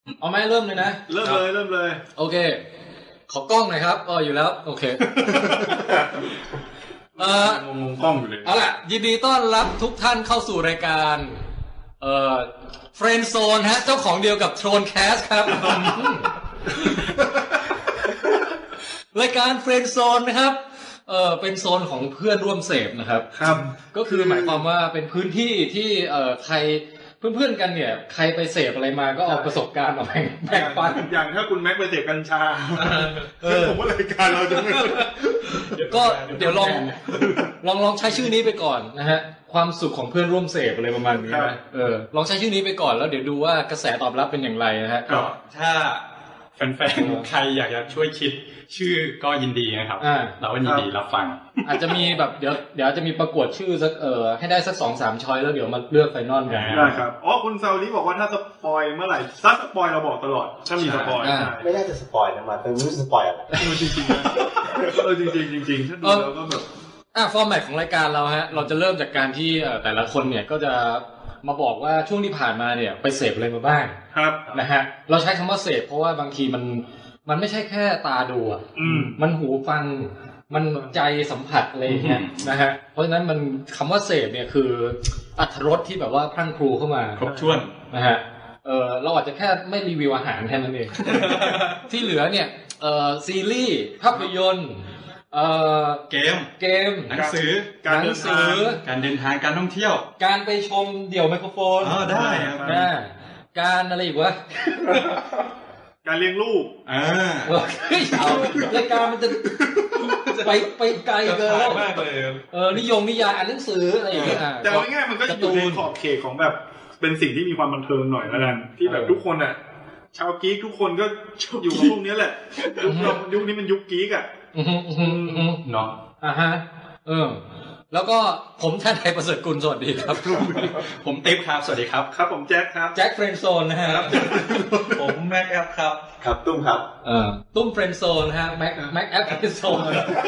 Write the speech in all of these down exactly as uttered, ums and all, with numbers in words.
เอาไหมเริ่มเลยนะเริ่มเลยเริ่มเลยโอเคขอกล้องหน่อยครับอ๋ออยู่แล้วโอเคเอ่องงกล้องอยู่เลยเอาล่ะยินดีต้อนรับทุกท่านเข้าสู่รายการเอ่อเฟรนด์โซนฮะเจ้าของเดียวกับโทรนแคสครับรายการเฟรนด์โซนนะครับเออเป็นโซนของเพื่อนร่วมเสพนะครับครับก็คือหมายความว่าเป็นพื้นที่ที่เอ่อใครเพื่อนๆกันเนี่ยใครไปเสพอะไรมาก็เอาประสบการณ์มาแบ่งแบ่งปันอย่างถ้าคุณแม็กไปเสพกัญชาเออผมว่ารายการเราจะไม่ก็เดี๋ยวลองลองลองใช้ชื่อนี้ไปก่อนนะฮะความสุขของเพื่อนร่วมเสพอะไรประมาณนี้นะเออลองใช้ชื่อนี้ไปก่อนแล้วเดี๋ยวดูว่ากระแสตอบรับเป็นอย่างไรนะฮะก็ถ้าแฟนๆใครอยากจะช่วยคิดชื่อก็ยินดีนะครับเราก็ยินดีรับฟังอาจจะมีแบบเดี๋ยวเดี๋ยวจะมีประกวดชื่อสักเออให้ได้สัก สองสาม ช้อยแล้วเดี๋ยวมาเลือกไฟนอลกันได้ครับอ๋อคุณซาวลี่บอกว่าถ้าสปอยเมื่อไหร่ซักสปอยเราบอกตลอดถ้ามีสปอยไม่น่าจะสปอยนะมาแต่ไม่รู้สปอยอะไรเออจริงๆนะเออจริงๆจริงๆถ้าดูแล้วก็แบบอ่ะฟอร์แมตของรายการเราฮะเราจะเริ่มจากการที่แต่ละคนเนี่ยก็จะมาบอกว่าช่วงที่ผ่านมาเนี่ยไปเสพอะไรมาบ้างครับนะฮะเราใช้คำว่าเสพเพราะว่าบางทีมันมันไม่ใช่แค่ตาดูอ่ะมันหูฟังมันใจสัมผัสอะไรอย่างเงี้ยนะฮะเพราะฉะนั้นมันคำว่าเสพเนี่ยคืออรรถรสที่แบบว่าพรั่งพรูเข้ามาครบถ้วนนะฮะเออเราอาจจะแค่ไม่รีวิวอาหารแค่นั้นเอง ที่เหลือเนี่ยเออซีรีส์ภาพยนตร์เอ่อเกมเกมหนังสือการหนังสือการเดินทางการท่องเที่ยวการไปชมเดี่ยวไมโครโฟนอ๋อได้ครับการอะไรอีกวะการเลี้ยงลูกอ่าเฮ้ยเอารายการมันจะไปไปไกลเกินมากเลยเออนิยมนิยายอ่านหนังสืออะไรอย่างเงี้ยแต่ง่ายๆมันก็อยู่ในขอบเขตของแบบเป็นสิ่งที่มีความบันเทิงหน่อยแล้วกันที่แบบทุกคนอ่ะชาวกิ๊กทุกคนก็อยู่กับพวกนี้แหละยุคเรายุคนี้มันยุคกิ๊กอ่ะเนาะอ่าฮะเออแล้วก็ผมท่านไทยประเสริฐกุลสวัสดีครับผมติ๊บครับสวัสดีครับครับผมแจ็คครับแจ็คเฟรนด์โซนนะฮะผมแม็กแอปครับครับตุ้มครับเออตุ้มเฟรนด์โซนนะฮะแม็กแม็กแอปเฟรนด์โซน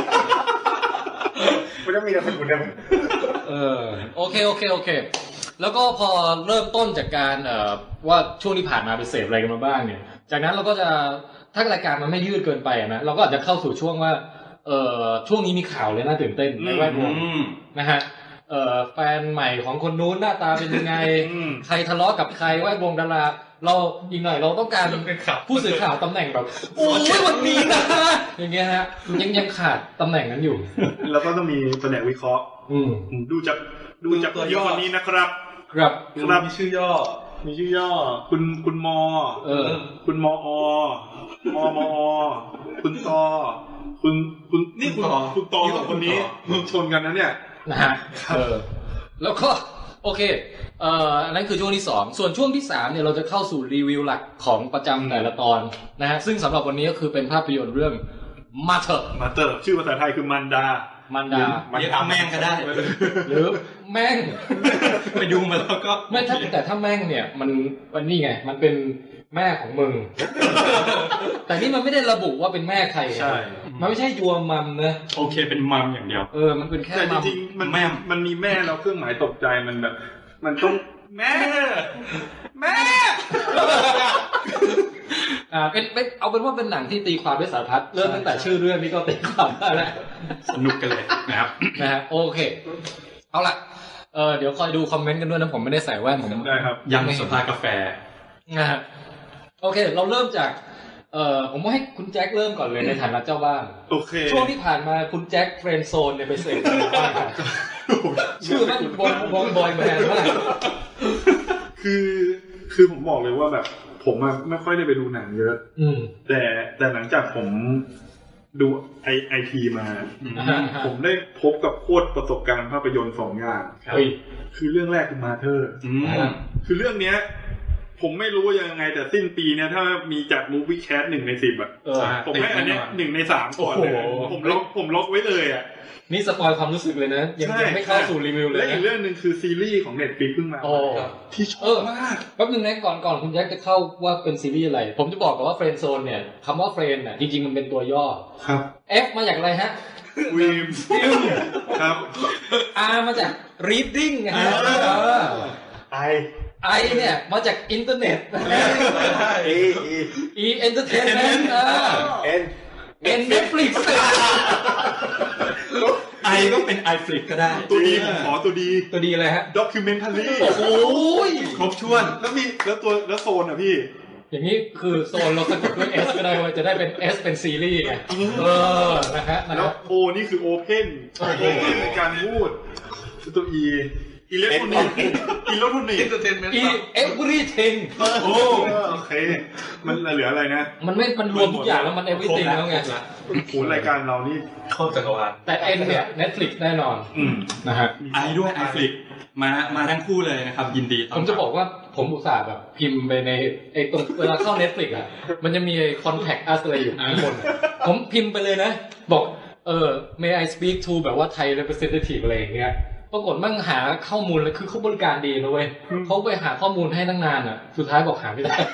ไม่ต้องมีนามสกุลนะเออโอเคโอเคโอเคแล้วก็พอเริ่มต้นจากการเอ่อว่าช่วงที่ผ่านมาไปเสพอะไรกันมาบ้างเนี่ยจากนั้นเราก็จะถ้ารายการมันไม่ยืดเกินไปนะเราก็อาจจะเข้าสู่ช่วงว่าเอ่อช่วงนี้มีข่าวเลยน่าตื่นเต้นในแวดวงนะฮะเอ่อแฟนใหม่ของคนนู้นหน้าตาเป็นยังไงใครทะเลาะกับใครแวดวงดาราเราอีกหน่อยเราต้องการผู้สื่อข่าวตำแหน่งแบบโอ้ยวันนี้นะอย่างเงี้ยฮะยังยังขาดตำแหน่งนั้นอยู่แล้วก็ต้องมีแผนกวิเคราะห์ดูจากดูจากตัวย่อนี้นะครับครับครับมีชื่อย่อมีชื่อย่อคุณคุณมอเออคุณมออมอมอคุณตอคุณคุณนี่คุณคุณตอกับคนนี้ชนกันนะเนี่ยนะฮะเออแล้วก็โอเคเอ่ออันนั้นคือช่วงที่สองส่วนช่วงที่สามเนี่ยเราจะเข้าสู่รีวิวหลักของประจำแต่ละตอนนะฮะซึ่งสำหรับวันนี้ก็คือเป็นภาพยนตร์เรื่อง Mother Mother ชื่อภาษาไทยคือมันดามันดาเรียกแม่งก็ได้หรือแม่งไปดูมาแล้วก็ไม่ถ้าแต่ถ้าแม่งเนี่ยมันวันนี้ไงมันเป็นแม่ของมึงแต่นี่มันไม่ได้ระบุว่าเป็นแม่ใครใช่มันไม่ใช่ยัวมัมนะโอเคเป็นมัมอย่างเดียวเออมันเป็นแค่มัมแต่จริงๆมันแม่มันมีแม่แล้วเครื่องหมายตกใจมันแบบมันต้องแม่แม่อ่าเป็นเป็นเอาเป็นว่าเป็นหนังที่ตีความด้วยสารพัดเริ่มตั้งแต่ชื่อเรื่องนี้ก็ตีความได้แล้วสนุกกันเลยนะครับนะฮะโอเคเอาล่ะเออเดี๋ยวคอยดูคอมเมนต์กันด้วยนะผมไม่ได้ใส่แว่นผมได้ครับยังไม่สัมภาษณ์กาแฟนะฮะโอเคเราเริ่มจากเอ่อผมว่าให้คุณแจ็คเริ่มก่อนเลยในฐานะเจ้าบ้านโอเคช่วงที่ผ่านมาคุณแจ็คเฟรนด์โซนเนี่ยไปเสพอะไรบ้างชื่อมันบอยบอยบอยแบนด์มากคือคือผมบอกเลยว่าแบบผมอะไม่ค่อยได้ไปดูหนังเยอะแต่แต่หลังจากผมดูไอไอทีมาผมได้พบกับโคตรประสบการณ์ภาพยนตร์สองอย่างคือเรื่องแรกคือมาเธอร์คือเรื่องเนี้ยผมไม่รู้ยังไงแต่สิ้นปีเนี่ยถ้ามีจัดมูฟวี่แคสหนึ่งในสิบอ่ะผมให้อันเนี้ยหนึ่งในสามก่อนเลยผมล็อกผมล็อกไว้เลยอ่ะนี่สปอยความรู้สึกเลยนะยังไม่เข้าสู่รีวิวเลยและอีกเรื่องนึงคือซีรีส์ของ Netflix เพิ่งมาที่ชอบมากแป๊บนึงนะก่อนก่อนคุณแจ็คจะเข้าว่าเป็นซีรีส์อะไรผมจะบอกก่อนว่าเฟรนด์โซนเนี่ยคำว่าเฟรนด์น่ะจริงๆมันเป็นตัวย่อครับ F มาจากอะไรฮะวีมครับ R มาจาก reading นะฮะ I ไอเนี่ยมาจากอินเทอร์เน็ตอี อีอีเอนเตอร์เทนเมนต์อ่าเอ็นเอ็น Netflix ไอก็เป็น iFlix ก็ได้ตัวดีผมขอตัวดีตัวดีอะไรฮะ documentary โอ้โหครบถ้วนแล้วมีแล้วตัวแล้วโซนอ่ะพี่อย่างนี้คือโซนเราสะกดด้วย S ก็ได้ว่าจะได้เป็น S เป็นซีรีส์ไงเออนะฮะแล้ว O นี่คือ Open Open ในการพูดตัว E อิเล็กทรอนิกส์อิเล็กทรอนิกส์ entertainment อี everything โอ้โอเคมันเหลืออะไรนะมันไม่มันรวมทุกอย่างแล้วมัน everything แล้วไงโหรายการเรานี่ครบจักรวาลแต่ N เนี่ย Netflix แน่นอนนะฮะไอด้วย iFlix มามาทั้งคู่เลยนะครับยินดีผมจะบอกว่าผมอุตส่าห์แบบพิมพ์ไปในไอ้ตรงเวลาเข้า Netflix อ่ะมันจะมี contact us อะไรอยู่ข้างบนผมพิมพ์ไปเลยนะบอกเออ may I speak to แบบว่า Thai representative อะไรอย่างเงี้ยปรากฏมั่งหาข้อมูลเลยคือเขาบริการดีนะเว้ยเขาไปหาข้อมูลให้ตั้งนานอ่ะสุดท้ายบอกหาไม่ได้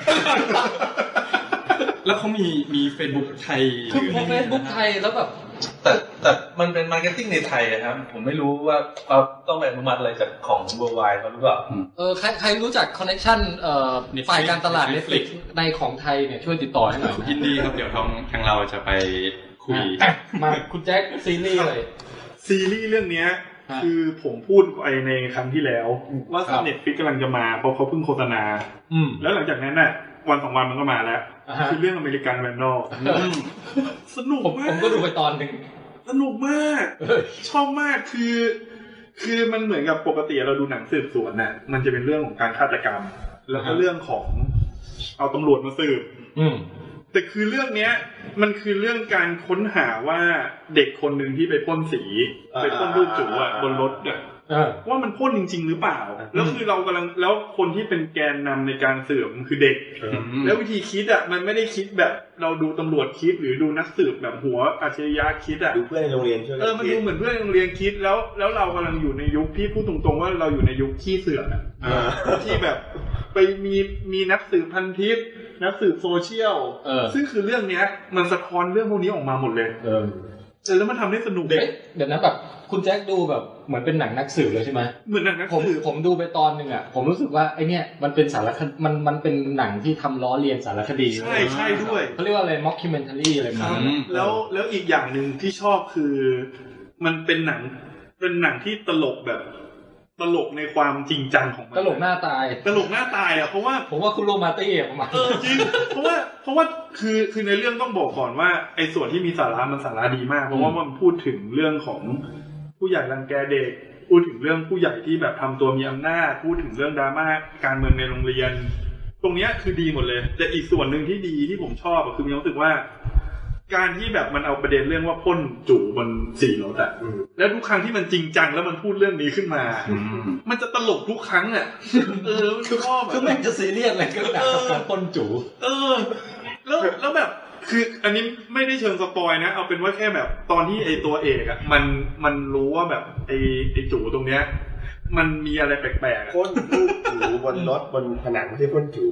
แล้วเขามีมี Facebook ไทยคือพอ Facebook ไทยแล้วแบบแต่แต่มันเป็นมาร์เก็ตติ้งในไทยนะครับผมไม่รู้ว่าเราต้องไปอนุมัติอะไรจากของ Worldwide เขาหรือเปล่าเออใครใครรู้จักคอนเนคชั่นเอ่อฝ่ายการตลาด Netflix ในของไทยเนี่ยช่วยติดต่อให้หน่อยยินดีครับเดี๋ยวทางทางเราจะไปคุยมาคุณแจ็คซีรีส์อะไรซีรีส์เรื่องเนี้ยคือผมพูดไปในครั้งที่แล้วว่า Netflix กำลังจะมาเพราะเขาเพิ่งโฆษณาแล้วหลังจากนั้นน่ะวันสองวันมันก็มาแล้วคือเรื่องอเมริกันแวนดอลสนุกมากผมก็ดูไปตอนนึงสนุกมากชอบมากคือคือมันเหมือนกับปกติเราดูหนังสืบสวนน่ะมันจะเป็นเรื่องของการฆาตกรรมแล้วก็เรื่องของเอาตำรวจมาสืบแต่คือเรื่องเนี้ยมันคือเรื่องการค้นหาว่าเด็กคนหนึ่งที่ไปพ่นสีไปพ่นรูปจุ๋อ่ะบนรถอ่ะว่ามันพ่นจริงๆหรือเปล่าแล้วคือเรากำลังแล้วคนที่เป็นแกนนำในการสืบมันคือเด็กแล้ววิธีคิดอ่ะมันไม่ได้คิดแบบเราดูตำรวจคิดหรือดูนักสืบแบบหัวอัจฉริยะคิดอ่ะดูเพื่อนในโรงเรียนช่วยเออมันดูเหมือนเพื่อนในโรงเรียนคิดแล้วแล้วเรากำลังอยู่ในยุคที่พูดตรงๆว่าเราอยู่ในยุคขี้เสือกอ่ะที่แบบไปมีมีนักสืบพันทิปนักสืบโซเชียลซึ่งคือเรื่องเนี้ยมันสะท้อนเรื่องพวกนี้ออกมาหมดเลยเออแล้วมันทำได้สนุกเด็กเดี๋ยวนะแบบคุณแจ็คดูแบบเหมือนเป็นหนังนักสืบเลยใช่ไหมเหมือนหนังนักสืบผมผมดูไปตอนนึงอ่ะผมรู้สึกว่าไอเนี้ยมันเป็นสารคดีมันมันเป็นหนังที่ทำล้อเลียนสารคดีใช่ใช่ด้วยเขาเรียกว่าอะไร mockumentary อะไรมาแล้วแล้วอีกอย่างนึงที่ชอบคือมันเป็นหนังเป็นหนังที่ตลกแบบตลกในความจริงจังของมันตลกหน้าตายตลกหน้าตายอ่ะเพราะว่าผมว่าคุณโรมาตี้ประมาณเออจริงเพราะว่าเพราะว่าคือคือในเรื่องต้องบอกก่อนว่าไอ้ส่วนที่มีสาระมันสาระดีมากเพราะว่ามันพูดถึงเรื่องของผู้ใหญ่รังแกเด็กพูดถึงเรื่องผู้ใหญ่ที่แบบทำตัวมีอำนาจพูดถึงเรื่องดราม่าการเมืองในโรงเรียนตรงเนี้ยคือดีหมดเลยแต่อีกส่วนนึงที่ดีที่ผมชอบคือมีความรู้สึกว่าการที่แบบมันเอาประเด็นเรื่องว่าพ่นจู่บนสีรถอะแล้วทุกครั้งที่มันจริงจังแล้วมันพูดเรื่องนี้ขึ้นมามันจะตลกทุกครั้งอะเออคือคือแม่งจะซีเรียสอะไรก็หนักกับการพ่นจู่เออแล้วแล้วแบบคืออันนี้ไม่ได้เชิงสปอยนะเอาเป็นว่าแค่แบบตอนที่ไอตัวเอกอะมันมันรู้ว่าแบบไอไอจู่ตรงเนี้ยมันมีอะไรแปลกๆพ่นรูปจู่บนรถบนผนังไม่ใช่พ่นจู่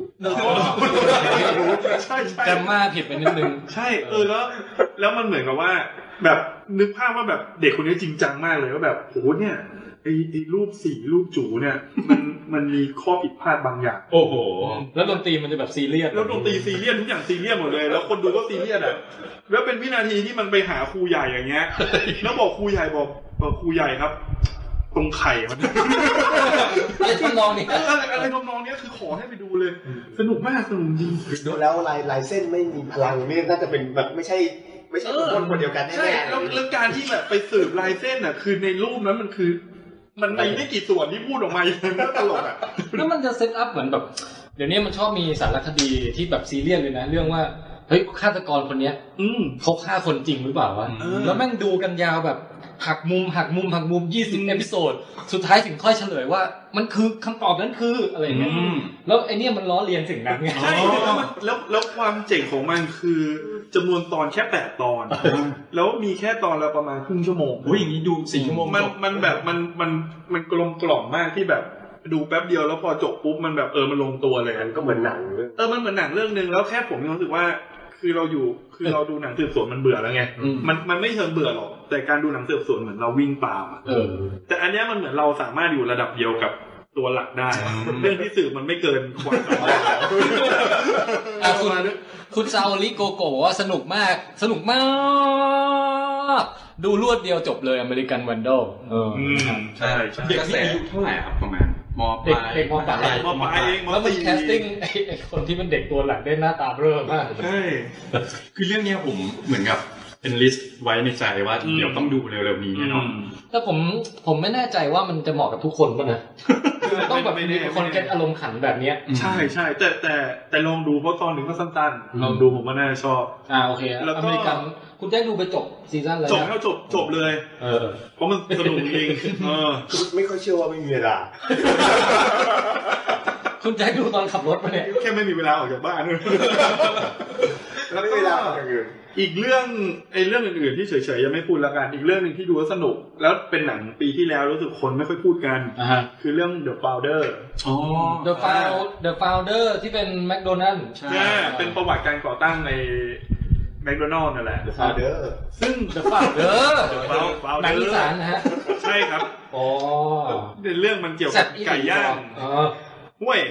ใช่ใช่แกมมาผิดไปนิดนึงใช่เออแล้วแล้วมันเหมือนกับว่าแบบนึกภาพว่าแบบเด็กคนนี้จริงจังมากเลยว่าแบบโหเนี่ยไอไอรูปสีรูปจู่เนี่ยมันมันมีข้อผิดพลาดบางอย่างโอ้โหแล้วดนตรีมันจะแบบซีเรียสแล้วดนตรีซีเรียสทุกอย่างซีเรียสหมดเลยแล้วคนดูก็ซีเรียสอ่ะแล้วเป็นวินาทีที่มันไปหาครูใหญ่อย่างเงี้ยแล้วบอกครูใหญ่บอกบอกครูใหญ่ครับตรงไข่มันอะไรทำนองนี้อะไรอะไรทำนองนี้คือขอให้ไปดูเลยสนุกมากสนุกจริงดูแล้วลายลายเส้นไม่มีพลังนี่น่าจะเป็นแบบไม่ใช่ไม่ใช่คนคนเดียวกันแน่ๆใช่แล้วแล้วการที่แบบไปสืบลายเส้นอ่ะคือในรูปนั้นมันคือมันมีไม่กี่ส่วนที่พูดออกมาอย่างนั้นตลกอ่ะแล้วมันจะเซตอัพเหมือนแบบเดี๋ยวนี้มันชอบมีสารคดีที่แบบซีเรียสเลยนะเรื่องว่าเฮ้ยฆาตกรคนเนี้ยเขาฆ่าคนจริงหรือเปล่าวะแล้วแม่งดูกันยาวแบบหักมุมหักมุมหักมุมยี่สิบเอพิโซดสุดท้ายถึงค่อยเฉลยว่ามันคือคำตอบนั้นคืออะไรเงี้ยแล้วไอเนี้ยมันล้อเลียนสิ่งนั้นไงใช่แล้วมันแล้วแล้วความเจ๋งของมันคือจำนวนตอนแค่แปดตอนแล้วมีแค่ตอนละประมาณครึ่งชั่วโมงโอ้ยอย่างนี้ดูสี่ชั่วโมงมันมันแบบมันมันมันกลมกล่อมมากที่แบบดูแป๊บเดียวแล้วพอจบปุ๊บมันแบบเออมันลงตัวเลยมันก็เหมือนหนังเออมันเหมือนหนังเรื่องนึงแล้วแค่ผมมีความรู้สึกว่าคือเราอยู่คือเราดูหนังสืบสวนมันเบื่อแล้วไงมันมันไม่เชิงเบื่อหรอกแต่การดูหนังสืบสวนเหมือนเราวิ่งตามอ่ะแต่อันเนี้ยมันเหมือนเราสามารถอยู่ระดับเดียวกับตัวหลักได้เรื่องที่สืบมันไม่เกินความสามารถอ่ะคุณคุณซาโอริโกโกะว่าสนุกมากสนุกมากดูรวดเดียวจบเลยอเมริกันวันโดเออใช่ใช่เด็กนี่อายุเท่าไหร่ครับประมาณม.ปลายเด็กม.ปลายม.ปลายเองแล้วมันแคสติ้งไอ้คนที่มันเด็กตัวหลักได้หน้าตาเบ้อมากใช่คือเรื่องนี้ผมเหมือนกับเป็นลิสต์ไว้ในใจว่าเดี๋ยวต้องดูเร็วๆนี้เนาะแต่ผมผมไม่แน่ใจว่ามันจะเหมาะกับทุกคนป่ะนะคือต้องแบบมีคนเก็ตอารมณ์ขันแบบนี้ใช่ใช่แต่แต่แต่ลองดูเพราะตอนหนึ่งก็สั้นๆลองดูผมว่าน่าชอบอ่าโอเคอเมริกันคุณแจ็คดูไปจบซีซั่นเลยจบแล้วจบจบเลยเออเพราะมันสนุกจริงเออไม่ค่อยเชื่อว่าไม่มีเวลาคุณแจ็คดูตอนขับรถมาเนี่ยแค่ไม่มีเวลาออกจากบ้านแล้วไม่มีเวลาออกจากอื่นอีกเรื่องไอ้เรื่องอื่นๆที่เฉยๆยังไม่พูดละกันอีกเรื่องนึงที่ดูแล้วสนุกแล้วเป็นหนังปีที่แล้วรู้สึกคนไม่ค่อยพูดกันคือเรื่อง The Founder อ๋อ The Found The Founder ที่เป็น McDonald ใช่เป็นประวัติการก่อตั้งใน McDonald นั่นแหละ The Founder ซึ่ง The Founder หนังอีสานนะฮะใช่ครับอ๋อเรื่องมันเกี่ยวกับไก่ย่างอ๋อห้วย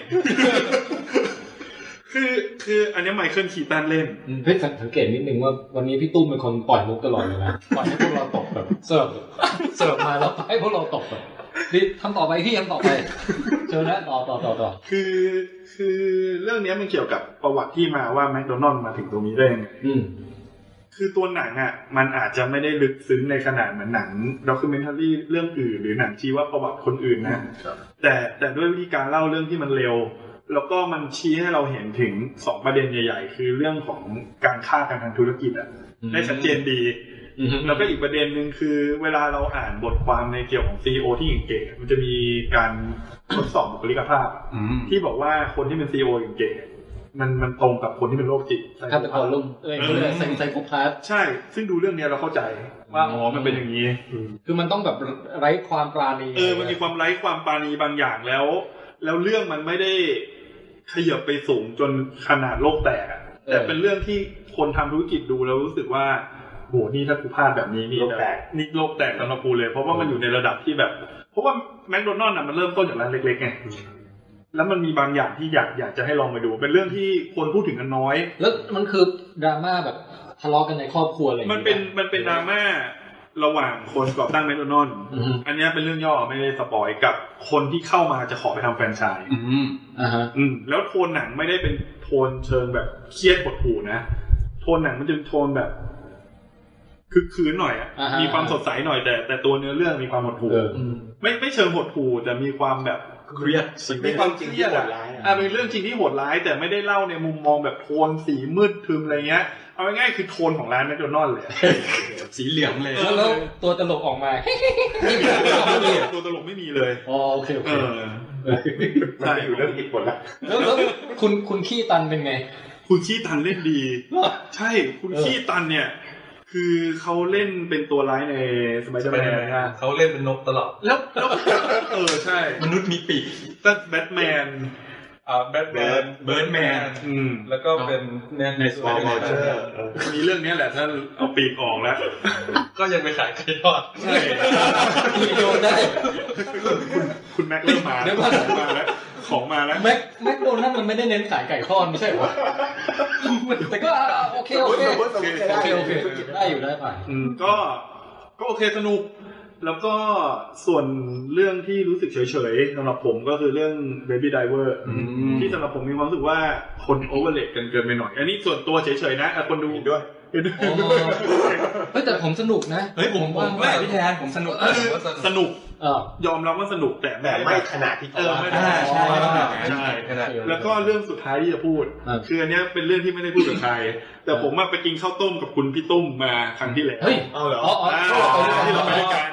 คือคืออันนี้ไมเคิลคีตันเล่นเฮ้ยสังเกตนิดนึงว่าวันนี้พี่ตุ้มเป็นคนปล่อยมุกตลอดเลยนะปล่อยให้พวกเราตกแบบเสิร์ฟเสิร์ฟมาแล้วให้พวกเราตกแบบพี่ทำต่อไปพี่ทำต่อไปเชิญนะต่อต่อต่อต่อคือคือเรื่องนี้มันเกี่ยวกับประวัติที่มาว่าแมคโดนัลด์มาถึงตรงนี้ได้ไงคือตัวหนังอ่ะมันอาจจะไม่ได้ลึกซึ้งในขนาดเหมือนหนังด็อกิเมนทารีเรื่องอื่นหรือหนังชีวประวัติคนอื่นนะแต่แต่ด้วยวิธีการเล่าเรื่องที่มันเร็วแล้วก็มันชี้ให้เราเห็นถึงสองประเด็นใหญ่ๆคือเรื่องของการฆ่ากันทางธุรกิจอ่ะได้ชัดเจนดีแล้วก็อีกประเด็นนึงคือเวลาเราอ่านบทความในเกี่ยวของ ซี อี โอ ที่เก่งๆมันจะมีการทดสอบบุคลิกภาพที่บอกว่าคนที่เป็น ซี อี โอ เก่งๆมันมันตรงกับคนที่เป็นโรคจิตฆาตกรลุ่มเอ้ยไซไซโคพาธใช่ซึ่งดูเรื่องนี้เราเข้าใจว่าอ๋อมันเป็นอย่างนี้คือมันต้องแบบไร้ความปราณีเออมันมีความไร้ความปราณีบางอย่างแล้วแล้วเรื่องมันไม่ได้ขยับไปสูงจนขนาดโลกแตกอ่ะแต่เป็นเรื่องที่คนทำธุรกิจดูแล้วรู้สึกว่าโหนี่ถ้ากูพลาดแบบนี้นี่โลกแตกนี่โลกแตกสำหรับกูเลยเพราะว่ามันอยู่ในระดับที่แบบเพราะว่าแมคโดนัลด์น่ะมันเริ่มต้นจากร้านเล็กๆไงแล้วมันมีบางอย่างที่อยากอยากจะให้ลองไปดูเป็นเรื่องที่คนพูดถึงกันน้อยแล้วมันคือดราม่าแบบทะเลาะกันในครอบครัวอะไรมันเป็นมันเป็นดราม่าระหว่างคนก่อตั้งแมคโดนัลด์อันนี้เป็นเรื่องย่อไม่ได้สปอยกับคนที่เข้ามาจะขอไปทำแฟรนไชส์อืมอ่าฮะอืมแล้วโทนหนังไม่ได้เป็นโทนเชิงแบบเครียดหดหู่นะโทนหนังมันจะเป็นโทนแบบคึกคืนหน่อยอ่ะมีความสดใสหน่อยแต่แต่ตัวเนื้อเรื่องมีความหดหู่ไม่ไม่เชิงหดหู่แต่มีความแบบเครียดมีความจริงที่โหดร้ายอ่ะเป็นเรื่องจริงที่โหดร้ายแต่ไม่ได้เล่าในมุมมองแบบโทนสีมืดทึมอะไรเงี้ยเอาง่ายๆคือโทนของร้านแมคโดนัลด์เลยสีเหลืองเลยแล้วตัวตลกออกมาตัวตลกไม่มีเลยอ๋อโอเคโอเคใช่อยู่เรื่องผิดหมดแล้วแล้วคุณคุณขี้ตันเป็นไงคุณขี้ตันเล่นดีใช่คุณขี้ตันเนี่ยคือเขาเล่นเป็นตัวร้ายในสไปเดอร์แมนนะเขาเล่นเป็นนกตลอดแล้วแล้วเออใช่มนุษย์มีปีกตั้งแบทแมนอ่าแบทแมนเบิร์ดแมนอืมแล้วก็เป็นเนี่ยในสปอร์ตเชอร์มีเรื่องนี้แหละถ้าเอาปีกออกแล้วก็ยังไปขายไก่ทอดใช่โยนได้คุณคุณแม็กเริ่มมาเริ่มมาแล้วของมาแล้วแม็กแม็กโดนัลด์มันไม่ได้เน้นขายไก่ทอดไม่ใช่หรอแต่ก็โอเคโอเคโอเคโอเคได้อยู่ได้ป่ะอืมก็ก็โอเคสนุกแล้วก็ส่วนเรื่องที่รู้สึกเฉยๆสำหรับผมก็คือเรื่อง Baby Driver ที่สำหรับผมมีความรู้สึกว่าคนโอเวอร์เลทกันเกินไปหน่อยอันนี้ส่วนตัวเฉยๆนะคนดูด้วยเฮ้ยแต่ผมสนุกนะเฮ้ยผมผมว่าพี่แทนผมสนุกสนุกยอมรับว่าสนุกแต่แต่ไม่ขนาดที่เขาไม่ได้ใช่ใช่แล้วก็เรื่องสุดท้ายที่จะพูดคืออันนี้เป็นเรื่องที่ไม่ได้พูดกับใครแต่ผมมาไปกินข้าวต้มกับคุณพี่ตุ้มมาครั้งที่แล้วเฮ้ยเอาเหรออ๋อที่เราไปด้วยกัน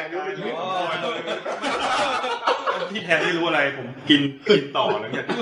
พี่แทนไม่รู้อะไรผมกินกินต่อแล้วเนี่ย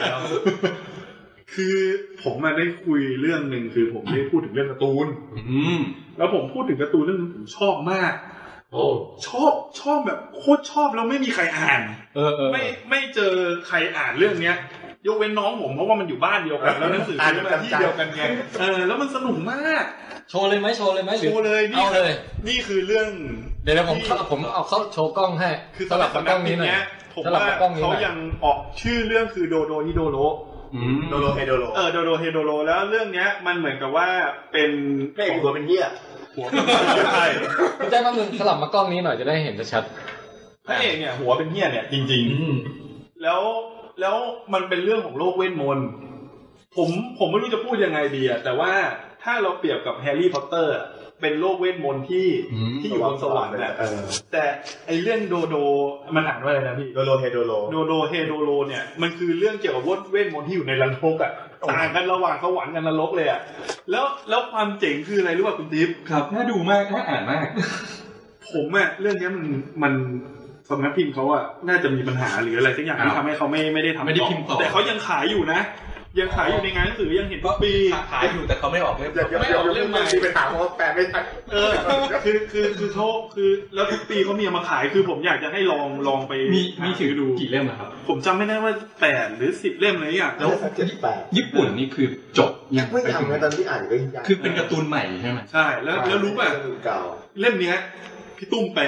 คือผมมาได้คุยเรื่องนึงคือผมได้พูดถึงเรื่องการ์ตูนแล้วผมพูดถึงการ์ตูนเรื่องนึงผมชอบมากโอ้ชอบชอบแบบโคตรชอบแล้วไม่มีใครอ่านเออไม่ไม่เจอใครอ่านเรื่องเนี้ยยกเว้นน้องผมเพราะว่ามันอยู่บ้านเดียวกันแล้วหนังสือซื้อมาที่เดียวกันไงเออแล้วมันสนุกมากโชว์เลยไหมโชว์เลยไหมโชว์เลยนี่เลยนี่คือเรื่องเดี๋ยวผมผมเอาเข้าโชว์กล้องให้คือสำหรับกล้องนี้หน่อยผมว่าเขายังออกชื่อเรื่องคือโดโดฮิโดโรโดโดเฮโดโรเออโดโดเฮโดโรแล้วเรื่องเนี้ยมันเหมือนกับว่าเป็นพระเอกหัวเป็นเหี้ยหัวใช่คุณแจ้งว่ามึงสลับมากล้องนี้หน่อยจะได้เห็นชัดพระเอกเนี่ยหัวเป็นเหี้ยเนี่ยจริงๆแล้วแล้วมันเป็นเรื่องของโลกเวทมนต์ผมผมไม่รู้จะพูดยังไงดีอะแต่ว่าถ้าเราเปรียบกับแฮร์รี่พอตเตอร์เป็นโลกเวทมนต์ที่ที่อยู่บนสวรรค์น่ะแต่ไอเรื่องโดโดมันอ่านว่าอะไรนะพี่โดโดเฮโดโรโดโดเฮโดโรเนี่ยมันคือเรื่องเกี่ยวกับเวทมนต์ที่อยู่ในนรกอ่ะต่างกันระหว่างสวรรค์กับนรกเลยอ่ะแล้วแล้วความเจ๋งคืออะไรรู้ป่ะคุณติ๊บครับน่าดูมากน่าอ่านมากผมอ่ะเรื่องนี้มันมันสำนักพิมพ์เขาอ่ะน่าจะมีปัญหาหรืออะไรสักอย่างที่ทำให้เขาไม่ไม่ได้ทำต่อแต่เขายังขายอยู่นะยังขายอยู่ในงานหนังสือยังเห็นทุกปีขายอยู่แต่เขาไม่ออกเล่มไม่ออกเล่มใหม่มีปัญหาเพราะว่าแปลไม่ทันเออคือคือคือเขาคือแล้วทุกปีเขามีมาขายคือผมอยากจะให้ลองลองไปมีมีถือดูกี่เล่มนะครับผมจำไม่ได้ว่าแปดหรือสิบเล่มเลยอ่ะแล้วญี่ปุ่นนี่คือจบยังไม่ทำนะตอนที่อ่านก็ยังคือเป็นการ์ตูนใหม่ใช่ไหมใช่แล้วแล้วรู้ป่ะเล่มเนี้ยพี่ตุ้มแปล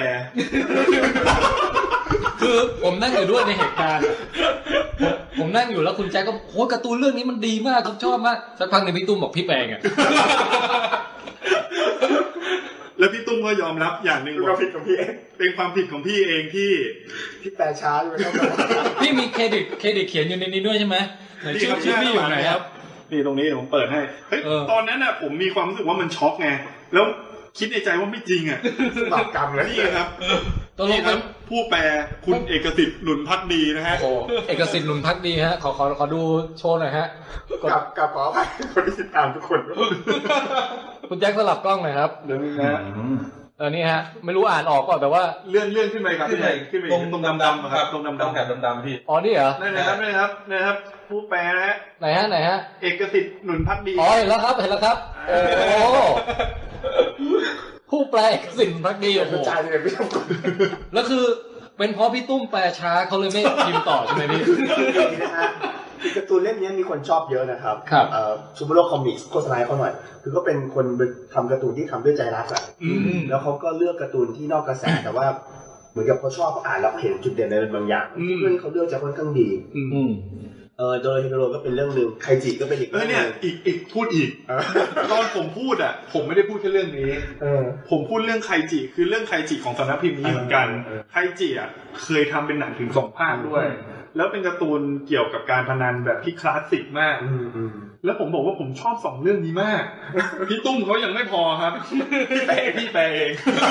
คือผมนั่งอยู่ด้วยในเหตุการณ์ผมนั่งอยู่แล้วคุณแจ็คก็โหการ์ตูนเรื่องนี้มันดีมากผมชอบมากสักพักนึงพี่ตุ้มบอกพี่แปลงอ่ะแล้วพี่ตุ้มก็ยอมรับอย่างนึงว่าผิดของพี่เองเป็นความผิดของพี่เองที่ที่แปลช้าอยู่ครับพี่มีเครดิตเครดิตเขียนอยู่ในนี้ด้วยใช่ไหมชื่อชื่อพี่อยู่ไหนครับนี่ตรงนี้เดี๋ยวผมเปิดให้เฮ้ยตอนนั้นน่ะผมมีความรู้สึกว่ามันช็อกไงแล้วคิดในใจว่าไม่จริงอ่ะบาปกรรมเลยนี่ครับนี่ครับผู้แปลคุณเอกสิทธิ์หนุนพักดีนะฮะโอ้เอกสิทธิ์หนุนพักดีฮะขอขอขอดูโชว์หน่อยฮะกับกับขอให้คนที่ติดตามทุกคนคุณแจ็คสลับกล้องหน่อยครับเดี๋ยวนี้นะเออนี่ฮะไม่รู้อ่านออกก็แต่ว่าเลื่อนเลื่อนขึ้นไปครับขึ้นไปขึ้นไปตรงตรงดำๆครับตรงดำๆแถบดำๆพี่อ๋อนี่เหรอนั่นนะครับนี่ครับนี่ครับผู้แปลนะฮะไหนฮะไหนฮะเอกสิทธิ์หนุนพักดีอ๋อเห็นแล้วครับเห็นแล้วครับโอ้ผู้แปลสินพักดีโอ้โหใจเลยพี่ต้องแล้วคือเป็นเพราะพี่ตุ้มแปลช้าเขาเลยไม่พิมพ์ต่อใช่ไหมพี่นี่นะฮะการ์ตูนเล่มนี้มีคนชอบเยอะนะครับครับเอ่อซูเปอร์โลคอมิกส์โฆษณาเขาหน่อยคือก็เป็นคนทำการ์ตูนที่ทำด้วยใจรักอ่ะแล้วเขาก็เลือกการ์ตูนที่นอกกระแสแต่ว่าเหมือนกับเขาชอบเขาอ่านแล้วเห็นจุดเด่นในบางอย่างเรื่องเขาเลือกจะค่อนข้างดีเออโดยฮิโรก็เป็นเรื่องนึงไคจิก็เป็นอีกเออเนี่ยอีกอีกพูดอีกตอนผมพูดอ่ะผมไม่ได้พูดแค่เรื่องนี้เออผมพูดเรื่องไคจิคือเรื่องไคจิของสำนักพิมพ์นี้เหมือนกันไคจิอ่ะเคยทำเป็นหนังถึงสองภาคด้วยแล้วเป็นการ์ตูนเกี่ยวกับการพนันแบบที่คลาสสิกมากแล้วผมบอกว่าผมชอบสองเรื่องนี้มากพี่ตุ้มเขายังไม่พอครับพี่แปลพี่แปลเอง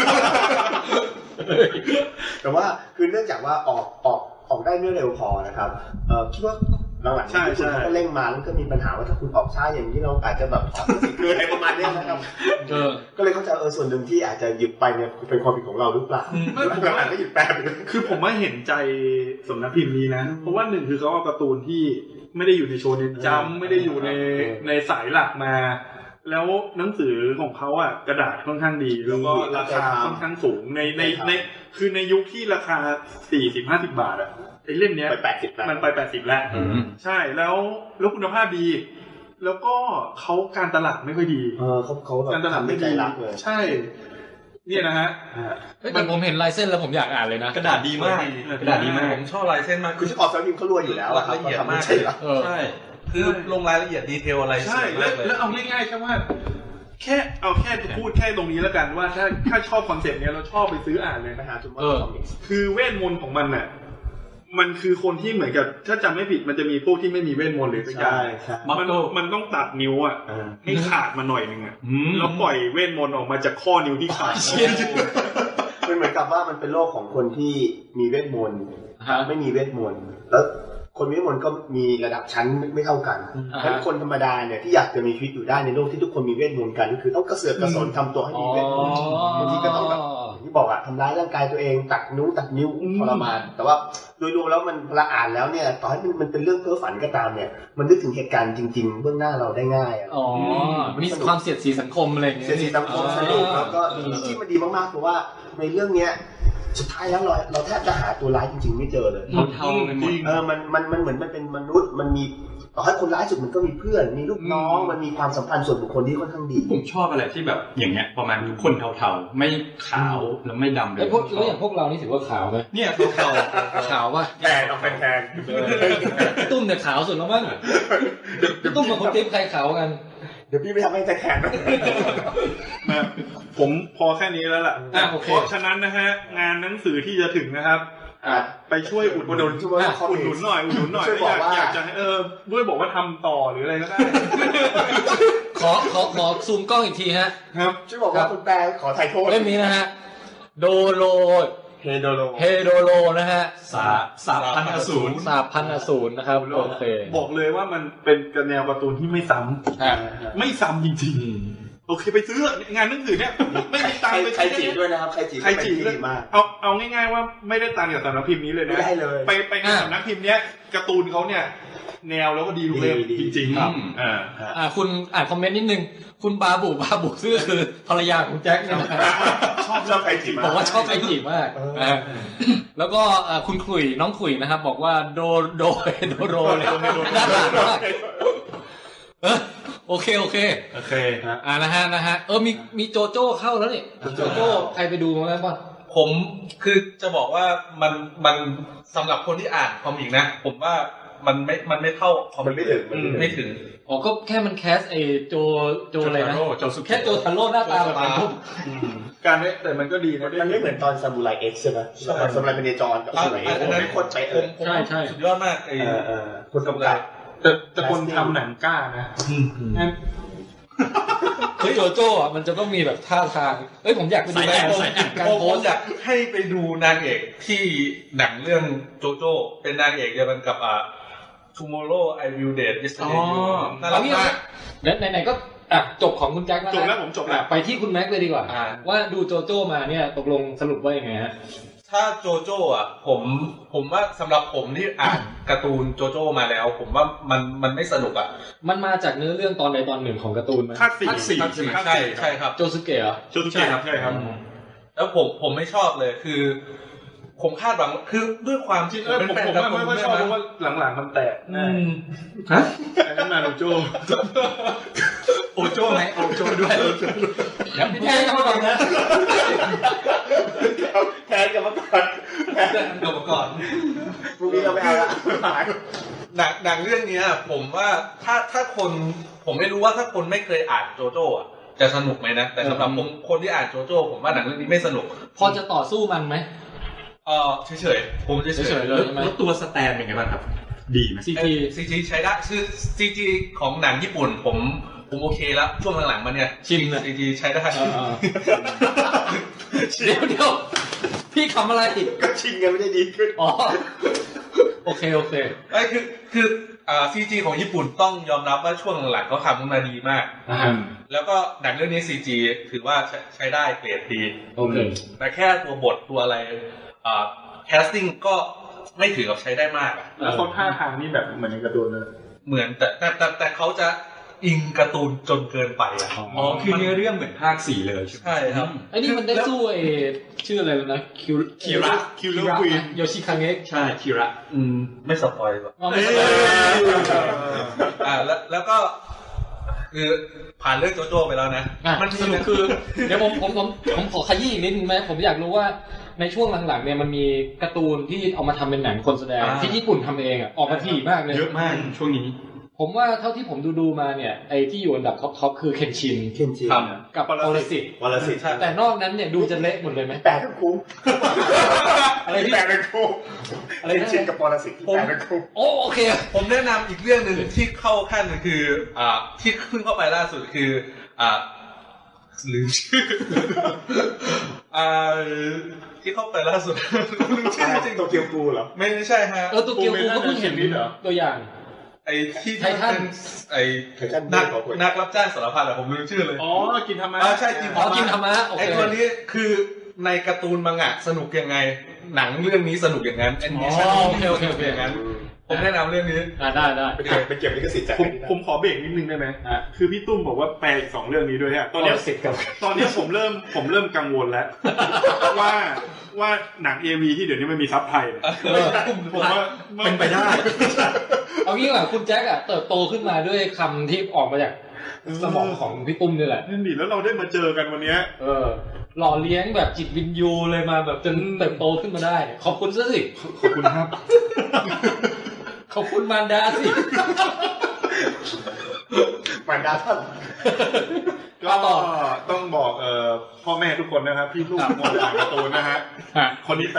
แต่ว่าคือเนื่องจากว่าออกออกออกได้ไม่เร็วพอนะครับเอ่อคิดว่าหลังๆที่คุณเขาเร่งมาแล้วก็มีปัญหาว่าถ้าคุณออกช้าอย่างนี้เราอาจจะแบบออกสิเกินอะไรประมาณนี้นะครับก็เลยเข้าใจเออส่วนหนึ่งที่อาจจะหยุดไปเนี่ยเป็นความผิดของเราหรือเปล่าหลังๆก็หยุดแปลไปคือผมว่าเห็นใจสำนักพิมพ์นี้นะเพราะว่าหนึ่งคือเขาเอาการ์ตูนที่ไม่ได้อยู่ในโชเน็นจัมป์ไม่ได้อยู่ในในสายหลักมาแล้วหนังสือของเขาอ่ะกระดาษค่อนข้างดีแล้วก็ราคาค่อนข้างสูงในในในคือในยุคที่ราคา สี่สิบ ห้าสิบบาทอ่ะไอ้เล่มเนี้ยไปแปดสิบแล้วมันไปแปดสิบแล้วใช่แล้วแล้วคุณภาพดีแล้วก็เขาการตลาดไม่ค่อยดีเออเขาเขาการตลาดไม่ดีใช่เนี่ยนะฮะแต่ผมเห็นลายเส้นแล้วผมอยากอ่านเลยนะกระดาษดีมากกระดาษดีมากผมชอบลายเส้นมากคือออกสำนิมเขารวยอยู่แล้วละเอียดมากใช่คือลงรายละเอียดดีเทลอะไรใช่แล้วแล้วเอาง่ายๆแค่ว่าแค่เอาแค่พูดแค่ตรงนี้แล้วกันว่าถ้าถ้าชอบคอนเซ็ปต์เนี้ยเราชอบไปซื้ออ่านเลยนะฮะเออคือเวทมนต์ของมันน่ะมันคือคนที่เหมือนกับถ้าจำไม่ผิดมันจะมีพวกที่ไม่มีเวทมนต์เลยสักอย่างมันมันต้องตัดนิ้วอ่ะให้ขาดมาหน่อยนึงอ่ะแล้วปล่อยเวทมนต์ออกมาจากข้อนิ้วที่ขาดมันเหมือนกับว่ามันเป็นโลกของคนที่มีเวทมนต์ไม่มีเวทมนต์แล้วคนมีเวทมนต์ก็มีระดับชั้นไม่เท่ากันเพราะคนธรรมดาเนี่ยที่อยากจะมีชีวิตอยู่ได้ในโลกที่ทุกคนมีเวทมนต์กันก็คือต้องกระเสือกกระสนทำตัวให้มีเวทมนต์บางทีก็ต้องแบบที่บอกอะทำร้ายร่างกายตัวเองตัดนิ้วตัดนิ้วทรมานแต่ว่าโดยรวมแล้วมันละอ่านแล้วเนี่ยต่อให้มันมันเป็นเรื่องเพ้อฝันก็ตามเนี่ยมันนึกถึงเหตุการณ์จริงๆเบื้องหน้าเราได้ง่ายอ๋อมีความเสียดสีสังคมอะไรอย่างเงี้ยเสียดสีสังคมสนุกแล้วก็ที่มันดีมากๆเพราะว่าในเรื่องเนี้ยสุดท้ายแล้วเราเราแทบจะหาตัวร้ายจริงๆไม่เจอเลยเท่าๆกันหมดเออมันมันมันเหมือนมันเป็นมนุษย์มันมีต่อให้คนร้ายสุดมันก็มีเพื่อนมีลูกน้องมันมีความสัมพันธ์ส่วนบุคคลที่ค่อนข้างดีผมชอบอะไรที่แบบอย่างเงี้ยประมาณทุกคนเทาๆไม่ขาวแล้วไม่ดำเลยแล้วพวกแล้วอย่างพวกเรานี่ถือว่าขาวไหมเนี่ยเทาๆขาวป่ะแทนเอาเป็นแทนตุ้มเนี่ยขาวสุดแล้วมั้งตุ้มกับคนติ๊บใครขาวกันเดี๋ยวพี่ไปทำให้แทนนะผมพอแค่นี้แล้วล่ะเพราะฉะนั้นนะฮะงานหนังสือที่จะถึงนะครับไปช่วยอุดหนุนช่วยอุดหนุนหน่อยอุดหนุนหน่อยอยากอยากจะเออด้วยบอกว่าทำต่อหรืออะไรก็ได้ขอขอขอซูมกล้องอีกทีฮะครับช่วยบอกว่าคุณแปลขอถ่ายโทษเล่มนี้นะฮะโดโลเฮโดโลเฮโดโลนะฮะสาสาพันอสูรสาพันอสูรนะครับโอเคบอกเลยว่ามันเป็นแนวการ์ตูนที่ไม่ซ้ำไม่ซ้ำจริงๆโอเคไปซื้องานหนังสือเนี่ยไม่มีตังค์ไปใครจีบด้วยนะครับใครจีบใครจีบเลยเอาเอาง่ายๆว่าไม่ได้ตังค์จากสำนักพิมพ์นี้เลยนะไปไปงานสำนักพิมพ์เนี้ยการ์ตูนเขาเนี่ยแนวแล้วก็ดีทุกเล่มจริงๆครับอ่าอ่าคุณอ่านคอมเมนต์นิดนึงคุณบาบูบาบูซึ่งคือภรรยาของแจ็คเนี่ยนะครับชอบชอบใครจีบบอกว่าชอบใครจีบมากแล้วก็คุณขุยน้องขุยนะครับบอกว่าโดโดโดโรเลยน่ารักมากโอเคโอเคโอเคอ่านะฮะนะฮะเออมีมีโจโจ้เข้าแล้วนี่โจโจ้ใครไปดูมาแล้วป่ะผมคือจะบอกว่ามันมันสำหรับคนที่อ่านคอมิกนะผมว่ามันไม่มันไม่เท่าคอมิกไม่ถึงไม่ถึงอ๋อก็แค่มันแคสไอโจโจอะไรนะแค่โจทาโร่หน้าตาแบบนั้นการนี้แต่มันก็ดีนะมันไม่เหมือนตอนซามูไรเอ็กซ์ใช่ไหมซามูไรเป็นเนจอนกับซามูไรเอ็กซ์ไม่คนไปเออใช่ใช่สุดยอดมากไอคนกำกับแต่แต่คนทำหนังกล้านะคือโจโจ้อะมันจะต้องมีแบบท่าทางเอ้ยผมอยากไปดูแบบการโพสอยากให้ไปดูนางเอกที่หนังเรื่องโจโจ้เป็นนางเอกเดียวกันกับอ่า Tomorrow I Will Date Yesterday น่ารักมากไหนๆก็อ่ะจบของคุณแจ็คแล้วจบแล้วผมจบแล้วไปที่คุณแม็กเลยดีกว่าว่าดูโจโจ้มาเนี่ยตกลงสรุปว่ายังไงฮะถ้าโจโจ้อ่ะผมผมว่าสำหรับผมที่อ่านการ์ตูนโจโจ้มาแล้วผมว่ามันมันไม่สนุกอ่ะมันมาจากเนื้อเรื่องตอนใดตอนหนึ่งของการ์ตูนไหมภาคสี่ภาคสี่ใช่ใช่ครับโจซุเกะโจซุเกะครับใช่ครับแล้วผมผมไม่ชอบเลยคือผมคาดหวังคือด้วยความที่ผมผมไม่ไม่ชอบเพราะว่าหลังๆมันแตกฮะอันนั้นนารูโจโอโจ้ไหมโอโจ้ด้วยยังพี่แทนเข้ามานะแทนกับมาก่อนแทนกับมาก่อนพรุ่งนี้เราไปเอาละหนังหนังเรื่องนี้ผมว่าถ้าถ้าคนผมไม่รู้ว่าถ้าคนไม่เคยอ่านโจโจ้อะจะสนุกไหมนะแต่สำหรับผมคนที่อ่านโจโจ้ผมว่าหนังเรื่องนี้ไม่สนุกพอจะต่อสู้มันไหมเออเฉยๆผมเฉยๆเลยแล้วตัวสแตนเป็นไงบ้างครับดีไหมซีจีซีจีใช้ได้คือซีจีของหนังญี่ปุ่นผมผมโอเคแล้วช่วงหลังๆมาเนี่ยชินนะซีจีใช้ได้เดี๋ยวเดี๋ยวพี่ทำอะไรอีกก็ชินกันไม่ได้ดีขึ้นอ๋อโอเคโอเคไอ้คือคืออ่าซีจีของญี่ปุ่นต้องยอมรับว่าช่วงหลังๆเขาทำมาดีมากแล้วก็หนังเรื่องนี้ซีจีถือว่าใช้ได้เกรดดีโอเคแต่แค่ตัวบทตัวอะไรอ่าแคสติ้งก็ไม่ถือกับใช้ได้มากอ่ะแล้วเขาท่าทางนี่แบบเหมือนในการ์ตูนเลยเหมือนแต่แต่แต่แต่เขาจะอิงการ์ตูนจนเกินไปอ่ะอ๋อคือเนื้อเรื่องเหมือนภาคสี่เลยใช่ครับไอ้นี่มันได้สู้ไอ้ชื่ออะไรนะคิวคิระคิวเลอร์ควีนโยชิคาเงะใช่คิระอืมไม่สปอยล์ป่ะอ่าแล้วแล้วก็คือผ่านเรื่องโจโจ้ไปแล้วนะมันสรุปคือเดี๋ยวผมผมผมผมขอขยี้อีกนิดนึงไหมผมอยากรู้ว่าในช่วงหลังๆเนี่ยมันมีการ์ตูนที่เอามาทำเป็นหนังคนแสดงที่ญี่ปุ่นทำเองอ่ะออกมาถี่มากเลยเยอะมากช่วงนี้ผมว่าเท่าที่ผมดูดูมาเนี่ยไอ้ที่อยู่อันดับท็อปท็อปคือเคนชินเคนชินกับปรสิตปรสิตแต่นอกนั้นเนี่ยดูจะเละหมดเลยไหมแปลกทั้งคู่อะไรที่แปลกทั้งคู่อะไรเคนชินกับปรสิตแปลกทั้งคู่โอ้โอเคผมแนะนำอีกเรื่องนึงที่เข้าขั้นคืออ่าที่เพิ่งเข้าไปล่าสุดคืออ่าลืมชื่ออ่าที่เข้าไปล่าสุดลืมชื่อจริงโตเกียวกูเหรอไม่ใช่ฮะเออโตเกียวกูก็เพิ่งเห็นนี่เหรอตัวอย่างไอ้ที่ไททันไอ้นักนักรับจ้างสารพัดอะผมลืมชื่อเลยอ๋อกินธรรมะอ๋อใช่กินธรรมะกินธรรมะไอ้ตัวนี้คือในการ์ตูนมังงะสนุกยังไงหนังเรื่องนี้สนุกอย่างนั้นแอนิเมชั่นโอเคโอเคโอเคอย่างนั้นผมแนะนำเรื่องนี้อ่าได้ได้ไปเก็บไปเก็บลิขสิทธิ์จากผมผมขอเบรกนิดนึงได้ไหมคือพี่ตุ้มบอกว่าแปลอีกสองเรื่องนี้ด้วยฮะตอนนี้สิทธิ์กับตอนนี้ผมเริ่มผมเริ่มกังวลแล้วว่าว่าหนัง เอ วี ที่เดี๋ยวนี้มันมีซับไทยผมว่าเป็นไปได้เอางี้ว่าคุณแจ็คอะเติบโตขึ้นมาด้วยคำที่ออกมาจากสมองของพี่ตุ้มนี่แหละนั่นดิแล้วเราได้มาเจอกันวันนี้เออหล่อเลี้ยงแบบจิตวิญญูเลยมาแบบจนเติบโตขึ้นมาได้ขอบคุณซะสิขอบคุณครับขอบคุณมารดาสิมารดาท่านก็ต้องบอกเอ่อพ่อแม่ทุกคนนะครับพี่ลูกมองอ่านการ์ตูนนะฮะคนนี้แปล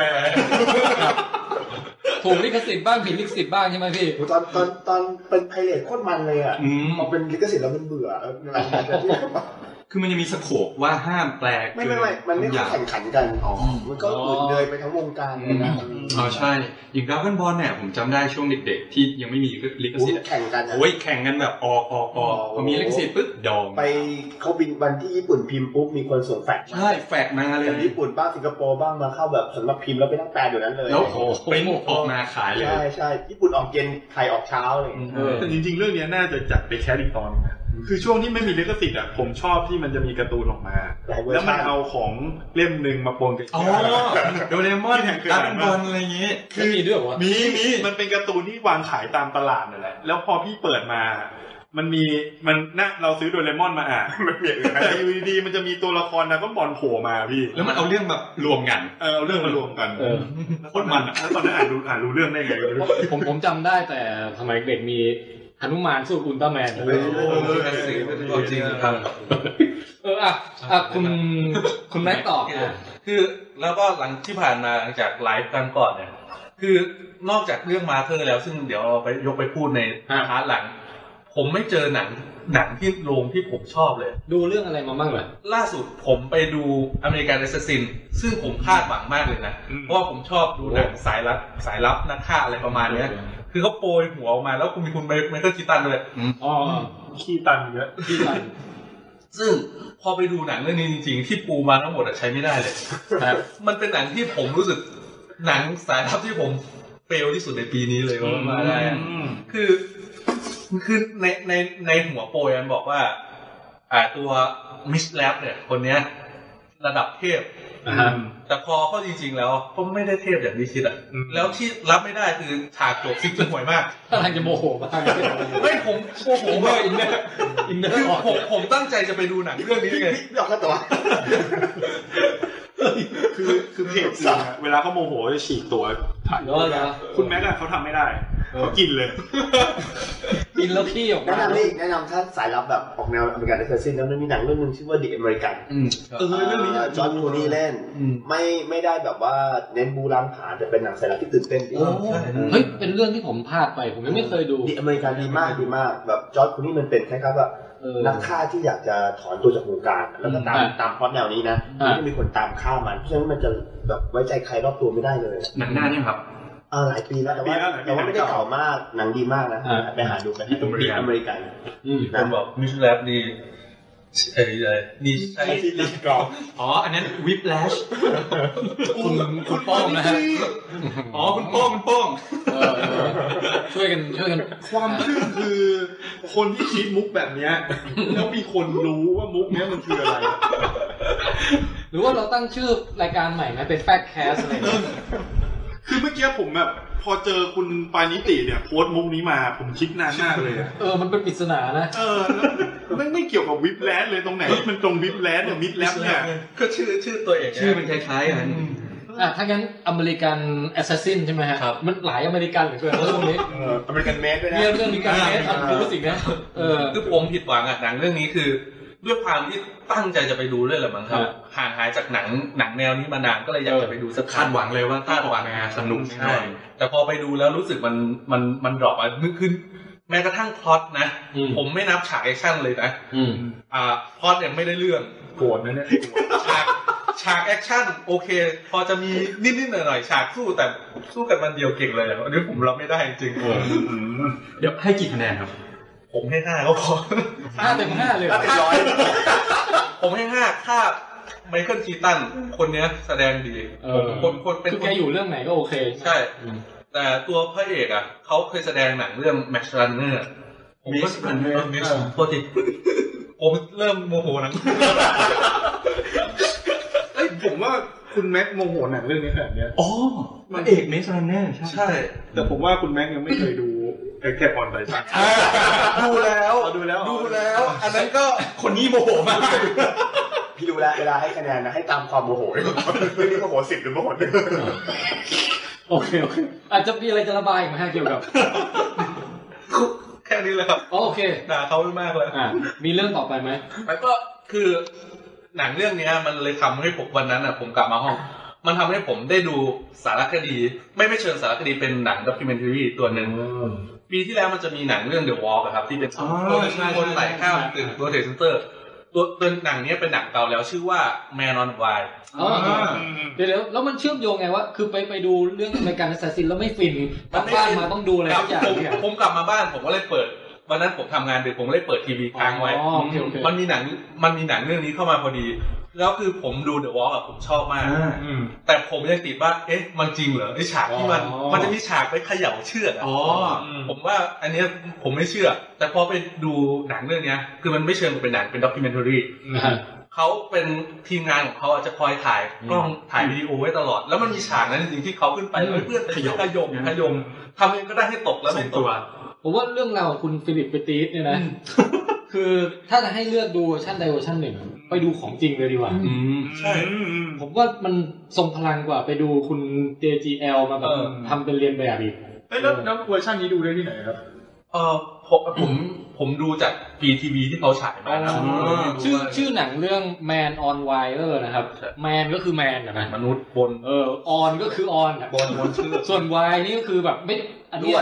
ถูกลิขสิทธิ์บ้างผิดลิขสิทธิ์บ้างใช่ไหมพี่ตอนตอนตอนเป็นไพเรทโคตรมันเลยอ่ะพอเป็นลิขสิทธิ์แล้วมันเบื่อหลังจากที่คือมันจะมีสโคปว่าห้ามแปลไม่ไม่ไม่มันไม่แข่งขันกันอ๋อมันก็อื่นเลยไปทั้งวงการเลยนะอ๋อใช่อย่างดราก้อนบอลเนี่ยผมจำได้ช่วงเด็กๆที่ยังไม่มีลิขสิทธิ์แข่งกันโอ้ยแข่งกันแบบออกออกออกพอมีลิขสิทธิ์ปุ๊บดองไปเขาบินวันที่ญี่ปุ่นพิมพ์ปุ๊บมีคนส่งแฟกซ์ใช่แฟกซ์มาเลยญี่ปุ่นบ้างสิงคโปร์บ้างมาเข้าแบบสำหรับพิมพ์แล้วไปนั่งแปลอยู่นั้นเลยแล้วเป็นออกมาขายเลยใช่ใช่ญี่ปุ่นออกเย็นไทยออกเช้าเลยแต่จริงๆเรื่องนี้น่าจะจัดไปแคสอีกตอนคือช่วงที่ไม่มีลิขสิทธิ์อ่ะผมชอบที่มันจะมีการ์ตูนออกมาแล้วมันเอาของเล่มนึงมาปนกันอ๋อโดเรมอนดราก้อนบอลอะไรอย่างงี้คือมีด้วยเหรอมีมีมันเป็นการ์ตูนที่วางขายตามตลาดนั่นแหละแล้วพอพี่เปิดมามันมีมันน่ะเราซื้อโดเรมอนมาอ่านมันเปลี่ยนแต่อยู่ดีๆมันจะมีตัวละครนะก็บอลโผล่มาพี่แล้วมันเอาเรื่องแบบรวมกันเออเอาเรื่องมารวมกันเออโคตรมันอ่ะแล้วตอนนั้นอ่านรู้อ่านรู้เรื่องได้ไงผมผมจำได้แต่สมัยเด็กมีหนุมานสู้อุลตร้าแมนโอ้โหจริงครับเอออ่ะอ่ะคุณคุณแม็กต่อคือแล้วก็หลังที่ผ่านมาหลังจากไลฟ์กันก่อนเนี่ยคือนอกจากเรื่องมาเธอแล้วซึ่งเดี๋ยวเราไปยกไปพูดในพาร์ทหลังผมไม่เจอหนังหนังที่โรงที่ผมชอบเลยดูเรื่องอะไรมาบ้างเลยล่าสุดผมไปดูอเมริกันแอสซัสซินซึ่งผมคาดหวังมากเลยนะเพราะว่าผมชอบดูหนังสายลับสายลับนักฆ่าอะไรประมาณนี้คือเขาโปรยหัวออกมาแล้วคุณมีคุณไมเคิลคีตันด้วยอ๋อขี้ตันเยอะขี้ตันซึ่งพอไปดูหนังเรื่องนี้จริงๆที่ปูมาทั้งหมดใช้ไม่ได้เลยมันเป็นหนังที่ผมรู้สึกหนังสายลับที่ผมเฟลที่สุดในปีนี้เลยว่ามาได้คือคือในในในหัวโปรยมันบอกว่าอ่าตัวมิสแลปเนี่ยคนเนี้ยระดับเทพแต่พอเข้าจริงๆแล้วก็ไม่ได้เทพอย่างที่คิดอ่ะแล้วที่รับไม่ได้คือฉากจบซิกห่วยมากกำลังจะโมโหมากไม่ผมโมโหมากอินเนอร์อินเนอร์คือผมผมตั้งใจจะไปดูหนังเรื่องนี้ไงหลอกกันตัวคือคือเพจสั่งเวลาเขาโมโหจะฉีกตัวถ่ายคุณแม็กซ์เขาทำไม่ได้เขากินเลยกินแล้วขี้ออกมาแนะนำนี่แนะนำถ้าสายลับแบบออกแนวอเมริกันแอสซัสซินแล้วมันมีหนังเรื่องนึงชื่อว่า The American เออเรื่องนี้จอห์น คลูนี่เล่นไม่ไม่ได้แบบว่าเน้นบูล้างผลาญแต่เป็นหนังสายลับที่ตื่นเต้นดีเฮ้ยเป็นเรื่องที่ผมพลาดไปผมยังไม่เคยดู The American ดีมากดีมากแบบจอห์น คลูนี่มันเป็นคล้ายๆว่านักฆ่าที่อยากจะถอนตัวจากวงการแล้วก็ตามตามพล็อตแนวนี้นะไม่มีคนตามฆ่ามันเพราะฉะนั้นมันจะแบบไว้ใจใครรอบตัวไม่ได้เลยหนังหน้านี่ครับเออหลายปีแล้วแต่ว่าแต่ว่าไม่ได้เก่ามากหนังดีมากนะไปหาดูกันที่อเมริกันคนบอกมิชแลปดีเอ้ยอะไรนี่ใช่ที่ลิงกออ๋ออันนั้นวิปแลชคุณคุณป้องนะฮะอ๋อคุณป้องคุณป้องช่วยกันช่วยกันความทึ่งคือคนที่คิดมุกแบบเนี้ยแล้วมีคนรู้ว่ามุกเนี้ยมันคืออะไรหรือว่าเราตั้งชื่อรายการใหม่ไหมเป็นแฟกแคสอะไรคือเมื่อกี้ผมแบบพอเจอคุณปานิติเนี่ยโพสต์มุกนี้มาผมคิดนานมากเลยเออมันเป็นปริศนานะเออไม่ไม่เกี่ยวกับวิปแลนด์เลยตรงไหนมันตรงวิปแลนด์กับมิดแลปเนี่ยก็ชื่อชื่อตัวเองชื่อมันคล้ายๆกันอ่ะถ้างั้นอเมริกันแอสซัสซินใช่ไหมฮะมันหลายอเมริกันเหลือเกินเรื่องนี้อเมริกันเมดด้วยนะเรื่องอเมริกันเมดคือรู้สึกนะเออคือผมผิดหวังอ่ะหนังเรื่องนี้คือด้วยความที่ตั้งใจจะไปดูเรื่องอะไรบ้างครับห่างหายจากหนังหนังแนวนี้มานานก็เลยอยากจะไปดูสักคาดหวังเลยว่าคาดหวังสนุกใช่แต่พอไปดูแล้วรู้สึกมันมันมันดรอปอ่ะขึ้นแม้กระทั่งพล็อตนะผมไม่นับฉากแอคชั่นเลยนะอ่าพล็อตเนี่ยไม่ได้เรื่องโกรธนะเนี่ยฉากฉากแอคชั่นโอเคพอจะมีนิดๆหน่อยๆฉากสู้แต่สู้กันมันเดียวเก่งเลยอันนี้ผมรับไม่ได้จริงเดี๋ยวให้กี่คะแนนครับผมให้ห้าก็พอห้าเต็มห้าเลยห้าเต็มร้อยผมให้ห้าค่าไมเคิลคีตันคนเนี้ยแสดงดีคนคนเป็นคือแกอยู่เรื่องไหนก็โอเคใช่แแต่ตัวพระเอกอ่ะเขาเคยแสดงหนังเรื่อง Max Runner มิสรันเนอร์มิสโทษทีผมเริ่มโมโหหนังเอ้ยผมว่าคุณแม็กโมโหหนังเรื่องนี้ขนาดเนี้ยอ๋อพระเอกมิสรันเนอร์ใช่ใช่แต่ผมว่าคุณแม็กยังไม่เคยดูแอคแทคออนไททันดูแล้วดูแล้วดูแล้วอันนั้นก็คนนี้โมโหมากพี่รู้แล้วเวลาให้คะแนนนะให้ตามความโมโหเรื่องนี้โมโหสิบหรือโมโหหนึ่งโอเคโอเคอาจจะมีอะไรจะระบายอีกไหมฮะเกี่ยวกับแค่นี้เลยครับโอเคด่าเขาไม่มากเลยอ่ามีเรื่องต่อไปไหมแล้วก็คือหนังเรื่องนี้มันเลยทำให้ผมวันนั้นอ่ะผมกลับมาห้องมันทำให้ผมได้ดูสารคดีไม่ไม่เชิงสารคดีเป็นหนังด็อกิเมนทารีตัวนึงปีที่แล้วมันจะมีหนังเรื่อง The Walk ครับที่เป็นคนไต่ข้ามตึกตัวเทรดเซ็นเตอร์ตัวตัวหนังนี้เป็นหนังเก่าแล้วชื่อว่า Man on Wire อ๋อเดี๋ยวแล้วมันเชื่อมโยงไงวะคือไปไปดูเรื่องอเมริกันแอสซัสซินแล้วไม่ฟินกลับบ้านมาต้องดูอะไรทุกอย่างเนี่ยผมกลับมาบ้านผมก็เลยเปิดวันนั้นผมทำงานดึกผมก็เลยเปิดทีวีค้างไว้มันมีหนังมันมีหนังเรื่องนี้เข้ามาพอดีแล้วคือผมดู The Walk อ่ะผมชอบมากแต่ผมยังติดว่าเอ๊ะมันจริงเหรอไอ้ฉากที่มันมันจะมีฉากไปเขย่าเชือกอ่ะผมว่าอันนี้ผมไม่เชื่อแต่พอไปดูหนังเรื่องนี้คือมันไม่เชิงเป็นหนังเป็นด็อกิเมนทารีเขาเป็นทีมงานของเขาจะคอยถ่ายกล้องถ่ายวิดีโอไว้ตลอดแล้วมันมีฉากนั้นจริงๆที่เขาขึ้นไปแล้วเพื่อนขยมขยมขยมทำเองก็ได้ให้ตกแล้วไม่ตกผมว่าเรื่องราวของคุณฟิลิปเปตีสเนี่ยนะคือถ้าจะให้เลือกดูเวอร์ชันใดเวอร์ชันหนึ่งไปดูของจริงเลยดีกว่าใช่ผมว่ามันทรงพลังกว่าไปดูคุณ เจ จี แอล มาแบบทำเป็นเรียนแบบอีกเอ้ยแล้วแล้วเวอร์ชันนี้ดูได้ที่ไหนครับเออผมผมผมดูจาก พี ที วี ที่เขาฉายมานะชื่อชื่อหนังเรื่อง Man on Wire นะครับ Man ก็คือ Man นะมนุษย์บนเออ On ก็คือ On บนบนชื่อส่วน Wire นี่ก็คือแบบไม่อันนี้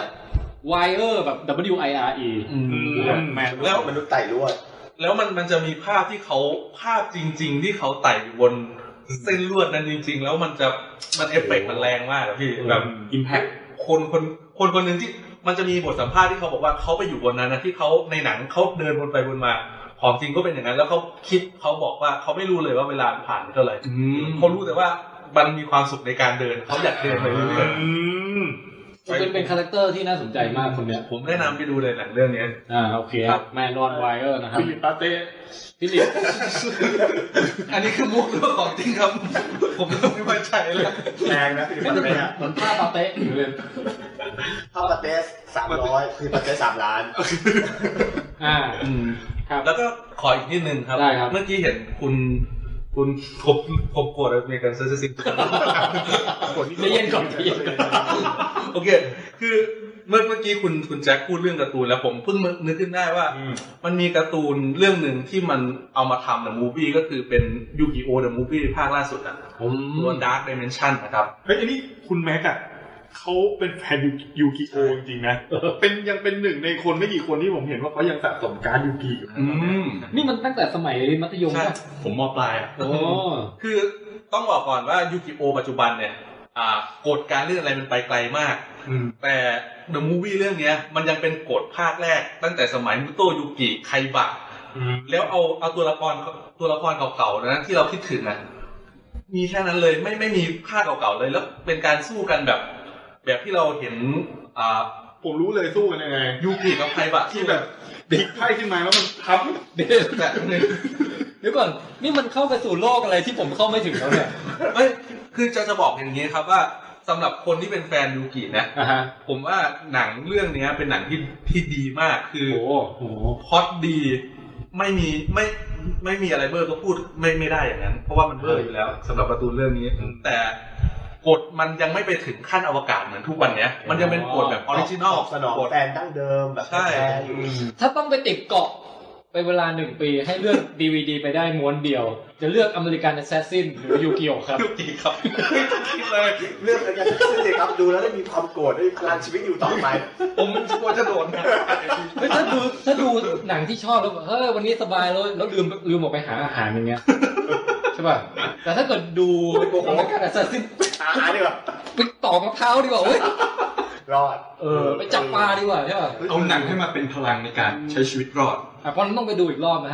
Wire แบบ W I R E อืมแล้วมนุษย์ไต่ลวดแล้วมันมันจะมีภาพที่เขาภาพจริงๆที่เขาไต่อยู่บนเส้นลวดนั้นจริงๆแล้วมันจะมันเอฟเฟกต์มันแรงมากอะพี่แบบอิมแพคคนคนคนคนนึงที่มันจะมีบทสัมภาษณ์ที่เขาบอกว่าเขาไปอยู่บนนั้นนะที่เขาในหนังเขาเดินวนไปวนมาของจริงก็เป็นอย่างนั้นแล้วเขาคิดเขาบอกว่าเขาไม่รู้เลยว่าเวลาผ่านเท่าไหร่เขารู้แต่ว่ามันมีความสุขในการเดินเขาอยากเดินไปเรื่อยๆเป็นเป็นคาแรคเตอร์ที่น่าสนใจมากคนเนี้ยผมแนะนำไปดูเลยหนังเรื่องนี้อ่าโอเคครับแมนนอนไวเออร์นะครับฟิลิปปาเต้ฟิลิปอันนี้คือมุกเรื่องของจริงครับผมไม่ไว้ใจเลยแรงนะฟิลิปปาเต้เหมือนผ้าปาเต้อยู่เลยผ้าปาเต้สามร้อยฟิลิปปาเต้สามล้านอ่าอืมครับแล้วก็ขออีกนิดนึงครับเมื่อกี้เห็นคุณคุณครบครบโกรธอเมริกันเซอร์ซิงจะเย็นก่อนจะเย็นก่อนโอเคคือเมื่อเมื่อกี้คุณคุณแจ็คพูดเรื่องการ์ตูนแล้วผมเพิ่งนึกขึ้นได้ว่ามันมีการ์ตูนเรื่องหนึ่งที่มันเอามาทำในมูฟวี่ก็คือเป็นยูกิโอเดอะมูฟวี่ภาคล่าสุดอ่ะตัว Dark Dimension นะครับเฮ้ยอันนี้คุณแม็กอะเขาเป็นแฟนยูกิโอจริงๆนะเป็นยังเป็นหนึ่งในคนไม่กี่คนที่ผมเห็นว่าเขายังสะสมการ์ดยูกิอยู่นี่มันตั้งแต่สมัยมัธยมป่ะผมม.ปลายอ่ะโอ้คือต้องบอกก่อนว่ายูกิโอปัจจุบันเนี่ยอ่ากฎการเรื่องอะไรมันไปไกลมากแต่เดอะมูฟวี่เรื่องนี้มันยังเป็นกฎภาคแรกตั้งแต่สมัยมุโตะยูกิไคบะแล้วเอาเอาตัวละครตัวละครเก่าๆนะที่เราคิดถึงอ่ะมีแค่นั้นเลยไม่ไม่มีภาคเก่าๆเลยแล้วเป็นการสู้กันแบบแบบที่เราเห็นอ่าผมรู้เลยสู้กันยังไงยูกิกับไคบะที่แบบดิกไพ่ขึ้นมาแล้วมันทับเด็ดแบบนึงเดี๋ยวก่อนนี่มันเข้าไปสู่โลกอะไรที่ผมเข้าไม่ถึงแล้วเนี่ยไม่คือจะจะบอกอย่างนี้ครับว่าสำหรับคนที่เป็นแฟนยูกินะผมว่าหนังเรื่องนี้เป็นหนังที่ที่ดีมากคือโอ้โหพล็อตดีไม่มีไม่ไม่มีอะไรเบอร์ก็พูดไม่ไม่ได้อย่างนั้นเพราะว่ามันเบอร์อยู่แล้วสำหรับการ์ตูนเรื่องนี้แต่กฎมันยังไม่ไปถึงขั้นอวกาศเหมือนทุกวันนี้มันยังเป็นกฎแบบออริจินอลสนองแฟนดั้งเดิมแบบใช่ถ้าต้องไปติดเกาะไปเวลาหนึ่งปีให้เลือก ดี วี ดี ไปได้ม้วนเดียวจะเลือกอเมริกันแอสซัสซินหรือยูกิโอครับยูกิครับคิดเลยเลือกอเมริกันแอสซัสซินเลยครับดูแล้วได้มีความโกรธได้พลังชีวิตอยู่ต่อไปผมกลัวจะโดนนะถ้าดูถ้าดูหนังที่ชอบแล้วเฮ้ยวันนี้สบายแล้วแล้วลืมลืมออกไปหาอาหารอย่างเงี้ยใช่ป่ะแต่ถ้าเกิดดูอเมริกันแอสซัสซินหาดีกว่าไปตอกมะพร้าวดีกว่าเว้ยรอดเออไปจับปลาดีกว่าใช่ป่ะเอาหนังให้มาเป็นพลังในการใช้ชีวิตรอดอ่ะเพราะนั้นต้องไปดูอีกรอบนะฮะ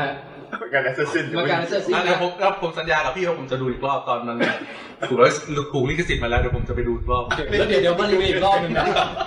การแอสเซสซินมาการแอสเซสซินเดี๋ยวผมแล้วผมสัญญากับพี่ว่าผมจะดูอีกรอบตอนมันถูกแล้วถูกลิขสิทธิ์มาแล้วเดี๋ยวผมจะไปดูอีกรอบแล้วเดี๋ยวเดี๋ยวมันจะมีอีกรอบนึงนะ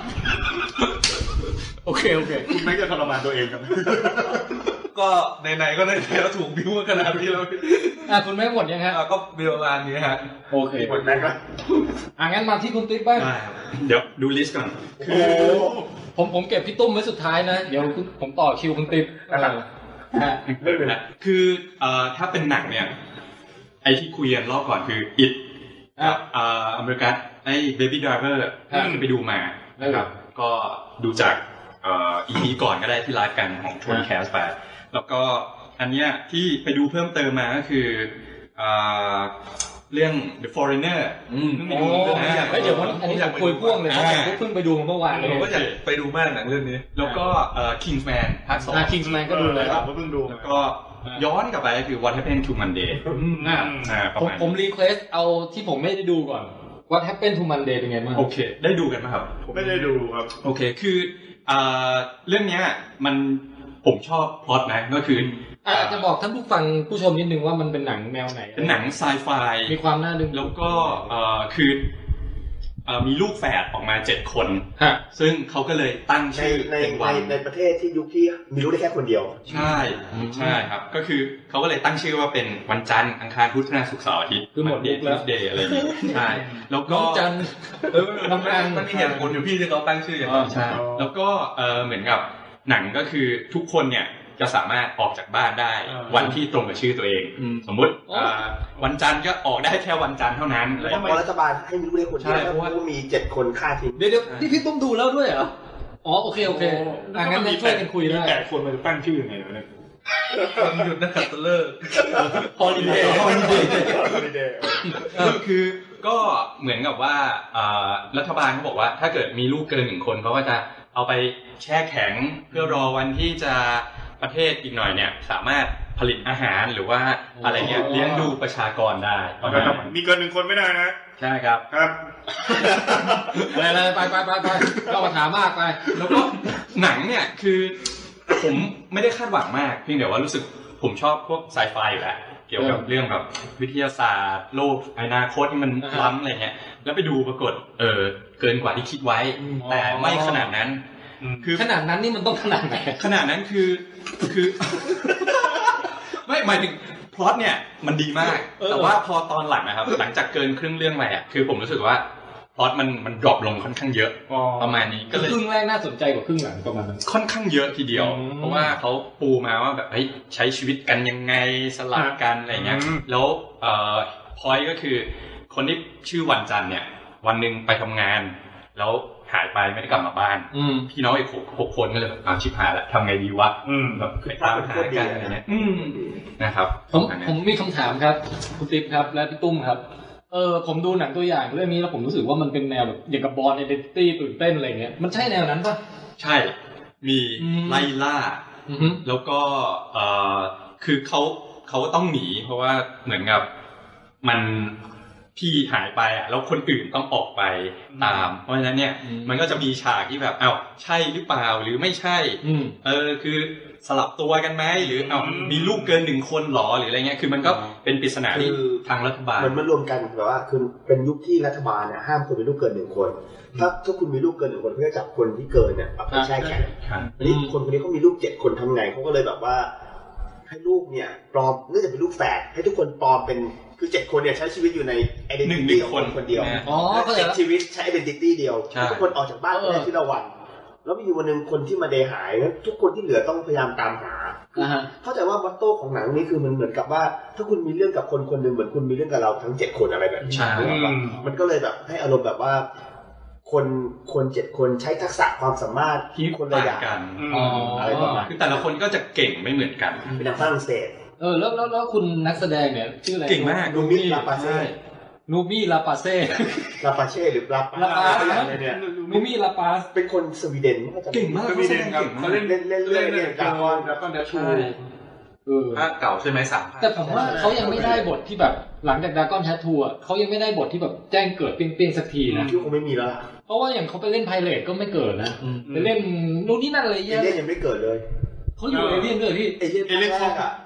โอเคโอเคคุณแม็กจะทรมานตัวเองกันก็ไหนๆก็ไหนๆแล้วถูกบิ้วขนาดนี้แล้วอ่ะคุณแม็กหมดยังฮะก็มีประมาณนี้ฮะโอเคหมดแม็กแล้วอ่ะงั้นมาที่คุณติ๊บบ้างเดี๋ยวดูลิสต์ก่อนคือผมผมเก็บพี่ตุ้มไว้สุดท้ายนะเดี๋ยวผมต่อคิวคุณติ๊บฮะคือเอ่อถ้าเป็นหนังเนี่ยไอที่คุยกันรอบก่อนคือ It กับเอ่ออเมริกันไอ้ Baby Driver ที่ไปดูมานะครับก็ดูจากเอ่อ อี พี ก่อนก็ได้ที่ไลฟ์กันของชวนแคสไปแล้วก็อันเนี้ยที่ไปดูเพิ่มเติมมาก็คือเอ่อเรื่อง The Foreigner อืมโอ้เดี๋ยวอันนี้อยากคุยพ่วงเลยนะเพิ่งไปดูเมื่อวานเลยผมก็อยากไปดูมากหนังเรื่องนี้แล้วก็เอ่อ Kingsman ภาคสองอ่า Kingsman ก็ดูเลยครับเพิ่งดูแล้วก็ย้อนกลับไปก็คือ What Happened to Monday อ่าอ่าผมผมรีเควสเอาที่ผมไม่ได้ดูก่อน What Happened to Monday เป็นไงบ้างโอเคได้ดูกันมั้ยครับไม่ได้ดูครับโอเคคืออ่าเรื่องเนี้ยมันผมชอบพล็อตนะก็คืออาจจะบอกท่านผู้ฟังผู้ชมนิดนึงว่ามันเป็นหนังแนวไหนเป็นหนังไซไฟมีความน่าดึงแล้วก็เอ่อคือเอ่อมีลูกแฝดออกมาเจ็ดคนซึ่งเขาก็เลยตั้งชื่อเป็นวันในประเทศที่ยุคที่มีลูกได้แค่คนเดียวใช่ใช่ครับก็คือเขาก็เลยตั้งชื่อว่าเป็นวันจันทร์อังคารพุธพฤหัสศุกร์เสาร์อาทิตย์คือหมดยุคแล้วเดย์อะไรอย่างเงี้ยใช่แล้วก็จันทร์เออทำงานมันมีเหตุผลอยู่พี่ที่เขาตั้งชื่ออย่างนี้ใช่แล้วก็เอ่อเหมือนกับหนังก็คือทุกคนเนี่ยจะสามารถออกจากบ้านได้วันที่ตรงกับชื่อตัวเองสมมุติวันจันทร์ก็ออกได้แค่วันจันทร์เท่านั้นเลยเพราะรัฐบาลให้มีลูกได้คนเดียวเพราะว่ามีเจ็ดคนฆ่าทิ้งเดี๋ยวๆที่พี่ตุ้มดูแล้วด้วยเหรออ๋อโอเคโอเคอ่ะงั้นช่วยกันคุยได้แปดคนมันจะตั้งชื่อยังไงวะเนี่ยวันหยุดนักขัตฤกษ์ฮอลิเดย์ฮอลิเดย์ฮอลิเดย์คือก็เหมือนกับว่ารัฐบาลเขาบอกว่าถ้าเกิดมีลูกเกินหนึ่งคนเขาก็จะเอาไปแช่แข็งเพื่อรอวันที่จะประเทศอีกหน่อยเนี่ยสามารถผลิตอาหารหรือว่าอะไรเงี้ยเลี้ยงดูประชากรได้มีเกินหนึ่งคนไม่ได้นะใช่ครับครับอะไรๆไปไปไปไปก็มาถามมากไปแล้วก็หนังเนี่ยคือผมไม่ได้คาดหวังมากเพียงแต่ว่ารู้สึกผมชอบพวกไซไฟอยู่แล้วเกี่ยวกับเรื่องแบบวิทยาศาสตร์โลกอนาคตที่มันล้ำอะไรเงี้ยแล้วไปดูปรากฏเออเกินกว่าที่คิดไว้แต่ไม่ขนาดนั้นคือขนาดนั้นนี่มันต้องขนาดไหนขนาดนั้นคือคือไม่หมายถึงพล็อตเนี่ยมันดีมากแต่ว่าพอตอนหลังนะครับหลังจากเกินครึ่งเรื่องไปอ่ะคือผมรู้สึกว่าพล็อตมันมันดรอปลงค่อนข้างเยอะประมาณนี้ก็เลยครึ่งแรกน่าสนใจกว่าครึ่งหลังประมาณนั้นค่อนข้างเยอะทีเดียวเพราะว่าเขาปูมาว่าแบบเฮ้ยใช้ชีวิตกันยังไงสลับกันอะไรเงี้ยแล้วเอ่อพอยต์ก็คือคนที่ชื่อวันจันทร์เนี่ยวันนึงไปทำงานแล้วหายไปไม่ได้กลับมาบ้านพี่น้องอีกหกคนก็เลยอ้าวชิบหายละทำไงดีวะแบบไปตามหากันอะไรเงี้ยนะครับผมผมมีคำถามครับคุณติ๊บครับและพี่ตุ้มครับเออผมดูหนังตัวอย่างเรื่องนี้แล้วผมรู้สึกว่ามันเป็นแนวแบบอย่างกับบอร์น Identity ตื่นเต้นอะไรเงี้ยมันใช่แนวนั้นปะใช่มีไล่ล่าแล้วก็เออคือเขาเขาต้องหนีเพราะว่าเหมือนกับมันพี่หายไปอ่ะแล้วคนอื่นต้องออกไปตามเพราะฉะนั้นเนี่ยมันก็จะมีฉากที่แบบอ้าวใช่หรือเปล่าหรือไม่ใช่เออคือสลับตัวกันไหมหรืออ้าวมีลูกเกินหนึ่งคนหรอหรืออะไรเงี้ยคือมันก็เป็นปริศนาที่ทางรัฐบาลมันมารวมกันแบบว่าคือเป็นยุคที่รัฐบาลเนี่ยห้ามคนมีลูกเกินหนึ่งคนถ้าถ้าคุณมีลูกเกินหนึ่งคนเพื่อจับคนที่เกินเนี่ยเอาไปแช่แข็งอันนี้คนคนนี้เขามีลูกเจ็ดคนทำไงเขาก็เลยแบบว่าให้ลูกเนี่ยปลอมเนื่องจากเป็นลูกแฝดให้ทุกคนปลอมเป็นคือเจ็ดคนเนี่ยใช้ชีวิตอยู่ใน identity ของคนคนเดียวอ๋อเจ็ดชีวิตใช้ identity เดียวทุกคนออกจากบ้านได้ทีละวันแล้วมีวันนึงคนที่มาเดหายทุกคนที่เหลือต้องพยายามตามหาเข้าใจว่ามอตโต้ของหนังนี้คือมันเหมือนกับว่าถ้าคุณมีเรื่องกับคนคนนึงเหมือนคุณมีเรื่องกับเราทั้งเจ็ดคนอะไรแบบนี้มันก็เลยแบบให้อารมณ์แบบว่าคนคนเจ็ดคนใช้ทักษะความสามารถที่คนละอย่างกันอะไรประมาณคือแต่ละคนก็จะเก่งไม่เหมือนกันเป็นทางฝรั่งเศสเออแล้วแล้วแล้วคุณนักแสดงเนี่ยชื่ออะไรเก่งมากนูมี่ลาปาเซ่นูมี่ลาปาเซ่ลาปาเช่หรือลาปาลาปาอะไรเนี่ยนูมี่ลาปาเป็นคนสวีเดนเก่งมากสวีเดนครับเขาเล่นเล่นเล่นเล่นเนี่ยดากอนดากอนเดชูเออภาคเก่าใช่ไหมสามแต่ผมว่าเขายังไม่ได้บทที่แบบหลังจากดากอนแทททูอ่ะเขายังไม่ได้บทที่แบบแจ้งเกิดเปี้ยงๆสักทีนะคิดว่าคงไม่มีแล้วเพราะว่าอย่างเขาไปเล่นไพเรตก็ไม่เกิดนะไปเล่นนู่นนี่นั่นอะไรเงี้ยเอเลี่ยนยังไม่เกิดเลยเขาอยู่เอเลี่ยนด้วยพี่เอเลี่ยนภาคแรกอ่ะ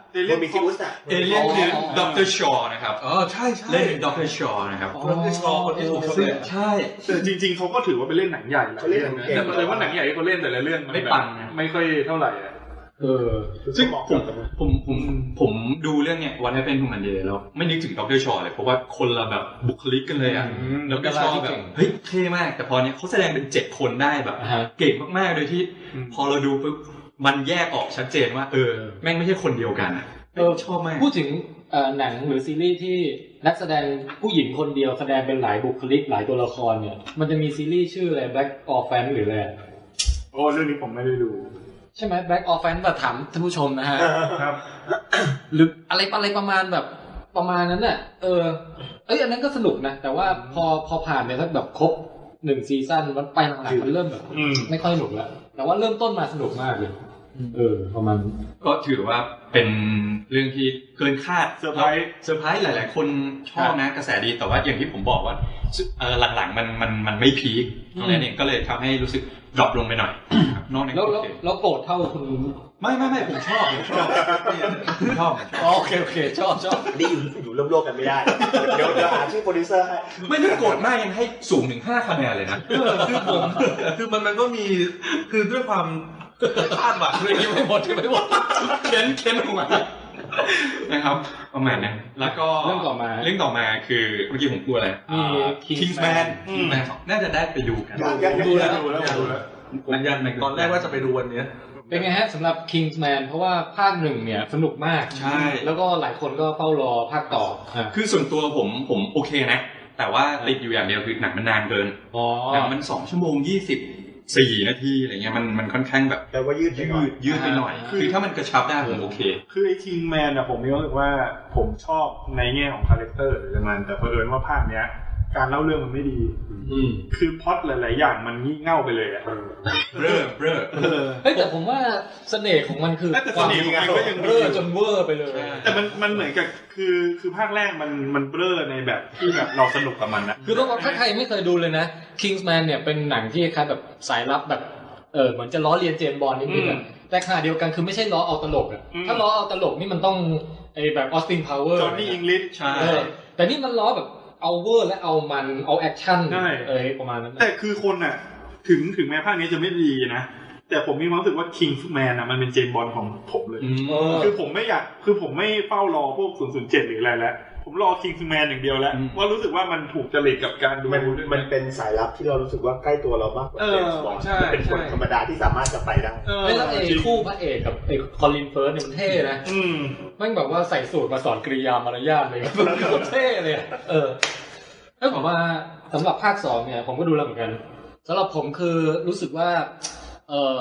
เอเลี่ยนมีคิวส์อ่ะเอเลี่ยนคือด็อกเตอร์ชอนะครับอ๋อใช่ใช่เล่นด็อกเตอร์ชอนะครับด็อกเตอร์ชอคนที่ถูกซึ่งเลยใช่แต่จริง ๆเขาก็ถือว่าเป็นเล่นหนังใหญ่แต่เลยว่าหนังใหญ่ที่เขาเล่นแต่ละเรื่องมันแบบไม่ค่อยเท่าไหร่อ่ะเออซึ่งผมผมผมผมดูเรื่องเนี้ยวันให้เป็นทุกมันเดย์แล้วไม่นึกถึงด็อกเตอร์ชอเลยเพราะว่าคนละแบบบุคลิกกันเลยอ่ะด็อกเตอร์ชอแบบเฮ้ยเท่มากแต่พอเนี้ยเขาแสดงเป็นเจ็ดคนได้แบบเก่งมากๆโดยที่พอเราดูปุ๊บมันแยกออกชัดเจนว่าเออแม่งไม่ใช่คนเดียวกันเออชอบมากพูดถึงหนังหรือซีรีส์ที่นักแสดงผู้หญิงคนเดียวแสดงเป็นหลายบุคลิกหลายตัวละครเนี่ยมันจะมีซีรีส์ชื่ออะไร Black Orphan หรืออะไรโอ้เรื่องนี้ผมไม่ได้ดูใช่ไหม Black Orphan แบบถามท่านผู้ชมนะฮะครับหรืออะไรอะไรประมาณแบบประมาณนั้นน่ะเออเอ้ยอันนั้นก็สนุกนะแต่ว่าพอพอผ่านไปสักแบบครบหนึ่งซีซั่นมันไปหลังๆมันเริ่มแบบไม่ค่อยสนุกแล้วแต่ว่าเริ่มต้นมาสนุกมากเลยเออประมาณก็ถือว่าเป็นเรื่องที่เกินคาดเซอร์ไพรส์เซอร์ไพรส์หลายๆคนชอบนะกระแสดีแต่ว่าอย่างที่ผมบอกว่าเออหลังๆมันมันมันไม่พีคตรงนั้นเองก็เลยทำให้รู้สึกดรอปลงไปหน่อยนอกนั้นแล้วแล้วโกรธเท่าคุณไม่ไม่ไม่ผมชอบผมชอบผมชอบโอเคโอเคชอบชอบนี่อยู่อยู่ร่วมโลกกันไม่ได้เดี๋ยวจะหาชื่อโปรดิวเซอร์ให้ไม่ได้โกรธมากยังให้สูงถึงห้าคะแนนเลยนะคือผมคือมันมันก็มีคือด้วยความคาดหวังเลยไม่หมดไม่หมดเค้นเค้นออกมานะครับประมาณนั้นแล้วก็เรื่องต่อมาเรื่องต่อมาคือเมื่อกี้ผมพูดอะไรมี Kingsman น่าจะได้ไปดูกันดูแล้วดูแล้วดูแล้วมันยันตอนแรกว่าจะไปดูวันนี้เป็นไงฮะสำหรับ Kingsman เพราะว่าภาคหนึ่งเนี่ยสนุกมากใช่แล้วก็หลายคนก็เฝ้ารอภาคต่อคือส่วนตัวผมผมโอเคนะแต่ว่าติดอยู่อย่างเดียวคือหนังมันนานเกินหนังมันสองชั่วโมงยี่สิบสี่นาทีอะไรเงี้ยมันมันค่อนข้างแบบแต่ว่ายืดยืดยืดไปหน่อยคือถ้ามันกระชับได้ผมโอเคคือไอ้ Kingman อ่ะผมมีความรู้สึกว่าผมชอบในแง่ของคาแรคเตอร์หรือมันแต่เผอิญว่าภาคเนี้ยการเล่าเรื่องมันไม่ดีคือพล็อตหลายๆอย่างมันงี่เง่าไปเลยอ่ะเบ้อเบ้อเฮ้ยแต่ผมว่าเสน่ห์ของมันคือความงี่เง่าก็ยังเบ้อจนเวอร์ไปเลยแต่มันมันเหมือนกับคือคือภาคแรกมันมันเบ้อในแบบที่แบบเราสนุกกับมันนะคือต้องถ้าใครไม่เคยดูเลยนะ Kingsman เนี่ยเป็นหนังที่คล้ายแบบสายลับแบบเออเหมือนจะล้อเลียนเจมส์บอนด์นิดนึงแต่ขณะเดียวกันคือไม่ใช่ล้อเอาตลกอ่ะถ้าล้อเอาตลกนี่มันต้องไอ้แบบออสตินพาวเวอร์จอห์นนี่อิงลิชใช่แต่นี่มันล้อแบบเอาเวอร์และเอามันเอาแอคชั่นเออประมาณนั้นแต่คือคนน่ะถึงถึงแม้ภาคนี้จะไม่ดีนะแต่ผมมีความรู้สึกว่า Kingsman น่ะมันเป็นเจมส์บอนด์ของผมเลยคือผมไม่อยากคือผมไม่เฝ้ารอพวกศูนย์ศูนย์เจ็ดหรืออะไรแล้วผมรอ Kingsman อย่างเดียวแล้วว่ารู้สึกว่ามันถูกจริตกับการดูมันมันเป็นสายลับที่เรารู้สึกว่าใกล้ตัวเรามากกว่าเจมส์บอนด์เป็นคนธรรมดาที่สามารถจะไปได้แล้วไอ้คู่พระเอกกับไอ้คอลินเฟิร์สเนี่ยมันเท่นะแม่งแบบว่าใส่สูทมาสอนกริยามารยาทเลยมันเท่เลยเออถ้าผมว่าสำหรับภาคสองเนี่ยผมก็ดูแล้วเหมือนกันสำหรับผมคือรู้สึกว่าเออ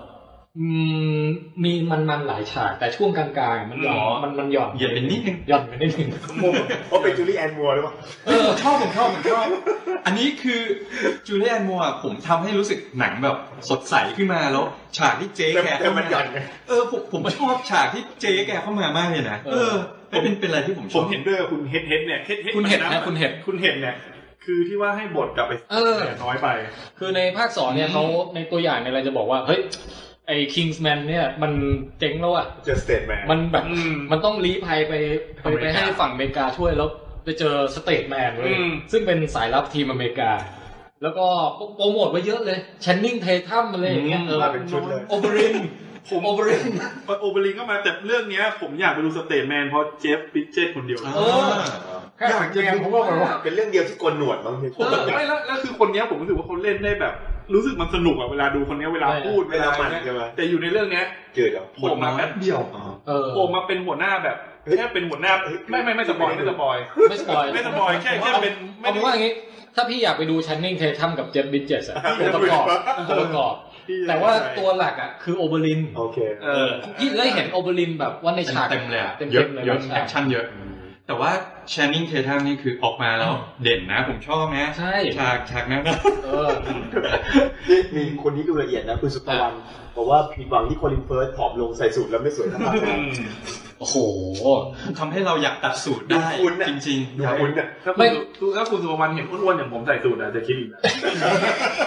มีมันๆหลายฉากแต่ช่วงกลางๆมันหย่อนมันมันหย่อนหย่อนไปนิดนึงหย่อนไปนิดนึงเพราะเป็นจูลี่แอนมัวร์หรือเปล่าเออชอบผมชอบผมชอบอันนี้คือจูลี่แอนมัวร์ผมทำให้รู้สึกหนังแบบสดใสขึ้นมาแล้วฉากที่เจ๊แกเข้ามาเออผมผมชอบฉากที่เจ๊แกเข้ามามากเลยนะเออเป็นเป็นอะไรที่ผมชอบผมเห็นด้วยกับคุณเฮ็ดเฮ็ดเนี่ยเฮ็ดเฮ็ดคุณเห็ดนะคุณเห็ดคุณเห็ดเนี่ยคือที่ว่าให้บทกลับไปเออน้อยไปคือในภาคสองเนี่ยเขาในตัวอย่างเนี่ยอะไรจะบอกว่าเฮ้ยไอ้ Kingsman เนี่ยมันเจ๊งแล้วอ่ะ Just Stateman มันแบบมันต้องลี้ภัยไปไปไปให้ฝั่งอเมริกาช่วยแล้วไปเจอ Stateman เลยซึ่งเป็นสายลับทีมอเมริกาแล้วก็โปรโมทไว้เยอะเลย Channing Tatum อะไรอย่างเงี้ยเออเป็นชุดเลยโอเบรินผมโอเบรินโอเบรินก็มาแต่เรื่องเนี้ยผมอยากไปดู Stateman เพราะเจฟบริดเจตคนเดียวเอออยากจะดูเพราะว่าเป็นเรื่องเดียวที่โกนหนวดมั้งไม่แล้วแล้วคือคนเนี้ยผมรู้สึกว่าเขาเล่นได้แบบรู้สึกมันสนุกอ่ะเวลาดูคนนี้เวลาพูดเวลามันใช่ไหมแต่อยู่ในเรื่องเนี้ยเจอแล้วโผล่มาแป๊บเดียวโผล่มาเป็นหัวหน้าแบบแค่เป็นหัวหน้าไม่ไม่ไม่สปอยไม่สปอยไม่สปอยไม่สปอยแค่แค่เป็นเอาเป็นว่าอย่างงี้ถ้าพี่อยากไปดู Channing Tatum กับเจฟบริดเจตอ่ะตัวประกอบตัวประกอบแต่ว่าตัวหลักอ่ะคือโอเบรินโอเคเออพี่ได้เห็นโอเบรินแบบว่าในฉากเต็มเลยเต็มเลยเยอะแอคชั่นเยอะแต่ว่า Channing Tatum นี่คือออกมาแล้วเด่นนะผมชอบนะใช่ฉากฉากนั้นเออนี่มีคนนี้ดูละเอียดนะคุณสุภวรรณบอกว่าผิดหวังที่โคลินเฟิร์สผอมลงใส่สูทแล้วไม่สวยเท่าไหร่โอ้โหทำให้เราอยากตัดสูทได้จริงๆอยากคุณเนี่ยถ้าคุณถ้าคุณสุภวรรณเห็นอ้วนๆอย่างผมใส่สูทอาจจะคิดอีกแบบ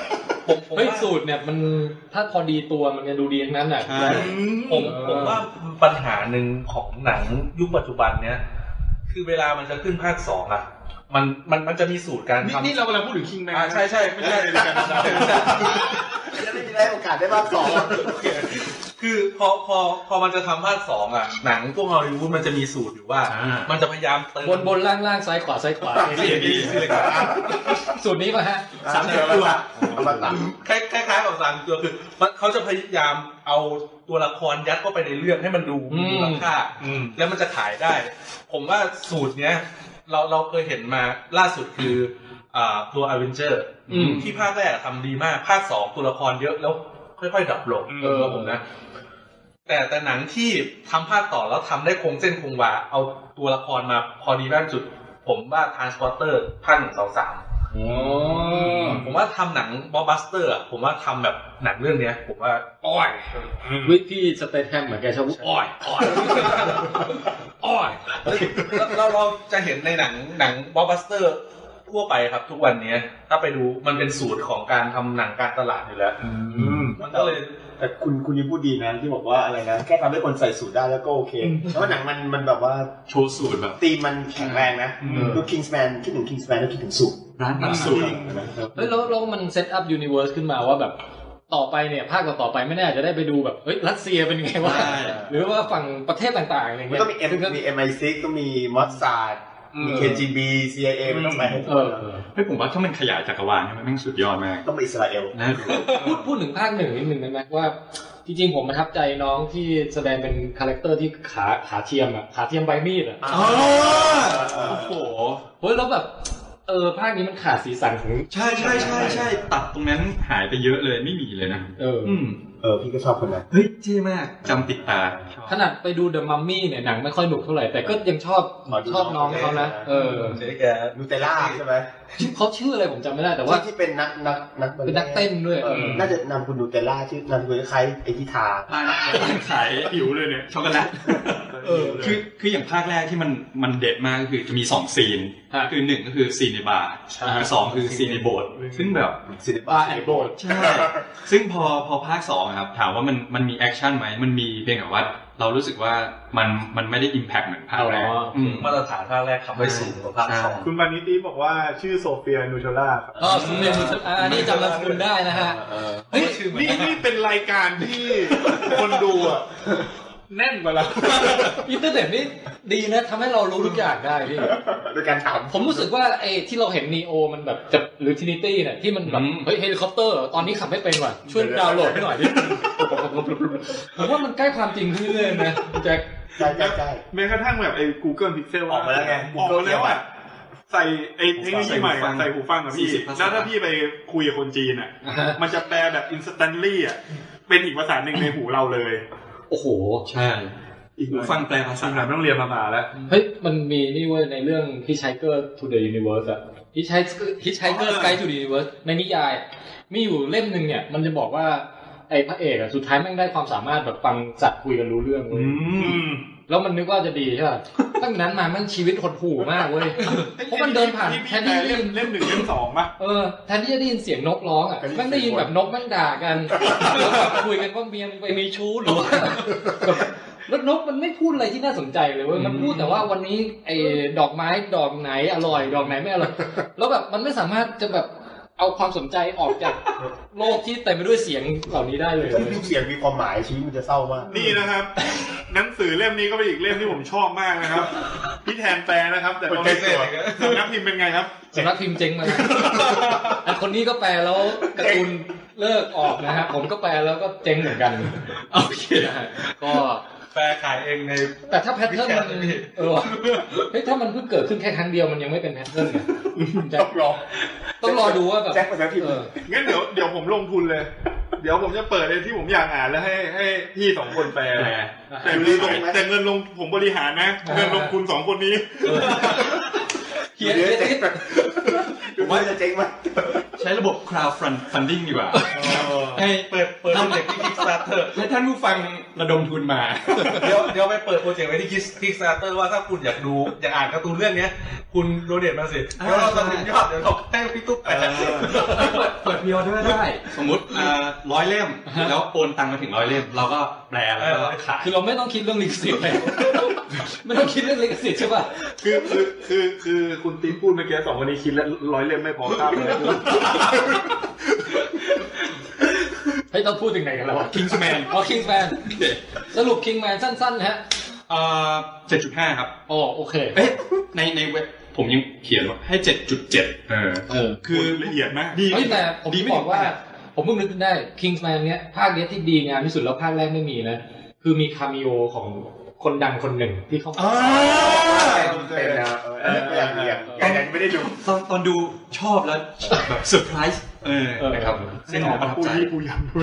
ผมผมเฮ้ยว่าสูตรเนี่ยมันถ้าพอดีตัวมันจะดูดีทั้งนั้นน่ะใช่ผมผมว่าปัญหาหนึ่งของหนังยุคปัจจุบันเนี้ยคือเวลามันจะขึ้นภาคสองอ่ะมันมันมันจะมีสูตรการนี่ทำนี่เรากำลังพูดถึงคิงแมนอ่าใช่ใช่ไม่ใช่ไม่ใช่การทำจะไม่ได้โอกาสได้ภาคสองคือพอพอพอมันจะทำภาคสองอ่ะหนังพวกฮอลลีวูดมันจะมีสูตรอยู่ว่า มันจะพยายามเติมบนบนล่างล่างซ้ายขวาซ้ายขวาเอบีซีเลยครับสูตรนี้ป่ะฮะสามเดือนตัวเอามาตัดคล้ายคล้ายๆกับสามตัวคือมันเขาจะพยายามเอาตัวละครยัดเข้าไปในเรื่องให้มันดูมีมูลค่าแล้วมันจะขายได้ ผมว่าสูตรเนี้ยเราเราเคยเห็นมาล่าสุดคืออ่าตัวอเวนเจอร์ที่ภาคแรกทำดีมากภาคสองตัวละครเยอะแล้วค่อยๆดับลงเออผมนะแต่แต่หนังที่ทำภาคต่อแล้วทำได้คงเส้นคงวาเอาตัวละครมาพอดีด้านจุดผมว่า Transporter ภาคหนึ่งสองสามผมว่าทำหนังบล็อกบัสเตอร์อ่ะผมว่าทำแบบหนังเรื่องเนี้ยผมว่าอ้อยวิธีสเตทแฮมเหมือนแกชอบอ้อยอ้อยอ้อยเราเราจะเห็นในหนังหนังบล็อกบัสเตอร์ทั่วไปครับทุกวันนี้ถ้าไปดูมันเป็นสูตรของการทำหนังการตลาดอยู่แล้วมันก็เลยแต่คุณคุณยังพูดดีนะที่บอกว่าอะไรนะแค่ทำให้คนใส่สูทได้แล้วก็โอเคเพราะว่าหนังมันมันแบบว่าโชว์สูตรแบบธีมมันแข็งแรงนะคือ Kingsman คิดถึง Kingsman แล้วคิดถึงสูทร้านตัดสูตรเฮ้ยแล้วแล้วมันเซตอัพยูนิเวิร์สขึ้นมาว่าแบบต่อไปเนี่ยภาคต่อไปไม่แน่จะได้ไปดูแบบเฮ้ยรัสเซียเป็นไงวะหรือว่าฝั่งประเทศต่างๆอย่างเงี้ยก็มี M มี เอ็ม ไอ ซิกซ์ ก็มี Mossad มี เค จี บี ซี ไอ เอ มันต้องไปให้ทั่วเฮ้ยผมว่าถ้ามันขยายจักรวาลเนี่ยมันแม่งสุดยอดมากต้องไปอิสราเอลน่าดูพูดพูดถึงภาคหนึ่งนิดนึงได้ไหมว่าจริงๆผมประทับใจน้องที่แสดงเป็นคาแรคเตอร์ที่ขาขาเทียมอ่ะขาเทียมใบมีดอ่ะอ๋อโอ้โหเฮ้ยแล้วแบบเออภาคนี้มันขาดสีสันของใช่ใช่ใช่ใช่ตัดตรงนั้นหายไปเยอะเลยไม่มีเลยนะเอออืมเออพี่ก็ชอบคนนั้นเฮ้ยเท่มากจำติดตาขนาดไปดู The Mummy เนี่ยหนังไม่ค่อยหนุกเท่าไหร่แต่ก็ยังชอบชอบน้องเขานะเออเจ๊แกนูเตลล่าใช่ไหมเขาชื่ออะไรผมจำไม่ได้แต่ว่าที่ที่เป็นนักนักนักเป็นนักเต้นด้วยน่าจะนำคุณนูเตลล่าชื่อนามสกุลคล้ายไอ้ที่ทาร้านร้านขายหิวเลยเนี่ยช็อกโกแลตเออคือคืออย่างภาคแรกที่มันมันเด็ดมากก็คือจะมีสองซีนคือหนึ่งก็คือซีนในบาร์สองคือซีนในโบสถ์ซึ่งแบบศิลปะแอนโบดใช่ซึ่งพอพอภาคสองครับถามว่ามันมันมีแอคชั่นไหมมันมีเพียงแต่ว่าเรารู้สึกว่ามันมันไม่ได้อิมแพคเหมือนภาคแรกมาตรฐานภาคแรกทำไว้สูงกว่าภาคสองคุณบานิตีบอกว่าชื่อโซเฟียนูเทลล่าครับอ๋อสมเด็จอันนี้จำนามสกุลได้นะฮะเฮ้ยนี่นี่เป็นรายการที่คนดูอ่ะแน่นกว่าเราอินเทอร์เน็ตนี่ดีนะทำให้เรารู้ทุกอย่างได้พี่โดยการถามผมรู้สึกว่าไอ้ที่เราเห็นนีโอมันแบบจะหรือทินิตี้เนี่ยที่มันแบบเฮ้ยเฮลิคอปเตอร์ตอนนี้ขับไม่เป็นว่ะช่วยดาวน์โหลดให้หน่อยดิผมว่ามันใกล้ความจริงขึ้นเรื่อยๆนะแจ็คใช่ใช่ใช่แม้กระทั่งแบบไอ้ Google Pixel ออกมาแล้วไงออกมาแล้วอ่ะใส่ไอ้เทคโนโลยีใหม่ใส่หูฟังกับพี่แล้วถ้าพี่ไปคุยกับคนจีนอ่ะมันจะแปลแบบ instantly อ่ะเป็นอีกภาษาหนึ่งในหูเราเลยโอ้โหใช่อีกหูฟังแปลภาษาไม่ต้องเรียนภาษาแล้วเฮ้ยมันมีนี่เว้ยในเรื่อง Hitchhiker to the Universe อะ Hitchhiker Hitchhiker Guide to the Universe ในนิยายมีอยู่เล่มนึงเนี่ยมันจะบอกว่าไอ้พระเอกอะสุดท้ายแม่งได้ความสามารถแบบฟังสัตว์คุยกันรู้เรื่องเว้ยแล้วมันนึกว่าจะดีใช่ป่ะตั้งนั้นมาแม่งชีวิตหดหู่มากเว้ยเพราะมันเดินผ่านแทนที่จะได้ยินเล่มหนึ่งเล่มสองป่ะเออแทนที่จะได้ยินเสียงนกร้องอ่ะแม่งได้ยินแบบนกแม่งด่ากันแล้วแบบคุยกันว่าเมียมึงไปมีชู้หรือว่าแบบแล้วนกมันไม่พูดอะไรที่น่าสนใจเลยเว้ยมันพูดแต่ว่าวันนี้ไอ้ดอกไม้ดอกไหนอร่อยดอกไหนไม่อร่อยแล้วแบบมันไม่สามารถจะแบบเอาความสนใจออกจากโลกที่เต็มไปด้วยเสียงเหล่านี้ได้เลยถ้าเสียงมีความหมายชีวิตมันจะเศร้ามากนี่นะครับหนังสือเล่มนี้ก็เป็นอีกเล่มที่ผมชอบมากนะครับพี่แทนแปลนะครับแต่ตอนนี้สำนักพิมพ์เป็นไงครับสำนักพิมพ์เจ๊งมาอันคนนี้ก็แปลแล้วการ์ตูนเลิกออกนะฮะผมก็แปลแล้วก็เจ๊งเหมือนกันโอเคก็แปลขายเองในแต่ถ้าแพทเทิร์นมันเออเฮ้ยถ้ามันเพิ่งเกิดขึ้นแค่ครั้งเดียวมันยังไม่เป็นแพทเทิร์นไงต้องรอต้องรอดูว่าแบบแจ็คประชาธิปไตยงั้นเดี๋ยวเดี๋ยวผมลงทุนเลยเดี๋ยวผมจะเปิดในที่ผมอยากอ่านแล้วให้ให้พี่สองคนแปลแต่เงินลงแต่เงินลงผมบริหารนะเงินลงคุณสองคนนี้เขียนเขียนผมว่าจะเจ๊งมั้ยใช้ระบบ crowdfunding ดีกว่าให้เปิดเปิดโปรเจกต์ที่ Kickstarter ให้ท่านผู้ฟังระดมทุนมาเดี๋ยวเดี๋ยวไปเปิดโปรเจกต์ไว้ที่ Kickstarter ว่าถ้าคุณอยากดูอยากอ่านการ์ตูนเรื่องนี้คุณโดเนทมาสิแล้วเราจะถึงยอดเดี๋ยวเราให้พี่ตุ๊กแปะเปิดพรีออเดอร์ได้สมมุติอ่าร้อยเล่มแล้วโอนตังค์มาถึงร้อยเล่มเราก็แปลแล้วก็ขายคือเราไม่ต้องคิดเรื่องลิขสิทธิ์เลยไม่ต้องคิดเรื่องลิขสิทธิ์ใช่ป่ะคือคือคือคือคุณติ๊กพูดเมื่อกี้สองคนนี้คิดแล้วร้อยเล่มไม่พอครับเลยให้ต้องพูดถึงไหนกันแล้ววะ Kingsman อ๋อ Kingsman สรุป Kingsman สั้นๆนะฮะเอ่อ เจ็ดจุดห้า ครับอ๋อโอเคเอ๊ะในในเว็บผมยังเขียนว่าให้ เจ็ดจุดเจ็ด เออเออคือละเอียดมากดีแต่ผมบอกว่าผมเพิ่งนึกได้ Kingsman เนี้ยภาคเนี้ยที่ดีงามที่สุดแล้วภาคแรกไม่มีนะคือมีคาเมโอของคนดังคนหนึ่งที่เขาอ๋อเป็นนะเอออย่างเงี้ยยังไม่ได้ดูตอนตอนดูชอบแล้วแบบเซอร์ไพรส์เออนะครับซึ่งประทับใจกูยังพูด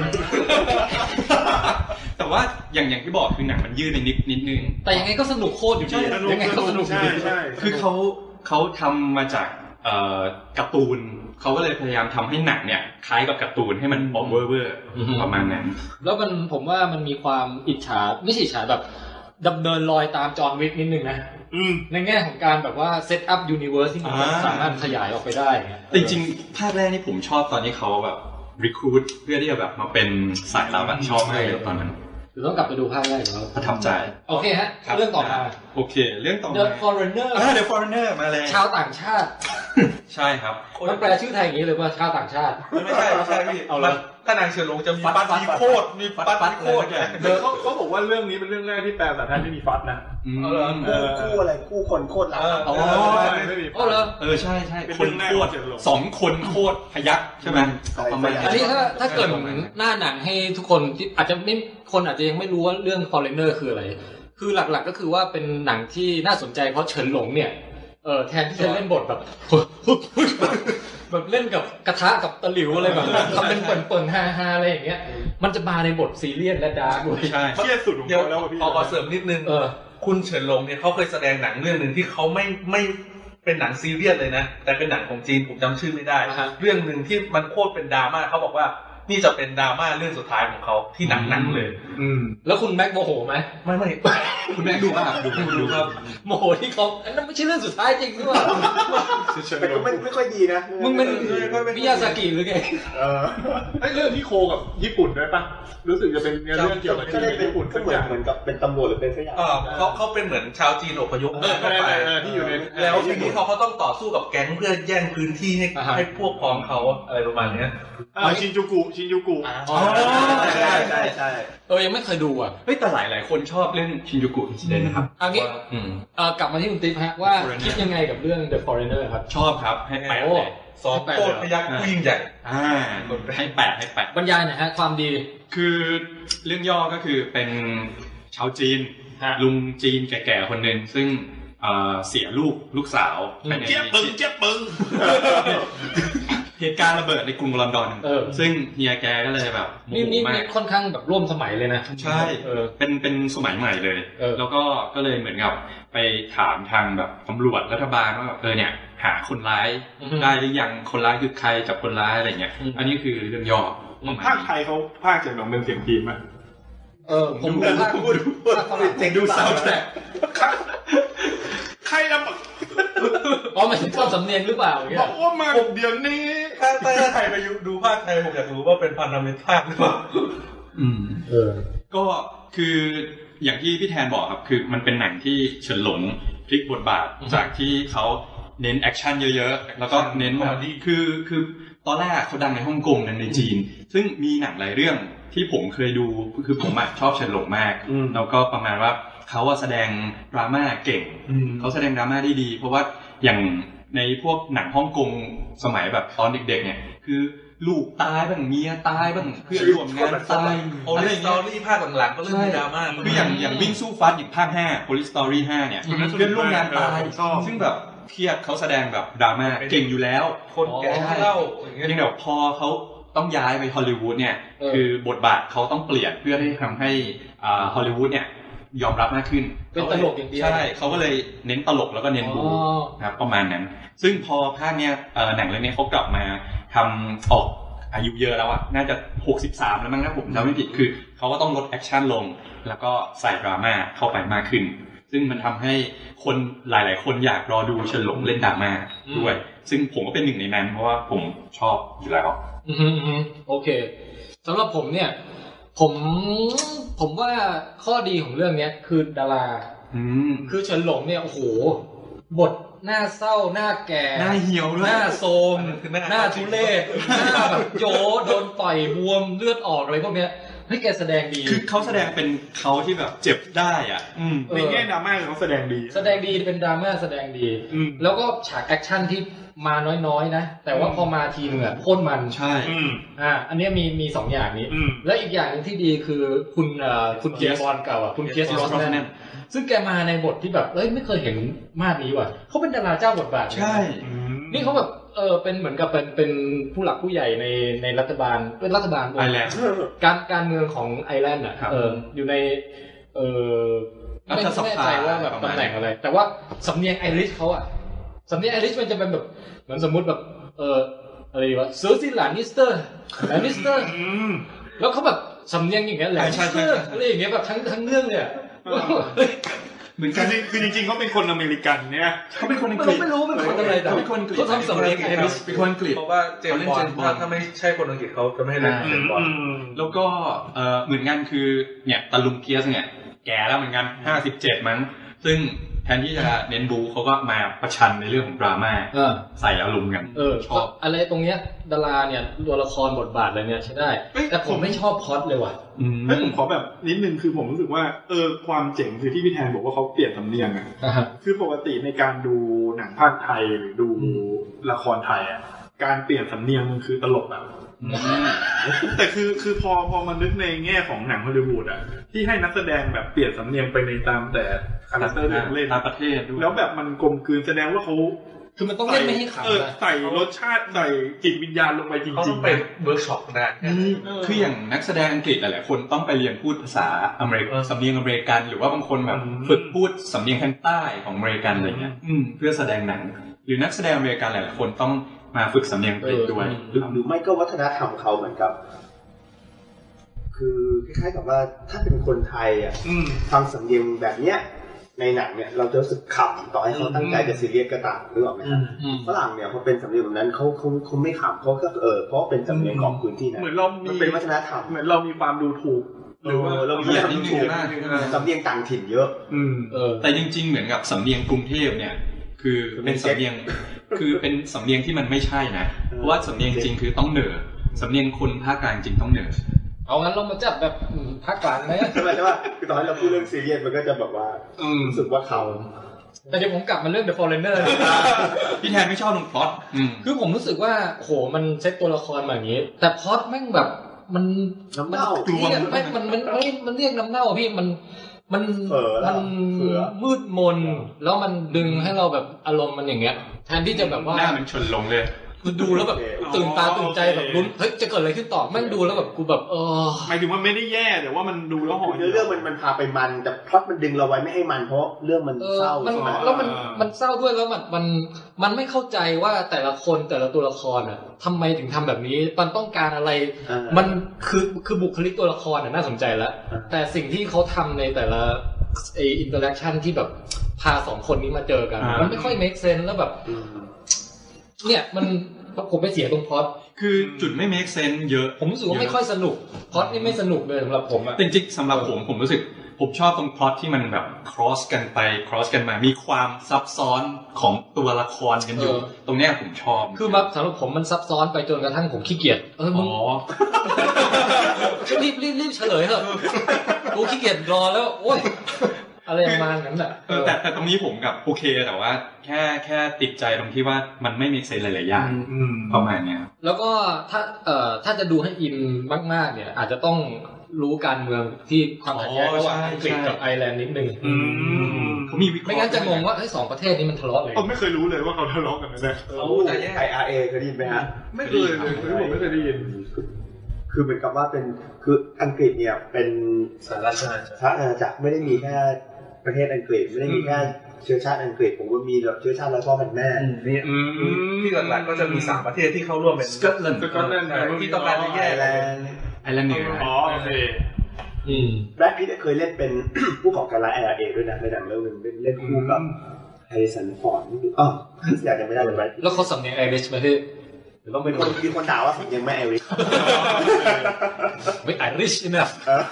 แต่ว่าอย่างอย่างที่บอกคือหนังมันยืดในนิดนิดนึงแต่ยังไงก็สนุกโคตรอยู่ดียังไงก็สนุกอยู่ดีคือเขาเขาทำมาจากเอ่อการ์ตูนเขาก็เลยพยายามทำให้หนังเนี่ยคล้ายกับการ์ตูนให้มันออกเวอร์เวอร์ประมาณนั้นแล้วมันผมว่ามันมีความอิจฉาไม่ใช่อิจฉาแบบดำเนินรอยตามจอห์นวิกนิดนึงนะในแง่ของการแบบว่าเซตอัพยูนิเวอร์สที่มันสามารถขยายออกไปได้จริงๆภาคแรกนี่ผมชอบตอนที่เขาแบบรีครูทเพื่อที่จะแบบมาเป็นสายลับชอบมากเลยตอนนั้นหรือต้องกลับไปดูภาคแรกแล้วประทับใจโอเคฮะเรื่องต่อมาโอเคเรื่องต่อมา The Foreigner อ่า The Foreigner มาเลยชาวต่างชาติใช่ครับมันแปลชื่อไทยอย่างนี้เลยว่าชาวต่างชาติไม่ใช่ไม่ใช่พี่เอาละถ้านางเฉินหลงจะมีปัดมีโคตรมีปัดมีโคตรเดี๋ยวเขาเขาบอกว่าเรื่องนี้เป็นเรื่องแรกที่แปลภาษาไทยไม่มีฟัดนะคู่อะไรคู่คนโคตรลับอ๋อไม่มีอ๋อเหรอเออใช่ใช่คนโคตรสองคนโคตรพยัคฆ์ใช่ไหมประมาณอันนี้ถ้าถ้าเกิดหน้าหนังให้ทุกคนที่อาจจะไม่คนอาจจะยังไม่รู้ว่าเรื่อง Foreigner คืออะไรคือหลักๆก็คือว่าเป็นหนังที่น่าสนใจเพราะเฉินหลงเนี่ยเออแทนที่จะเล่นบทแบบแบบเล่นกับกระทะกับตะหลิวอะไรแบบทำเป็นเปิ่นๆฮาๆอะไรอย่างเงี้ยมันจะมาในบทซีเรียสและดาร์กด้วยใช่เครียดสุดของเขาแล้วพี่ขอเสริมนิดนึงเออคุณเฉินหลงเนี่ยเขาเคยแสดงหนังเรื่องนึงที่เขาไม่ไม่เป็นหนังซีเรียสเลยนะแต่เป็นหนังของจีนผมจำชื่อไม่ได้เรื่องนึงที่มันโคตรเป็นดราม่าเขาบอกว่านี่จะเป็นดราม่าเรื่องสุดท้ายของเขาที่หนักๆเลยอืมแล้วคุณแม็กโมโหไหมไม่ไม่คุณแม็กดูป่ะดูดูครับโมโหที่เขาอันนั้นไม่ใช่เรื่องสุดท้ายจริงหรือเปล่าแต่ก็ไม่ไม่ค่อยดีนะมึงเป็นมิยาซากิหรือไงเออไอ้เรื่องที่โคกับญี่ปุ่นด้วยป่ะรู้สึกจะเป็นเรื่องเกี่ยวกับญี่ปุ่นก็เหมือนเหมือนกับเป็นตำรวจหรือเป็นเสี่ยเขาเขาเป็นเหมือนชาวจีนอพยพเข้าไปที่อยู่ในแล้วทีนี้เขาเขาต้องต่อสู้กับแก๊งเพื่อแย่งพื้นที่ให้ให้พวกพ้องเขาอะไรประมาณนี้ชินจูกุชินจูกุอ๋อใช่ใช่ใช่เออยังไม่เคยดูอ่ะเฮ้ยแต่หลายหลายคนชอบเล่นชินจูกุอินซิเดนต์นะครับเอางี้เอ่อกลับมาที่คุณติ๊บฮะว่าคิดยังไงกับเรื่อง The Foreigner ครับชอบครับให้แปะเลยสองโคตรพยัคฆ์ยิ่งใหญ่อ่าให้แปะให้แปะบรรยายหน่อยฮะความดีคือเรื่องย่อก็คือเป็นชาวจีนลุงจีนแก่ๆคนนึงซึ่งเสียลูกลูกสาวเจี๊ยบปึงเจี๊ยบปึงเหตุการณ์ระเบิดในกรุงลอนดอนซึ่งเฮียแกก็เลยแบบนี่นี่ค่อนข้างแบบร่วมสมัยเลยนะใช่เป็นเป็นสมัยใหม่เลยแล้วก็ก็เลยเหมือนกับไปถามทางแบบตำรวจรัฐบาลว่าเออเนี่ยหาคนร้ายได้หรือยังคนร้ายคือใครจับคนร้ายอะไรเงี้ยอันนี้คือเรื่องย่อภาคไทยเขาภาคจากหนังเป็นเสียงจีนไหมเออผมดูภาคพูดเสียงดูซาวด์แทร็กใครนะอ๋อมันชอบสำเนียงหรือเปล่าบอกว่ามาเดี๋ยวนี้ถ้าถ้าไทยไปดูภาคไทยผมอยากรู้ว่าเป็นพันธมิตรภาคหรือเปล่าอืมเออก็คืออย่างที่พี่แทนบอกครับคือมันเป็นหนังที่เฉินหลงพลิกบทบาทจากที่เขาเน้นแอคชั่นเยอะๆแล้วก็เน้นแบบคือคือตอนแรกเขาดังในฮ่องกงในจีนซึ่งมีหนังหลายเรื่องที่ผมเคยดูคือผมชอบเฉินหลงมากแล้วก็ประมาณว่าเขาแสดงดราม่าเก่งเขาแสดงดราม่าได้ดีเพราะว่าอย่างในพวกหนังฮ่องกงสมัยแบบตอนเด็กๆเนี่ยคือลูกตายบ้างเมียตายบ้างเพื่อนร่วมงานตายอะไรอย่างเงี้ยนี่ภาคหลังๆก็เริ่มมีดราม่าคืออย่างอย่างวิ่งสู้ฟัดอย่างภาคห้า Police Story ห้าเนี่ยเพื่อนร่วมงานตายซึ่งแบบเครียดเขาแสดงแบบดราม่าเก่งอยู่แล้วคนแก่เล่าอย่างเงี้ยเดี๋ยวพอเขาต้องย้ายไปฮอลลีวูดเนี่ยคือบทบาทเขาต้องเปลี่ยนเพื่อที่ทำให้อ่าฮอลลีวูดเนี่ยยอมรับมากขึ้นเป็นตลกอย่างเดียวใช่เขาก็เลยเน้นตลกแล้วก็เน้นบู๊ครับประมาณนั้นซึ่งพอภาคเนี้ยหนังเรื่องนี้เขากลับมาทำออกอายุเยอะแล้วอะน่าจะหกสิบสามแล้วมั้งนะผมจำไม่ผิดคือเขาก็ต้องลดแอคชั่นลงแล้วก็ใส่ดราม่าเข้าไปมากขึ้นซึ่งมันทำให้คนหลายๆคนอยากรอดูเฉินหลงเล่นดราม่าด้วยซึ่งผมก็เป็นหนึ่งในนั้นเพราะว่าผมชอบอยู่แล้วอืมโอเคสำหรับผมเนี่ยผมผมว่าข้อดีของเรื่องนี้คือดาราคือเฉินหลงเนี่ยโอ้โหบทหน้าเศร้าหน้าแก่หน้าเหี่ยวหน้าโทรมหน้าทุเรศหน้าแบบโยโดนต่อยบวมเลือดออกอะไรพวกเนี้ยเฮ้ยแกแสดงดีคือเขาแสดงเป็นเขาที่แบบเจ็บได้อ่ะในแง่ดราม่าเขาแสดงดีแสดงดีเป็นดราม่าแสดงดีแล้วก็ฉากแอคชั่นที่มาน้อยๆนะแต่ว่าพอมาทีนึงอ่ะโคตรมันใช่อ่าอันนี้มีมีสองอย่างนี้แล้วอีกอย่างนึงที่ดีคือคุณเอ่อคุณเจมส์บอนด์เก่าอ่ะคุณเจมส์บอนด์เนี่ยซึ่งแกมาในบทที่แบบเอ้ยไม่เคยเห็นมากนี้ว่ะเขาเป็นดาราเจ้าบทบาทใช่นี่เขาแบบเออเป็นเหมือนกับเป็นเป็นผู้หลักผู้ใหญ่ในในรัฐบาลเป็นรัฐบาลไอร์แลนด์การการเมืองของไอร์แลนด์อ่ะเอออยู่ในเออไม่แน่ใจว่าแบบตำแหน่งอะไรแต่ว่าสำเนียงไอริชเขาอ่ะสำเนียงไอริชมันจะเป็นแบบเหมือนสมมุติแบบเอออะไรวะเซอร์ซิลานิสเตอร์ลานิสเตอร์แล้วเขาแบบสำเนียงอย่างเงี้ยแหละอะไรอย่างเงี้ยแบบทั้งทั้งเรื่องเนี่ยเหมือนกันคือจริงๆเขาเป็นคนอเมริกันเนี่ยเขาเป็นคนอังกฤษไม่รู้เป็นคนอะไรแต่เป็นคนอังกฤษเขาทำสำเนียงไอริชเป็นคนอังกฤษเพราะว่าเจมส์บอนด์ถ้าไม่ใช่คนอังกฤษเขาจะไม่ให้เล่นเจมส์บอนด์แล้วก็เออเหมือนกันคือเนี่ยตาลุงเพียสเนี่ยแก่แล้วเหมือนกันห้าสิบเจ็ดมั้งซึ่งแทนที่จะเน้นบูเขาก็มาประชันในเรื่องของดราม่าใส่อารมณ์กันเออชอบอะไรตรงเนี้ยดาราเนี่ยตัวละครบทบาทอะไรเนี่ยใช้ได้แต่ผมไม่ชอบพล็อตเลยว่ะเฮ้ยผมขอแบบนิดนึงคือผมรู้สึกว่าเออความเจ๋งคือที่พี่แทนบอกว่าเขาเปลี่ยนสำเนียงอ่ะคือปกติในการดูหนังภาคไทยหรือดูละครไทยอ่ะการเปลี่ยนสำเนียงมันคือตลกแบบแต่คือคือพอพอมันนึกในแง่ของหนังฮอลลีวูดอ่ะที่ให้นักแสดงแบบเปลี่ยนสำเนียงไปในตามแต่คาแรคเตอร์เรื่องเล่นตามประเทศด้วยแล้วแบบมันกลมกลืนแสดงว่าเขาคือมันต้องเล่นไม่ให้ขำเออใส่รสชาติใส่จิตวิญญาณลงไปจริงๆเขาต้องไปเวิร์กช็อปได้คืออย่างนักแสดงอังกฤษหลายๆคนต้องไปเรียนพูดภาษาอเมริกันสำเนียงอเมริกันหรือว่าบางคนแบบฝึกพูดสำเนียงทางใต้ของอเมริกันอะไรเงี้ยเพื่อแสดงหนังหรือนักแสดงอเมริกันหลายๆคนต้องมาฝึกสำเนียงอังกฤษด้วยหรือไม่ก็วัฒนธรรมเขาเหมือนกับคือคล้ายๆกับว่าถ้าเป็นคนไทยอ่ะฟังสำเนียงแบบเนี้ยในหนังเนี่ยเราจะรู้สึกขำต่อให้เขาตั้งใจจะซีเรียสก็ตามนึกออกไหมครับฝรั่งเนี่ยพอเป็นสำเนียงแบบนั้นเขาเขาเขาไม่ขำเขาก็เออเพราะเป็นสำเนียงของพื้นที่นั้นเหมือนเรามันเป็นวัฒนธรรมเหมือนเรามีความดูถูกหรือว่าเรามีความดูถูกสำเนียงต่างถิ่นเยอะแต่จริงๆเหมือนกับสำเนียงกรุงเทพเนี่ยคือเป็นสำเนียงคือเป็นสำเนียงที่มันไม่ใช่นะเพราะว่าสำเนียงจริงคือต้องเหนือสำเนียงคนภาคกลางจริงต้องเหนือเอางั้นเรามาจับแบบภาคกลางไหมใช่ไหมใช่ป่ะคือตอนที่เราพูดเรื่องซีเรียสมันก็จะแบบว่ารู้สึกว่าเขาแต่เดี๋ยวผมกลับมาเรื่อง The Foreigner พี่แทนไม่ชอบตรงพล็อตคือผมรู้สึกว่าโหมันเซตตัวละครแบบนี้แต่พล็อตแม่งแบบมันน้ำเน่าไม่มันมันไม่มันเรียกน้ำเน่าพี่มันมันมันมืดมนแล้วมันดึงให้เราแบบอารมณ์มันอย่างเงี้ยแทนที่จะแบบว่าหน้ามันชนลงเลยคือดูแล้วแบบตื่นตาตื่นใจแบบลุ้นเฮ้ยจะเกิดอะไรขึ้นต่อแม่งดูแล้วแบบกูแบบเออหมายถึงว่าไม่ได้แย่แต่ว่ามันดูแล้วห่อเรื่องมันมันพาไปมันแต่พล็อตมันดึงเราไว้ไม่ให้มันเพราะเรื่องมันเศร้าใช่ไหมแล้วมันมันเศร้าด้วยแล้วมันมันมันไม่เข้าใจว่าแต่ละคนแต่ละตัวละครอ่ะทำไมถึงทำแบบนี้มันต้องการอะไรมันคือคือบุคลิกตัวละครน่าสนใจแล้วแต่สิ่งที่เขาทำในแต่ละไออินเตอร์แอคชั่นที่แบบพาสองคนนี้มาเจอกันมันไม่ค่อยเมคเซนส์แล้วแบบเนี่ยมันผมไปเสียตรงพล็อตคือจุดไม่เมคเซนส์เยอะผมรู้สึกว่าไม่ค่อยสนุกพล็อตนี่ไม่สนุกเลยสำหรับผมอะจริงๆสำหรับผมผมรู้สึกผมชอบตรงพล็อตที่มันแบบ cross กันไป cross กันมามีความซับซ้อนของตัวละครกันอยู่ตรงเนี้ยผมชอบคือแบบสำหรับผมมันซับซ้อนไปจนกระทั่งผมขี้เกียจเออมึงรีบรีบรีบเฉลยเถอะกูขี้เกียจรอแล้วโอ๊ยอะไรประมาณนั้นแหละแต่แต่ตรงนี้ผมกับโอเคแต่ว่าแค่แค่ติดใจตรงที่ว่ามันไม่มีเซนหลายๆอย่างประมาณนี้แล้วก็ถ้าเอ่อถ้าจะดูให้อินมากๆเนี่ยอาจจะต้องรู้การเมืองที่ความขัดแย้งระหว่างอังกฤษกับไอร์แลนด์นิดนึงเขามีวิเคราะห์ไม่งั้นจะงงว่าไอ้สองประเทศนี้มันทะเลาะอะไรผมไม่เคยรู้เลยว่าเขาทะเลาะกันนะเขาจะแยก ไอ อาร์ เอ เคยได้ยินไหมฮะไม่เคยเลยผมไม่เคยได้ยินคือเหมือนกับว่าเป็นคืออังกฤษเนี่ยเป็นสหราชอาณาจักรสหราชอาณาจักรไม่ได้มีแค่ประเทศอังกฤษไม่ได้มีแค่เชื้อชาติอังกฤษผมว่ามีแบบเชื้อชาติร้อยพ่อพันแม่นี่ที่หลักๆก็จะมีสามประเทศที่เข้าร่วมเป็นสกอตแลนด์สกอตแลนด์ที่ต้องการจะแยกไอร์แลนด์ไอร์แลนด์เหนืออ๋อโอเคแบล็คพีทเคยเล่นเป็นผู้ก่อการร้าย ไอ อาร์ เอ ด้วยนะในหนังเรื่องนึงเล่นคู่กับแฮร์ริสันฟอร์ดนี่อ๋ออยากจะไม่ได้เลยแล้วเขาสำเนียงไอริชไหมพี่หรือต้องเป็นคนมีคนด่าว่าสำเนียงไม่ไอริชไม่ไอริชนะ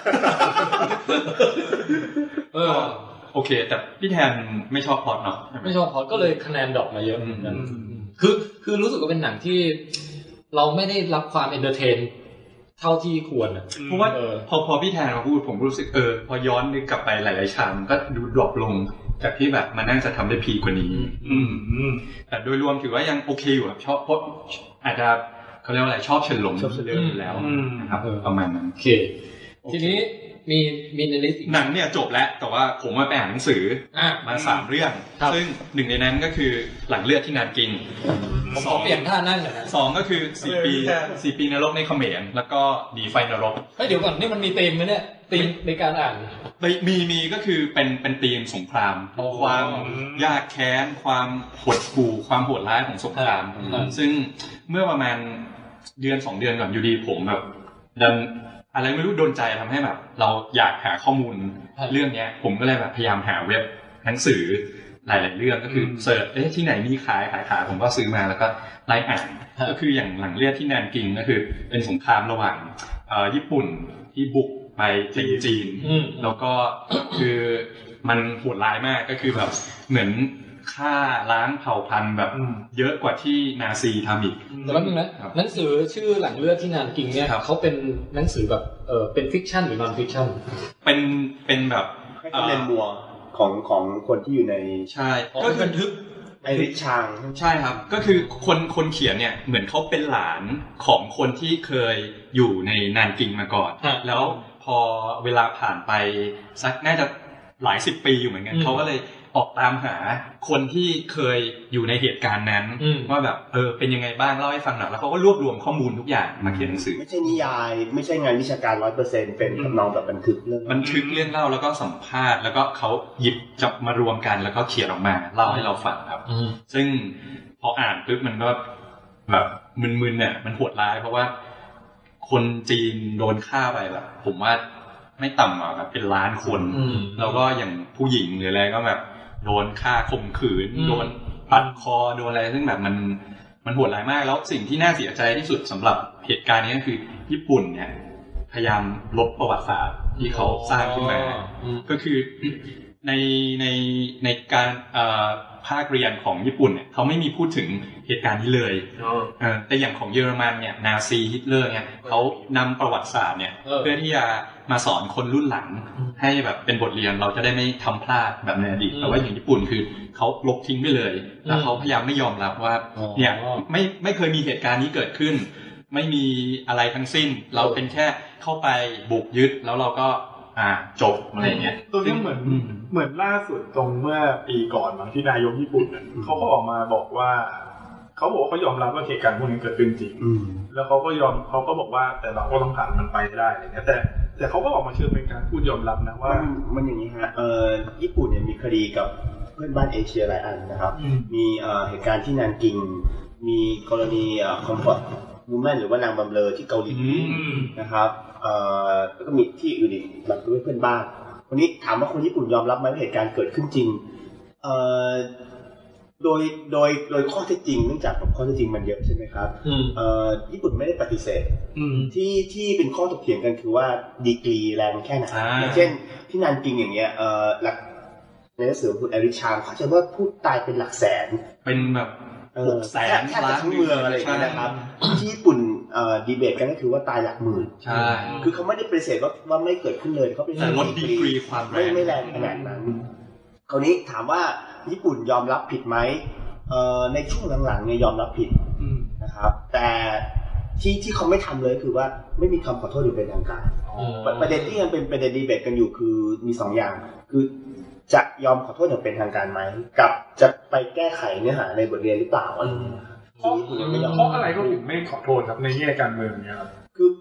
เออโอเคแต่พี่แทนไม่ชอบพล็อตเนาะไม่ชอบพล็อตก็เลยคะแนนดรอปมาเยอะเหมือนกันคือคือรู้สึกว่าเป็นหนังที่เราไม่ได้รับความเอนเตอร์เทนเท่าที่ควรอ่ะเพราะว่าพอพอพี่แทนมาพูดผมรู้สึกเออพอย้อนนึกกลับไปหลายๆฉากก็ดูดรอปลงจากที่แบบมันน่าจะทำได้พีกว่านี้อืมแต่โดยรวมถือว่ายังโอเคอยู่ครับชอบเพราะอาจจะเขาเรียกว่าอะไรชอบเฉินหลงชอบเฉินเรื่องอยู่แล้วนะครับประมาณนั้นโอเคทีนี้มีมีในลิสต์หนังเนี่ยจบแล้วแต่ว่าผมมาไปอ่านหนังสือมาสามเรื่องซึ่งหนึ่งในนั้นก็คือหลังเลือดที่นานกินผมขอเปลี่ยนท่านั่งหน่อยนะสองก็คือสี่ปีสี่ปีนรกในเขมรแล้วก็หนีไฟนรกเฮ้ยเดี๋ยวก่อนนี่มันมีธีมมั้ยเนี่ยธีมในการอ่านมีมีก็คือเป็นเป็นธีมสงครามความยากแค้นความหดหู่ความโหดร้ายของสงครามซึ่งเมื่อประมาณเดือนสองเดือนก่อนอยู่ดีผมแบบดันอะไรไม่รู้โดนใจทำให้แบบเราอยากหาข้อมูลเรื่องนี้ผมก็เลยแบบพยายามหาเว็บหนังสือหลายๆเรื่องก็คือเสิร์ชเอ๊ะที่ไหนมีขายขายขายผมก็ซื้อมาแล้วก็ไล่อ่านก็คืออย่างหลังเลือดที่นานกิงก็คือเป็นสงครามระหว่างเอ่อญี่ปุ่นที่บุกไปตีจีนแล้วก็คือมันโหดร้ายมากก็คือแบบเหมือนฆ่าล้างเผ่าพันธุ์แบบเยอะกว่าที่นาซีทำอีกแต่ว่านึงนะหนังสือชื่อหลังเลือดที่นานกิงเนี่ยเขาเป็นหนังสือแบบเออเป็นฟิกชันหรือนอนฟิกชันเป็นเป็นแบบเป็นเล่มมัวของของคนที่อยู่ในใช่ก็บันทึกไอริชางใช่ครับก็คือคนคนเขียนเนี่ยเหมือนเขาเป็นหลานของคนที่เคยอยู่ในนานกิงมาก่อนแล้วพอเวลาผ่านไปสักน่าจะหลายสิบปีอยู่เหมือนกันเขาก็เลยออกตามหาคนที่เคยอยู่ในเหตุการณ์นั้นว่าแบบเออเป็นยังไงบ้างเล่าให้ฟังหน่อยแล้วเขาก็รวบรวมข้อมูลทุกอย่างมาเขียนหนังสือไม่ใช่นิยายไม่ใช่งานวิชาการ ร้อยเปอร์เซ็นต์ เป็นทำนองแบบบันทึกเรื่องบันทึกเรื่องเล่าแล้วก็สัมภาษณ์แล้วก็เขาหยิบจับมารวมกันแล้วก็เขียนออกมาเล่าให้เราฟังครับซึ่งพออ่านปุ๊บมันก็แบบมึนๆเนี่ยมันโหดร้ายเพราะว่าคนจีนโดนฆ่าไปแบบผมว่าไม่ต่ำกว่าแบบเป็นล้านคนแล้วก็อย่างผู้หญิงหรืออะไรก็แบบโดนฆ่าข่มขืนโดนปัดคอโดนอะไรซึ่งแบบมันมันโหดร้ายมากแล้วสิ่งที่น่าเสียใจที่สุดสำหรับเหตุการณ์นี้ก็คือญี่ปุ่นเนี่ยพยายามลบประวัติศาสตร์ที่เขาสร้างขึ้นมาก็คือในในในการภาคเรียนของญี่ปุ่นเนี่ยเขาไม่มีพูดถึงเหตุการณ์นี้เลยแต่อย่างของเยอรมันเนี่ยนาซีฮิตเลอร์เนี่ยเขานำประวัติศาสตร์เนี่ยเพื่อที่จะมาสอนคนรุ่นหลังให้แบบเป็นบทเรียนเราจะได้ไม่ทำพลาดแบบในอดีตแต่ว่าอย่างญี่ปุ่นคือเขาลบทิ้งไปเลยแล้วเขาพยายามไม่ยอมรับว่าเนี่ยไม่ไม่เคยมีเหตุการณ์นี้เกิดขึ้นไม่มีอะไรทั้งสิ้นเราเป็นแค่เข้าไปบุกยึดแล้วเราก็อ่าจบอะไรเงี้ยตัวนี้เหมือนเหมือนล่าสุดตรงเมื่อปีก่อนบางที่นายกญี่ปุ่นเนี่ยเขาก็ออกมาบอกว่าเขาบอกเขายอมรับว่าเหตุการณ์พวกนี้เกิดขึ้นจริงแล้วเขาก็ยอมเขาก็บอกว่าแต่เราก็ต้องผ่านมันไปได้อะไรเงี้ยแต่แต่เขาก็ออกมาเชิญเป็นการพูดยอมรับนะว่ามันอย่างนี้ฮะเอ่อญี่ปุ่นเนี่ยมีคดีกับเพื่อนบ้านเอเชียหลายอันนะครับมีเอ่อเหตุการณ์ที่นานกิงมีกรณีเอ่อคอมฟอร์ตวูแมนหรือว่านางบำเรอที่เกาหลีนะครับเอ่อแล้วก็มีที่อื่นอีกแบบเพื่อนบ้านวันนี้ถามว่าคนญี่ปุ่นยอมรับไหมว่าเหตุการณ์เกิดขึ้นจริงเอ่อโดยโดยโดยข้อเท็จจริงเนื่องจากข้อเท็จจริงมันเยอะใช่ไหมครับเอ่อญี่ปุ่นไม่ได้ปฏิเสธที่ที่เป็นข้อถกเถียงกันคือว่าดีกรีแรงแค่ไหนอย่างเช่นที่นานกิงอย่างเงี้ยเอ่อหลักในหนังสือพูดแอริชางเขาจะว่าพูดตายเป็นหลักแสนเป็นแบบหกแสนล้านเมืองอะไรอย่างเงี้ยนะครับที่ญี่ปุ่นเอ่อดีเบตกันก็คือว่าตายหลักหมื่นใช่คือเขาไม่ได้ปฏิเสธว่าว่าไม่เกิดขึ้นเลยเขาเป็นลดดีกรีความแรงไม่แรงขนาดนั้นคราวนี้ถามว่าญี่ปุ่นยอมรับผิดไหมเอ่อในช่วงหลังๆเนี่ยยอมรับผิดนะครับแต่ที่ที่เขาไม่ทำเลยคือว่าไม่มีคำขอโทษอยู่เป็นทางการประเด็นที่ยังเป็นประเด็นดีเบตกันอยู่คือมีสองอย่างคือจะยอมขอโทษอย่างเป็นทางการไหมกับจะไปแก้ไขเนื้อหาในบทเรียนหรือเปล่าอะไรเพราะเพราะอะไรเขาถึงไม่ขอโทษครับในแง่การเมืองเนี่ยครับคือ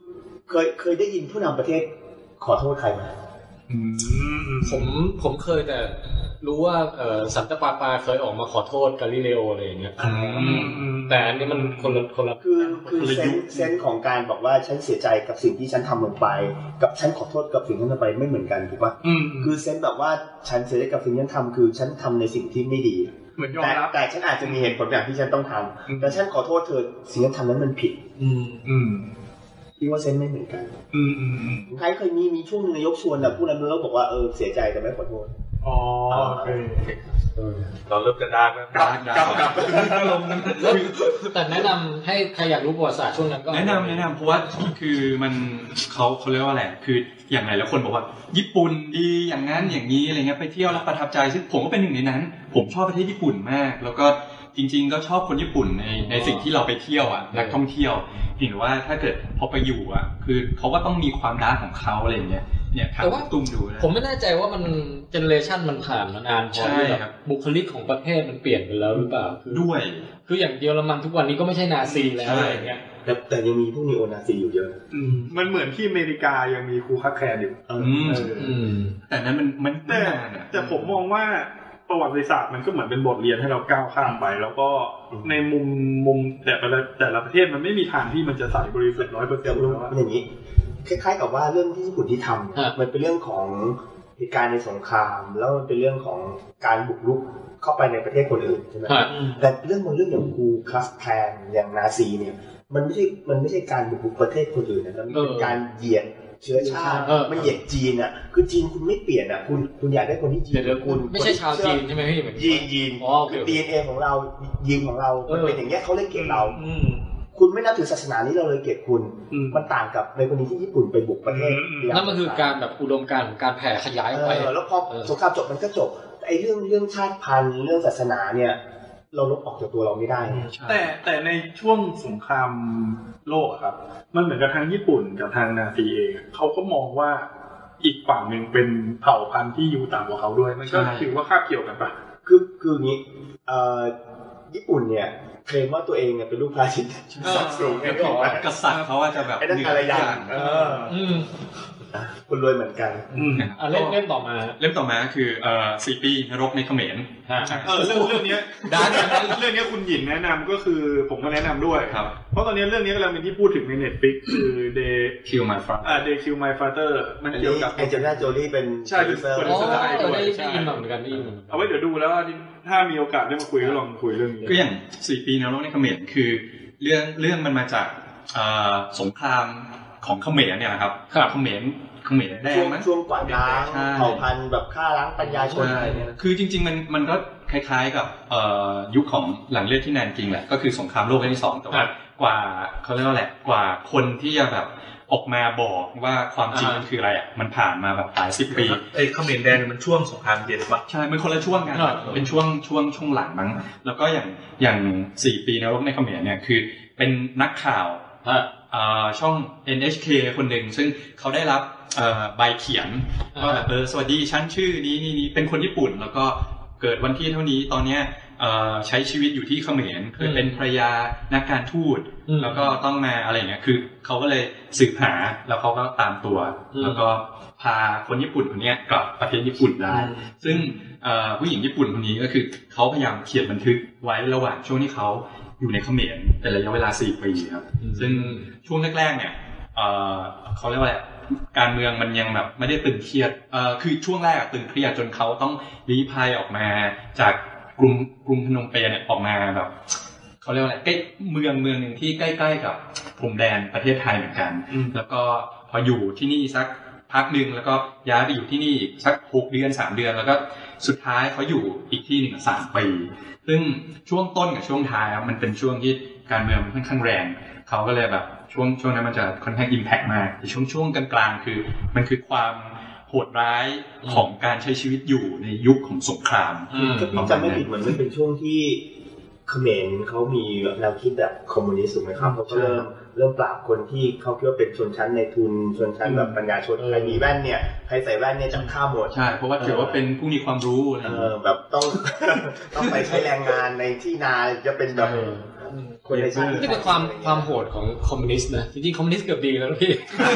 เคยเคยได้ยินผู้นำประเทศขอโทษใครไหมผมผมเคยแต่รู้ว่าเออสันตะปาปาเคยออกมาขอโทษกาลิเลโออะไรอย่างเงี้ยแต่อันนี้มันคนละคนละคือคือเซนเซนของการบอกว่าฉันเสียใจกับสิ่งที่ฉันทำลงไปกับฉันขอโทษกับสิ่งที่ทำลงไปไม่เหมือนกันถูกป่ะคือเซนแบบว่าฉันเสียใจกับสิ่งที่ฉันทำคือฉันทำในสิ่งที่ไม่ดีแต่แต่ฉันอาจจะมีเหตุผลอย่างที่ฉันต้องทำแต่ฉันขอโทษเธอสิ่งที่ทำนั้นมันผิดที่ว่าเซนไม่เหมือนกันใครเคยมีมีช่วงนึงนายกชวนแบบผู้นำแล้วบอกว่าเออเสียใจแต่ไม่ขอโทษอ๋อโอเคเราเริ่มจะด้านแล้วด้านด้านกลับอารมณ์นั้นแต่แนะนำให้ใครอยากรู้ประวัติศาสตร์ช่วงนั้นก็แนะนำแนะนำเพราะว่าคือมันเขาเขาเรียกว่าอะไรคืออย่างไรแล้วคนบอกว่าญี่ปุ่นดีอย่างนั้นอย่างนี้อะไรเงี้ยไปเที่ยวแล้วประทับใจซึ่งผมก็เป็นหนึ่งในนั้นผมชอบประเทศญี่ปุ่นมากแล้วก็จริงๆก็ชอบคนญี่ปุ่นในในสิ่งที่เราไปเที่ยวอ่ะนักท่องเที่ยวเห็นว่าถ้าเกิดพอไปอยู่อ่ะคือเขาก็ต้องมีความดาร์กของเขาอะไรอย่างเงี้ยเนี่ยถามตุ้มดูนะผมไม่แน่ใจว่ามันเจเนเรชันมันผ่านมานานพอที่แบบบุคลิกของประเทศมันเปลี่ยนไปแล้วหรือเปล่าด้วยคืออย่างเยอรมันทุกวันนี้ก็ไม่ใช่นาซีแล้วอะไรอย่างเงี้ยแต่แต่ยังมีพวกนีโอนาซีอยู่เยอะมันเหมือนที่อเมริกายังมีคูคักแคร์อยู่แต่นั้นมันมันแต่แต่ผมมองว่าประวัติศาสตร์มันก็เหมือนเป็นบทเรียนให้เราก้าวข้ามไปแล้วก็ในมุมมุมแต่ละแต่ละประเทศมันไม่มีทางที่มันจะใส่บริสุทธิ์ร้อยเปอร์เซ็นต์แล้วอย่างนี้คล้ายๆกับว่าเรื่องที่ญี่ปุ่นที่ทำมันเป็นเรื่องของเหตุการณ์ในสงครามแล้วมันเป็นเรื่องของการบุกรุกเข้าไปในประเทศคนอื่นใช่ไหมแต่เรื่องบางเรื่องอย่างกูคลัสแคลนอย่างนาซีเนี่ยมันไม่ใช่มันไม่ใช่การบุกรุกประเทศคนอื่นนะมันเป็นการเหยียดเชื้อชาติมันเหยียดจีนอ่ะคือจีนคุณไม่เปลี่ยนอ่ะคุณคุณอยากได้คนที่จีนคุณไม่ใช่ชาวจีนใช่ไหมพี่ยีนยีนคือ ดี เอ็น เอ ของเรายีนของเรามันเป็นอย่างเงี้ยเขาเลยเกลียดเราคุณไม่นับถือศาสนานี้เราเลยเกลียดคุณมันต่างกับในกรณีที่ญี่ปุ่นไปบุกประเทศนั่นมันคือการแบบอุดมการณ์การแผ่ขยายออกไปแล้วพอสงครามจบมันก็จบไอ้เรื่องเรื่องชาติพันธุ์เรื่องศาสนาเนี่ยเราลบออกจากตัวเราไม่ได้แต่แต่ในช่วงสงครามโลกครับมันเหมือนกับทางญี่ปุ่นกับทางนาซีเองเขาก็มองว่าอีกฝั่งหนึ่งเป็นเผ่าพันธุ์ที่อยู่ต่ำกว่าเขาด้วยมันก็ถือว่าคาบเกี่ยวกันปะคือคืออย่างนี้ญี่ปุ่นเนี่ยเคลมว่าตัวเองเป็นลูกพระอาทิตย์สักสูงเนี่ยกษัตริย์เขาว่าจะแบบเหนืออย่างคุณรวยเหมือนกันเล่มเล่มต่อมาเล่มต่อมาคือเอ่อสี่ปีนรกในเขมรเออเรื่องเรื่องนี้ด้านเรื่องนี้คุณหญิงแนะนำก็คือผมก็แนะนำด้วยครับเพราะตอนนี้เรื่องนี้กำลังเป็นที่พูดถึงใน Netflix คือ They Kill My Father อ่า They Kill My Father มันเกี่ยวกับแองเจลิน่าโจลี่เป็นใช่เป็นโปรดิวเซอร์ด้วยใช่เหมือนกันนี่เอาไว้เดี๋ยวดูแล้วถ้ามีโอกาสได้มาคุยก็ลองคุยเรื่องนี้ก็อย่างสี่ปีนรกในเขมรคือเรื่องเรื่องมันมาจากสงครามของเขมรเนี่ยนะครับเขมรเขมรแดงมั้ยช่วงกวาดล้างเผ่าพันธุ์แบบฆ่าล้างปัญญาชนอะไรเนี่ยคือจริงๆมันมันก็คล้ายๆกับยุคของหลังเลือดที่แนนจริงแหละก็คือสงครามโลกครั้งที่สองแต่ว่ากว่าเขาเรียกว่าแหละกว่าคนที่จะแบบออกมาบอกว่าความจริงมันคืออะไรอ่ะมันผ่านมาแบบหลายสิบปีไอ้เขมรแดงมันช่วงสงครามเย็นป่ะใช่มันคนละช่วงกันเป็นช่วงช่วงช่วงหลังมั้งแล้วก็อย่างอย่างสี่ปีนรกในเขมรเนี่ยคือเป็นนักข่าวช่อง เอ็น เอช เค คนหนึ่งซึ่งเขาได้รับใบเขียนว่าแบบเออสวัสดีฉันชื่อนี้นี่นี่เป็นคนญี่ปุ่นแล้วก็เกิดวันที่เท่านี้ตอนเนี้ยใช้ชีวิตอยู่ที่เขมรเคยเป็นภรรยานักการทูตแล้วก็ต้องมาอะไรเงี้ยคือเขาก็เลยสืบหาแล้วเขาก็ตามตัวแล้วก็พาคนญี่ปุ่นคนนี้กลับประเทศญี่ปุ่นได้ซึ่งผู้หญิงญี่ปุ่นคนนี้ก็คือเขาพยายามเขียนบันทึกไว้ระหว่างช่วงที่เขาอยู่ในเขมรเป็นระยะเวลาสี่ปีครับซึ่งช่วงแรกๆเนี่ยเขาเรียกว่าการเมืองมันยังแบบไม่ได้ตึงเครียดเอ่อคือช่วงแรกตึงเครียดจนเขาต้องลี้ภัยออกมาจากกรุงกรุงพนมเปญเนี่ยออกมาแบบเขาเรียกว่าอะไรใกล้เมืองเมืองนึงที่ใกล้ๆกับพรมแดนประเทศไทยเหมือนกันแล้วก็พออยู่ที่นี่สักพักนึงแล้วก็ย้ายไปอยู่ที่นี่อีกสักหกเดือนสามเดือนแล้วก็สุดท้ายเขาอยู่อีกที่นึงสามปีซึ่งช่วงต้นกับช่วงท้ายมันเป็นช่วงที่การเมืองมันค่อนข้างแรงเขาก็เลยแบบช่วงช่วงนั้นมันจะค่อนข้างอิมแพคมากแต่ช่วงช่วงกลางๆคือมันคือความโหดร้ายของการใช้ชีวิตอยู่ในยุคของสงครามถ้าพี่จำไม่ผิดเหมือนมันเป็นช่วงที่เขมรเขามีแนวคิดแบบคอมมิวนิสต์ถูกไหมครับเขาก็เริ่มเริ่มปราบคนที่เขาคิดว่าเป็นชนชั้นในทุนชนชั้นแบบปัญญาชนใครมีแว่นเนี่ยใครใส่แว่นเนี่ยจับฆ่าหมดใช่เพราะว่าถือว่าเป็นผู้มีความรู้อะไรแบบต้องต้องไปใช้แรงงานในที่นาจะเป็นแบบคคนในชาตินี่เป็นความความโหดของคอมมิวนิสต์นะจริงๆคอมมิวนิสต์เกือบดีแล้วพี่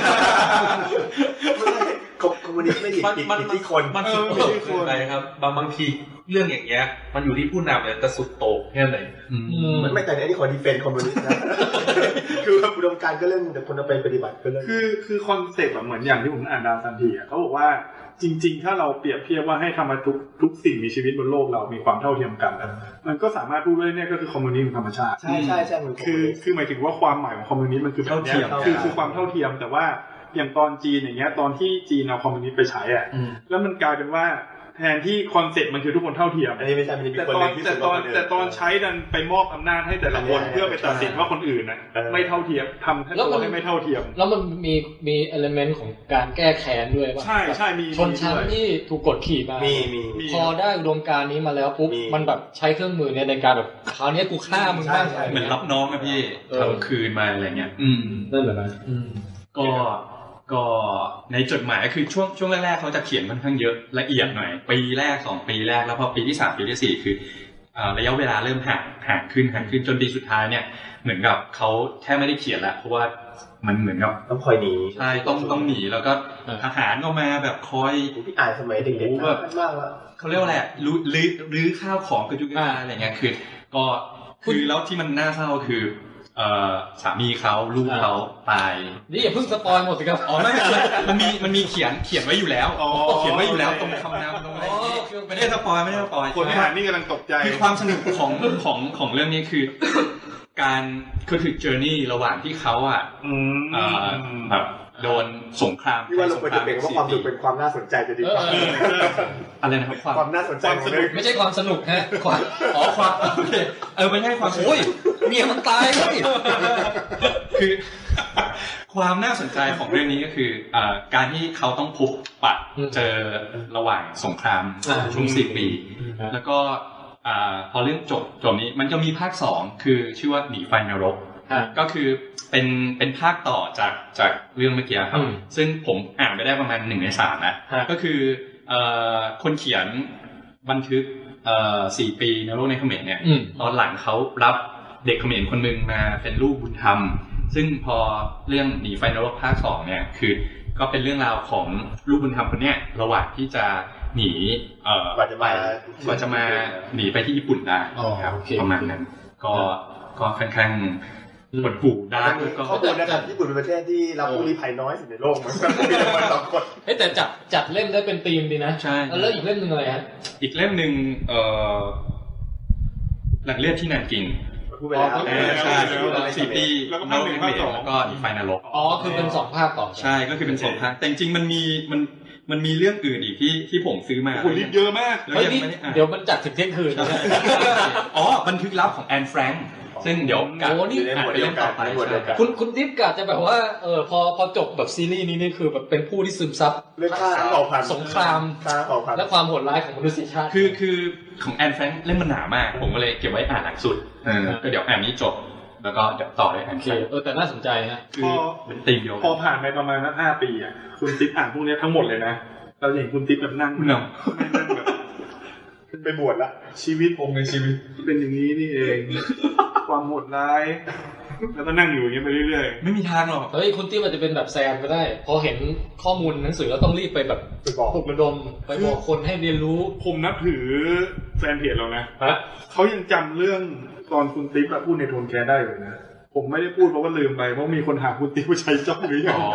คอมมิวนิสต์ไม่ผิดผิดที่คนมันสุดโต่งเกินไปครับบางบางทีเรื่องอย่างเงี้ยมันอยู่ที่ผู้นำเนี่ยจะสุดโต่งแค่ไหนมันไม่แต่อันนี้คนที่เป็นคอมมิวนิสต์นะคืออุดมการณ์ก็เรื่องแต่คนเอาไปปฏิบัติก็เรื่องคือคือคอนเซ็ปต์แบบเหมือนอย่างที่ผมอ่านดาวซันทีอ่ะเขาบอกว่าจริงๆถ้าเราเปรียบเทียบว่าให้ทำมาทุกทุกสิ่งมีชีวิตบนโลกเรามีความเท่าเทียมกันมันก็สามารถพูดได้เนี่ยก็คือคอมมิวนิสต์ธรรมชาติใช่ใช่ใช่คือคือหมายถึงว่าความหมายของคอมมิวนิสต์มันคือเท่าเทียมคือคือความเท่าเทียมแต่ว่าอย่างตอนจีนอย่างเงี้ยตอนที่จีนเอาคอมมิวนิสต์ไปใช้อ่ะแล้วมันกลายเป็นว่าแทนที่คอนเซ็ปต์มันคือทุกคนเท่าเทียมอันนี้ไม่ใช่มันมีคนนึงที่แต่ตอนแต่ตอนใช้ดันไปมอบอำนาจให้แต่ละคนเพื่อไปตัดสินว่าคนอื่นน่ะไม่เท่าเทียมทำให้ตัวให้ไม่เท่าเทียมแล้วมันมีมีเอลิเมนต์ของการแก้แค้นด้วยป่ะใช่ใช่มีชนชั้นที่ถูกกดขี่มามีมีพอได้อุดมการณ์นี้มาแล้วปุ๊บมันแบบใช้เครื่องมือเนี่ยในการแบบคราวนี้กูฆ่ามึงบ้างเหมือนรับน้องนะพี่ทำคืนมาอะไรเงี้ยอืมนั่นแหละนะก็ก็ในจดหมายคือช่วงช่วงแรกๆเขาจะเขียนค่อนข้างเยอะละเอียดหน่อยปีแรกสองปีแรกแล้วพอปีที่สามปีที่สี่คือระยะเวลาเริ่มห่างห่างขึ้นห่างขึ้นจนปีสุดท้ายเนี่ยเหมือนกับเขาแทบไม่ได้เขียนแล้วเพราะว่ามันเหมือนกับต้องคอยหนีใช่ต้องต้องหนีแล้วก็ทหารก็มาแบบคอยพี่อ่านสมัยเด็กๆแบบมากแล้วเขาเรียกว่าอะไรลื้อลื้อข้าวของกระจุกกระจายอะไรเงี้ยคือก็คือแล้วที่มันน่าเศร้าคือเอ่อสามีเขาลูกเขาตายนี่อย่าเพิ่งสปอยหมดสิครับอ๋อไม่มันมีมันมีเขียนเขียนไว้อยู่แล้วเขียนไว้อยู่แล้วตรงคำนามตรงอะไรไม่ได้สปอยไม่ได้สปอยคนที่อ่านนี่กำลังตกใจคือความสนุกของของของเรื่องนี้คือการก็คือ journey ระหว่างที่เขาอ่ะแบบโดนสงครามที่ว่าเราควรจะเป็นว่าความสนุกเป็นความน่าสนใจจะดีกว่าอะไรนะครับความน่าสนใจไม่ใช่ความสนุกฮะความอ๋อความโอเคเออไม่ใช่ความโอ้ยเมียมันตายเลยคือความน่าสนใจของเรื่องนี้ก็คือการที่เขาต้องพบปะเจอระหว่างสงครามช่วงสี่ปีแล้วก็พอเรื่องจบจบนี้มันจะมีภาคสองคือชื่อว่าหนีไฟนรกก็คือเป็นเป็นภาคต่อจากจากเรื่องเมื่อกี้ครับซึ่งผมอ่านไปได้ประมาณหนึ่งในสามนะก็คือคนเขียนบันทึกสี่ปีในโลกในเขมรเนี่ยตอนหลังเขารับเด็กเขมรคนนึงมาเป็นลูกบุญธรรมซึ่งพอเรื่องหนีไฟนรกภาคสองเนี่ยคือก็เป็นเรื่องราวของลูกบุญธรรมคนเนี้ยระหว่างที่จะหนีกว่าจะมากว่าจะมาหนีไปที่ญี่ปุ่นได้ครับประมาณนั้นก็ก็ค่อนข้างหดหู่ได้ก็ข้อมูลนะครับญี่ปุ่นเป็นประเทศที่รับผู้ลี้ภัยน้อยสุดในโลกมันมีประมาณสองคนเฮ้ยแต่จัดจัดเล่มได้เป็นธีมดีนะใช่แล้วอีกเล่มนึงอะไรฮะอีกเล่มนึงเอ่อหลังเลือดที่นานกิงพูดไปแล้วใช่สี่ปีแล้วก็ภาคหนึ่งภาคสองแล้วก็อีกไฟนรกอ๋อคือเป็นสองภาคต่อใช่ก็คือเป็นสองภาคแต่จริงๆมันมีมันมันมีเรื่องอื่นอีกที่ที่ผมซื้อมาคุณลิสเยอะมากเฮ้ยเดี๋ยวมันจัดถึงเที่ยงคืนอ๋อบันทึกลับของแอนแฟรงค์ซึ่งเดี๋ยวโอ้นี่อ่านไปเล่นต่อไปคุณคุณดิฟกะจะแบบว่าเออพอพอจบแบบซีรีส์นี้นี่คือแบบเป็นผู้ที่ซึมซับเรื่องฆ่าเผ่าพันธุ์สงครามและความโหดร้ายของมนุษยชาติคือคือของแอนแฟรงค์เล่มมันหนามากผมก็เลยเก็บไว้อ่านหลังสุดก็เดี๋ยวอ่านนี้จบแล้วก็เดี๋ยวต่อเลยโอเคเออแต่น่าสนใจนะคือเป็นตีมเดียวพอผ่านไปประมาณนักห้าปีอ่ะคุณติ๊บอ่านพวกนี้ทั้งหมดเลยนะเราเห็นคุณติ๊บแบบนั่งนั่งแบบไปบวชละชีวิตผมในชีวิตเป็นอย่างนี้นี่เองความโหดร้ายแล้วก็นั่งอยู่อย่างเงี้ยไปเรื่อยๆไม่มีทางหรอกเฮ้ยคุณติ๊บอาจจะเป็นแบบแซมก็ได้พอเห็นข้อมูลหนังสือแล้วต้องรีบไปแบบไปบอกปลุกระดมไปบอกคนให้เรียนรู้ผมนับถือแฟนเพจเรานะเขายังจำเรื่องตอนคุณติ๊บพูดในโทนแคสได้เลยนะผมไม่ได้พูดเพราะว่าลืมไปเพราะมีคนถามคุณติ๊บว่าใช้จ้องหรือยัง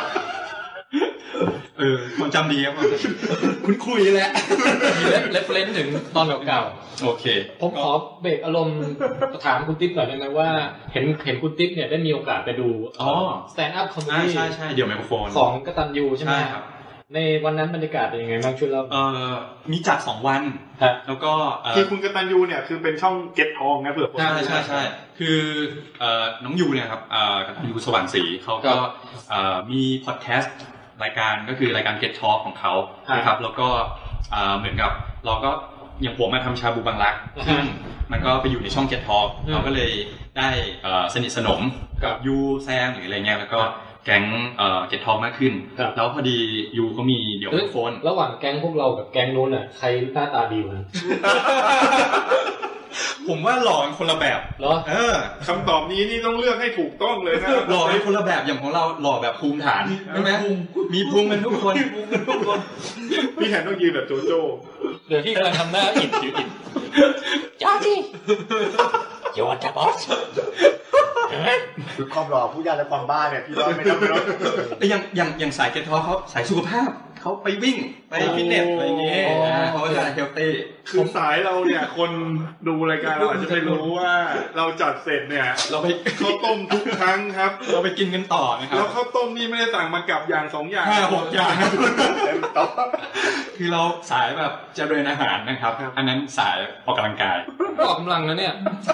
เออผมจำดีครับคุณคุยแหละมีเรฟเฟรนซ์ถึงตอนเก่าๆโอเคผมขอเบรกอารมณ์ถามคุณติ๊บหน่อยได้ไหมว่าเห็นเห็นคุณติ๊บเนี่ยได้มีโอกาสไปดูอ๋อ stand up comedy ใช่ๆเดี๋ยวไมโครโฟนของกตัญญูใช่ไหมครับในวันนั้นบรรยากาศเป็นยังไงบ้างช่วยเล่าเอ่อมีจัดสองวันแล้วก็คือคุณกตัญญูเนี่ยคือเป็นช่องเก็ตทองนะเผื่อคนใช่ๆๆคือเอ่อน้องยูเนี่ยครับเอ่อกตัญญูสว่างศรีเขาก็เอ่อมีพอดแคสต์รายการก็คือรายการ Get Talk ของเขานะครับแล้วก็เหมือนกับเราก็อย่างผมมาทำชาบูบางรักซึ่งมันก็ไปอยู่ในช่อง Get Talk เราก็เลยได้สนิทสนมกับยูแซมหรืออะไรเงี้ยแล้วก็แก๊ง Get Talk มากขึ้นแล้วพอดียูก็มีเดี๋ยวโฟนระหว่างแก๊งพวกเรากับแก๊งโน้นอ่ะใครหน้าตาดีกว่าผผมว่าหล่อกันคนละแบบเหรอเออคำตอบนี้นี่ต้องเลือกให้ถูกต้องเลยนะหล่อกันคนละแบบอย่างของเราหล่อแบบภูมิฐานใช่ไหมมีพุงกันทุกคนทุกคนพี่แทนต้องยืนแบบโจโจ้เดี๋ยวที่กำลังทำหน้าอิดอยู่อิดจ้าจีโยนจะบอสคือความหล่อผู้ยากและความบ้าเนี่ยพี่ว่าไม่ต้องแล้วแต่อย่างอย่างอย่างสายเกทอเขาสายสุขภาพเขาไปวิ่งไปฟิตเนสอะไรอย่างเงี้ยเขาจะเฮลตี้คือสายเราเนี่ยคนดูรายการเราอาจจะไม่รู้ว่าเราจัดเสร็จเนี่ยเราไปข้าวต้มทุกครั้งครับเราไปกินกันต่อนะครับแล้วข้าวต้มนี่ไม่ได้สั่งมากับอย่างสองอย่างห้าหกอย่างเต็มโต๊ะคือเราสายแบบเจริญอาหารนะครับ อันนั้นสายออกกำลังกายออกกำลังนะเนี่ย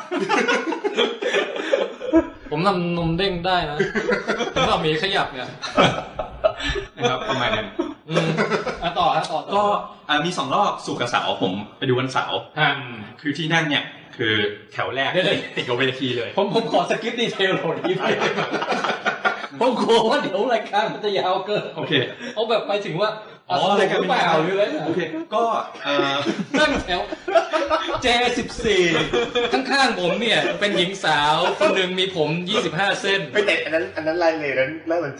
ผมทำนมเด้งได้นะผมทำมีขยับเนี่ยนะครับประมาณนั้นอืมอ่ะต่อฮะต่อก็อ่ามีสองรอบศุกร์กับเสาร์ผมไปดูวันเสาร์ฮะคือที่นั่งเนี่ยคือแถวแรกเดี๋ยวติดกับเวทีเลยผมผมขอสกิปดีเทลโหลดนี้ไปผมกลัวว่าเดี๋ยวรายการมันจะยาวเกินโอเคเอาแบบไปถึงว่าอ๋อรายการหรือเปล่าหรืออะไรโอเคก็เอ่อนั่งแถว เจ สิบสี่ ข้างๆผมเนี่ยเป็นหญิงสาวคนหนึ่งมีผมยี่สิบห้าเส้นไม่แต่อันนั้นอันนั้นลายเลยนั้นน่าสนใจ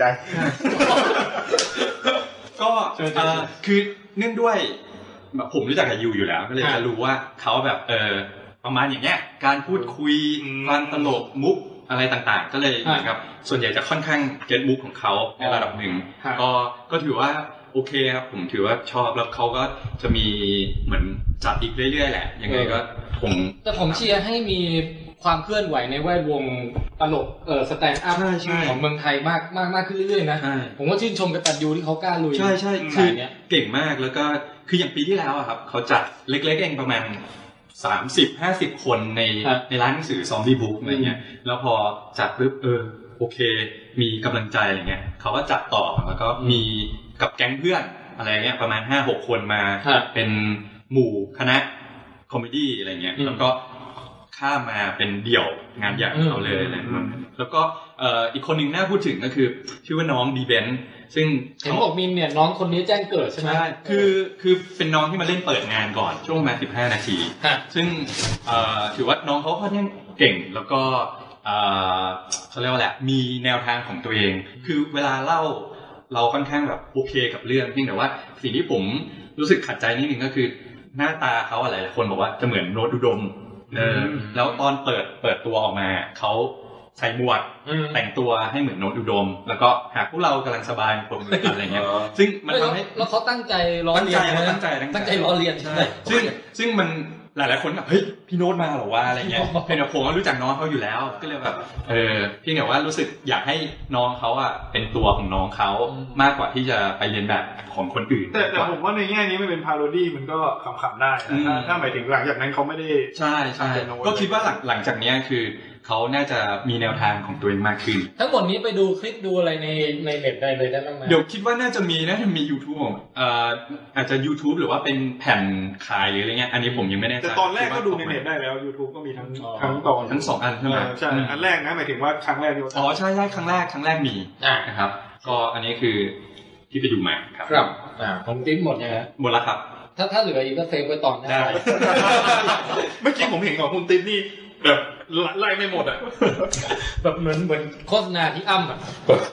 ก็เอ่อคือเนื่องด้วยผมรู้จักกับยูอยู่แล้วก็เลยจะรู้ว่าเขาแบบเออประมาณอย่างเงี้ยการพูดคุยความตลกมุกอะไรต่างๆก็เลยนะครับส่วนใหญ่จะค่อนข้างเก็ตมุกของเขาในระดับหนึ่งก็ก็ถือว่าโอเคครับผมถือว่าชอบแล้วเขาก็จะมีเหมือนจัดอีกเรื่อยๆแหละยังไงก็ผมแต่ผมเชียร์ให้มีความเคลื่อนไหวในแวดวงตลกเอ่อสแตนด์อัพของเมืองไทยมากมากมากขึ้นเรื่อยๆนะผมก็ชื่นชมกตัญญูที่เขากล้าลุยใช่ใช่คือเก่งมากแล้วก็คืออย่างปีที่แล้วอะครับเขาจัดเล็กๆเองประมาณสามสิบห้าสิบคนในในร้านหนังสือซอมบี้บุ๊กอะไรเงี้ยแล้วพอจัดปุ๊บเออโอเคมีกำลังใจอะไรเงี้ยเขาก็จัดต่อแล้วก็มีกับแก๊งเพื่อนอะไรเงี้ยประมาณห้าหกคนมาเป็นหมู่คณะคอมเมดี้อะไรเงี้ยแล้วก็ข้ามมาเป็นเดี่ยวงานใหญ่เขาเลยอะไรแบบนั้นแล้วก็เอ่ออีกคนหนึ่งน่าพูดถึงก็คือชื่อว่าน้องดีเบนซึ่งเห็นบอกมีเนี่ยน้องคนนี้แจ้งเกิดใช่ไหมใช่คือคือเป็นน้องที่มาเล่นเปิดงานก่อนช่วงประมาณสิบห้านาทีซึ่งเอ่อถือว่าน้องเขาค่อนข้างเก่งแล้วก็เอ่อเขาเรียกว่าแหละมีแนวทางของตัวเองคือเวลาเล่าเราค่อนข้างแบบโอเคกับเรื่องเพียงแต่ว่าสิ่งที่ผมรู้สึกขัดใจนิดนึงก็คือหน้าตาเขาอะไรหลายคนบอกว่าจะเหมือนโน้ตอุดมเออแล้วตอนเปิดเปิดตัวออกมาเขาใส่หมวกแต่งตัวให้เหมือนโน้ตอุดมแล้วก็หากพวกเรากำลังสบายปรบมือกันอะไรเงี้ยซึ่งมันทำให้แล้วเขาตั้งใจล้อเลียนตั้งใจตั้งใจล้อเลียนใช่ซึ่งซึ่งมันหลายๆคนแบบเฮ้ยพี่โน้ตมาเหรอวะอะไรเงี้ยเพียงแต่ผมรู้จักน้องเขาอยู่แล้วก็เลยแบบเออเพียงแต่ว่ารู้สึกอยากให้น้องเขาอ่ะเป็นตัวของน้องเขามากกว่าที่จะไปเรียนแบบของคนอื่นแต่แต่ผมว่าในแง่นี้ไม่เป็นพาโรดี้มันก็ขำๆได้นะถ้าถ้าหมายถึงหลังจากนั้นเขาไม่ได้ใช่ใช่ก็คิดว่าหลังหลังจากนี้คือเขาน่าจะมีแนวทางของตัวเองมากขึ้นทั้งหมดนี้ไปดูคลิปดูอะไรในในเน็ตได้เลยได้บ้างไหมเดี๋ยวคิดว่าน่าจะมีน่าจะมี YouTube ของเอ่ออาจจะ YouTube หรือว่าเป็นแผ่นขายหรืออะไรเงี้ยอันนี้ผมยังไม่แน่ใจแต่ตอนแรกก็ดูในเน็ตได้แล้ว YouTube ก็มีทั้งทั้งตอนทั้งสองอันใช่ไหมใช่อันแรกนะหมายถึงว่าครั้งแรกที่อ๋อใช่ใช่ครั้งแรกครั้งแรกมีนะครับก็อันนี้คือที่ไปดูมาครับครับอ่าผมติ๊มหมดยังไงหมดแล้วครับถ้าถ้าเหลืออีกก็เซฟไว้ตอนได้เมื่อกี้ผมเห็นของคุณติ๊มนี่แบบไล่ไม่หมดอ่ะแบบเหมือนเหมือนโฆษณาที่อ้ำอ่ะ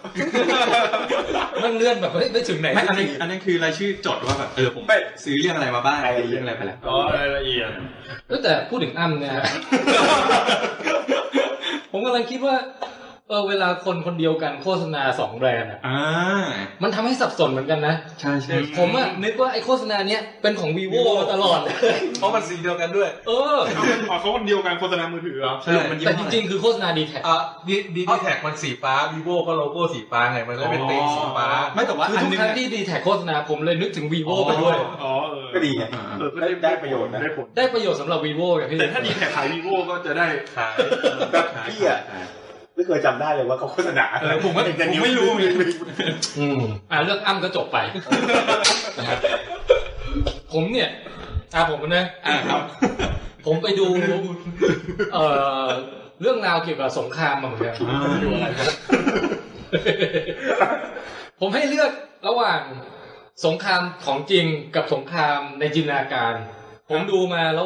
มันเลื่อนแบบไม่ถึงไหนไม่อันนี้อันนี้คือรายชื่อจดว่าแบบเออผมไปซื้อเรื่องอะไรมาบ้างเรื่องอะไรไปแล้วอ๋อรายละเอียดแต่พูดถึงอ้ำเนี่ยผมกำลังคิดว่าเออเวลาคนคนเดียวกันโฆษณาสองแบรนด์อ่ะมันทำให้สับสนเหมือนกันนะใช่ใช่ผมอ่ะนึกว่าไอ้โฆษณาเนี้ยเป็นของ vivo มาตลอดเลยเพราะมันสีเดียวกันด้วยเออเขาคนเดียวกันโฆษณามือถือเหรอใช่แต่จริงๆคือโฆษณา ดี แท็กอ่ะ ดี ดี แท็ก มันสีฟ้า vivo ก็โลโก้สีฟ้าไงมันเลยเป็นธีมสีฟ้าไม่แต่ว่าอันนึงที่ ดี แท็ก โฆษณาผมเลยนึกถึง vivo ไปด้วยอ๋อเออก็ดีไงได้ประโยชน์นะได้ผลได้ประโยชน์สำหรับ vivo กับพี่แต่ถ้า ดี แท็ก ขาย vivo ก็จะได้ขายแบบพี่อ่ะไม่เคยจำได้เลยว่าเขาโฆษณาเออผมก็ผมไม่รู้อืมอ่าเรื่องอ้ำก็จบไปนะครับผมเนี่ยอ่าผมนะอ่าครับผมไปดูเอ่อเรื่องราวเกี่ยวกับสงครามมาเหมือนกันดูอะไรครับผมให้เลือกระหว่างสงครามของจริงกับสงครามในจินตนาการผมดูมาระหว่าง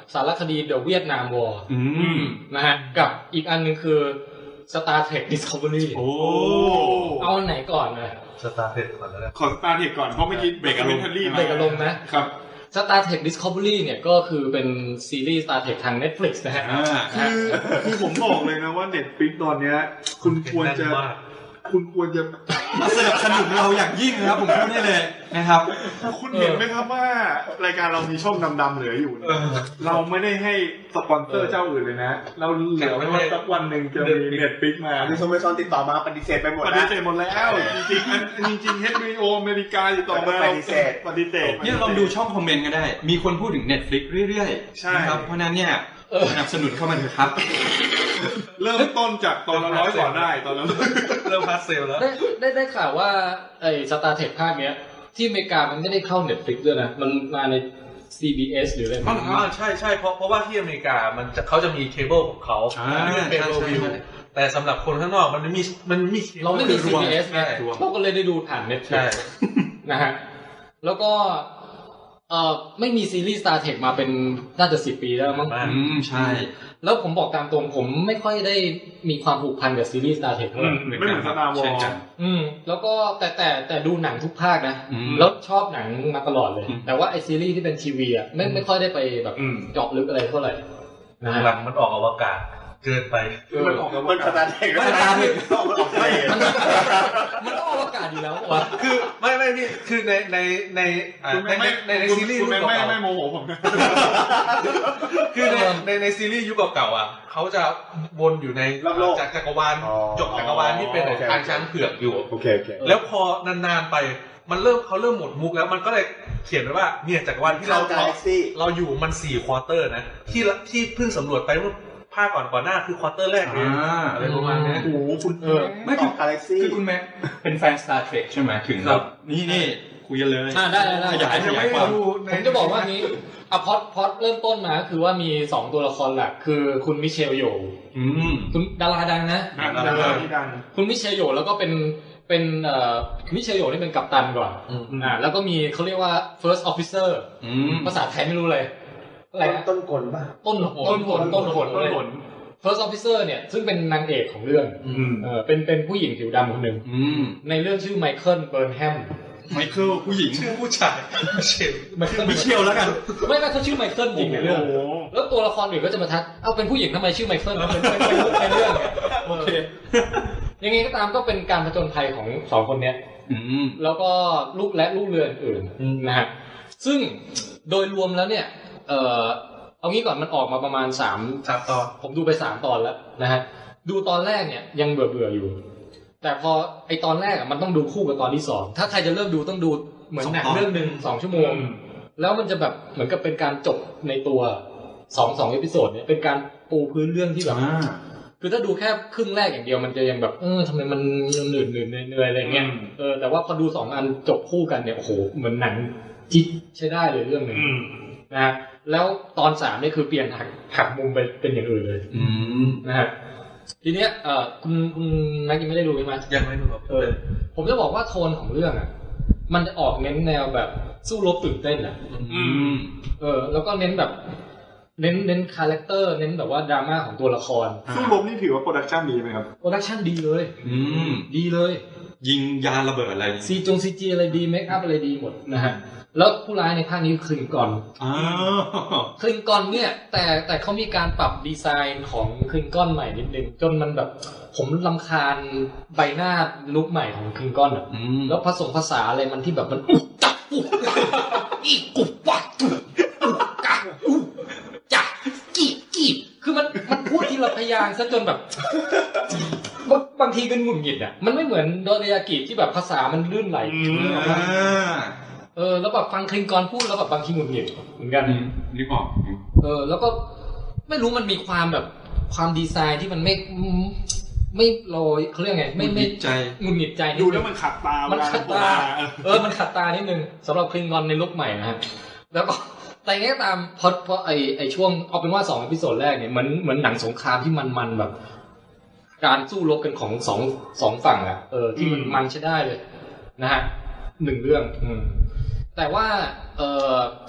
สารคดี The Vietnam War อืมนะฮะกับอีกอันนึงคือ Star Trek Discovery โอ้เอาอันไหนก่อนนะ Star Trek ก่อนแล้วขอ Star Trek ก่อนเพราะเมื่อกี้เบรกอารมณ์เบรกอารมณ์นะครับ Star Trek Discovery เนี่ยก็คือเป็นซีรีส์ Star Trek ทาง Netflix นะฮะคือคือผมบอกเลยนะว่า Netflix ตอนเนี้ยคุณควรจะคุณควรจะมาสนับสนุนเราอย่างยิ่งนะครับผมพูดได้เลยนะครับคุณเห็นไหมครับว่ารายการเรามีช่องดำๆเหลืออยู่เราไม่ได้ให้สปอนเซอร์เจ้าอื่นเลยนะเราเหลือไว้สักวันหนึ่งจะมี Netflix มามีสมัยซ้อนติดต่อมาปฏิเสธไปหมดแล้วปฏิเสธหมดแล้วจริงๆจริงๆ เอช บี โอ อเมริกาติดต่อมาปฏิเสธปฏิเสธเนี่ยลองดูช่องคอมเมนต์ก็ได้มีคนพูดถึง Netflix เรื่อยๆนะครับเพราะนั้นเนี่ยสนับสนุนเข้ามาเถอะครับเริ่มต้นจากตอนละร้อยก่อนได้ตอนนั้นเริ่มพาสเซลแล้วได้ได้ได้ข่าวว่าไอ้ Star Trek ภาคเนี้ยที่อเมริกามันไม่ได้เข้า Netflix ด้วยนะมันมาใน ซี บี เอส หรืออะไรอ๋อใช่ๆเพราะเพราะว่าที่อเมริกามันจะเขาจะมีเคเบิลของเขาที่เป็นเคเบิลวิวแต่สำหรับคนข้างนอกมันไม่มีมันมีเราไม่มี ซี บี เอส ไงเราก็เลยได้ดูผ่าน Netflix นะฮะแล้วก็เอ่อไม่มีซีรีส์ Star Trek มาเป็นน่าจะสิบปีแล้วมั้งอืมใช่แล้วผมบอกตามตรงผมไม่ค่อยได้มีความผูกพันกับซีรีส์ Star Trek เท่าไหร่ไม่เหมือน Star Wars อืมแล้วก็แต่แต่แต่ดูหนังทุกภาคนะแล้วชอบหนังมาตลอดเลยแต่ว่าไอซีรีส์ที่เป็นทีวีอ่ะไม่ไม่ค่อยได้ไปแบบเจาะลึกอะไรเท่าไหร่นะหลังมันออกอวกาศเกินไปมันออกมันสตาร์เทคมันสตาร์เทคมันออกไม่มันต้องอวกาศอยู่แล้ววะคือไม่ไม่พี่คือในในในในในในซีรีส์ยุคเก่าไม่ไม่โมโหผมคือในในในซีรีส์ยุคเก่าๆอ่ะเขาจะวนอยู่ในจากจักรวาลจบจักรวาลที่เป็นทางช้างเผือกอยู่โอเคโอเคแล้วพอนานๆไปมันเริ่มเขาเริ่มหมดมุกแล้วมันก็เลยเขียนไว้ว่าเนี่ยจักรวาลที่เราเราอยู่มันสี่ควอเตอร์นะที่ที่เพิ่งสำรวจไปเมื่อภาคก่อนก่อนหน้าคือควอเตอร์แรกเลยอะไรประมาณนี้โอ้โหคุณเออไม่คือกาแล็กซี่คือคุณแม่เป็นแฟน Star Trek ใช่ไหมถึงแบบนี่นี่คุยกันเลยอ่าได้ได้ขยายขยายความผมจะบอกว่านี้อ่ะพอดพอดเริ่มต้นมาคือว่ามีสองตัวละครหลักคือคุณมิเชลโยอืมคุณดาราดังนะดาราที่ดังคุณมิเชลโยแล้วก็เป็นเป็นเอ่อมิเชลโยนี่เป็นกัปตันก่อนอ่าแล้วก็มีเขาเรียกว่า first officer ภาษาไทยไม่รู้เลยอะไรต้นกลป่ะต้นต้นผลต้นผลต้นผล first officer เนี่ยซึ่งเป็นนางเอกของเรื่องเออเป็นเป็นผู้หญิงผิวดำคนหนึ่งในเรื่องชื่อไมเคิลเบิร์นแฮมไมเคิลผู้หญิงชื่อผู้ชายมิเชลมิเชลแล้วกันไม่ไม่เขาชื่อไมเคิลจริงในเรื่องแล้วตัวละครอื่นก็จะมาทักเอาเป็นผู้หญิงทำไมชื่อไมเคิลเป็นเป็นในเรื่องโอเคยังไงก็ตามก็เป็นการผจญภัยของสองคนเนี้ยแล้วก็ลูกและลูกเรืออื่นนะฮะซึ่งโดยรวมแล้วเนี่ยเออเอางี้ก่อนมันออกมาประมาณสามตอนผมดูไปสามตอนแล้วนะฮะดูตอนแรกเนี่ยยังเบื่อเบื่ออยู่แต่พอไอตอนแรกอ่ะมันต้องดูคู่กับตอนที่สองถ้าใครจะเริ่มดูต้องดูเหมือนหนังเรื่องนึงสองชั่วโมงแล้วมันจะแบบเหมือนกับเป็นการจบในตัวสองสองเอพิโซดเนี่ยเป็นการปูพื้นเรื่องที่แบบคือถ้าดูแค่ครึ่งแรกอย่างเดียวมันจะยังแบบเออทำไมมันหนืดหนืดเหนื่อยอะไรเงี้ยเออแต่ว่าพอดูสองอันจบคู่กันเนี่ยโอ้โหเหมือนหนังจิ๊ดใช้ได้เลยเรื่องนึงนะฮะแล้วตอนสามนี่คือเปลี่ยนหักหักมุมไปเป็นอย่างอื่นเลยนะฮะทีเนี้ยเอ่อคุณคุณนักยังไม่ได้ดูใช่ไหมยังไม่ดูครับเออผมจะบอกว่าโทนของเรื่องอ่ะมันจะออกเน้นแนวแบบสู้รบตื่นเต้นแหละเออแล้วก็เน้นแบบเน้นเน้นคาแรคเตอร์เน้นแบบว่าดราม่าของตัวละครสู้รบนี่ถือว่าโปรดักชั่นดีไหมครับโปรดักชั่นดีเลยอืมดีเลยยิงยาระเบิดอะไรซีจงซีจีอะไรดีเมคอัพอะไรดีหมดนะฮะแล้วผู้ร้ายในภาคนี้คือคลิงกอนอ๋อคลิงกอนเนี่ยแต่แต่เขามีการปรับดีไซน์ของคลิงกอนใหม่นิดนึงจนมันแบบผมรำคาญใบหน้าลุคใหม่ของคลิงกอนอ่ะแล้วผสมภาษาอะไรมันที่แบบมันอุกจักอุกอีกุปักอุกกักอุจักกีกีคือมันมันพูดทีละพยางค์ซะจนแบบบางทีก็หงุดหงิดอ่ะมันไม่เหมือนโดเรยากิที่แบบภาษามันลื่นไหลเออแล้วแบบฟังคลิงกอนพูดแล้วแบบบางทีหงุดหงิดเหมือนกันนึกออกเออแล้วก็ไม่รู้มันมีความแบบความดีไซน์ที่มันไม่ไม่โรยเขาเรียกไงไม่ไม่ใจหงุดหงิดใจดูแล้วมันขัดตามันขัดตาเออมันขัดตานิดนึงสำหรับคลิงกอนในลุคใหม่นะฮะแล้วก็แต่ไงก็ตามพอพอไอไอช่วงเอาเป็นว่าสองอีพิโซดแรกเนี่ยเหมือนเหมือนหนังสงครามที่มันมันแบบการสู้รบกันของสองสองฝั่งอ่ะเออที่มันมันใช้ได้เลยนะฮะหนึ่งเรื่องอืมแต่ว่าเออ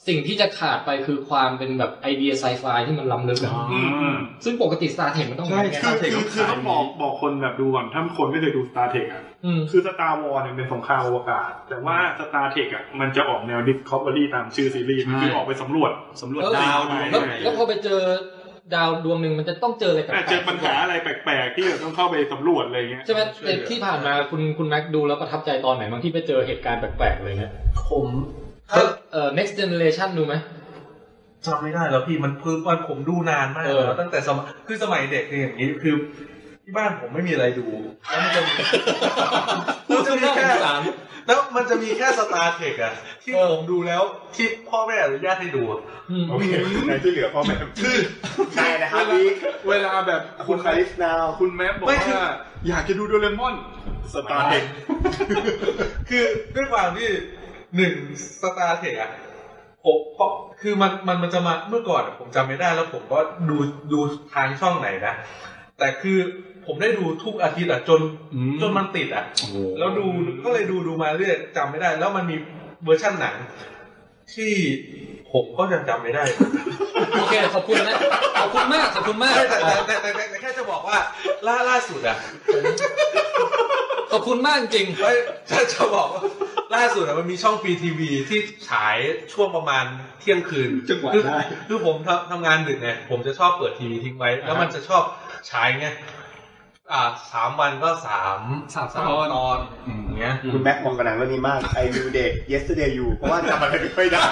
สิ่งที่จะขาดไปคือความเป็นแบบไอเดียไซไฟที่มันล้ำลึกอะซึ่งปกติ Star Trek มันต้องใช่คือคือคือต้องบอกบอกคนแบบดูก่อนถ้าคนไม่เคยดู Star Trek อ่ะคือ Star Wars เนี่ยเป็นสงครามอวกาศแต่ว่า Star Trek อ่ะมันจะออกแนว Discovery ตามชื่อซีรีส์คือออกไปสำรวจสำรวจดาวด้วยแล้วพอไปเจอดาวดวงนึงมันจะต้องเจออะไรแปลกๆเจอปัญหาอะไรแปลกๆที่ต้องเข้าไปสำรวจอะไรเงี้ยใช่ไหมที่ผ่านมาคุณคุณแม็กดูแล้วประทับใจตอนไหนบางที่ไปเจอเหตุการณ์แปลกๆเลยเนี่ยผมเอ่อ next generation ดูไหมจำไม่ได้แล้วพี่มันคือมันผมดูนานมากแล้วตั้งแต่สมัยคือสมัยเด็กคืออย่างนี้คือที่บ้านผมไม่มีอะไรดูแล้วมันจะมีแล้วจะมีแค่แล้วมันจะมีแค่ Star Trek อ่ะที่ผมดูแล้วที่พ่อแม่อนุญาตให้ดูโอเคในที่เหลือพ่อแม่คือใช่นะครับเวลาแบบคุณคาริสนาวคุณแม่บอกว่าอยากจะดูโดเรมอน Star Trek คือด้วยความที่หนึ่ง Star Trek อ่ะผมเพราะคือมันมันมันจะมาเมื่อก่อนผมจำไม่ได้แล้วผมก็ดูดูทางช่องไหนนะแต่คือผมได้ดูทุกอาทิตย์อ่ะจนจนมันติดอ่ะแล้วดูก็เลยดูดูมาเรื่อยจำไม่ได้แล้วมันมีเวอร์ชั่นหนังที่ผมก็ยังจำไม่ได้โอเคขอบคุณนะขอบคุณมากขอบคุณมากแต่แต่แต่แต่แค่จะบอกว่าล่าล่าสุดอ่ะขอบคุณมากจริงไม่จะจะบอกว่าล่าสุดอ่ะมันมีช่องฟรีทีวีที่ฉายช่วงประมาณเที่ยงคืนจังหวะได้คือผมทำทำงานดึกไงผมจะชอบเปิดทีวีทิ้งไว้แล้วมันจะชอบฉายไงอ่าสามวันก็สามสามตอนอย่างเงี้ยคุณแม็กมองกับหนังเรื่องนี้มาก I Knew Day Yesterday You เพราะว่าจำอะไรไม่ได้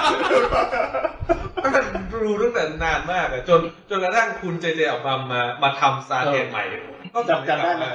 ดูตั้งแต่นานมากอ่ะจนจนกระทั่งคุณเจเจออกมามามาทำ Star Trek ใหม่ก็จำจำได้ไหม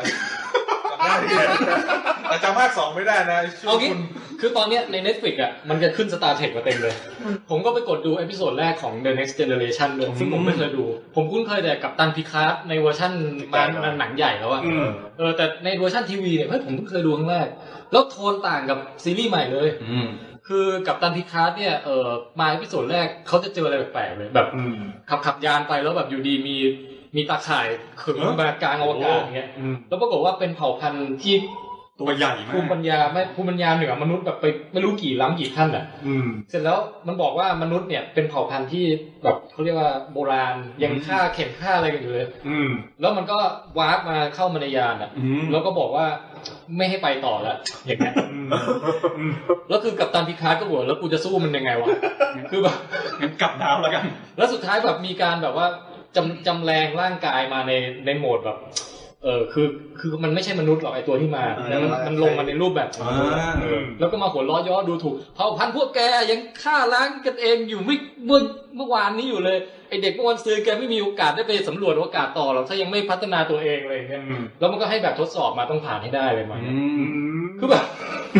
แต่จำภาคสองไม่ได้นะเอางี้คือตอนเนี้ยใน Netflix อ่ะมันจะขึ้น Star Trek มาเต็มเลยผมก็ไปกดดูเอพิโซดแรกของ The Next Generation ด้วยซึ่งผมไม่เคยดูผมคุ้นเคยแต่กัปตันพิคาร์ดในเวอร์ชั่นมันหนังใหญ่แล้วอ่ะเออแต่ในเวอร์ชั่นทีวีเนี่ยเฮ้ยผมเพิ่งเคยดูครั้งแรกแล้วโทนต่างกับซีรีส์ใหม่เลยคือกัปตันพิคาร์ดเนี่ยเออมาเอพิโซดแรกเขาจะเจออะไรแปลกๆเลยแบบขับขับยานไปแล้วแบบอยู่ดีมีมีตาข่ายขึงมากลางอวกาศอย่างเงี้ยแล้วปรากฏว่าเป็นเผ่าพันธุ์ที่ตัวใหญ่มากภูมิปัญญาไม่ภูมิปัญญาเหนือมนุษย์แบบไปไม่รู้กี่ล้ำกี่ขั้นอ่ะเสร็จแล้วมันบอกว่ามนุษย์เนี่ยเป็นเผ่าพันธุ์ที่แบบเขาเรียกว่าโบราณยังฆ่าเข็นฆ่าอะไรกันอยู่เลยแล้วมันก็วาร์ปมาเข้ามาในยานอ่ะแล้วก็บอกว่าไม่ให้ไปต่อแล้วอย่างเงี้ยแล้วคือกัปตันพิคาร์ดก็บอกแล้วกูจะสู้มันยังไงวะคือแบบงั้นกลับดาวแล้วกันแล้วสุดท้ายแบบมีการแบบว่าจำจำแรงร่างกายมาในในโหมดแบบเออคือคือมันไม่ใช่มนุษย์หรอกไอตัวที่มาแล้วมันมันลงมาในรูปแบบแล้วก็มาหัวล้อย้อดูถูกเผ่าพันธุ์พวกแกยังฆ่าล้างกันเองอยู่ไม่เมื่อเมื่อวานนี้อยู่เลยไอเด็กเมื่อวันซื้อแกไม่มีโอกาสได้ไปสำรวจโอกาสต่อหรอกถ้ายังไม่พัฒนาตัวเองอะไรอย่างเงี้ยแล้วมันก็ให้แบบทดสอบมาต้องผ่านให้ได้เลยมันคือแบบ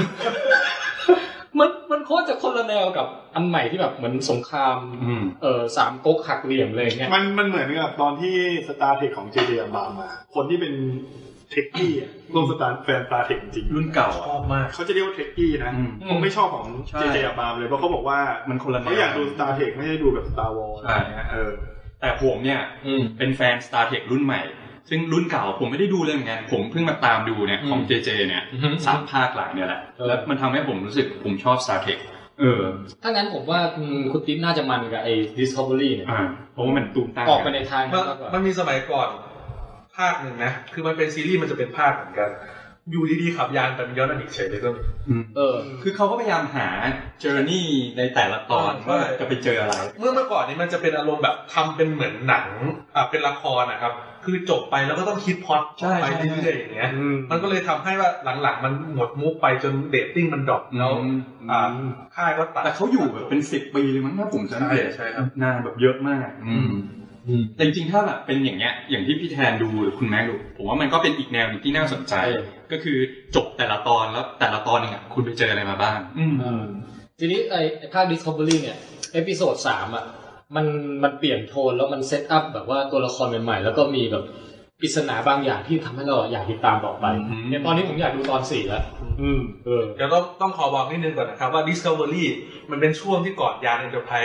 มันมันโคตรจะคนละแนวกับอันใหม่ที่แบบเหมือนสงครามเอ่อสามก๊กหักเหลี่ยมเลยเงี้ยมันมันเหมือนกับตอนที่ Star Trek ของ เจ เจ Abrams มาคนที่เป็นเทคกี้อ่ะรวมสตาร์แฟน Star Trek จริงรุ่นเก่าชอบมากเขาจะเรียกว่าเทคกี้นะผมไม่ชอบของ เจ เจ Abrams เลยเพราะเขาบอกว่ามันคนละแนวเขาอยากดู Star Trek ไม่ได้ดูแบบ Star Wars อะไรเงี้ยเออแต่ผมเนี่ยเป็นแฟน Star Trek รุ่นใหม่ซึ่งรุ่นเก่าผมไม่ได้ดูเลยเหมือนกันผมเพิ่งมาตามดูเนี่ยของ เจ เจ เนี่ยสามภาคหลังเนี่ยแหละแล้วมันทำให้ผมรู้สึกผมชอบ Star Trek เออถ้างั้นผมว่าคุณติ๊บน่าจะมันกับไอ้ Discovery เนี่ยเพราะว่ามันตูมตามออกไปในทางมันมีสมัยก่อนภาคหนึ่งนะคือมันเป็นซีรีส์มันจะเป็นภาคเหมือนกันอยู่ดีๆขับยานไปมันย้อนอดีตเฉยเลยก็เออคือเขาก็พยายามหาเจอร์นี่ในแต่ละตอนว่าจะไปเจออะไรเมื่อเมื่อก่อนนี้มันจะเป็นอารมณ์แบบทำเป็นเหมือนหนังอ่าเป็นละครนะครับคือจบไปแล้วก็ต้องคิดพล็อตไปเรื่อยๆอย่างเงี้ยมันก็เลยทำให้ว่าหลังๆมันหมดมุกไปจนเรตติ้งมันดรอปแล้วอ่าค่ายก็ตัดแต่เขาอยู่แบบเป็นสิบปีเลยมั้งถ้าผมจำไม่ผิดใช่ครับนานแบบเยอะมากแต่จริงๆถ้าแบบเป็นอย่างเงี้ยอย่างที่พี่แทนดูหรือคุณแม็กดูผมว่ามันก็เป็นอีกแนวนึงที่น่าสนใจก็คือจบแต่ละตอนแล้วแต่ละตอนนึงอ่ะคุณไปเจออะไรมาบ้างทีนี้ไอ้ภาค Discovery เนี่ยเอพิโซดสามอ่ะมันมันเปลี่ยนโทนแล้วมันเซตอัพแบบว่าตัวละครใหม่ๆแล้วก็มีแบบปริศนาบางอย่างที่ทำให้เราอยากติดตามต่อไปเนี่ยตอนนี้ผมอยากดูตอนสี่แล้วเออเดี๋ยวต้องต้องขอบอกนิดนึงก่อนนะครับว่า Discovery มันเป็นช่วงที่ก่อนยาน Enterprise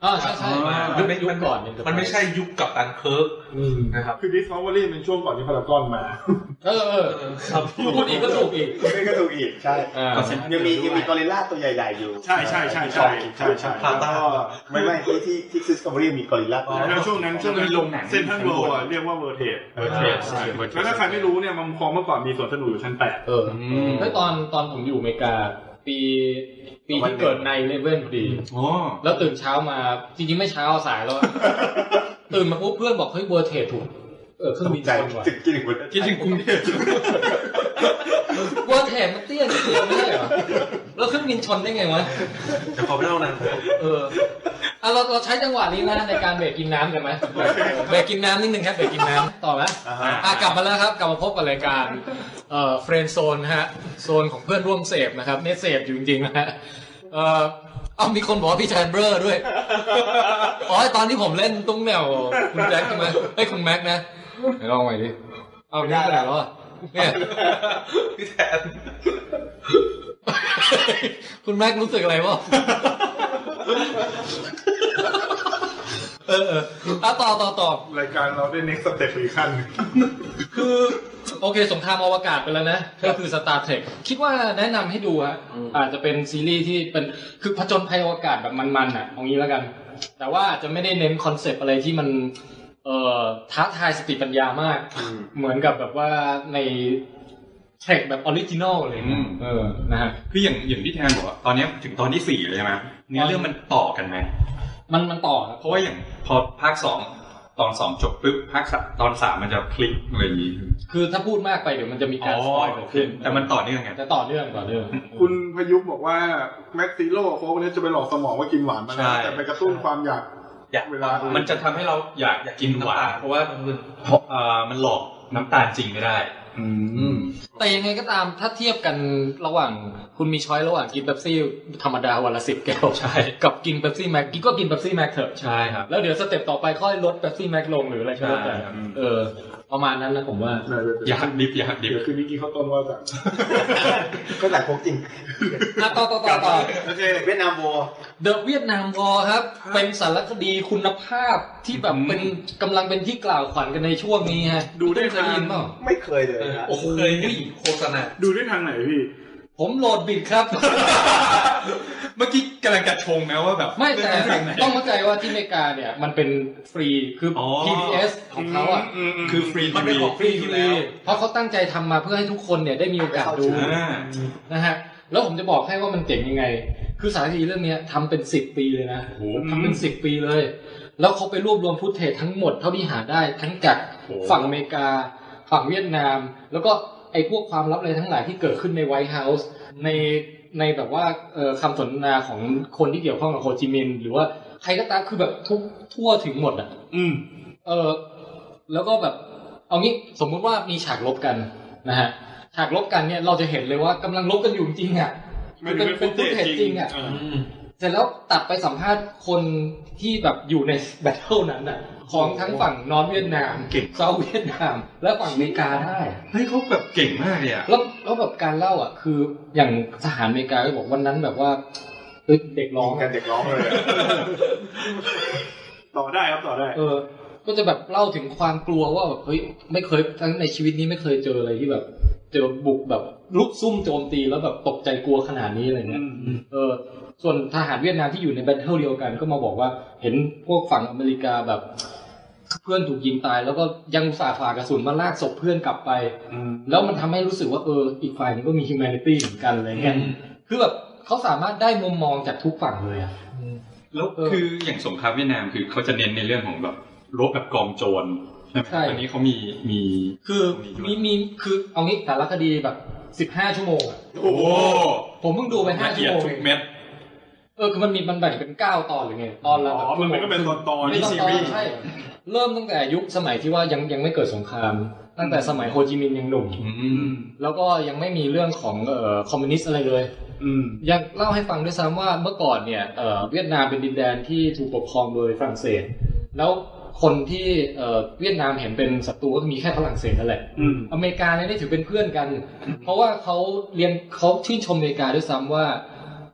อ่าใช่ใช่ยุคยุคก่อนมันไม่ใช่ยุคกัปตันเคิร์กนะครับคือ Discovery เป็นช่วงก่อนที่พารากอนมาเออเออพูดอีกก็ถูกอีกไม่ก็ถูกอีกใช่ยังมียังมีกอริลลาตัวใหญ่ๆอยู่ใช่ใช่ใช่ใช่ใช่ใช่พาต้าไม่ไม่ที่ที่ที่ Discovery มีกอริลลาแล้วช่วงนั้นช่วงนั้นลงหนังเซ็นทรัลเวิลด์เรียกว่าเวอร์เทสเวอร์เทสแล้วถ้าใครไม่รู้เนี่ยมังคองเมื่อก่อนมีสวนสนุกอยู่ชั้นแปดเออแล้วตอนตอนผมอยู่อเมริกาปีปีที่เกิดในเลเว่นพอดีแล้วตื่นเช้ามาจริงๆไม่เช้าสายแล้วตื่นมาปุ๊บเพื่อนบอกเฮ้ยเวอร์เทสถูกเออเครื่องบินชนว่ะคิดถึงคิดถึงกรุงเทพเวอร์เทสมันเตี้ยนิดเดียวไม่ใช่เหรอแล้วเครื่องบินชนได้ไงวะจะขอไม่เล่านั้นเอออ่ะเราเราใช้จังหวะนี้นะในการเบรกกินน้ำกันไหมเบรกกินน้ำนิดนึงครับเบรกกินน้ำต่อไหมอ่ะกลับมาแล้วครับกลับมาพบกับรายการเอ่อเฟรนด์โซนฮะโซนของเพื่อนร่วมเสพนะครับเนเสพอยู่จริงๆนะฮะเอ่อเอามีคนบอกว่าพี่แชนเบอร์ด้วยอ๋อตอนที่ผมเล่นตุ้งแนวคุณแจ็คใช่ไหมไอ้คุณแม็กนะไหนลองใหม่ดิเอานี่ขนาดแล้วอ่ะเนี่ยพี่แทนคุณแม็กรู้สึกอะไรวะเออเอออ่ะต่อต่อต่อรายการเราได้ next step อีกขั้นคือโอเคสงครามอวกาศไปแล้วนะก็คือ Star Trek คิดว่าแนะนำให้ดูฮะอาจจะเป็นซีรีส์ที่เป็นคือผจญภัยอวกาศแบบมันๆอ่ะเอางี้แล้วกันแต่ว่าอาจจะไม่ได้เน้นคอนเซปต์อะไรที่มันเอ่อท้าทายสติปัญญามากเหมือนกับแบบว่าในแทร็กแบบออริจินอลอะไรเงี้ยเออนะฮะคืออย่างอย่างที่แทนบอกว่าตอนนี้ถึงตอนที่สี่เลยใช่ไหมเนื้อเรื่องมันต่อกันไหมมันมันต่อครับเพราะว่าอย่างพอภาคสองตอนสองจบปุ๊บภาคตอนสามมันจะพลิกอะไรอย่างนี้คือถ้าพูดมากไปเดี๋ยวมันจะมีการสปอยล์เกิดขึ้นแต่มันต่อเนื่องไงจะต่อเนื่องต่อเนื่องคุณพยุกบอกว่าแม็กซิโลโค้กนี้จะไปหลอกสมองว่ากินหวานมาแล้วแต่ไปกระตุ้นความอยากอยากเวลามันจะทำให้เราอยากอยากกินหวานเพราะว่าเอ่อมันหลอกน้ำตาลจริงไม่ได้แต่ยังไงก็ตามถ้าเทียบกันระหว่างคุณมีช้อยระหว่างกินเป๊ปซี่ธรรมดาวันละสิบแก้วใช่กับกินเป๊ปซี่แม็กก็กินเป๊ปซี่แม็กเถอะใช่ครับแล้วเดี๋ยวสเต็ปต่อไปค่อยลดเป๊ปซี่แม็กลงหรืออะไรก็แล้วแต่เออประมาณนั้นนะผมว่าอยากดิบอยากดิบคือนี่กินข้าวต้มว่าแบบก็หลายพวกจริงอ่ะต่อต่อต่อต่อโอเคเวียดนามวอร์เดอะเวียดนามวอร์ครับเป็นสารคดีคุณภาพที่แบบเป็นกำลังเป็นที่กล่าวขวัญกันในช่วงนี้ฮะดูได้เคยยินเปล่าไม่เคยเลยโอ้เคยได้โฆษณาดูได้ทางไหนพี่ผมโหลดบิดครับเมื่อกี้กำลังจะชงนะว่าแบบไม่แต่ต้องเข้าใจว่าที่อเมริกาเนี่ยมันเป็นฟรีคือ พี บี เอส ของเขาอ่ะคือฟรีมันเป็นของฟรีทีวีเพราะเขาตั้งใจทำมาเพื่อให้ทุกคนเนี่ยได้มีโอกาสดูนะฮะแล้วผมจะบอกให้ว่ามันเจ๋งยังไงคือสารคดีเรื่องนี้ทำเป็นสิบปีเลยนะทำเป็นสิบปีเลยแล้วเขาไปรวบรวมฟุตเทจทั้งหมดเท่าที่หาได้ทั้งจากฝั่งอเมริกาฝั่งเวียดนามแล้วก็ไอ้พวกความลับอะไรทั้งหลายที่เกิดขึ้นในไวท์เฮาส์ในในแบบว่าเอ่อคำสนทนาของคนที่เกี่ยวข้องกับโฮจิมินห์หรือว่าใครก็ตามคือแบบทุกทั่วถึงหมดอ่ะอืมเออแล้วก็แบบเอางี้สมมุติว่ามีฉากลบกันนะฮะฉากลบกันเนี่ยเราจะเห็นเลยว่ากำลังลบกันอยู่จริงอ่ะมันเป็นฟุตเทจจริงอ่ะเสร็จแล้วตัดไปสัมภาษณ์คนที่แบบอยู่ในแบทเทิลนั้นน่ะของทั้งฝั่งนอร์ทเวียดนามเก่งเซาท์เวียดนามและฝั่งอเมริกาได้เฮ้ยเขาแบบเก่งมากเลยอ่ะแล้วแล้วแบบการเล่าอ่ะคืออย่างทหารอเมริกาก็บอกวันนั้นแบบว่าเด็กร้องกันเด็กร้องเลยต่อได้ครับต่อได้เออก็จะแบบเล่าถึงความกลัวว่าแบบเฮ้ยไม่เคยทั้งในชีวิตนี้ไม่เคยเจออะไรที่แบบเจอบุกแบบลุกซุ่มโจมตีแล้วแบบตกใจกลัวขนาดนี้อะไรเงี้ยเออส่วนทหารเวียดนามที่อยู่ในแบทเทิลเดียวกันก็มาบอกว่าเห็นพวกฝั่งอเมริกาแบบเพื่อนถูกยิงตายแล้วก็ยังอุตส่าห์ฝ่ากระสุนมาลากศพเพื่อนกลับไปแล้วมันทำให้รู้สึกว่าเอออีกฝ่ายนึงก็มี humanity เหมือนกันอะไรเงี้ยคือแบบเขาสามารถได้มุมมองจากทุกฝั่งเลยอ่ะแล้วคืออย่างสงครามเวียดนามคือเขาจะเน้นในเรื่องของแบบรบแบบกองโจรใช่อันนี้เขามีมีคือมีมีคือเอางี้แต่ละคดีแบบสิบห้าชั่วโมงโอ้ผมเพิ่งดูไปห้าชั่วโมงเม็ดเออคือมันมีมันแบ่งเป็นเก้าตอนหรือไงตอนละแบบมันก็เป็นตอนตอนที่ซีรีส์ใช่เริ่มตั้งแต่ยุคสมัยที่ว่ายังยังไม่เกิดสงครามตั้งแต่สมัยโฮจิมินห์ยังหนุ่มแล้วก็ยังไม่มีเรื่องของเอ่อคอมมิวนิสต์อะไรเลยยังเล่าให้ฟังด้วยซ้ำว่าเมื่อก่อนเนี่ยเอ่อเวียดนามเป็นดินแดนที่ถูกปกครองโดยฝรั่งเศสแล้วคนที่เอ่อเวียดนามเห็นเป็นศัตรูก็มีแค่ฝรั่งเศสนั่นแหละอเมริกาเนี่ยได้ถือเป็นเพื่อนกันเพราะว่าเขาเรียนเขาชื่นชมอเมริกาด้วยซ้ำว่า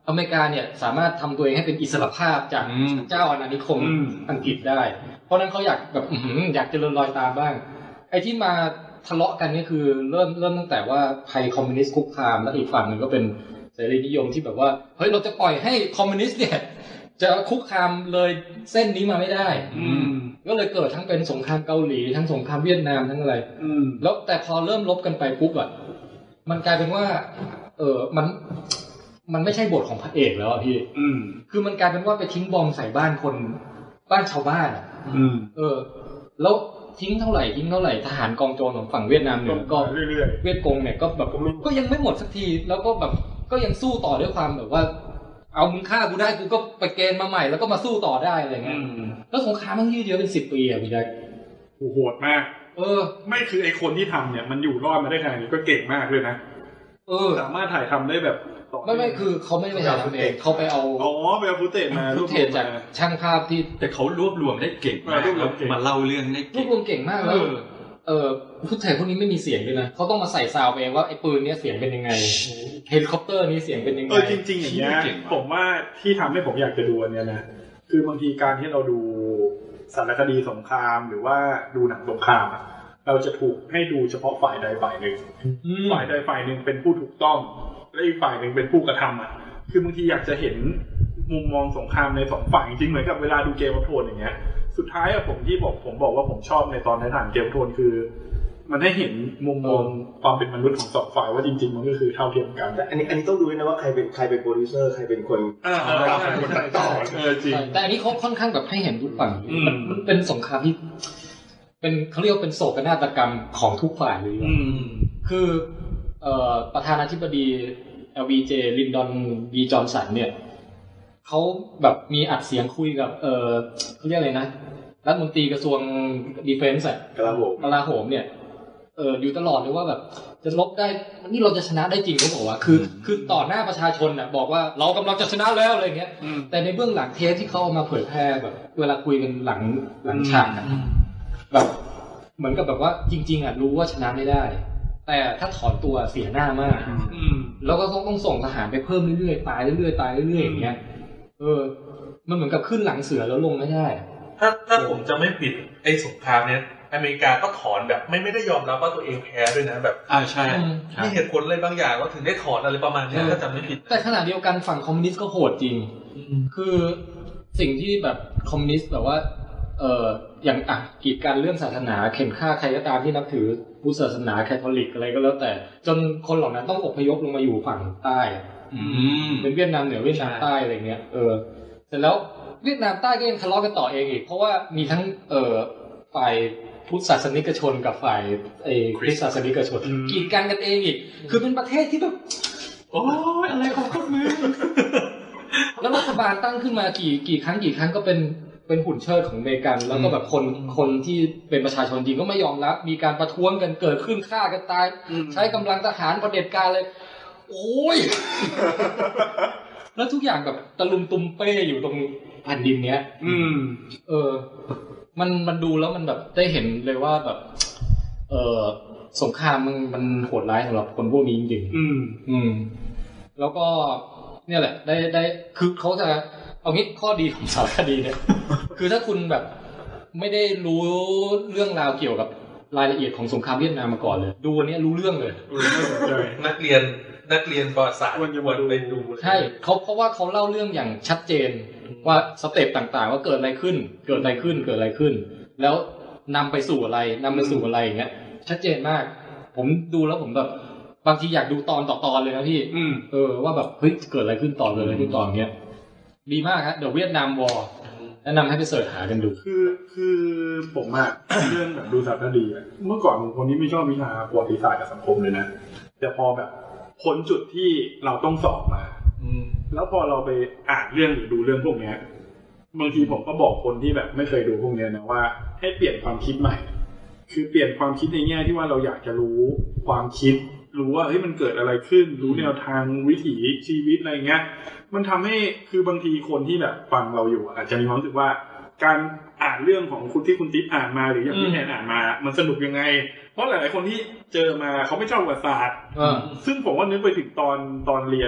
อเมริกาเนี่ยสามารถทำตัวเองให้เป็นอิสรภาพจากเจ้าอาณานิคมอังกฤษได้เพราะนั้นเขาอยากแบบอยากเจริญรอยตามบ้างไอ้ที่มาทะเลาะกันนี่คือเริ่มเริ่มตั้งแต่ว่าภัยคอมมิวนิสต์คุกคามแล้วอีกฝั่งหนึ่งก็เป็นเสรีนิยมที่แบบว่าเฮ้ยเราจะปล่อยให้คอมมิวนิสต์เนี่ยจะคุกคามเลยเส้นนี้มาไม่ได้ก็เลยเกิดทั้งเป็นสงครามเกาหลีทั้งสงครามเวียดนามทั้งอะไรแล้วแต่พอเริ่มลบกันไปปุ๊บอ่ะมันกลายเป็นว่าเออมันมันไม่ใช่บทของพระเอกแล้วอ่ะพี่คือมันกลายเป็นว่าไปทิ้งบอมใส่บ้านคนบ้านชาวบ้านอ่ะเออแล้วทิ้งเท่าไหร่ทิ้งเท่าไหร่ทหารกองโจรของฝั่งเวียดนามเหนือก็เรื่อยๆเวียดกงเนี่ยก็แบบก็ยังไม่หมดสักทีแล้วก็แบบก็ยังสู้ต่อด้วยความแบบว่าเอามึงฆ่ากูได้กูก็ไปเกณฑ์มาใหม่แล้วก็มาสู้ต่อได้อะไรเงี้ยแล้วสงครามมันยืดเยื้อเป็นสิบปีอ่ะพี่แจ๊คโหดมากเออไม่คือไอ้คนที่ทำเนี่ยมันอยู่รอดมาได้ขนาดนี้ก็เก่งมากเลยนะเออสามารถถ่ายทำได้แบบไม่ไม่คือเขาไม่ไปถ่ายทำเองเขาไปเอาอ๋อไปเอาฟุตเทจมาฟุตเทจจากช่างภาพที่แต่เขารวบรวมได้เก่งมากแล้วมาเล่าเรื่องได้รวบรวมเก่งมากแล้วเออฟุตเทจพวกนี้ไม่มีเสียงด้วยนะเขาต้องมาใส่ซาวด์เองว่าไอ้ปืนเนี้ยเสียงเป็นยังไงเฮลิคอปเตอร์นี้เสียงเป็นยังไงเออจริงๆอย่างเงี้ยผมว่าที่ทำให้ผมอยากจะดูอันเนี้ยนะคือบางทีการที่เราดูสารคดีสงครามหรือว่าดูหนังสงครามเราจะถูกให้ดูเฉพาะฝ่ายใดฝ่ายหนึ่งฝ่ายใดฝ่ายหนึ่งเป็นผู้ถูกต้องและอีกฝ่ายหนึ่งเป็นผู้กระทำอ่ะคือบางทีอยากจะเห็นมุมมองสงครามในสองฝ่ายจริงๆเหมือนกับเวลาดูเกมออฟโธรนอย่างเงี้ยสุดท้ายอะผมที่บอกผมบอกว่าผมชอบในตอนในฐานเกมออฟโธรนคือมันให้เห็นมุมมองความเป็นมนุษย์ของสองฝ่ายว่าจริงๆมันก็คือเท่าเทียมกันแต่อันนี้อันนี้ต้องดูนะว่าใครเป็นใครเป็นโปรดิวเซอร์ใครเป็นคนอ่าใครเป็นคนตัดต่อเออจริงแต่อันนี้เขาค่อนข้างแบบให้เห็นทุกฝั่งมันเป็นสงครามที่เป็นเขาเรียกว่าเป็นโศกนาฏกรรมของทุกฝ่ายเลยคือเอ่อประธานาธิบดี แอล บี เจ ลินดอน บี จอห์นสันเนี่ยเขาแบบมีอัดเสียงคุยกับเอ่อเขาเรียกอะไรนะรัฐมนตรีกระทรวงดีเฟนส์อะกลาโหมกลาโหมเนี่ยเอออยู่ตลอดเลยว่าแบบจะลบได้นี่เราจะชนะได้จริงเขาบอกว่าคือคือต่อหน้าประชาชนน่ะบอกว่าเรากำลังจะชนะแล้วอะไรเงี้ยแต่ในเบื้องหลังเทปที่เขาเอามาเผยแพร่แบบเวลาคุยกันหลังหลังฉากอะแบบเหมือนกับแบบว่าจริงๆอ่ะรู้ว่าชนะไม่ได้แต่ถ้าถอนตัวเสียหน้ามากแล้วก็ต้องต้องส่งทหารไปเพิ่มเรื่อยๆตายเรื่อยๆตายเรื่อยๆอย่างเงี้ยเออมันเหมือนกับขึ้นหลังเสือแล้วลงไม่ได้ถ้าถ้าผมจะไม่ผิดไอ้สงครามเนี้ยอเมริกาก็ถอนแบบไม่ไม่ได้ยอมรับว่าตัวเองแพ้ด้วยนะแบบอ่าใช่มีเหตุผลอะไรบางอย่างว่าถึงได้ถอนอะไรประมาณนี้ถ้าจำไม่ผิดแต่ขณะเดียวกันฝั่งคอมมิวนิสต์ก็โหดจริงคือสิ่งที่แบบคอมมิวนิสต์แบบว่าเอ่ออย่างอ่ะกีดกันเรื่องศาสนาเข็นฆ่าใครก็ตามที่นับถือพุทธศาสนาแคทอลิกอะไรก็แล้วแต่จนคนเหล่านั้นต้องอพยพลงมาอยู่ฝั่งใต้เป็นเวียดนามเหนือเวียดนามใต้อะไรเงี้ยเออเสร็จแล้วเวียดนามใต้ก็ยังทะเลาะกันต่อเองอีกเพราะว่ามีทั้งเอ่อฝ่ายพุทธศาสนิกชนกับฝ่ายไอ้คริสต์ศาสนิกชนกีดกันกันเองอีกคือเป็นประเทศที่แบบโอ้ยอะไรของพวกมึงแล้วรัฐบาลตั้งขึ้นมากี่กี่ครั้งกี่ครั้งก็เป็นเป็นหุ่นเชิดของอเมริกันแล้วก็แบบคนคนที่เป็นประชาชนจริงก็ไม่ยอมรับมีการประท้วงกันเกิดขึ้นฆ่ากันตายใช้กำลังทหารเผด็จการเลยโอ้ยแล้วทุกอย่างแบบตะลุมตุมเป้อยู่ตรงแผ่นดินเนี้ยอืมเออมันมันดูแล้วมันแบบได้เห็นเลยว่าแบบเออสงครามมันมันโหดร้ายสำหรับคนพวกนี้จริงๆอืมอืมแล้วก็เนี่ยแหละได้ได้คือเขาจะเอางี้ข้อดีของสารคดีเนี่ยคือถ้าคุณแบบไม่ได้รู้เรื่องราวเกี่ยวกับรายละเอียดของสงครามเวียดนามมาก่อนเลยดูอันนี้รู้เรื่องเลยนักเรียนนักเรียนประวัติศาสตร์ควรไปดูใช่เขาเพราะว่าเขาเล่าเรื่องอย่างชัดเจนว่าสเต็ปต่างๆว่าเกิดอะไรขึ้นเกิดอะไรขึ้นเกิดอะไรขึ้นแล้วนำไปสู่อะไรนำไปสู่อะไรอย่างเงี้ยชัดเจนมากผมดูแล้วผมแบบบางทีอยากดูตอนต่อตอนเลยนะพี่เออว่าแบบเฮ้ยเกิดอะไรขึ้นต่อเลยอะไรขึ้นต่ออย่างเงี้ยดีมากครับเดี๋ยวเวียดนามวอร์แนะนำให้ไปเสิร์ชหากันดูคือคือผมอะ เรื่องแบบดูสารคดีอะเมื่อก่อนผมคนนี้ไม่ชอบวิชาประวัติศาสตร์กับสังคมเลยนะแต่พอแบบพ้นจุดที่เราต้องสอบมาแล้วพอเราไปอ่านเรื่องหรือดูเรื่องพวกนี้บางทีผมก็บอกคนที่แบบไม่เคยดูพวกนี้นะว่าให้เปลี่ยนความคิดใหม่คือเปลี่ยนความคิดในแง่ที่ว่าเราอยากจะรู้ความคิดรู้ว่าเฮ้ยมันเกิดอะไรขึ้นรู้แนวทางวิถีชีวิตอะไรเงี้ยมันทำให้คือบางทีคนที่แบบฟังเราอยู่อาจจะมีความรู้สึกว่าการอ่านเรื่องของคุณที่คุณติ๊บอ่านมาหรืออย่างที่แทนอ่านมามันสนุกยังไงเพราะหลายๆคนที่เจอมาเขาไม่ชอบประวัติศาสตร์ซึ่งผมว่านึกไปถึงตอนตอนเรียนน่ะ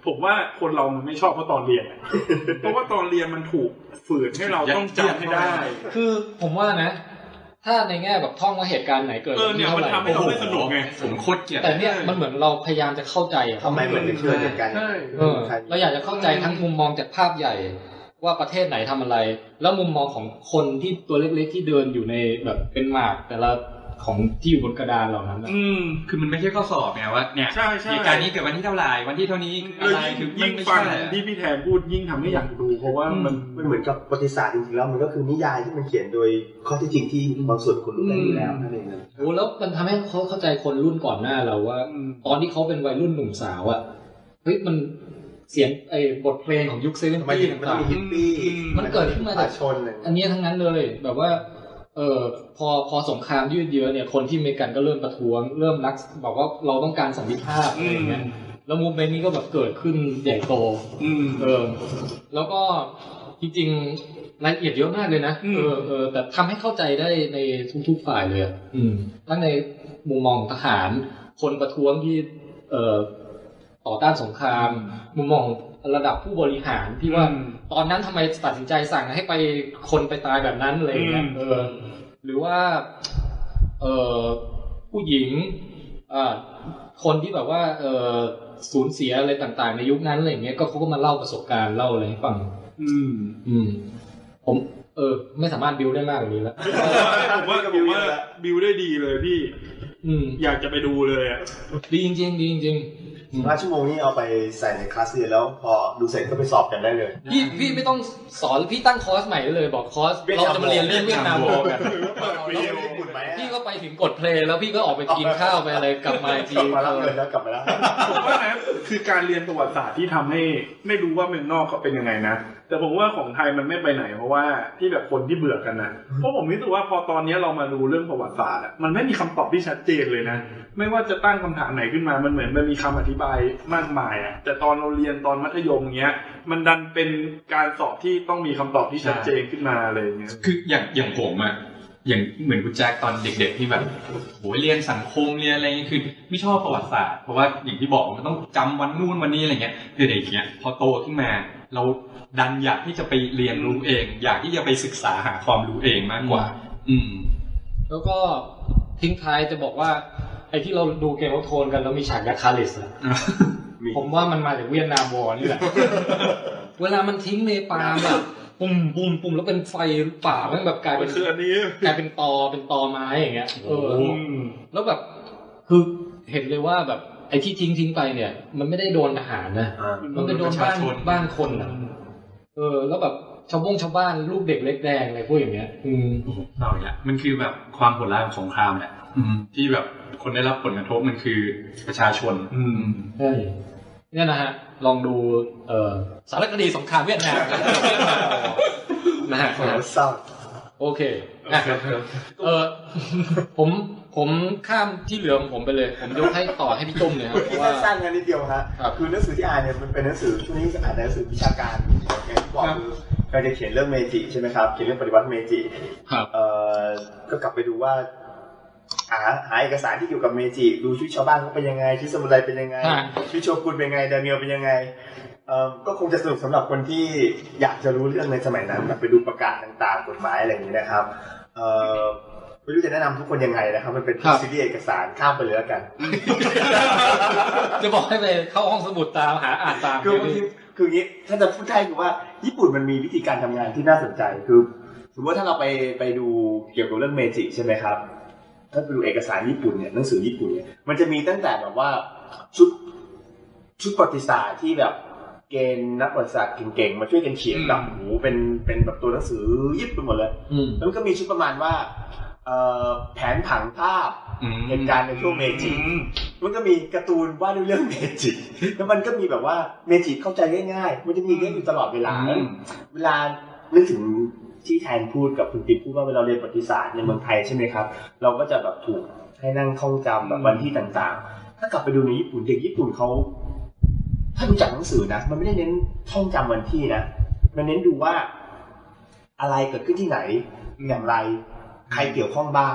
ผมว่าคนเรามันไม่ชอบเพราะตอนเรียนเพราะว่าตอนเรียนมันถูกฝืนให้เราต้องจำให้ได้คือผมว่านะถ้าในแง่แบบท่องว่าเหตุการณ์ไหนเกิดเออเนี่ยมันทำให้เราไม่สนุกไงผมโคตรเกลียดแต่เนี่ยมันเหมือนเราพยายามจะเข้าใจทำไมเหมือนเชื่อเหตุการณ์เออเราอยากจะเข้าใจทั้งมุมมองจากภาพใหญ่ว่าประเทศไหนทำอะไรแล้วมุมมองของคนที่ตัวเล็กๆที่เดินอยู่ในแบบเป็นหมากแต่ละของที่อยู่บนกระดานเหล่านั้นอืมคือมันไม่ใช่ข้อสอบไงว่าเนี่ยเหตุการณ์นี้เกิดวันที่เท่าไหร่วันที่เท่านี้อะไรคือยิ่งฟังที่พี่แทนพูดยิ่งทำให้อยากดูเพราะว่ามันมันเหมือนกับประวัติศาสตร์จริงๆแล้วมันก็คือนิยายที่มันเขียนโดยข้อที่จริงที่บางส่วนคนรู้กันอยู่แล้วนั่นเองนะโอ้แล้วมันทำให้เขาเข้าใจคนรุ่นก่อนหน้าเราว่าตอนที่เขาเป็นวัยรุ่นหนุ่มสาวอ่ะเฮ้ยมันเสียงไอ้บทเพลงของยุคเซเว่นตี้ต่างๆมันเกิดขึ้นมาจากอันนี้ทั้งนั้นเลยแบบว่าเออพอพอสงครามยืดเยื้อเนี่ยคนที่อเมริกันก็เริ่มประท้วงเริ่มรักบอกว่าเราต้องการสันติภาพอะไรอย่างเงี้ยแล้วมูฟเมนต์นี้ก็แบบเกิดขึ้นใหญ่โตเออแล้วก็จริงๆรายละเอียดเยอะมากเลยนะเออเออแต่ทำให้เข้าใจได้ในทุกๆฝ่ายเลยอ่ะทั้งในมุมมองทหารคนประท้วงที่เอ่อต่อต้านสงครามมุมมองระดับผู้บริหารที่ว่าตอนนั้นทำไมตัดสินใจสั่งให้ไปคนไปตายแบบนั้นอะไรอย่างเงี้ยเออหรือว่าเอ่อผู้หญิงอ่าคนที่แบบว่าเอ่อสูญเสียอะไรต่างๆในยุคนั้นอะไรอย่างเงี้ยก็เขาก็มาเล่าประสบการณ์เล่าอะไรให้ฟังอืมอืมผมเออไม่สามารถบิวได้มากกว่านี้แล้วผมว่าผมว่าบิวได้ดีเลยพี่อืมอยากจะไปดูเลยอ่ะดีจริงๆดีจริงห้าชั่วโมงนี้เอาไปใส่ในคลาสเรียนแล้วพอดูเสร็จก็ไปสอบกันได้เลยพี่พี่ไม่ต้องสอนพี่ตั้งคอร์สใหม่เลยบอกคอร์สเราจะมาเรียนเรื่องเวียดนามวอร์กันพี่ก็ไปถึงกดเพลย์แล้วพี่ก็ออกไปกินข้าวไปอะไรกลับมาทีมาแล้วเลยแล้วกลับมาแล้วผมว่านะคือการเรียนประวัติศาสตร์ที่ทำให้ไม่รู้ว่าเมืองนอกเขาเป็นยังไงนะแต่ผมว่าของไทยมันไม่ไปไหนเพราะว่าที่แบบคนที่เบื่อกันนะเพราะผมรู้สึกว่าพอตอนนี้เรามาดูเรื่องประวัติศาสตร์มันไม่มีคำตอบที่ชัดเจนเลยนะไม่ว่าจะตั้งคำถามไหนขึ้นมามันเหมือนมันมีคำอธิบายมากมายอ่ะแต่ตอนเราเรียนตอนมัธยมเงี้ยมันดันเป็นการสอบที่ต้องมีคำตอบที่ชัดเจนขึ้นมาอะไรเงี้ยคืออย่างอย่างผมอ่ะอย่างเหมือนคุณแจ็คตอนเด็กๆที่แบบโหเรียนสังคมเรียนอะไรเงี้ยคือไม่ชอบประวัติศาสตร์เพราะว่าอย่างที่บอกมันต้องจำวันนู่นวันนี้อะไรเงี้ยคือเด็กเงี้ยพอโตขึ้นมาเราดันอยากที่จะไปเรียนรู้เองอยากที่จะไปศึกษาหาความรู้เองมากกว่าอืมแล้วก็ทิ้งท้ายจะบอกว่าไอ้ที่เราดูเกมออฟโทนกันแล้วมีฉากยักษ์คาลิสอ่ะผมว่ามันมาจากเวียดนามวอร์นี่แหละเวลามันทิ้งเนปาลแบบปุ่มปุ่มปุ่มแล้วเป็นไฟป่ามันแบบกลายเป็นคืออันนี้กลายเป็นตอเป็นตอไม้อย่างเงี้ยเออแล้วแบบคือเห็นเลยว่าแบบไอ้ที่ทิ้งทิ้งไปเนี่ยมันไม่ได้โดนทหารนะมันเป็นโดนบ้านบ้านคนอ่ะเออแล้วแบบชาวบ้งชาวบ้านลูกเด็กเล็กแดงอะไรพวกอย่างเงี้ยอืมเอาอย่างมันคือแบบความโหดร้ายของสงครามแหละที่แบบคนได้รับผลกระทบมันคือประชาชนอืมใช่เนี่ยนะฮะลองดูเอ่อสารคดีสงครามเวียดนามนะฮะเศร้าโอเคเออผมผมข้ามที่เหลือของผมไปเลยผมยกให้ต่อให้พี่ตุ้มเลยครับเพราะว่าสั้นๆกันนิดเดียวฮะคือหนังสือที่อ่านเนี่ยมันเป็นหนังสือช่วงนี้อ่านหนังสือวิชาการอย่างที่บอกคือการจะเขียนเรื่องเมจิใช่ไหมครับเขียนเรื่องปฏิวัติเมจิครับเอ่อก็กลับไปดูว่าหาหาเอกสารที่เกี่ยวกับเมจิดูชีวิตชาวบ้านเขาเป็นยังไงชีวิตซามูไรเป็นยังไงชีวิตโชกุนเป็นยังไงดาเนียลเป็นยังไงเอ่อก็คงจะสนุกสำหรับคนที่อยากจะรู้เรื่องในสมัยนั้นแบบไปดูประกาศต่างๆกฎหมายอะไรอย่างนี้นะครับเอ่อไม่รู้จะแนะนำทุกคนยังไงนะครับมันเป็นซีรีส์เอกสารข้ามไปเลยแล้วกันจะบอกให้ไปเข้าห้องสมุดตามหาอ่านตามคือคืออย่างนี้ถ้าจะพูดไทยคือว่าญี่ปุ่นมันมีวิธีการทำงานที่น่าสนใจคือสมมติว่าถ้าเราไปไปดูเกี่ยวกับเรื่องเมจิใช่ไหมครับถ้าไปดูเอกสารญี่ปุ่นเนี่ยหนังสือญี่ปุ่นเนี่ยมันจะมีตั้งแต่แบบว่าชุดชุดประวัติศาสตร์ที่แบบเกณฑ์นักประวัติศาสตร์เก่งๆมาช่วยกันเขียนแบบโหเป็นเป็นแบบตัวหนังสือยิบไปหมดเลยแล้วก็มีชุดประมาณว่าแผนผังภาพเหตุการณ์ในช่วงเมจิมันก็มีการ์ตูนว่าด้วยเรื่องเมจิแล้วมันก็มีแบบว่าเมจิเข้าใจง่ายๆมันจะมีเรื่องอยู่ตลอดเวลาเวลานึกถึงที่แทนพูดกับคุณติ๊บพูดว่าเวลาเรียนประวัติศาสตร์ในเมืองไทยใช่ไหมครับเราก็จะแบบถูกให้นั่งท่องจำแบบวันที่ต่างๆถ้ากลับไปดูในญี่ปุ่นเด็กญี่ปุ่นเขาถ้าดูจากหนังสือนะมันไม่ได้เน้นท่องจำวันที่นะมันเน้นดูว่าอะไรเกิดขึ้นที่ไหนอย่างไรใครเกี่ยวข้องบ้าง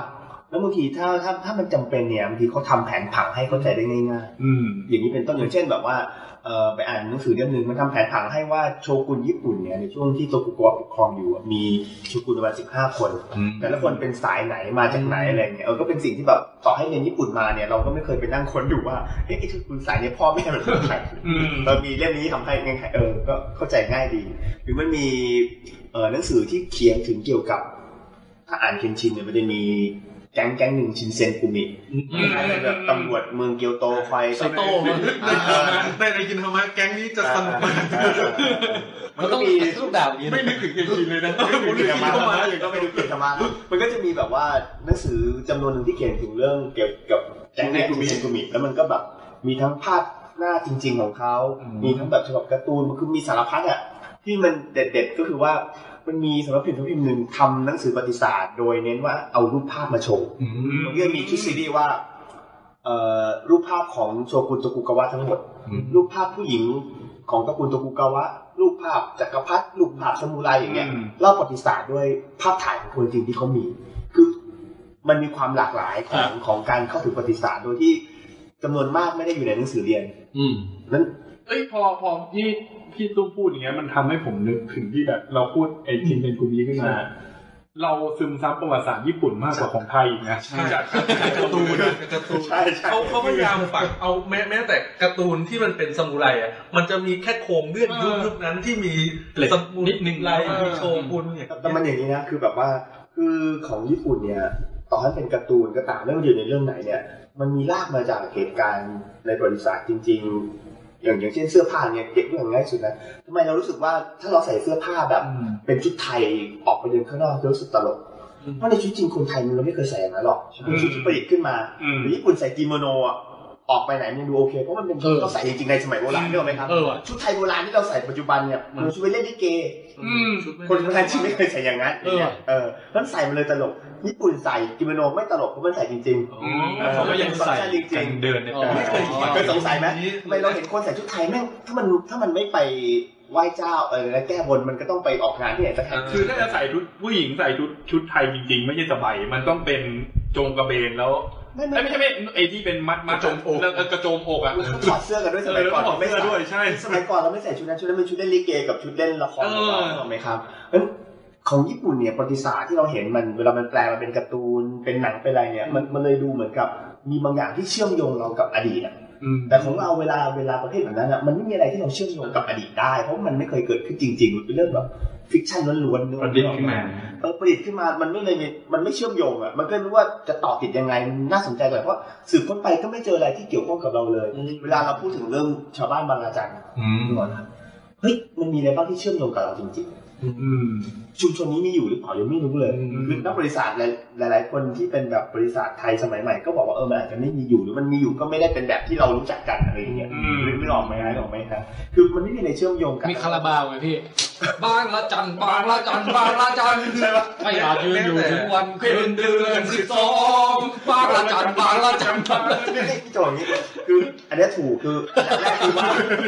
แล้วบางทีถ้าถ้าถ้ามันจำเป็นเนี่ยบางทีเขาทำแผนผังให้เข้าใจได้ง่ายๆอืมอย่างนี้เป็นต้นอย่างเช่นแบบว่าเอ่อไปอ่านหนังสือเล่มนึงมันทำแผนผังให้ว่าโชกุนญี่ปุ่นเนี่ยในช่วงที่โตกุกาวะปกครองอยู่มีโชกุนประมาณสิบห้าคนแต่ละคนเป็นสายไหนมาจากไหนอะไรเงี้ยเออก็เป็นสิ่งที่แบบต่อให้เรียนญี่ปุ่นมาเนี่ยเราก็ไม่เคยไปนั่งค้นดูว่าเฮ้ยไอ้โชกุนสายเนี่ยพ่อแม่มันเป็นใครเรามีเล่มนี้ทำให้ไงเออก็เข้าใจง่ายดีหรือมันมีเอ่อหนังสือที่เขียนถึงเกี่ยวกับถ้าอ่านเคนชินเนี่ยมันจะมีแก๊งแก๊งหนึ่งชินเซนกุมิเป็นแบบตำรวจเมืองเกียวโตคอยไซโต้ได้ได้ยินทำไมแก๊งนี้จะสนุกมันต้องมีลูกดาบนี้ไม่นึกถึงเกมจีนเลยนะไม่นึกถึงธรรมะก็ไม่นึกถึงธรรมะมันก็จะมีแบบว่าหนังสือจำนวนหนึ่งที่เขียนถึงเรื่องเกี่ยวกับแก๊งชินเซนกุมิแล้วมันก็แบบมีทั้งภาพหน้าจริงๆของเขามีทั้งแบบฉบับการ์ตูนมันคือมีสารพัดอ่ะที่มันเด็ดๆก็คือว่ามันมีสำนักพิมพ์พิมพ์หนึ่งทำหนังสือประวัติศาสตร์โดยเน้นว่าเอารูปภาพมาโชว์มันก็มีชุดซีรีส์ว่าเอ่อรูปภาพของโชกุนโตกุกาวะทั้งหมดรูปภาพผู้หญิงของตระกูลโตกุกาวะรูปภาพจักรพรรดิรูปภาพซามูไรอย่างเงี้ยเล่าประวัติศาสตร์ด้วยภาพถ่ายของคนจริงที่เขามีคือมันมีความหลากหลายของของการเข้าถึงประวัติศาสตร์โดยที่จำนวนมากไม่ได้อยู่ในหนังสือเรียนนั้นเอ้ยพอพอที่พี่ตุ้มพูดอย่างเงี้ยมันทำให้ผมนึกถึงที่แบบเราพูดไอ้ชินเซนกุมิขึ้นมาเราซึมซับประวัติศาสตร์ญี่ปุ่นมากกว่าของไทยอีกนะจากการ์ตูนการ์ตูนเขาเขาพยายามฝังเอาแม้แม้แต่การ์ตูนที่มันเป็นซามูไรอ่ะมันจะมีแค่โครงเรื่องยุคนั้นที่มีซามูนิดนึงลายมีโชกุนเนี่ยแต่มันอย่างนี้นะคือแบบว่าคือของญี่ปุ่นเนี่ยต่อให้เป็นการ์ตูนก็ตามไม่ว่าอยู่ในเรื่องไหนเนี่ยมันมีรากมาจากเหตุการณ์ในประวัติศาสตร์จริงๆอย่างอย่างเช่นเสื้อผ้าเนี่ยเก็บไว้อย่างง่ายสุดนะทำไมเรารู้สึกว่าถ้าเราใส่เสื้อผ้าแบบเป็นชุดไทยออกไปเดินข้างนอกจะรู้สึกตลกเพราะในชีวิตจริงคนไทยเราไม่เคยใส่อย่างนั้นหรอกเป็นชุดที่ประดิษฐ์ขึ้นมาหรือญี่ปุ่นใส่กิโมโนอ่ะออกไปไหนมันดูโอเคเพราะมันเป็นชุดที่เราใส่จริงๆในสมัยโบราณได้ไหมครับชุดไทยโบราณที่เราใส่ปัจจุบันเนี่ยมันชุดไปเล่นลิเกคนไทยที่ไม่เคยใส่อย่างนั้นเออมันใส่มาเลยตลกญี่ปุ่นใส่กิโมโนไม่ตลกเพราะมันใส่จริงๆเขาก็ยังใส่กันเดินเนี่ยไม่เคยเคยสงสัยไหมทำไมเราเห็นคนใส่ชุดไทยแม่งถ้ามันถ้ามันไม่ไปไหว้เจ้าเออแล้วแก้บนมันก็ต้องไปออกงานที่ไหนสักแห่งคือถ้าจะใส่ชุดผู้หญิงใส่ชุดชุดไทยจริงๆไม่ใช่สบายมันต้องเป็นจงกระเบนแล้วไม่ไม่ไม่ใช่ไอ้ที่เป็นมัดมัดจงอกแล้วกระโจมอกอ่ะถอดเสื้อกันด้วยสมัยก่อนไม่ใส่ด้วยใช่สมัยก่อนเราไม่ใส่ชุดนั้นชุดนั้นเป็นชุดเล่นลิเกกับชุดเล่นละครถูกไหมครับงั้นของญี่ปุ่นเนี่ยประวัติศาสตร์ที่เราเห็นมันเวลามันแปลมาเป็นการ์ตูนเป็นหนังเป็นอะไรเนี่ยมันมันเลยดูเหมือนกับมีบางอย่างที่เชื่อมโยงเรากับอดีตอ่ะแต่ของเราเวลาเวลาประเทศแบบนั้นอ่ะมันไม่มีอะไรที่เราเชื่อมโยงกับอดีตได้เพราะมันไม่เคยเกิดขึ้นจริงๆมันเป็นเรื่องแบบฟิกชันล้วนๆประดิษฐ์ขึ้นมาเออประดิษฐ์ขึ้นมามันไม่เลยมันไม่เชื่อมโยงอ่ะมันก็รู้ว่าจะต่อติดยังไงน่าสนใจเลยเพราะสืบค้นไปก็ไม่เจออะไรที่เกี่ยวข้องกับเราเลยเวลาเราพูดถึงเรื่องชาวบ้านบางระจันก่อนนะเฮ้ยมันมีอะไรบ้างที่เชื่อมโยงกับเราจริงๆชุมชนนี้มีอยู่หรือเปล่ายังไม่รู้เลยคือนักบริษัทหลายๆคนที่เป็นแบบบริษัทไทยสมัยใหม่ก็บอกว่าเออมันอาจจะไม่มีอยู่หรือมันมีอยู่ก็ไม่ได้เป็นแบบที่เรารู้จักกันอะไรอย่างเงี้ยนึกไม่ออกไหมฮะออกไหมครับคือมันไม่มีอะไรเชื่อมโยงกันมีคาราบาวไงพี่บางละจันบางละจันบางละจันใช่ปะไม่อาจยืนอยู่ถึงวันเพ็ญเดือนสิบสองบางละจันบางละจันบางละจันที่โจทย์นี้คืออันนี้ถูกคือแรกคือว่า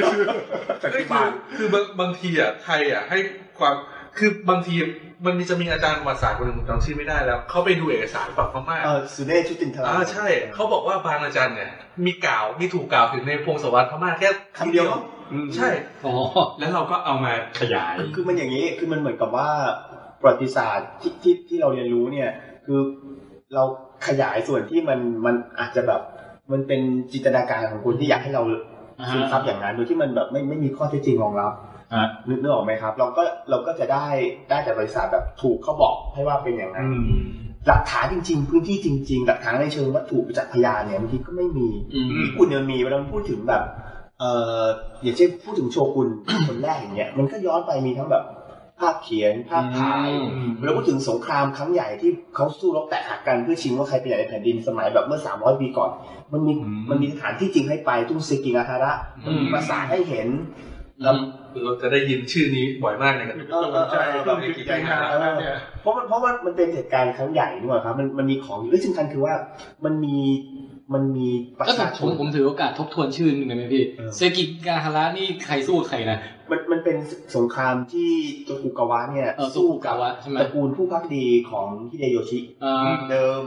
คือบางทีอ่ะไทยอ่ะให้ความคือบางทีมันมีจะมีอาจารย์ประวัติศาสตร์คนหนึ่งผมจำชื่อไม่ได้แล้วเขาไปดูเอกสารฝั่งพม่าเออสุเนศชุตินทราอ่าใช่เขาบอกว่าบางอาจารย์เนี่ยมีกล่าวมีถูกกล่าวถึงในพงศาวดารพม่าแค่คำเดียวใช่อ๋อแล้วเราก็เอามาขยายคือมันอย่างนี้คือมันเหมือนกับว่าประวัติศาสตร์ที่ที่ที่เราเรียนรู้เนี่ยคือเราขยายส่วนที่มันมันอาจจะแบบมันเป็นจินตนาการของคนที่อยากให้เราซึมซับอย่างนั้นโดยที่มันแบบไม่ไม่มีข้อเท็จจริงรองรับนึกนึกออกไหมครับเราก็เราก็จะได้ได้จากบริษัทแบบถูกเขาบอกให้ว่าเป็นอย่างนั้นหลักฐานจริงๆพื้นที่จริงๆหลักฐานในเชิงวัตถุประจักษ์พยานเนี่ยบางทีก็ไม่มีญี่ปุ่นเนี่ยมีเวลาพูดถึงแบบเอ่ออย่างเช่นพูดถึงโชกุนคนแรกอย่างเงี้ยมันก็ย้อนไปมีทั้งแบบภาพเขียนภาพถ่ายเวลาพูดถึงสงครามครั้งใหญ่ที่เขาสู้รบแตกหักกันเพื่อชิงว่าใครเป็นใหญ่ในแผ่นดินสมัยแบบเมื่อสามร้อยปีก่อนมันมีมันมีสถานที่จริงให้ไปทุ่งเซกิงาฮาระมันมีปราสาทให้เห็นเราจะได้ยินชื่อนี้บ่อยมากในการใช่แบบกิจการเพราะมันเพราะว่ามันเป็นเหตุการณ์ครั้งใหญ่ด้วยครับมันมันมีของอยู่และสำคัญคือว่ามันมีมันมีประชาชนผมถือโอกาสทบทวนชื่อหนึ่งได้ไหมพี่เซกิกาฮาระนี่ใครสู้ใครนะมันมันเป็นสงครามที่โตกุกาวะเนี่ยสู้กับตระกูลผู้พักดีของฮิเดโยชิเดิมพ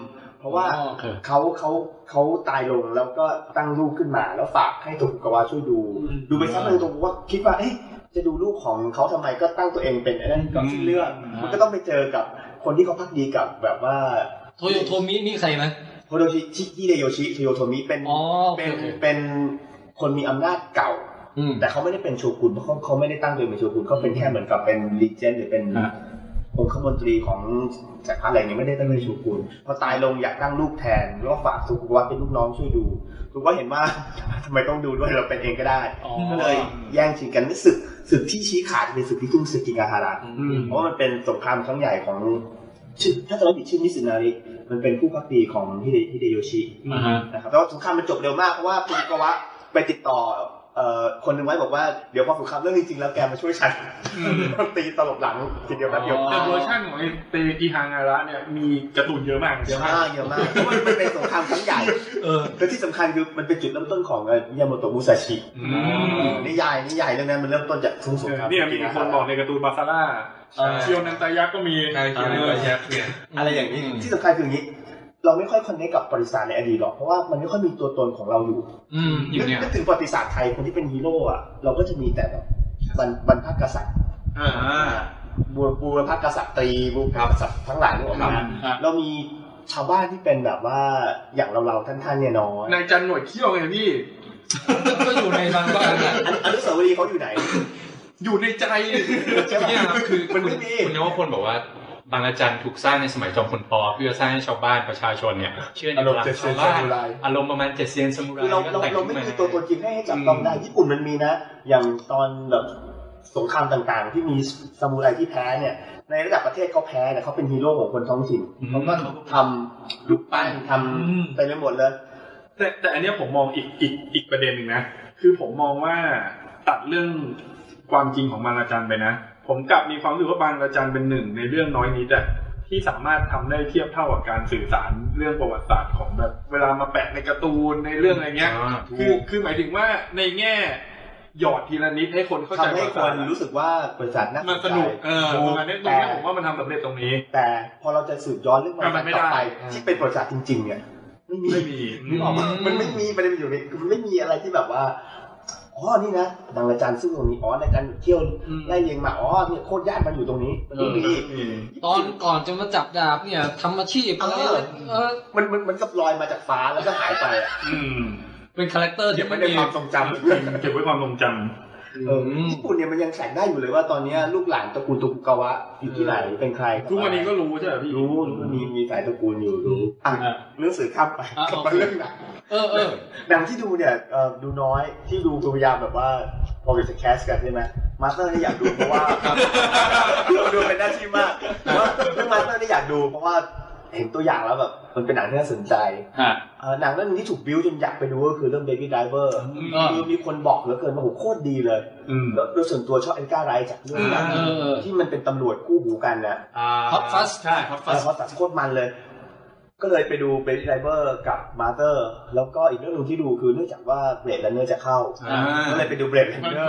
ราะว่าเขาเขาเขาตายลงแล้วก็ตั้งลูกขึ้นมาแล้วฝากให้โตคุกาวะช่วยดูดูไปสักหนึ่งโตคุกาวะคิดว่าเอ๊ะจะดูลูกของเขาทำไมก็ตั้งตัวเองเป็นไอ้นั่นก็สิ้นเรื่องมันก็ต้องไปเจอกับคนที่เขาพักดีกับแบบว่าโทโยโทมินี่ใครนะโทโยชิฮิเดโยชิโทโยโทมิเป็นเป็นเป็นคนมีอำนาจเก่าแต่เขาไม่ได้เป็นโชกุนเพราะเขาเขาไม่ได้ตั้งตัวเองเป็นโชกุนเขาเป็นแค่เหมือนกับเป็นลีเจนด์หรือเป็นองคมนตรีของจักรพรรดิอะไรเงี้ยไม่ได้ตั้งเป็นโชกุนพอตายลงอยากตั้งลูกแทนแล้วก็ฝากโตคุกาวะเป็นลูกน้องช่วยดูถูกว่าเห็นว่าทำไมต้องดูด้วยเราเป็นเองก็ได้ก็เลยแย่งชิงกันนี่ศึกศึกที่ชี้ขาดเป็นศึกที่ทุ่งเซกิงาฮาระเพราะมันเป็นสงครามครั้งใหญ่ของชื่อถ้าจะไม่ผิดชื่อมิสึนาริมันเป็นผู้พักดีของฮิเดฮิเดโยชินะครับแต่ว่าสงครามมันจบเร็วมากเพราะว่าโตคุกาวะไปติดต่อเอ่อคนนึงไว้บอกว่าเดี๋ยวพอสงครามเรื่องจริงๆแล้วแกมาช่วยฉันตีตลบหลังทีเดียวแบบเดียวแต่เวอร์ชันของไอ้เตอิฮางาระเนี่ยมีการ์ตูนเยอะมากเยอะมากเยอะมากเพราะมันเป็นสงครามครั้งใหญ่เออและที่สำคัญคือมันเป็นจุดเริ่มต้นของมิยาโมโตะมุซาชินิยายนิยายเรื่องนั้นมันเริ่มต้นจากสงครามเนี่ยมีคนบอกในการ์ตูนบาซาร่าเคียวนันตายักษ์ก็มีใช่เคียวนันตายักษ์เนี่ยอะไรอย่างนี้ที่สำคัญคืออย่างนี้เราไม่ค่อยคอนเนคกับประวัติศาสตร์ในอดีตหรอกเพราะว่ามันไม่ค่อยมีตัวตนของเราอยู่อืมอยู่เนี่ยนึกถึงประวัติศาสตร์ไทยคนที่เป็นฮีโร่อะเราก็จะมีแต่แบบบรรบรรพกษัตริย์อ่าบูบูรพกษัตริย์บูรพกษัตริย์ทั้งหลายนี่ออกมาเรามีชาวบ้านที่เป็นแบบว่าอย่างเราๆท่านๆเนี่ยน้อยนายจันหน่วยเขี้ยวไงพี่ก็อยู่ในบางบ้านอนุสาวรีย์เขาอยู่ไหนอยู่ในใจเนี่ยครับคือมันไม่มีคุณนวพลบอกว่าบางอาจารย์ถูกสร้างในสมัยจอมพลป.เพื่อสร้างให้ชาวบ้านประชาชนเนี่ยเชื่อในหลักชาวบ้านอารมณ์ประมาณเจ็ดเซียนซามูไรเราเราเราไม่มีตัวตนจริงให้จับต้องได้ญี่ปุ่นมันมีนะอย่างตอนแบบสงครามต่างๆที่มีซามูไรที่แพ้เนี่ยในระดับประเทศเขาแพ้แต่เขาเป็นฮีโร่ของคนท้องถิ่นเขาก็ทำลุกปั้นทำไปไปหมดเลยแต่แต่อันนี้ผมมองอีกอีกอีกประเด็นนึงนะคือผมมองว่าตัดเรื่องความจริงของบางอาจารย์ไปนะผมกลับมีความรู้สึกว่าบางอาจารย์เป็นหนึ่งในเรื่องน้อยนิดอะที่สามารถทำได้เทียบเท่ากับการสื่อสารเรื่องประวัติศาสตร์ของแบบเวลามาแปะในการ์ตูนในเรื่องอะไรเงี้ยคือคือหมายถึงว่าในแง่หยอดทีละนิดให้คนเข้าใจทำให้คนรู้สึกว่าประวัติศาสตร์น่าสนุกเออประมาณนี้ตรงนี้ผมว่ามันทำสำเร็จตรงนี้แต่พอเราจะสืบย้อนเรื่องมันต่อไปที่เป็นประวัติศาสตร์จริงๆเนี่ยไม่มีไม่มีนึกออกมั้ยมันไม่มีประเด็นอยู่นี่มันไม่มีอะไรที่แบบว่าอ๋อนี่นะบางอาจารย์ซึ่งตรงนี้อ๋อในการเที่ยวไล่เลียงมาอ๋อเนี่ยโคตรญาติมันอยู่ตรงนี้มันไม่มีตอนก่อนจะมาจับดาบเนี่ยทำอาชีพอะไรเออมันมันมันกับลอยมาจากฟ้าแล้วก็หายไปอ่ะอืมเป็นคาแรคเตอร์ที่ไม่ได้ความทรงจำเก็บไว้ความทรงจำเออญี่ปุ่นเนี่ยมันยังแข่งได้อยู่เลยว่าตอนนี้ลูกหลานตระกูลโตคุกาวะอยู่ที่ไหนเป็นใครทุกวันนี้ก็รู้ใช่ไหมพี่รู้มีมีสายตระกูลอยู่รู้อ่ะเรื่องสื่อข้ามไปกลับมาเรื่องหนังเออเออหนังที่ดูเนี่ยดูน้อยที่ดูพยายามแบบว่าพอไปจะแคสกันใช่ไหมมาสเตอร์นี่อยากดูเพราะว่าดูเป็นหน้าที่มากว่าเรื่องมาสเตอร์นี่อยากดูเพราะว่าเห็นตัวอย่างแล้วแบบมันเป็นหนังที่น่าสนใจหนังเรื่องนึงที่ถูกบิ้วจนอยากไปดูก็คือเรื่อง Baby Driver คือมีคนบอกเหลือเกินว่าโหโคตรดีเลยแล้วโดยส่วนตัวชอบเอ็ดการ์ไรท์จากเรื่องนั้นที่มันเป็นตำรวจคู่หูกันนะ Hot Fuzz ใช่ Hot Fuzz โคตรมันเลยก็เลยไปดู Baby Driver กับ Mother แล้วก็อีกเรื่องนึงที่ดูคือเนื่องจากว่า Blade Runner จะเข้าก็เลยไปดู Blade Runner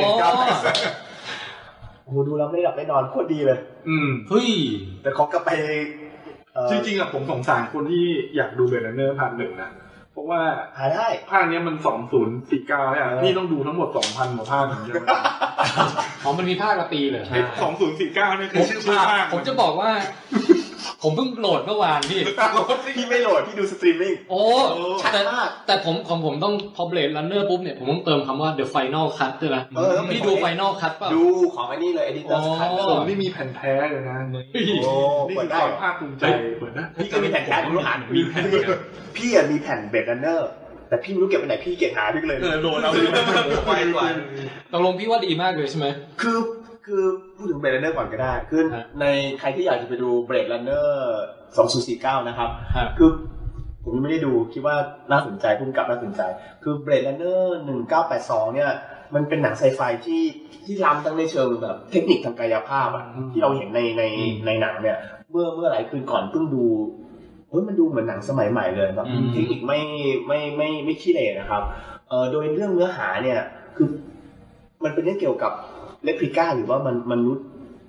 โอ้โหดูแล้วไม่ได้หลับไม่นอนโคตรดีเลยอืมเฮ้ยแต่ขอกลับไปจริงๆอะผมสงสารคนที่อยากดูเบลเลนเนอร์ภาคหนึ่งนะเพราะว่าหาได้ภาคนี้มันสองพันสี่สิบเก้าเนี่ยนี่ต้องดูทั้งหมด สองพัน กว่าภาคถึงจะอ๋อมันมีภาคละปีเลยสองพันสี่สิบเก้านี่คือชื่อภาคผมจะบอกว่าผมเพิ่งโหลดเมื่อวานพี่พี่ไม่โหลดพี่ดูสตรีมมิ่งโอ้แต่แต่ผมของผมต้องพอเบลดรันเนอร์ปุ๊บเนี่ยผมต้องเติมคำว่า The Final Cut ด้วยนะพี่ดู Final Cut ป่ะดูของไอ้นี่เลย Editor's Cut ผมนี่มีแผ่นแท้เลยนะนี่คือความภาคภูมิใจเปิดนะพี่ก็มีแผ่นแท้รู้อ่านมีแผ่นพี่อ่ะมีแผ่นเบลดรันเนอร์แต่พี่ไม่รู้เก็บไปไหนพี่เก็บหาพี่เลยเออโดนเราไว้ก่อนตกลงพี่ว่าดีมากเลยใช่ไหมคือคือพูดถึง Blade Runner ก่อนก็ได้คือในใครที่อยากจะไปดู Blade Runner สองพันสี่สิบเก้านะครับคือผมยังไม่ได้ดูคิดว่าน่าสนใจพุ่งกลับน่าสนใจคือ Blade Runner หนึ่งพันเก้าร้อยแปดสิบสองเนี่ยมันเป็นหนังไซไฟที่ที่ล้ำทั้งในเชิงแบบเทคนิคทางกายภาพอ่ะที่เราเห็นในในในหนังเนี่ยเมื่อเมื่อหลายคืนก่อนเพิ่งดูเฮ้ยมันดูเหมือนหนังสมัยใหม่เลยแบบเทคนิคไม่ไม่ไม่ไม่ขี้เหร่นะครับเอ่อโดยเรื่องเนื้อหาเนี่ยคือมันเป็นเรื่องเกี่ยวกับเรปลิก้าหรือว่ามนุษย์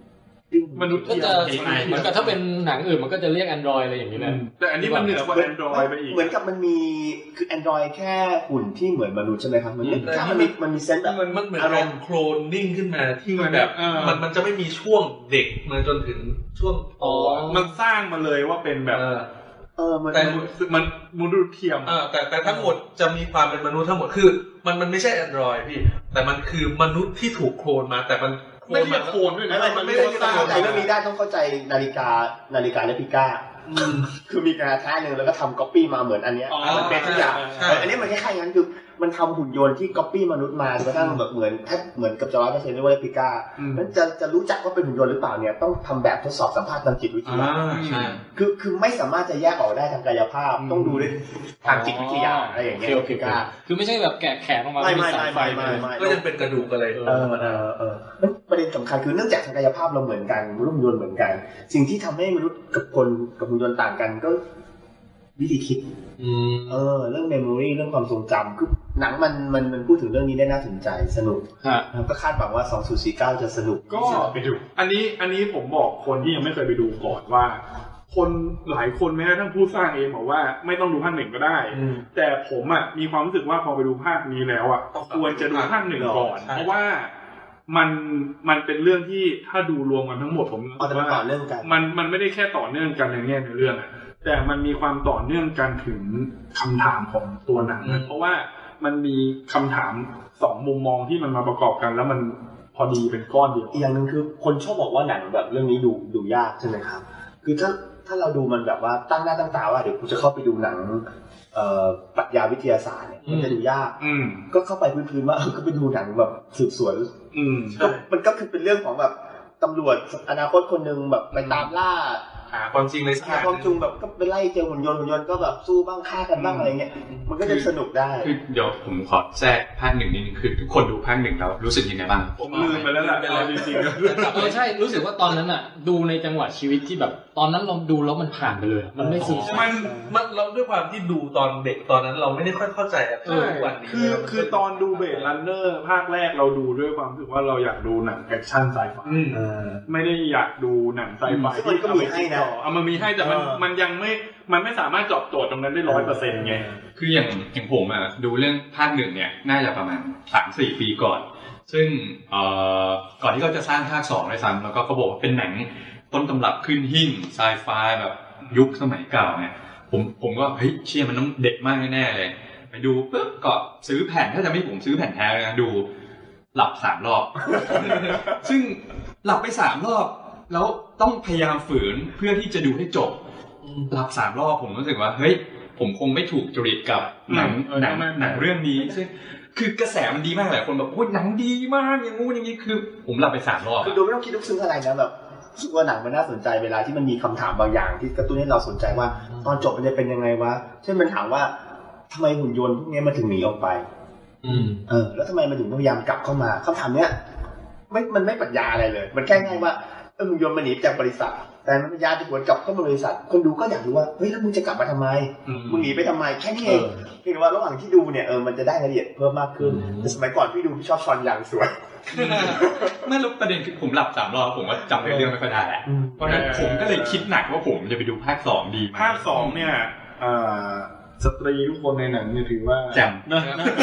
มนุษย์ก็จะเหมือนกับถ้าเป็นหนังอื่นมันก็จะเรียก Android อะไรอย่างนี้แหละแต่อันนี้มันเหนือกว่า Android ไปอีกเหมือนกับมันมีคือ Android แค่หุ่นที่เหมือนมนุษย์ใช่ไหมครับมันไม่มันมีมันมีเซนส์แบบมันมันเหมือนการโคลนนิ่งขึ้นมาที่แบบมันมันจะไม่มีช่วงเด็กมาจนถึงช่วงโตมันสร้างมาเลยว่าเป็นแบบเออมันแต่มันมนุษย์เทียมอ่าแต่แต่ทั้งหมดจะมีความเป็นมนุษย์ทั้งหมดคือมันมันไม่ใช่ Android พี่แต่มันคือมนุษย์ที่ถูกโคลนมาแต่มันไม่ได้โคลนด้วยนะมันไม่ได้เข้าใจเรื่องนี้ได้ต้องเข้าใจนาฬิกานาฬิกาเรปลิก้าคือมีการแท้หนึ่งแล้วก็ทำก๊อปปี้มาเหมือนอันเนี้ยมันเป็นทุกอย่างอันนี้มันคล้ายๆงั้นคือมันทำหุ่นยนต์ที่ก๊อปปี้มนุษย์มาจนกระทั่งแบบเหมือนแทบเหมือนกับจะร้อยเปอร์เซ็นต์เรียกว่าเรปลิก้านั้นจะจะรู้จักว่าเป็นหุ่นยนต์หรือเปล่าเนี่ยต้องทำแบบทดสอบสัมภาษณ์ทางจิตวิทยาคือคือไม่สามารถจะแยกออกได้ทางกายภาพต้องดูด้วยทางจิตวิทยาอะไรอย่างเงี้ยคือไม่ใช่แบบแกะแขนออกมาไม่ไม่ไม่ไม่ไม่ก็ยังเป็นกระดูกอะไรเออเออเออประเด็นสำคัญคือเนื่องจากทางกายภาพเราเหมือนกันรุ่นยนต์เหมือนกันสิ่งที่ทำให้มนุษย์กับคนกับหุ่นยนต์ต่างกันก็วิธีคิดเออเรื่องเมมโมรีเรื่องความทรงจำคือหนังมันมันมันพูดถึงเรื่องนี้ได้น่าสนใจสนุกก็คาดหวังว่าสองพันสี่สิบเก้าจะสนุกก็ไปดูอันนี้อันนี้ผมบอกคนที่ยังไม่เคยไปดูก่อนว่าคนหลายคนแม้กระทั่งผู้สร้างเองบอกว่าไม่ต้องดูภาคหนึ่งก็ได้แต่ผมอ่ะมีความรู้สึกว่าพอไปดูภาคนี้แล้วอ่ะควรจะดูภาคหนึ่งก่อนเพราะว่ามันมันเป็นเรื่องที่ถ้าดูรวมกันทั้งหมดผมว่ามันมันไม่ได้แค่ต่อเนื่องกันในแง่ในเรื่องอ่ะแต่มันมีความต่อเนื่องกันถึงคำถามของตัวหนังเพราะว่ามันมีคำถามสองมุมมองที่มันมาประกอบกันแล้วมันพอดีเป็นก้อนเดียวอีกอย่างนึงคือคนชอบบอกว่าหนังแบบเรื่องนี้ดูดูยากใช่ไหมครับคือถ้าถ้าเราดูมันแบบว่าตั้งหน้าตั้งตาว่าเดี๋ยวกูจะเข้าไปดูหนังเอ่อปรัชญาวิทยาศาสตร์เนี่ยมันจะดูยากก็เข้าไปพื้นๆว่าก็ไปดูหนังแบบสืบสวนมันก็คือเป็นเรื่องของแบบตำรวจอนาคตคนนึงแบบไปตามล่าหาความจริงเลยหาความจริงแบบก็ไปไล่เจอหุ่นยนต์หุ่นยนต์ก็แบบสู้บ้างฆ่ากันบ้างอะไรเงี้ยมันก็จะสนุกได้คือเดี๋ยวผมขอแทรกภาคหนึ่งนิดนึงคือทุกคนดูภาคหนึ่งแล้วรู้สึกยังไงบ้างผมลืมไปแล้วแหละจริงๆเออใช่รู้สึกว่าตอนนั้นอ่ะดูในจังหวะชีวิตที่แบบตอนนั้นเราดูแล้วมันผ่านไปเลยมันไม่ซึมซับมันมันเราด้วยความที่ดูตอนเด็กตอนนั้นเราไม่ได้ค่อยเข้าใจอ่ะทุกวันนี้คือคือตอนดูเบลรันเนอร์ภาคแรกเราดูด้วยความรู้สึกว่าเราอยากดูหนังแอคชั่นไซไฟไม่ได้อยากดูหนังไซไฟที่มันก็มีให้นะเอามันมีให้แต่มันมันยังไม่มันไม่สามารถตอบโจทย์ตรงนั้นได้ร้อยเปอร์เซ็นต์ไงคืออย่างอย่างผมอ่ะดูเรื่องภาคหนึ่งเนี่ยน่าจะประมาณ สามถึงสี่ ปีก่อนซึ่งเอ่อก่อนที่เขาจะสร้างภาคสองด้วยซ้ำแล้วก็เขาบอกว่าเป็นหนังต้นตำรับขึ้นหิ้งไซไฟแบบยุคสมัยเก่าเนี่ยผมผมก็เฮ้ยเชี่ยมันต้องเด็ดมากแน่ๆเลยไปดูปุ๊บก็ซื้อแผ่นถ้าจะไม่ผมซื้อแผ่นแท้เลยนะดูหลับสามรอบ ซึ่งหลับไปสามรอบแล้วต้องพยายามฝืนเพื่อที่จะดูให้จบหลับสามรอบผมรู้สึกว่าเฮ้ยผมคงไม่ถูกจริตกับหนังหนังหนังเรื่องนี้ซึ่งคือกระแสมันดีมากหลายคนแบบโอ้ยหนังดีมากอย่างงู้นอย่างนี้คือผมหลับไปสามรอบคือดูไม่ต้องคิดลึกซึ้งอะไรนะแบบรู้สึกว่าหนังมันน่าสนใจเวลาที่มันมีคำถามบางอย่างที่กระตุ้นให้เราสนใจว่าตอนจบมันจะเป็นยังไงวะเช่นมันถามว่าทำไมหุ่นยนต์พวกนี้มันถึงหนีออกไปอืมเออแล้วทำไมมันถึงพยายามกลับเข้ามาคำถามเนี้ยไม่มันไม่ปรัชญาอะไรเลยมันแค่ง่ายว่าเออหุ่นยนต์มันหนีจากบริษัทแต่มันพยายามจะหวนกลับเข้ามาบริษัทคนดูก็อยากรู้ว่าเฮ้ยแล้วมึงจะกลับมาทำไมมึงหนีไปทำไมแค่นี้เองเพียงแต่ว่าระหว่างที่ดูเนี่ยเออมันจะได้รายละเอียดเพิ่มมากขึ้นแต่สมัยก่อนพี่ดูพี่ชอบชอนอย่างสวยไม่รู้ประเด็นคือผมหลับสามรอบผมว่าจำเรื่องไม่ค่อยได้แหละเพราะฉะนั้นผมก็เลยคิดหนักว่าผมจะไปดูภาคสองดีภาคสองเนี่ยสตรีทุกคนในหนังเนี่ยถือว่าแจ่มนะ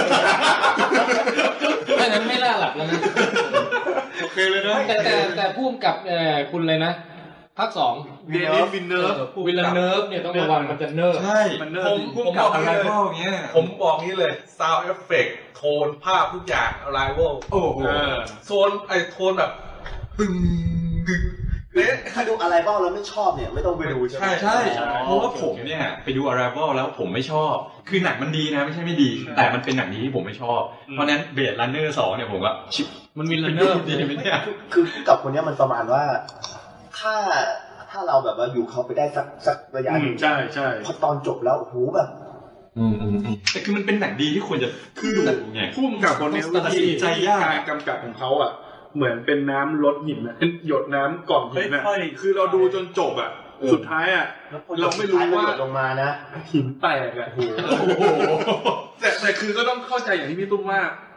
ถ้างั้นไม่น่าหลับแล้วนะโอเคเลยนะแต่แต่แต่พุ่มกับคุณเลยนะภาคสองเดนิสวินเนอร์วิลเนิร์ฟเนี่ยต้องระวังมันจะเนิร์ฟใช่ผมผมบอกอะไรพ่ออย่างเงี้ยผมบอกงี้เลยซาวด์เอฟเฟกต์โทนภาพทุกอย่างอะไรวะโอ้โหโซนไอโทนแบบตึงตึงเนี่ยถ้าดูอะไรบ้างแล้วไม่ชอบเนี่ยไม่ต้องไปดูใช่ไหมใช่เพราะว่าผมเนี่ยไปดู Arrival แล้วผมไม่ชอบคือหนังมันดีนะไม่ใช่ไม่ดีแต่มันเป็นหนังนี้ที่ผมไม่ชอบเพราะนั้น Blade Runner สองเนี่ยผมว่ามันวิลเนอร์ดีไหมเนี่ยคือกับคนนี้มันประมาณว่าถ้าถ้าเราแบบว่าอยู่เขาไปได้สักสักระยะนึงใช่ใช่พอตอนจบแล้วโอ้โหแบบอืมอืมแต่คือมันเป็นหนังดีที่ควรจะคือพุ่มกับคนนี้ที่ใจยากการกำกับของเขาอ่ะเหมือนเป็นน้ำลดหินนะเป็นหยดน้ำก่อนหินนะคือเราดูจนจบอ่ะสุดท้ายอ่ะเราไม่รู้ว่าลงมานะหินแตกอ่ะโอ้โหแต่แต่คือก็ต้องเข้าใจอย่างที่พี่ตุ้มว่า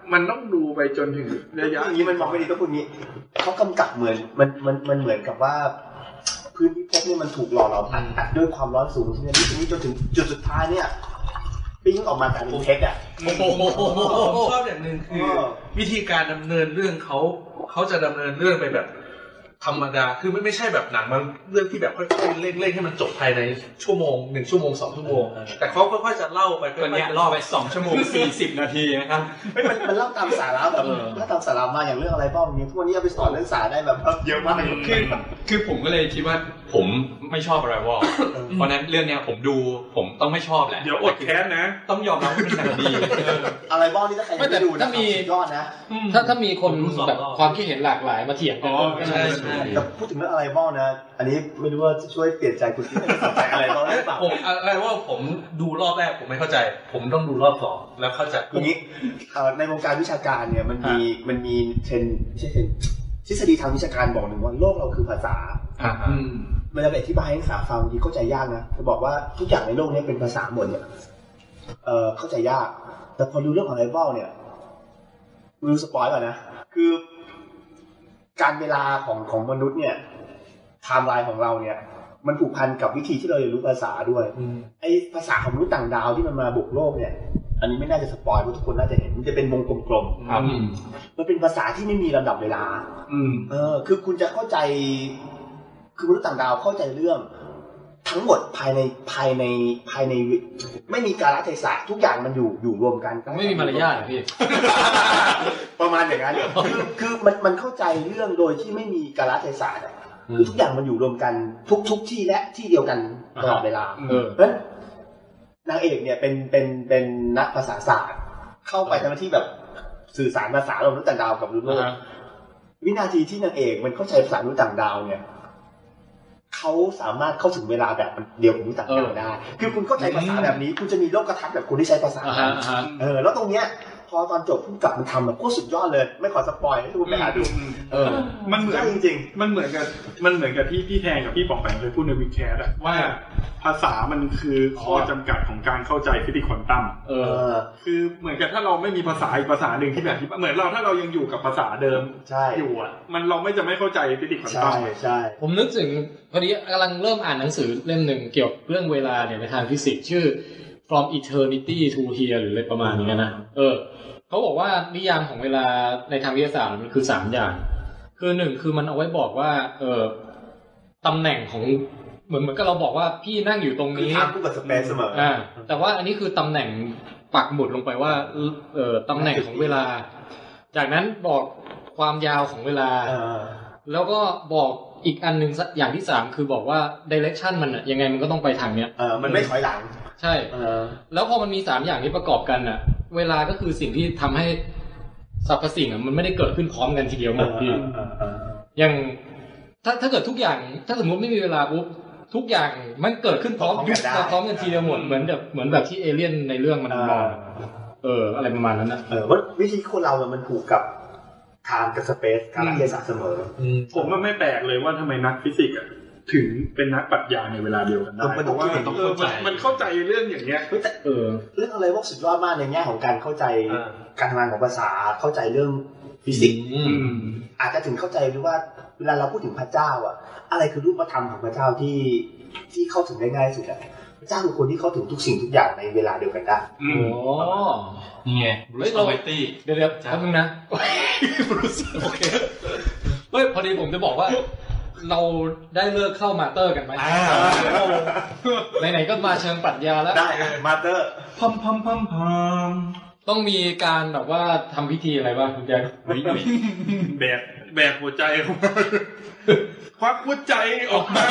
มันต้องดูไปจนถึงระยะอย่างนี้มันมองไม่ดีต้องพูดงี้เขากำกับเหมือนมันมันมันเหมือนกับว่าพื้นพิภพนี่มันถูกหล่อหลอมอัดอัดด้วยความร้อนสูงที่นี่ทีนี้จนถึงจุดสุดท้ายเนี่ยปิ้งออกมากลายเป็นเพชรอ่ะผมชอบอย่างนึงคือวิธีการดำเนินเรื่องเขาเขาจะดำเนินเรื่องไปแบบธรรมดาคือไม่ไม่ใช่แบบหนังมันเรื่องที่แบบค่อยๆเร่งๆให้มันจบภายในชั่วโมงหนึ่งชั่วโมงสองชั่วโมงแต่เขาค่อยๆจะเล่าไปตอนนี้ล่อไปสองชั่วโมงสี่สิบนาทีนะครับไม่มันมันเล่าตามสาระแบบเล่าตามสาระมาอย่างเรื่องอะไรบ้างนี้ทุกวันนี้เอาไปสอนนักศึกษาได้แบบเยอะมากคือคือผมก็เลยคิดว่าผมไม่ชอบอะไรวะเพราะนั้นเรื่องเนี้ยผมดูผมต้องไม่ชอบแหละเดี๋ยวอดแค้นนะต้องยอมรับว่าเป็นหนังดีอะไรบ้างนี่ถ้าใครไม่ดูนะยอดนะถ้าถ้ามีคนแบบความคิดเห็นหลากหลายมาเถียงกันใช่ใช่แต่พูดถึงเรื่องอะไรบ้างนะอันนี้ไม่รู้ว่าจะช่วยเปลี่ยนใจคุณที่ไม่สนใจอะไรบ้างหรือเปล่าผมอะไรว่าผมดูรอบแรกผมไม่เข้าใจผมต้องดูรอบสองแล้วเข้าใจอย่างนี้ในวงการวิชาการเนี่ยมันมีมันมีเทรนใช่เทรนทฤษฎีทางวิชาการบอกหนึ่งว่าโลกเราคือภาษาเวลาไปอธิบายให้นักศึกษาฟังดีเข้าใจยากนะจะบอกว่าทุกอย่างในโลกนี้เป็นภาษาหมดเนี่ยเออเข้าใจยากแต่พอดูเรื่องของไลฟ์บอลเนี่ยดูสปอยล์ก่อนนะคือการเวลาของของมนุษย์เนี่ยไทม์ไลน์ของเราเนี่ยมันผูกพันกับวิธีที่เราเรียนรู้ภาษาด้วยไอ้ภาษาของมนุษย์ต่างดาวที่มันมาบุกโลกเนี่ยอันนี้ไม่น่าจะสปอยล์เพราะทุกคนน่าจะเห็นมันจะเป็นวงกลมๆครับมันเป็นภาษาที่ไม่มีลำดับเวลาเออคือคุณจะเข้าใจคือมนุษย์ต่างดาวเข้าใจเรื่องทั้งหมดภายในภายในภายในไม่มีกาลเทศะทุกอย่างมันอยู่อยู่รวมกันไม่มีมารยาทเหรอพี่ประมาณอย่างนั้นคือคือมันมันเข้าใจเรื่องโดยที่ไม่มีกาลเทศะคือทุกอย่างมันอยู่รวมกันทุกทุกที่และที่เดียวกันตลอดเวลาเพราะฉะนั้นนางเอกเนี่ยเป็นเป็นเป็นนักภาษาศาสตร์เข้าไปทำหน้าที่แบบสื่อสารภาษาเรามนุษย์ต่างดาวกับมนุษย์โลกวินาทีที่นางเอกมันเข้าใจภาษามนุษย์ต่างดาวเนี่ยเขาสามารถเข้าถึงเวลาแบบเดียวกับมนุษย์ต่างดาวได้คือคุณเข้าใจภาษาแบบนี้คุณจะมีโลกทัศน์แบบคนที่ใช้ภาษาเออแล้วตรงเนี้ยพอตอนจบผู้กลับมันทำแบบโคตรสุดยอดเลยไม่ขอสปอยให้ทุกคนไปหาดูเออมันเหมือนจริงๆมันเหมือนกับมันเหมือนกับที่พี่แทนกับพี่ป๋องแปงเคยพูดในวิดแคสต์ว่าภาษามันคือข้อจำกัดของการเข้าใจฟิสิกส์ควอนตัมเออคือเหมือนกับถ้าเราไม่มีภาษาอีกภาษาหนึ่งที่แบบที่เหมือนเราถ้าเรายังอยู่กับภาษาเดิมอยู่อ่ะมันเราไม่จะไม่เข้าใจฟิสิกส์ควอนตัมใช่ใช่ผมนึกถึงพอดีกำลังเริ่มอ่านหนังสือเล่มหนึ่งเกี่ยวกับเรื่องเวลาเนี่ยในทางฟิสิกส์ชื่อ from eternity to here หรืออะไรประมาณนี้นะเออเขาบอกว่านิยามของเวลาในทางวิทยาศาสตร์มันคือสามอย่างคือหนึ่งคือมันเอาไว้บอกว่าเออตำแหน่งของเหมือนเหมือนกับเราบอกว่าพี่นั่งอยู่ตรงนี้คือทางคู่กับสเปซเสมออ่าแต่ว่าอันนี้คือตำแหน่งปักหมุดลงไปว่าเออตำแหน่งของเวลาจากนั้นบอกความยาวของเวลาแล้วก็บอกอีกอันนึงอย่างที่สามคือบอกว่า direction มันอ่ะยังไงมันก็ต้องไปทางเนี้ยเออมันไม่ถอยหลังใช่แล้วพอมันมีสามอย่างนี้ประกอบกันอ่ะเวลาก็คือสิ่งที่ทำให้สรรพสิ่งอ่ะมันไม่ได้เกิดขึ้นพร้อมกันทีเดียวหมดพี่อย่างถ้าถ้าเกิดทุกอย่างถ้าสมมติไม่มีเวลาปุ๊บทุกอย่างมันเกิดขึ้นพร้อมยุบพร้อมกันทีเดียวหมดเหมือนแบบเหมือนแบบที่เอเลี่ยนในเรื่องมันมองเอออะไรประมาณนั้นนะเออว่าวิธีคนเรามันผูกกับไทม์กับสเปซการวิทยาศาสตร์เสมอผมมันไม่แปลกเลยว่าทำไมนักฟิสิกส์อ่ะถึงเป็นนักปรัชญาในเวลาเดียวกันได้เพราะว่ามันเข้าใจเรื่องอย่างเงี้ยเออเรื่องอะไรพวกสุดยอดมากในแง่ของการเข้าใจการทำงานของภาษาเข้าใจเรื่องฟิสิกส์อาจจะถึงเข้าใจด้วยว่าเวลาเราพูดถึงพระเจ้าอ่ะอะไรคือรูปธรรมของพระเจ้าที่ที่เข้าถึงได้ง่ายสุดอ่ะพระเจ้าคือคนที่เข้าถึงทุกสิ่งทุกอย่างในเวลาเดียวกันได้โอ้นี่ไงเฮ้ยเราเดี๋ยวเดี๋ยวแป๊บนึงนะโอเคเฮ้ยพอดีผมจะบอกว่าเราได้เลิกเข้ามาเตอร์กันไหมไหนๆก็มาเชิงปรัชญาแล้วได้มาเตอร์พัมพัมพัมพัมต้องมีการแบบว่าทำพิธีอะไรบ้างคุณแจ็คแบบแบบหัวใจออกมาควักหัวใจออกมา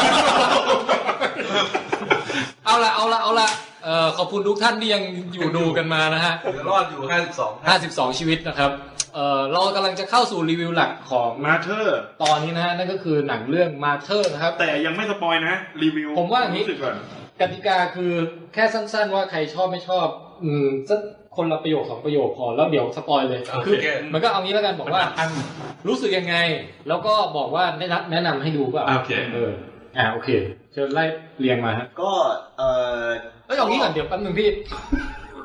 เอาละเอาละเอาละเอ่อขอบคุณทุกท่านที่ยังอยู่ดูกันมานะฮะเดี๋ยวรอดอยู่ห้าสิบสองห้าสิบสองชีวิตนะครับเอ่อเรากำลังจะเข้าสู่รีวิวหลักของ Matter ตอนนี้นะฮะนั่นก็คือหนังเรื่อง Matter นะครับแต่ยังไม่สปอยนะรีวิวผมว่าอย่างนี้กติกาคือแค่สั้นๆว่าใครชอบไม่ชอบอืมสักคนละประโยคสองประโยคพอแล้วเดี๋ยวสปอยเลยคือมันก็เอางี้แล้วกันบอกว่ารู้สึกยังไงแล้วก็บอกว่าแนะนำแนะนำให้ดูป่ะโอเคเอออ่าโอเคเชิญไล่เรียงมาฮะก็เอ่อเอ้ยเอางี้ก่อนเดี๋ยวแป๊บนึงพี่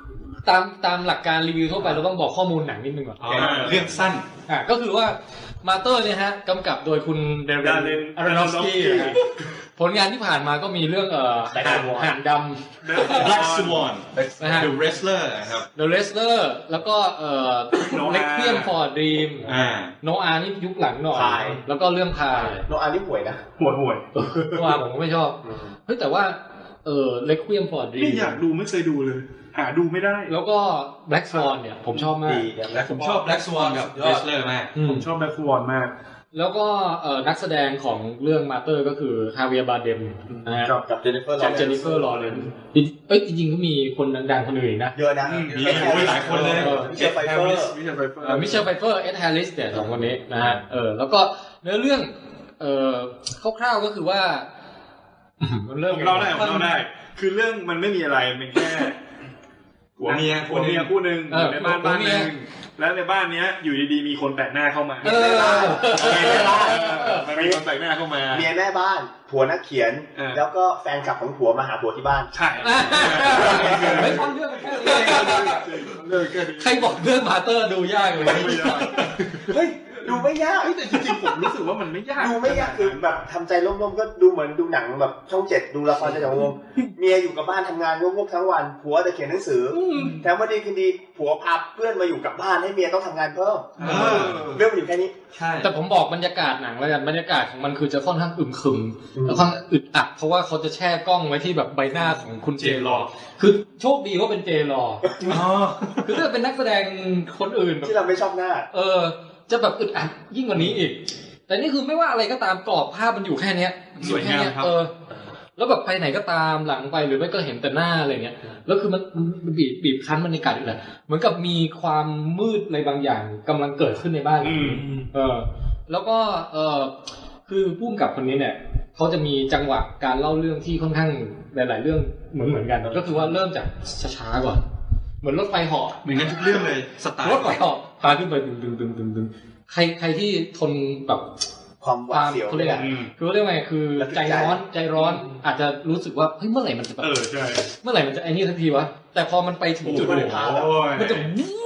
ตามตามหลักการรีวิวทั่วไปเราต้องบอกข้อมูลหนังนิดนึงก่อนเรื่องสั้นอ่ะก็คือว่ามาเตอร์เนี่ยฮะกำกับโดยคุณเดเรนอารอนอฟสกี้ผลงานที่ผ่านมาก็มีเรื่องเอ่อห่านดำ Black Swan The Wrestler ครับ The Wrestler แล้วก็เอ่อ Requiem for a Dream อ่าโนอานี่ยุคหลังหน่อยแล้วก็เรื่องพายโนอานี่ห่วยนะห่วยห่วยโนอาผมก็ไม่ชอบเฮ้ยแต่ว่าเอ่อ Requiem for a Dream ไม่อยากดูไม่เคยดูเลยหาดูไม่ได้แล้วก็ Black Swan เนี่ยผมชอบมากผมชอบ Black Swan กับ Wrestler มากผมชอบ Black Swan มากแล้วก็เอ่อนักแสดงของเรื่องมาเตอร์ก็คือฮาเวียร์บาเดมนะฮะกับเจนนิเฟอร์ลอเรนซ์เจนนิเฟอร์ลอเรนซ์เอ้ยจริงๆก็มีคนดังๆคนอื่นนะเยอะนะมีหลายคนเลยมิเชลไฟเฟอร์มิเชลไฟเฟอร์มิเชลไฟเฟอร์เอ็ดแฮร์ริสเนี่ยสองคนนี้นะฮะเออแล้วก็เนื้อเรื่องเอ่อคร่าวๆก็คือว่ามันเริ่มเล่าได้เล่าได้คือเรื่องมันไม่มีอะไรมันแค่ผัวเมียผัวเมียคู่นึงในบ้านบ้านนึงแล้วในบ้านเนี้ยอยู่ดีๆมีคนแปลกหน้าเข้ามาเออเมียแม่บ้านมันมีคนแปลกหน้าเข้ามาเมียแม่บ้านผัวนักเขียนแล้วก็แฟนคลับของผัวมาหาผัวที่บ้านใช่ไม่พ้นเรื่องแค่นี้ใครบอกเรื่องมาเตอร์ดูยากเลยเฮ้ยดูไม่ยากแต่จริงๆผมรู้สึกว่ามันไม่ยากดูไม่ยากคือแบบทำใจร่มๆก็ดูเหมือนดูหนังแบบช่องเจ็ดดูละครจะงงเมียอยู่กับบ้านทำงานงกๆทั้งวันผัวจะเขียนหนังสือแถมวันดีคืนดีผัวพาเพื่อนมาอยู่กับบ้านให้เมียต้องทำงานเพิ่มเรื่องมันอยู่แค่นี้ใช่แต่ผมบอกบรรยากาศหนังแล้วกันบรรยากาศของมันคือจะค่อนข้างอึมครึมแล้วค่อนข้างอึดอัดเพราะว่าเขาจะแช่กล้องไว้ที่แบบใบหน้าของคุณเจรอคือโชคดีว่าเป็นเจรอคือถ้าเป็นนักแสดงคนอื่นที่เราไม่ชอบหน้าเออจะแบบอึดอัดยิ่งกว่านี้อีกแต่นี่คือไม่ว่าอะไรก็ตามกรอบภาพมันอยู่แค่นี้สวยงามครับเออแล้วแบบไปไหนก็ตามหลังไปหรือไม่ก็เห็นแต่หน้าอะไรเงี้ยแล้วคือมันมันบีบบีบคั้นบรรยากาศอยู่แหละเหมือนกับมีความมืดอะไรบางอย่างกำลังเกิดขึ้นในบ้านเออแล้วก็เออคือผู้กำกับคนนี้เนี่ยเขาจะมีจังหวะการเล่าเรื่องที่ค่อนข้างหลายๆเรื่องเหมือนเหมือนกันก็คือว่าเริ่มจากช้าๆก่อนเหมือนรถไฟเหาะเหมือนกันทุกเรื่องเลยสไตล์รถไฟเหาะพาขึ้นไปดึงดึงดึงดึงดึงใครใครที่ทนแบบความหวาดเสียวเขาเรียกอะไรคือเรียกไงคือใจร้อนใจร้อนอาจจะรู้สึกว่าเฮ้ยเมื่อไหร่มันจะแบบเออใช่เมื่อไหร่มันจะไอ้นี่ทันทีวะแต่พอมันไปถึงจุดหนึ่งมันจะ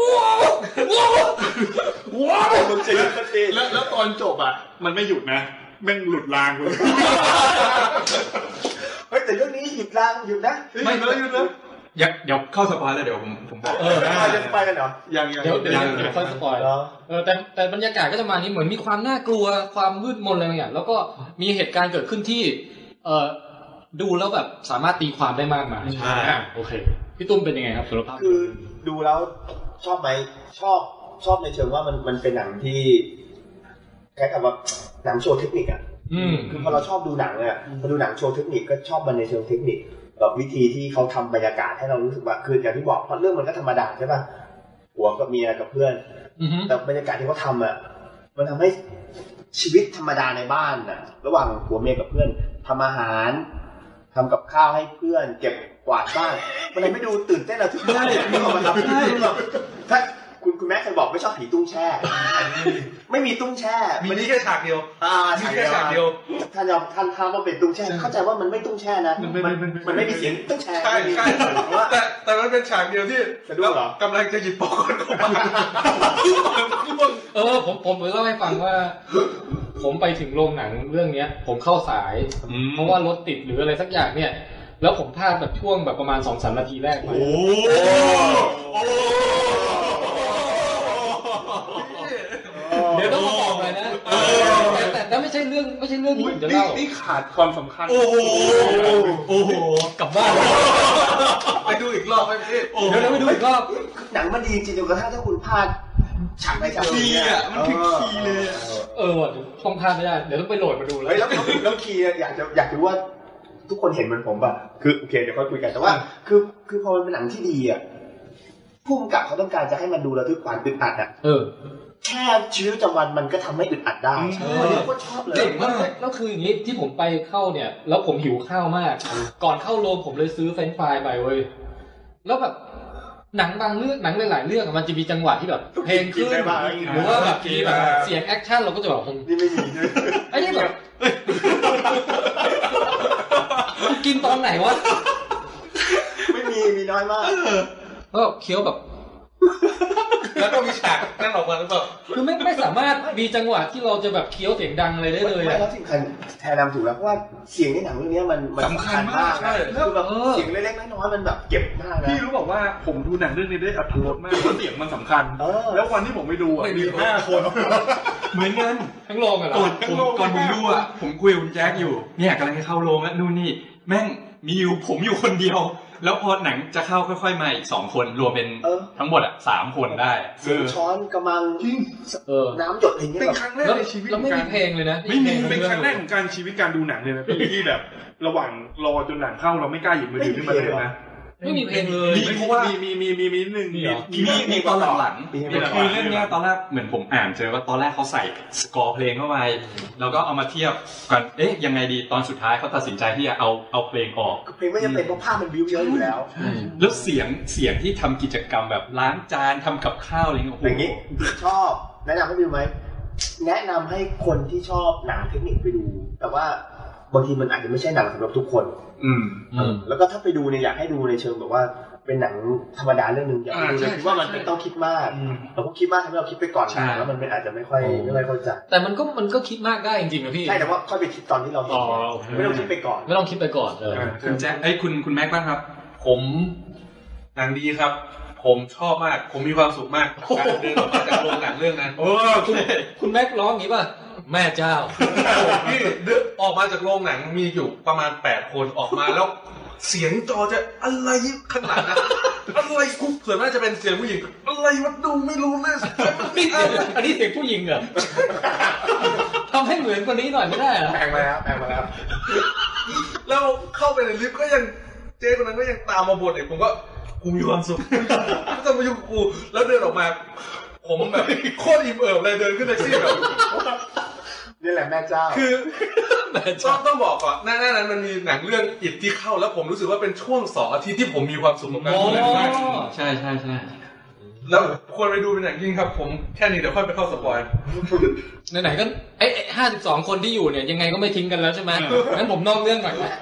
ว้าวว้าวมันจริงแล้วแล้วตอนจบอ่ะมันไม่หยุดนะแม่งหลุดรางเลยเฮ้ยแต่เรื่องนี้หยุดรางหยุดนะไม่เลยหยุดนะเดี๋ยวเข้าสปอยแล้วเดี๋ยวผมผมบอกเออจะสปอยกันเหรอยังยังเดี๋ยวเดี๋ยวเดี๋ยวค่อยสปอยเออแต่แต่บรรยากาศก็จะมานี้เหมือนมีความน่ากลัวความมืดมนอะไรบางอย่างแล้วก็มีเหตุการณ์เกิดขึ้นที่เอ่อดูแล้วแบบสามารถตีความได้มากมายใช่โอเคพี่ตุ้มเป็นยังไงครับสำหรับภาพคือดูแล้วชอบไหมชอบชอบในเชิงว่ามันมันเป็นหนังที่แค่กับว่าหนังโชว์เทคนิคอ่ะคือพอเราชอบดูหนังอ่ะพอดูหนังโชว์เทคนิคก็ชอบมันในเชิงเทคนิคแบบวิธีที่เขาทำบรรยากาศให้เรารู้สึกว่าคืออย่างที่บอกเพราะเรื่องมันก็ธรรมดาใช่ป่ะผัวกับเมียกับเพื่อนแต่บรรยากาศที่เขาทำอ่ะมันทำให้ชีวิตธรรมดาในบ้านอ่ะระหว่างผัวเมียกับเพื่อนทำอาหารทำกับข้าวให้เพื่อนเก็บกวาดบ้านมันทำให้ดูตื่นเต้นระทึกได้ไม่ออกมาทำได้ถ้าคุณคุณแม่เคยบอกไม่ชอบผีตุ้งแช่ไม่มีตุ้งแช่มันนี่แค่ฉากเดียวอ่าแค่ฉากเดียวท่านยอมท่านท่านว่าเป็นตุ้งแช่เข้าใจว่ามันไม่ตุ้งแช่นะมันมันไม่มีเสียงตุ้งแช่ใช่ใช่แต่แต่มันเป็นฉากเดียวที่กำลังจะหยิบปอกคนเข้ามาเออผมผมเล่าให้ฟังว่าผมไปถึงโรงหนังเรื่องเนี้ยผมเข้าสายเพราะว่ารถติดหรืออะไรสักอย่างเนี่ยแล้วผมพลาดแบบช่วงแบบประมาณ สองถึงสาม นาทีแรกไปเดี๋ยวต้องมาบอกเลยนะแต่แต่ไม่ใช่เรื่องไม่ใช่เรื่องที่ผมจะเล่านี่ขาดความสำคัญโอ้โหโอ้โหกลับบ้านไปดูอีกรอบไปพี่เดี๋ยวไปดูอีกรอบหนังมันดีจริงจนกระทั่งถ้าคุณพลาดฉากไปฉากคีย์อ่ะมันคือคีย์เลยเออว่ะต้องพลาดไม่ได้เดี๋ยวต้องไปโหลดมาดูแล้วแล้วแล้วคีย์อยากจะอยากรู้ว่าทุกคนเห็นเหมือนผมป่ะคือโอเคเดี๋ยวค่อยคุยกันแต่ว่าคือคือพอมันเป็นหนังที่ดีอ่ะผู้กำกับเขาต้องการจะให้มันดูระทึกขวัญอึดอัดอ่ะเออแค่ชีวิตประจำวันมันก็ทำให้อึดอัดได้อันนี้ก็ชอบเลยแล้วคืออย่างนี้ที่ผมไปเข้าเนี่ยแล้วผมหิวข้าวมากก่อนเข้าโรงผมเลยซื้อเฟรนช์ฟรายไปเว้ยแล้วแบบหนังบางเรื่องหนังหลายๆเรื่องมันจะมีจังหวะที่แบบเพลงขึ้นหรือว่าแบบมีแบบเสียงแอคชั่นเราก็จะแบบนี่ไม่มีไอ้นี่แบบกินตอนไหนวะไม่มีมีน้อยมากเอก็เคี้ยวแบบแล้วก็มีฉากนั่นออกมาหรือเปล่าคือไม่ไม่สามารถมีจังหวะที่เราจะแบบเคี้ยวเสียงดังอะไรได้เลยไม่แล้วที่สำคัญแทนนำถูกแล้วเพราะว่าเสียงในหนังเรื่องนี้มันสำคัญมากใช่คือแบบเสียงเล็กๆน้อยๆมันแบบเก็บมากนะพี่รู้บอกว่าผมดูหนังเรื่องนี้ได้อรรถรสมากเพราะเสียงมันสำคัญแล้ววันที่ผมไปดูอ่ะมีห้าคนเหมือนกันทั้งโรงอ่ะก่อนผมก่อนผมดูอ่ะผมคุยกับคุณแจ็คอยู่เนี่ยกำลังจะเข้าโรงแล้วนู่นนี่แม่งมีอยู่ผมอยู่คนเดียวแล้วพอหนังจะเข้าค่อยๆมาอีกสองคนรวมเป็นทั้งหมดอ่ะสามคนได้เสียงช้อนกำลังน้ำหยดอะไรเงี้ยเป็นครั้งแรกในชีวิตแล้วไม่มีเพลงเลยนะไม่มีเป็นครั้งแรกของการชีวิตการดูหนังเลยนะที่แบบระหว่างรอจนหนังเข้าเราไม่กล้าหยิบมือถือขึ้นมาเลยนะไม่มีเพลงเลยเพราะว่ามีมีมีมีมีนิดนึงมีมีมีตอนหลังๆคือเรื่องนี้ตอนแรกเหมือนผมอ่านเจอว่าตอนแรกเขาใส่สกอร์เพลงเข้าไปแล้วก็เอามาเทียบกันเอ๊ะยังไงดีตอนสุดท้ายเขาตัดสินใจที่จะเอาเอาเพลงออกเพลงไม่จำเป็นเพราะภาพมันบิ้วเยอะอยู่แล้วแล้วเสียงเสียงที่ทำกิจกรรมแบบล้างจานทำกับข้าวอะไรเงี้ยอย่างนี้ชอบแนะนำให้ดูไหมแนะนำให้คนที่ชอบหนังเทคนิคไปดูแต่ว่าบางทีมันอาจจะไม่ใช่หนังสำหรับทุกคนอืมแล้วก็ถ้าไปดูเนี่ยอยากให้ดูในเชิงแบบว่าเป็นหนังธรรมดาเรื่องนึงอยากดูเลยว่ามันเป็นต้องคิดมากเราก็คิดมากทำให้เราคิดไปก่อนแล้วมันอาจจะไม่ค่อยไม่ค่อยเข้าใจแต่มันก็มันก็คิดมากได้จริงๆนะพี่ใช่แต่ว่าค่อยไปคิดตอนที่เราเห็นไม่ต้องคิดไปก่อนไม่ต้องคิดไปก่อนเออคุณแจ็คไอ้คุณคุณแม็กบ้างครับผมหนังดีครับผมชอบมากผมมีความสุขมากการเดินออกมาจากโรงหนังเรื่องนั้นโอ้คุณคุณแม็กร้องอย่างนี้ป่ะแม่เจ้าพี่เดินออกมาจากโรงหนังมีอยู่ประมาณแปดคนออกมาแล้วเสียงจอจะอะไรข้างหลังนะอะไรกูส่วนมากจะเป็นเสียงผู้หญิงอะไรวะดูไม่รู้เลยอันนี้เสียงผู้หญิงเหรอทำให้เหมือนกว่านี้หน่อยไม่ได้เหรอแปลงมาแล้วแปลงมาแล้วแล้วเข้าไปในลิฟต์ก็ยังเจ๊คนนั้นก็ยังตามมาบ่นอีกผมก็กูมีความสุขก็จะมายุ่งกูแล้วเดินออกมาผมแบบโคตรอิ่มเอิบเลยเดินขึ้นแท็กซี่แบบนี่แหละแม่เจ้าคือต้องต้องบอกก่อนหน้านั้นมันมีหนังเรื่องอิฐที่เข้าแล้วผมรู้สึกว่าเป็นช่วงสองอาทิตย์ที่ผมมีความสุขกับการดูหนังมากใช่ใช่ใช่แล้วควรไปดูเป็นอย่างยิ่งครับผมแค่นี้เดี๋ยวค่อยไปเข้าสปอยไหนๆก็ไอ้ห้าสิบสองคนที่อยู่เนี่ยยังไงก็ไม่ทิ้งกันแล้วใช่ไหมงั้นผมนอกเรื่องหน่อยนะ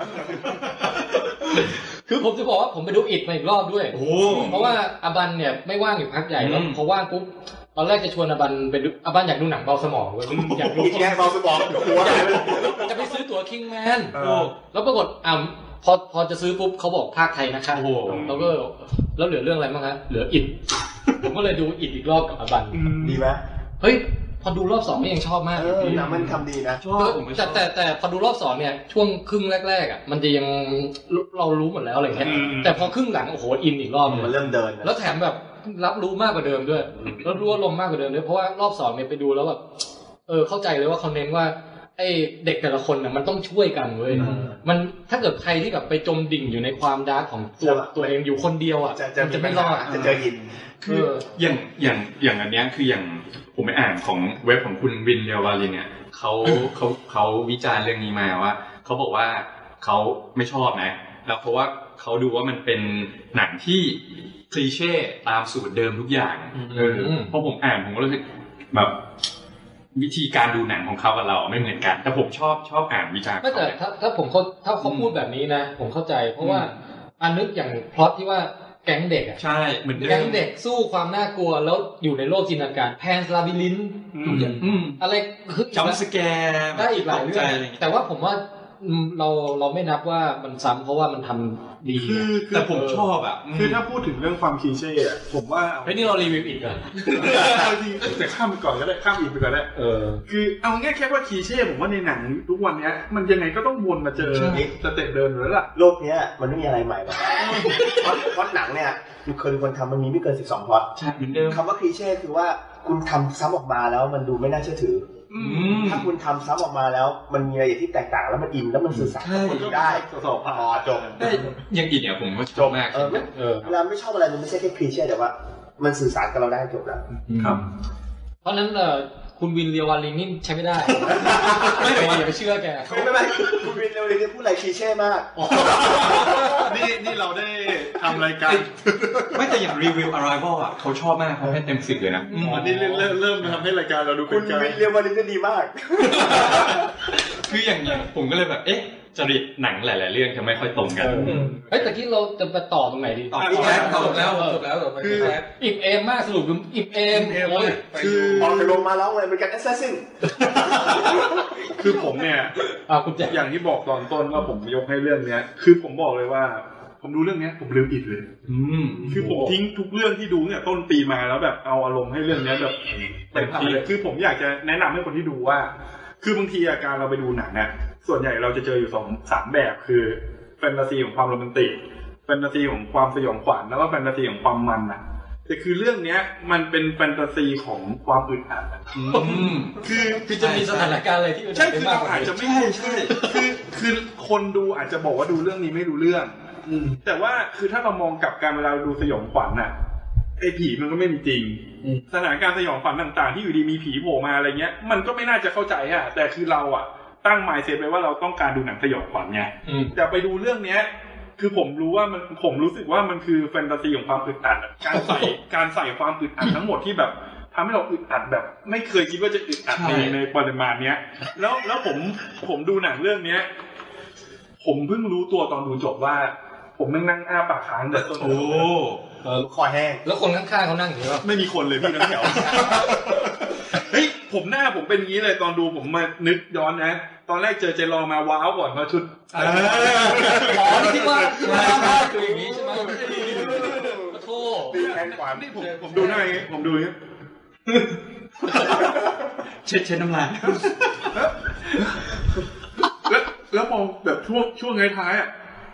คือผมจะบอกว่าผมไปดูอิฐมาอีกรอบด้วยเพราะว่าอบันเนี่ยไม่ว่างอยู่พักใหญ่แล้วพอว่างปุ๊บตอนแรกจะชวนอบันไปดูอบันอยากดูหนังเบาสมองเว้ยอยากดูแกเบาสมองหัวจะไปซื้อตั๋วคิงแมนแล้วปรากฏอ่ะพอพอจะซื้อปุ๊บเขาบอกภาคไทยนะคะแล้วก็แล้วเหลือเรื่องอะไรบ้างฮะเหลืออิฐผมก็เลยดูอิฐอีกรอบกับอบันดีไหมเฮ้ยพอดูรอบสองก็ยังชอบมากหนังมันทำดีนะชอบแต่แต่แต่พอดูรอบสองเนี่ยช่วงครึ่งแรกๆอ่ะมันจะยังเรารู้หมดแล้วอะไรเงี้ยแต่พอครึ่งหลังโอ้โหอินอีกรอบมันเริ่มเดินแล้วแถมแบบรับรู้มากกว่าเดิมด้วยแล้วรู้อารมณ์มากกว่าเดิมด้วยเพราะว่ารอบสองเนี่ยไปดูแล้วแบบเออเข้าใจเลยว่าเขาเน้นว่าไอ้เด็กแต่ละคนน่ะมันต้องช่วยกันเว้ยมันถ้าเกิดใครที่แบบไปจมดิ่งอยู่ในความดาร์กของตัวตัวเองอยู่คนเดียวอ่ะมันจะไม่รอดจะเจอหินคืออย่างอย่างอย่างอันเนี้ยคืออย่างผมไปอ่านของเว็บของคุณวินเลียววาลินเนี่ยเขาเขาเขาวิจารณ์เรื่องนี้มาว่าเขาบอกว่าเขาไม่ชอบนะแล้วเพราะว่าเขาดูว่ามันเป็นหนังที่คลีเช่ตามสูตรเดิมทุกอย่างเออเพราะผมอ่านผมก็รู้สึกแบบวิธีการดูหนังของเขากับเราไม่เหมือนกันแต่ผมชอบชอบอ่านวิจารณ์ไม่แต่ถ้าถ้าผมเขาถ้าเขาพูดแบบนี้นะผมเข้าใจเพราะว่าอันนึกอย่างพล็อตที่ว่าแก๊งเด็กอ่ะใช่เหมือนแก๊งเด็กสู้ความน่ากลัวแล้วอยู่ในโลกจินตนาการแพนสลาบิลินอะไรจัมป์สแกร์ได้อีกหลายเรื่องแต่ว่าผมว่าเราเราไม่นับว่ามันซ้ำเพราะว่ามันทำดีแต่ผมชอบอ่ะคือถ้าพูดถึงเรื่องความคลีเช่อ่ะผมว่าเฮ้ยนี่เรารีวิวอีกอ่ะแต่ข้ามไปก่อนก็ได้ข้ามอีกไปก่อนได้เออคือเอาง่ายแค่ว่าคลีเช่ผมว่าในหนังทุกวันนี้มันยังไงก็ต้องวนมาเจอสเต็ปเดินอยู่แล้วล่ะโลกนี้มันไม่มีอะไรใหม่หรอกเพราะเพราะหนังเนี่ยเคยมีคนทำมันมีไม่เกินสิบสองพล็อตใช่เหมือนเดิมคำว่าคลีเช่คือว่าคุณทำซ้ำออกมาแล้วมันดูไม่น่าเชื่อถือถ้าคุณทำซ้ำออกมาแล้วมันมีอะไรที่แตกต่างแล้วมันอินแล้วมันสื่อสารกับคนได้สอบพอจบยังอินเนี่ยผมก็ชอบมากเวลาไม่ชอบอะไรมันไม่ใช่แค่คลีเช่แต่ว่ามันสื่อสารกับเราได้จบแล้วครับเพราะนั้นคุณวินเลียววาลินนี่ใช้ไม่ได้ไม่ไม่อย่าไปเชื่อแกไม่ไม่ไม่คุณวินเลียววาลินนี่พูดอะไรคลีเช่มากนี่นี่เราได้ทำรายการไม่แต่อย่างรีวิว Arrival อ่ะเขาชอบมากเขาให้เต็มสิบเลยนะอ๋อนี่เริ่มเริ่มทำให้รายการเราดูคุณวินเลียววาลินก็ดีมากคืออย่างเงี้ยผมก็เลยแบบเอ๊ะจริตหนังหลายๆเรื่องจะไม่ค่อยตรงกันเฮ้ยแต่ที่เราจะไปต่อตรงไหนดีต่อแล้วจบแล้วจบแล้วจบแล้วคืออิ่มเอมมากสรุปคืออิ่มเอมโอ้ยคือพอไปลงมาแล้วเลยเป็นการแอสซัสซินคือผมเนี่ยอ่าคุณแจ็คอย่างที่บอกตอนต้นว่าผมยกให้เรื่องเนี้ยคือผมบอกเลยว่าผมดูเรื่องนี้ผมลืมอิดเลยคือผมทิ้งทุกเรื่องที่ดูเนี่ยต้นปีมาแล้วแบบเอาอารมณ์ให้เรื่องนี้แบบเต็มที่เลยคือผมอยากจะแนะนำให้คนที่ดูว่าคือบางทีอาการเราไปดูหนังเนี่ยส่วนใหญ่เราจะเจออยู่สองสามแบบคือแฟนตาซีของความโรแมนติกแฟนตาซีของความสยองขวัญแล้วก็แฟนตาซีของความมันนะแต่คือเรื่องเนี้ยมันเป็นแฟนตาซีของความอึดอัดคือคือจะมีสถานการณ์อะไรที่ใช่คือเราอาจจะไม่ใช่คือคือคนดูอาจจะบอกว่าดูเรื่องนี้ไม่รู้เรื่องแต่ว่าคือถ้าเรามองกลับกันเวลาดูสยองขวัญน่ะไอ้ผีมันก็ไม่มีจริงสถานการณ์สยองขวัญต่างๆที่อยู่ดีมีผีโผล่มาอะไรเงี้ยมันก็ไม่น่าจะเข้าใจอ่ะแต่คือเราอ่ะตั้ง mindset ไว้ว่าเราต้องการดูหนังสยองขวัญไงแต่ไปดูเรื่องเนี้ยคือผมรู้ว่ามันผมรู้สึกว่ามันคือแฟนตาซีของความอึดอัดการใส่การใส่ความอึดอัดทั้งหมดที่แบบทำให้เราอึดอัดแบบไม่เคยคิดว่าจะอึดอัดในในปริมาณเนี้ยแล้วแล้วผมผมดูหนังเรื่องเนี้ยผมเพิ่งรู้ตัวตอนดูจบว่าผมนั่งนั่งอ้าปากค้างแต่ต้นโอ้คอแห้งแล้วคนข้างๆเขานั่งอยู่ป่ะไม่มีคนเลยพี่นั่งแถวเฮ้ยผมหน้าผมเป็นอย่างนี้เลยตอนดูผมมานึกย้อนนะตอนแรกเจอเจรอมาว้าวก่อนมาชุดอ๋อนี่ที่ว่ามาคืออย่างนี้ใช่ไหมโธ่ตีแทนขวานนี่ผมผมดูหน้าอย่างนี้ผมดูอย่างนี้เช็ดเช็ดน้ำลายแล้วแล้วมองแบบช่วงช่วงท้ายๆอ่ะ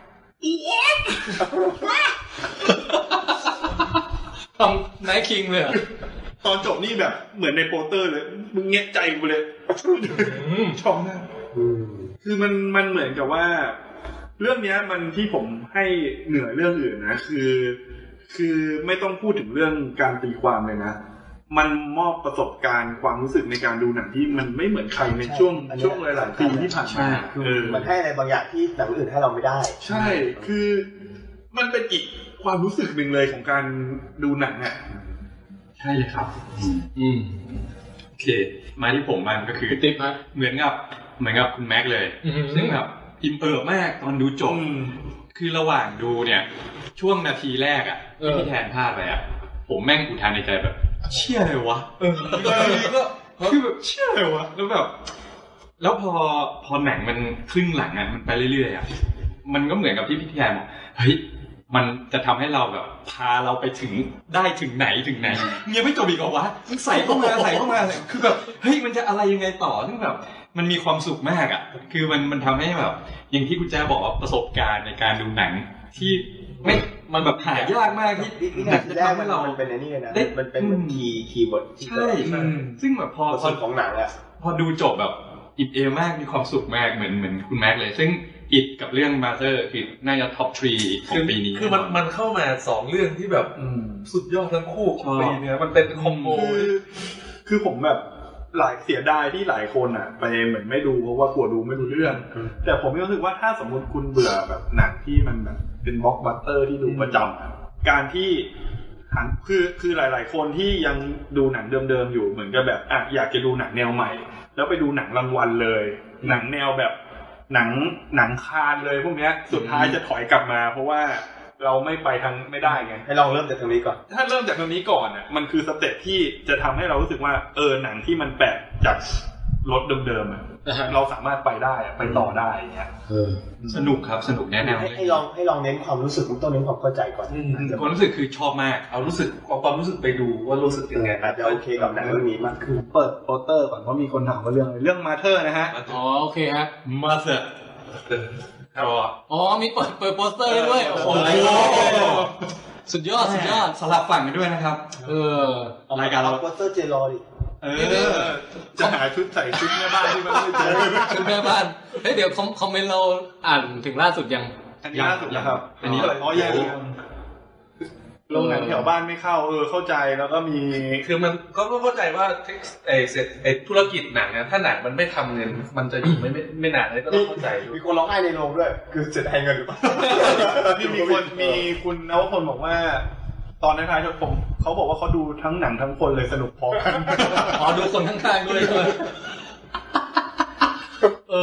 ทำไนท์คิงเลยตอนจบนี่แบบเหมือนในโปสเตอร์เลยมึงแงะใจกูเลยชอบมากคือมันมันเหมือนกับว่าเรื่องนี้มันที่ผมให้เหนือเรื่องอื่นนะคือคือไม่ต้องพูดถึงเรื่องการตีความเลยนะมันมอบประสบการณ์ความรู้สึกในการดูหนังที่มันไม่เหมือนใครในช่วงช่วงหลายๆปีที่ผ่านมาคือมันให้อะไรบางอย่างที่หนังอื่นให้เราไม่ได้ใช่คือมันเป็นอีกความรู้สึกหนึ่งเลยของการดูหนังอ่ะใช่เลยครับอืมโอเคมาที่ผมมันก็คือติ๊บฮะเหมือนกับเหมือนกับคุณแม็กเลยซึ่งแบบอิมเอิบมากตอนดูจบคือระหว่างดูเนี่ยช่วงนาทีแรกอ่ะที่พี่แทนพลาดไปอ่ะผมแม่งอุทานในใจแบบเชี่ยเลยวะเออก็คือแบบเชี่ยเลยวะแล้วแบบแล้วพอพอหนังมันครึ่งหลังอ่ะมันไปเรื่อยๆอ่ะมันก็เหมือนกับที่พี่แทนบอกเฮ้ยมันจะทำให้เราแบบพาเราไปถึงได้ถึงไหนถึงไหนยังไม่จบอีกเหรอวะใส่เข้ามาใส่เข้ามาเลยคือแบบเฮ้ยมันจะอะไรยังไงต่อซึ่งแบบมันมีความสุขมากอ่ะคือมันมันทำให้แบบอย่างที่คุณแจ้บอกว่าประสบการณ์ในการดูหนังที่ไม่มันแบบหายากมากที่ที่หนังแรกมันเราเป็นอันนี้นะมันเป็นเหมือนคีย์คีย์บทใช่ซึ่งแบบพอพอของหนังอะพอดูจบแบบอิบเอมากมีความสุขมากเหมือนเหมือนคุณแม็กเลยซึ่งอิดกับเรื่องมาเตอร์คือน่าจะท็อปสามของปีนี้คือมันมันเข้ามาสองเรื่องที่แบบสุดยอดทั้งคู่ของปีนี้มันเป็นคอมโบคือคือผมแบบหลายเสียดายที่หลายคนอ่ะไปเหมือนไม่ดูเพราะว่ากลัวดูไม่รู้เรื่องแต่ผมรู้สึกว่าถ้าสมมติคุณเบื่อแบบหนังที่มันแบบเป็นบล็อกบัสเตอร์ที่ดูประจำการที่หันคือคือหลายๆคนที่ยังดูหนังเดิมๆอยู่เหมือนกับแบบอ่ะอยากจะดูหนังแนวใหม่แล้วไปดูหนังรางวัลเลยหนังแนวแบบหนังหนังคานเลยพวกเนี้ยสุดท้ายจะถอยกลับมาเพราะว่าเราไม่ไปทางไม่ได้ไงให้ลองเริ่มจากตรงนี้ก่อนถ้าเริ่มจากตรงนี้ก่อนอ่ะมันคือสเต็ปที่จะทำให้เรารู้สึกว่าเออหนังที่มันแปลกจากรถเดิมๆอ่ะเราสามารถไปได้ไปต่อได้อย่างเงี้ยเออสนุกครับสนุกแน่นอนให้ลองให้ลองเน้นความรู้สึกต้องเน้นความเข้าใจก่อนความรู้สึกคือชอบมากเอารู้สึกความรู้สึกไปดูว่ารู้สึกยังไงอาจจะโอเคกับหนังเรื่องนี้มากขึ้นเปิดโปสเตอร์ก่อนเพราะมีคนถามว่าเรื่องอะไรเรื่องมาเธอร์นะฮะอ๋อโอเคฮะมาเธออ๋อมีเปิดเปิดโปสเตอร์ด้วยโอ้โหสุดยอดสุดยอดสลับฝั่งกันด้วยนะครับเออรายการเราโปสเตอร์เจรอดิเออจะหาชุดใส่ชุดแม่บ้านที่มันไม่เจอชุดแม่บ้านเฮ้ยเดี๋ยวคอมเมนต์เราอ่านถึงล่าสุดยังอันนี้ล่าสุดแล้วครับอันนี้เลยอ๋อยังโรงหนังแถวบ้านไม่เข้าเออเข้าใจแล้วก็มีคือมันก็เข้าใจว่าไอ้เสร็จไอ้ธุรกิจหนังเนี่ยถ้าหนังมันไม่ทำเงินมันจะอยู่ไม่ไม่นานเลยก็ต้องเข้าใจมีคนร้องไห้ในโรงด้วยคือเสียดายเงินหรือเปล่าที่มีคนมีคุณนวพลบอกว่าตอนท้ายๆผมเขาบอกว่าเขาดูทั้งหนังทั้งคนเลยสนุกพอกันอ๋อดูคนข้างๆด้วยเออ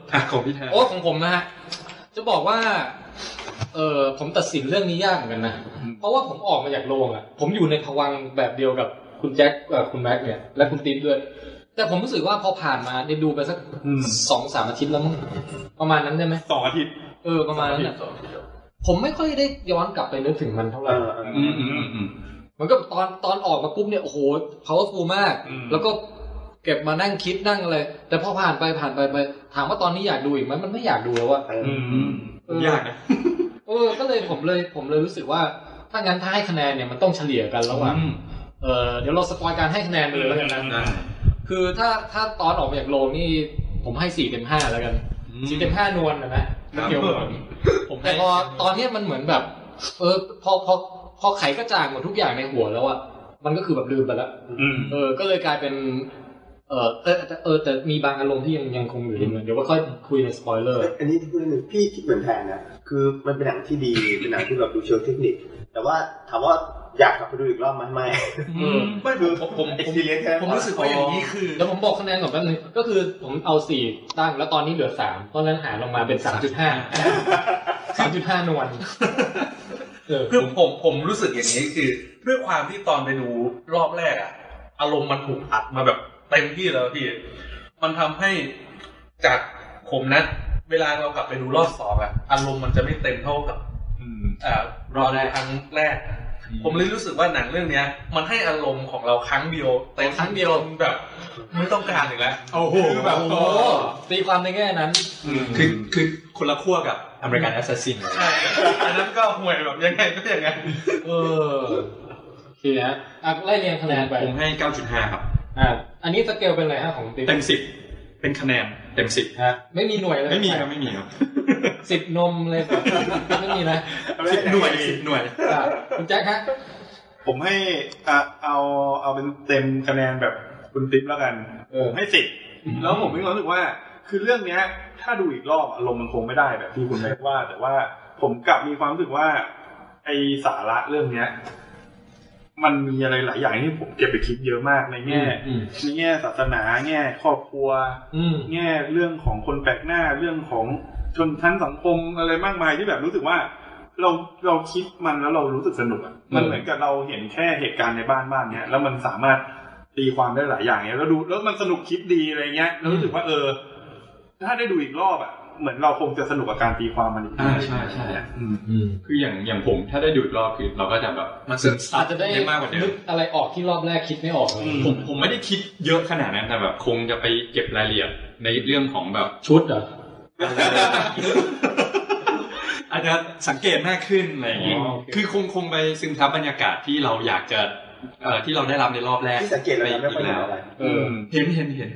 อ่ะของพี่แทนโอ้ของผมนะฮะจะบอกว่าเออผมตัดสินเรื่องนี้ยากเหมือนกันนะเพราะว่าผมออกมาจากโรงอ่ะผมอยู่ในภวังค์แบบเดียวกับคุณแจ็คกับคุณแม็กเนี่ยและคุณติ๊บด้วยแต่ผมรู้สึกว่าพอผ่านมาได้ดูไปสักสองสามอาทิตย์แล้วมั้งประมาณนั้นได้ไหมสองอาทิตย์เออประมาณนั้นอ่ะผมไม่ค่อยได้ย้อนกลับไปนึกถึงมันเท่าไหร่อืมอืมอืมมันก็ตอนตอนออกมาปุ๊บเนี่ยโอ้โห powerful มากแล้วก็เก็บมานั่งคิดนั่งอะไรแต่พอผ่านไปผ่านไปไปถามว่าตอนนี้อยากดูอีกไหมมันไม่อยากดูแล้วอะยากนะเออก็เลยผมเลยผมเลยรู้สึกว่าถ้างั้นถ้าให้คะแนนเนี่ยมันต้องเฉลี่ยกันระหว่างเออเดี๋ยวเราสปอยการให้คะแนนไปเลยแล้วกันนะคือถ้าถ้าตอนออกมาจากโรงนี่ผมให้สี่เต็มห้าแล้วกันสี่เต็มห้านวลนะนะไม่เกี่ยวกับผมแต่พอตอนนี้มันเหมือนแบบเออพอพอพอไขกระจ่างหมดทุกอย่างในหัวแล้วอะมันก็คือแบบลืมไปแล้วเออก็เลยกลายเป็นเออเออเออแต่มีบางอารมณ์ที่ยังยังคงอยู่เหมือนเดี๋ยวว่าค่อยคุยในสปอยเลอร์อันนี้ที่พูดนึงพี่คิดเหมือนแทนนะคือมันเป็นหนังที่ดีเป็นหนังที่แบบดูเชิงเทคนิคแต่ว่าถามว่าอยากกลับไปดูอีกรอบไหมไม่ไม่ผมผมผมผมรู้สึกว่าอย่างนี้คือเดี๋ยวผมบอกคะแนนก่อนแป๊บนึงก็คือผมเอาสี่ตั้งแล้วตอนนี้เหลือสามเพราะฉะนั้นหารลงมาเป็น สามจุดห้า สามจุดห้านวลคือผมผมรู้สึกอย่างนี้คือด้วยความที่ตอนไปดูรอบแรกอะอารมณ์มันถูกอัดมาแบบเต็มที่แล้วพี่มันทำให้จากผมนะเวลาเรากลับไปดูรอบสองอะอารมณ์มันจะไม่เต็มเท่ากับอ่ารอบแรกครั้งแรกผมเลยรู้สึกว่าหนังเรื่องนี้มันให้อารมณ์ของเราครั้งเดียวแต่ครั้งเดียวแบบไม่ต้องการอีกแล้วโอ้โหแบบโอ้ตีความในแง่นั้นคือคือคนละขั้วกับอเมริกันแอสซัสซินใช่อันนั้นก็ห่วยแบบยังไงก็อย่างไงเออโอเคฮะอ่ะไล่เรียงคะแนนไปผมให้ เก้าจุดห้า ครับอ่าอันนี้สเกลเป็นอะไรฮะของเต็มสิบเป็นคะแนนเต็มสิบฮะไม่มีหน่วยเลยไม่มีครับไม่มีครับสิบนมเลยไม่มีนะสิบหน่วยสิบหน่วยคุณแจ็คฮะผมให้อ่ะเอาเอาเป็นเต็มคะแนนแบบคุณติ๊บแล้วกันผมให้สิบแล้วผมมีความรู้สึกว่าคือเรื่องเนี้ยถ้าดูอีกรอบอารมณ์มันคงไม่ได้แบบที่คุณแม็กว่าแต่ว่าผมกลับมีความรู้สึกว่าไอสาระเรื่องเนี้ยมันมีอะไรหลายอย่างที่ผมเก็บไปคิดเยอะมากในแง่ในแง่ศาสนาแง่ครอบครัวแง่เรื่องของคนแปลกหน้าเรื่องของชนชั้นสังคมอะไรมากมายที่แบบรู้สึกว่าเราเราคิดมันแล้วเรารู้สึกสนุกอ่ะมันเหมือนกับเราเห็นแค่เหตุการณ์ในบ้านบ้านเนี้ยแล้วมันสามารถตีความได้หลายอย่างเนี้ยแล้วดูแล้วมันสนุกคิดดีอะไรเงี้ยแล้วรู้สึกว่าเออถ้าได้ดูอีกรอบอ่ะเหมือนเราคงจะสนุกกับการตีความมันอีกอ่าใช่ใช่คืออย่างอย่างผมถ้าได้ดูอีกรอบคือเราก็จะแบบมันซึมซับจะได้มากกว่าเดิมอะไรออกที่รอบแรกคิดไม่ออกผมผมไม่ได้คิดเยอะขนาดนั้นแต่แบบคงจะไปเก็บรายละเอียดในเรื่องของแบบชุดเหรออาจจะสังเกตมากขึ้นอะไรอย่างงี้คือคงคงไปซึมซับบรรยากาศที่เราอยากจะเอ่อที่เราได้รับในรอบแรกที่สังเกตอะไรไม่ค่อยเห็นอะไรเออเห็นเห็นเห็น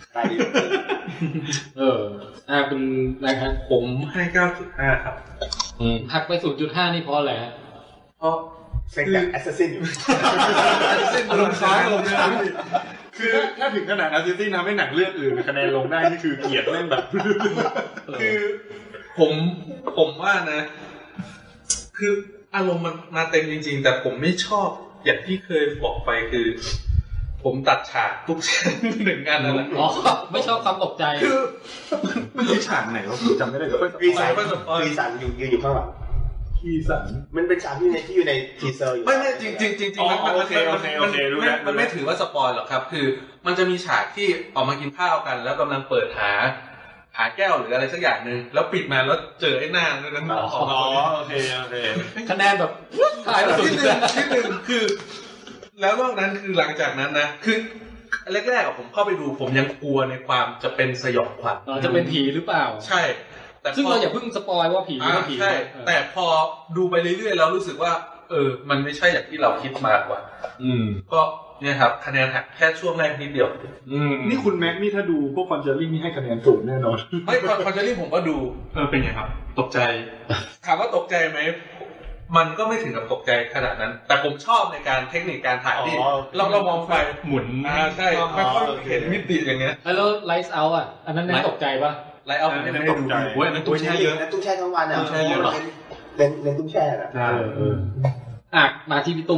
เอออ่าเป็นอะไรครับผมให้ เก้าจุดห้า ครับอืมหักไป ศูนย์จุดห้า นี่เพราะอะไรฮะเพราะเป็นกับแอสซัสซินอยู่อารมณ์ค้างลงนะคือถ้าถึงขนาดแอสซัสซินทำให้หนังเรื่องอื่นคะแนนลงได้นี่คือเกลียดเล่นแบบคือผมผมว่านะคืออารมณ์มันมาเต็มจริงๆแต่ผมไม่ชอบอย่างที่เคยบอกไปคือผมตัดฉากทุกฉากหนึ่งอันนั่นแหละอ๋อไม่ชอบความตกใจคือมันมีฉากไหนวะผมจำไม่ได้เลยกีสันกีสันอยู่ยืนอยู่ข้างหลังกีสันมันเป็นฉากที่ในที่อยู่ในทีเซอร์อยู่ไม่ไม่จริงจริงจริงมันมันมันไม่ถือว่าสปอยหรอกครับคือมันจะมีฉากที่ออกมากินข้าวกันแล้วกำลังเปิดหาหาแก้วหรืออะไรสักอย่างนึงแล้วปิดมาแล้วเจอไอ้หน้านั้นอ๋อโอเคโอเคคะแนนแบบถ่ายที่หนึ่งที่หนึ่งคือแล้วนอกนั้นคือหลังจากนั้นนะคือแรกๆผมเข้าไปดูผมยังกลัวในความจะเป็นสยองขวัญจะเป็นผีหรือเปล่าใช่แต่ซึ่งเราอย่าเพิ่งสปอยว่าผีหรือไม่ผีใช่แต่พอดูไปเรื่อยๆแล้วรู้สึกว่าเออมันไม่ใช่อย่างที่เราคิดมากกว่าอืมก็เนี่ยครับคะแนนหักแค่ช่วงแรกนิดเดียวอืมนี่คุณแม็กนี่ถ้าดูพวกคอนเจอริ่งนี่ให้คะแนนสูงแน่นอนไม่คอนเจอริ่งผมก็ดูเออเป็นไงครับตกใจถามว่าตกใจไหมมันก็ไม่ถึงกับตกใจขนาดนั้นแต่ผมชอบในการเทคนิคการถ่ายที่เราเรามองไปหมุนอ่าใช่ไม่ค่อยเห็นมิติอย่างเงี้ยแล้วไลท์เอาท์อ่ะอันนั้นไม่ตกใจป่ะไลท์เอาท์ไม่ได้ตกใจโอ้ยอันนั้นตู้แช่เยอะนะตู้แช่ทั้งวันอ่ะตู้แช่เยอะหรอเล่นเล่นตู้แช่อ่ะใช่เอออ่ะมาที่พี่ตุ้มฮะ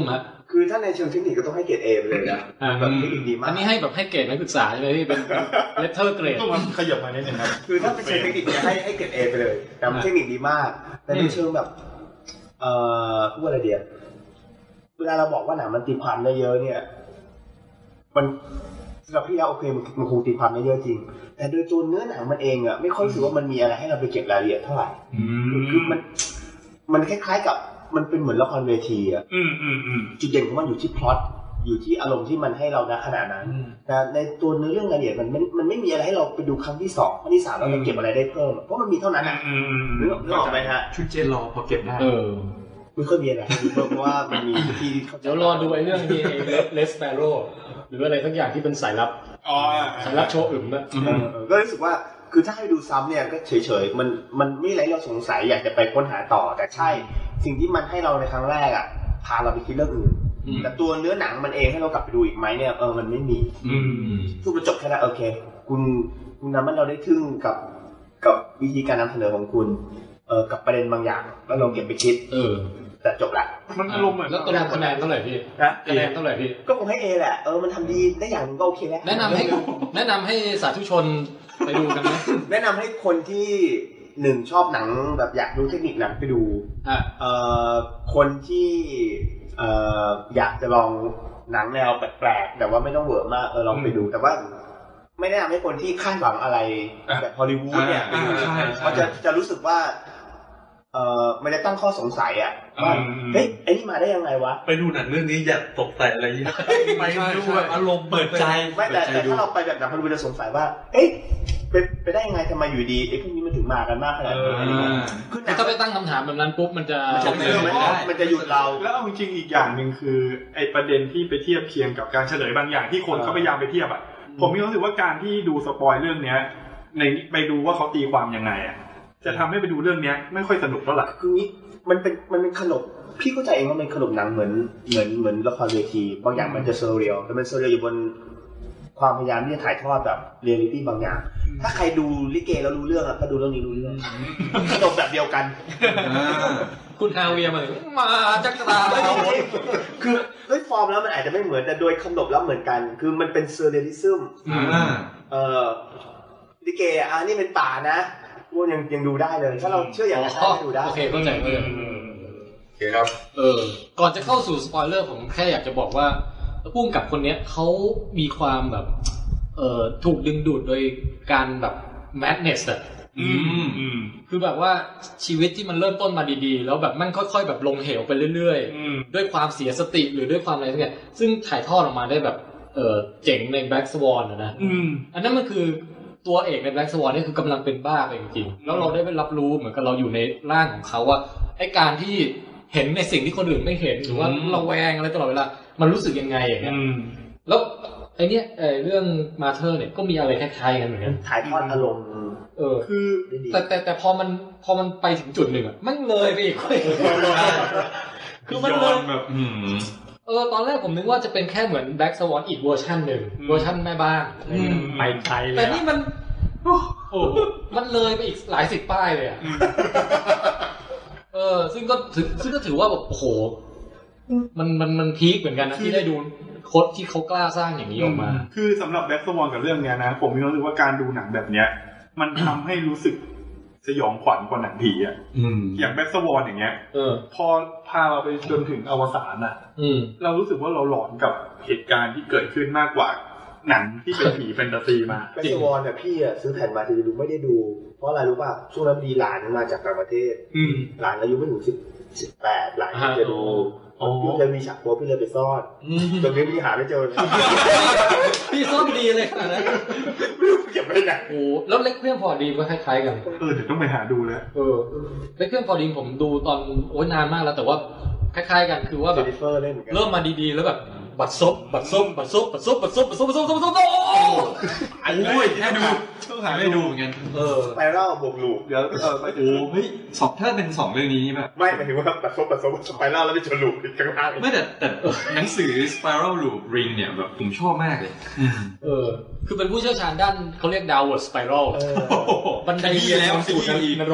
คือถ้าในเชิงเทคนิคก็ต้องให้เกรด A ไปเลยนะแบบเทคนิคดีมากอันนี้ให้แบบให้เกรดนักศึกษาใช่ไหมพี่เป็นเลตเตอร์เกรดต้องมาขยับมานิดนึงครับคือถ้าเป็นเชิงเทคนิคเนี่ยให้ให้เกรด A ไปเลยแต่เทคนิคดีมากแต่ในเชิงแบบเอ่อพูดอะไรเดียวเวลาเราบอกว่าหนังมันตีความได้เยอะเนี่ยมันสำหรับพี่แล้วโอเคมันคงตีความได้เยอะจริงแต่โดยตัวเนื้อหนังมันเองอ่ะไม่ค่อยรู้สึกว่ามันมีอะไรให้เราไปเก็บรายละเอียดเท่าไหร่คือมันมันคล้ายๆกับมันเป็นเหมือนละครเวทีอ่ะจุดเด่นของมันอยู่ที่พล็อตอยู่ที่อารมณ์ที่มันให้เราณขณะนั้นแต่ในตัวเนื้อเรื่องรายละเอียดมันมันไม่มีอะไรให้เราไปดูครั้งที่สองครั้งที่สามแล้วเราเก็บอะไรได้เพิ่มเพราะมันมีเท่านั้นอ่ะนึกออกไหมฮะชุดเจนรอพอเก็บได้เออไม่ค่อยมีอะไรเพราะว่ามันมีที่เดี๋ยวรอดูไอ้เรื่องที่เลสเปโร่หรืออะไรสักอย่างที่เป็นสายลับสายลับโชว์อึมนะก็รู้สึกว่าคือถ้าให้ดูซ้ำเนี่ยก็เฉยๆมันมันไม่ไรเราสงสัยอยากจะไปค้นหาต่อแต่ใช่สิ่งที่มันให้เราในครั้งแรกอ่ะพาเราไปคิดเรื่องอื่นแต่ตัวเนื้อหนังมันเองให้เรากลับไปดูอีกไหมเนี่ยเออมันไม่มีทุกมันจบแค่นั้นโอเคคุณคุณนำให้เราได้ทึ่งกับกับวิธีการนำเสนอของคุณเออกับประเด็นบางอย่างแล้วเราเก็บไปคิดเออแต่จบละมันอารมณ์เหมือนแล้วคะแนนคะแนนเท่าไหร่พี่คะแนนเท่าไหร่พี่ก็คงให้ A แหละเออมันทำดีได้อย่างนึงก็โอเคแล้วแนะนำให้แนะนำให้สาธุชนไปดูกันไหมแนะนำให้คนที่หนึ่งชอบหนังแบบอยากดูเทคนิคหนังไปดูเอ่อคนที่เอ่ออยากจะลองหนังแนวแปลกๆแต่ว่าไม่ต้องเวอร์มากเออลองไปดูแต่ว่าไม่แนะนำให้คนที่คาดหวังอะไรแบบฮอลลีวูดเนี่ยไปดูเพราะจะจะรู้สึกว่าเอ่อมันจะตั้งข้อสงสัยอ่ะว่าเฮ้ยไอ้นี่มาได้ยังไงวะไปดูหนังเรื่องนี้อย่าตกใจอะไรเงี้ยไปดูแบบอารมณ์เปิดใจไม่แต่แต่ถ้าเราไปแบบหนังฮอลลีวูดจะสงสัยว่าเอ๊ะไปไปได้ยังไงทำไมอยู่ดีไอ้พวกนี้มันถึงมากันมากขนาดนี้คือถ้าไปตั้งคำถามแบบนั้นปุ๊บมันจะไม่ได้มันจะหยุดเราแล้วเอาจริงๆอีกอย่างนึงคือไอ้ประเด็นที่ไปเทียบเคียงกับการเฉลยบางอย่างที่คนเขาพยายามไปเทียบอ่ะผมมีความรู้สึกว่าการที่ดูสปอยเรื่องเนี้ยในไปดูว่าเขาตีความยังไงอ่ะจะทำให้ไปดูเรื่องนี้ไม่ค่อยสนุกเท่าไหร่คือมันเป็นมันเป็นขนมพี่เข้าใจเองว่ามันขนมหนังเหมือนเหมือนเหมือนละครเวทีบางอย่างมันจะเซอร์เรียลแต่มันเซอร์เรียลอยู่บนความพยายามที่จะถ่ายทอดแบบเรียลลิตี้บางอย่างถ้าใครดูลิเกแล้วรู้เรื่องอ่ะก็ดูเรื่องนี้รู้เรื่องขนมแบบเดียวกันคุณฮาเวียมามาจักรตาคือด้วยฟอร์มแล้วมันอาจจะไม่เหมือนแต่โดยขนมแล้วเหมือนกันคือมันเป็นเซอร์เรียลิซึมเอ่อลิเกอ่ะนี่เป็นป่านะว่ายังยังดูได้เลยถ้าเราเชื่ออย่างนั้นดูได้โอเคเข้าใจเลยโอเคครับเออก่อนจะเข้าสู่สปอยเลอร์ผมแค่อยากจะบอกว่าผู้กำกับคนนี้เขามีความแบบเอ่อถูกดึงดูดโดยการแบบแมดเนสอ่ะคือแบบว่าชีวิตที่มันเริ่มต้นมาดีๆแล้วแบบมันค่อยๆแบบลงเหวไปเรื่อยๆด้วยความเสียสติหรือด้วยความอะไรสักอย่างซึ่งถ่ายทอดออกมาได้แบบเออเจ๋งใน Black Swan นะนะอันนั้นมันคือตัวเอกใน Black Swan นี่คือกำลังเป็นบ้าไปจริงๆแล้วเราได้ไปรับรู้เหมือนกับเราอยู่ในร่างของเขาว่าไอ้การที่เห็นในสิ่งที่คนอื่นไม่เห็นหรือว่าระแวงอะไรตลอดเวลามันรู้สึกยังไงอย่างเงี้ยแล้วไอ้นี่เออเรื่องมาเธอร์เนี่ยก็มีอะไรคล้ายๆกันเหมือนกันถ่ายทอดอารมณ์เออคือแต่แต่แต่พอมันพอมันไปถึงจุดหนึ่งอ่ะมันเลยไปอีกคือมันเลยแบบเออตอนแรกผมนึกว่าจะเป็นแค่เหมือน Black Swan อีกเวอร์ชันหนึ่งเวอร์ชันแม่บ้านไปไกลเลยแต่นี่มันโอ้มันเลยไปอีกหลายสิบป้ายเลยอ่ะเออซึ่งก็ถือซึ่งก็ถือว่าแบบโอ้โหมันมันมันพีคเหมือนกันนะที่ได้ดูโค้ดที่เขากล้าสร้างอย่างนี้ออกมาคือสำหรับ Black Swan กับเรื่องเนี้ยนะผมมีความรู้สึกว่าการดูหนังแบบเนี้ยมันทำให้รู้สึกสยองขวัญกว่าหนังผีอ่ะอย่าง Black Swan อย่างเงี้ยพอพาเราไปจนถึงอวสานอ่ะเรารู้สึกว่าเราหลอนกับเหตุการณ์ที่เกิดขึ้นมากกว่าหนังที่เป็นผีแฟนตาซีมา Black Swan เนี่ยพี่อ่ะซื้อแผ่นมาจะดูไม่ได้ดูเพราะอะไรรู้ป่ะช่วงนั้นมีหลานมาจากต่างประเทศหลานอายุไม่ถึงสิบ สิบแปดหลานจะดูพี่เลยมีฉากโป๊พี่เลยไปซ่อนจนพี่หาไม่เจอพี่ซ่อนดีเลยขนาดนั้นไม่รู้เก็บไว้ไหนโอ้แล้วเล็กเพื่อนพอดีก็คล้ายๆกันเออเดี๋ยวต้องไปหาดูแล้วเออเล็กเพื่อนพอดีผมดูตอนโอ้ยนานมากแล้วแต่ว่าคล้ายๆกันคือว่าแบบเริ่มมาดีๆแล้วแบบบัดซบบัดซบบัดซบบัดซบบัดซบบัดซบบัดซบบัดซบบัดซบโอ้โอ้ยให้ดูต้องหาให้ดูเหมือนกันเออไปเล่าบวกลูกเดี๋ยวเออไปดูเฮ้ยสองถ้าเป็นสองเรื่องนี้นี่แบบไม่หมายถึงว่าบัดซบบัดซบไปเล่าแล้วไปจนลูกข้างล่างไม่แต่แต่หนังสือ Spiral Loop Ring เนี่ยแบบผมชอบมากเลยเออคือเป็นผู้เชี่ยวชาญด้านเขาเรียก Downward Spiral บันไดเวียนสู่นรก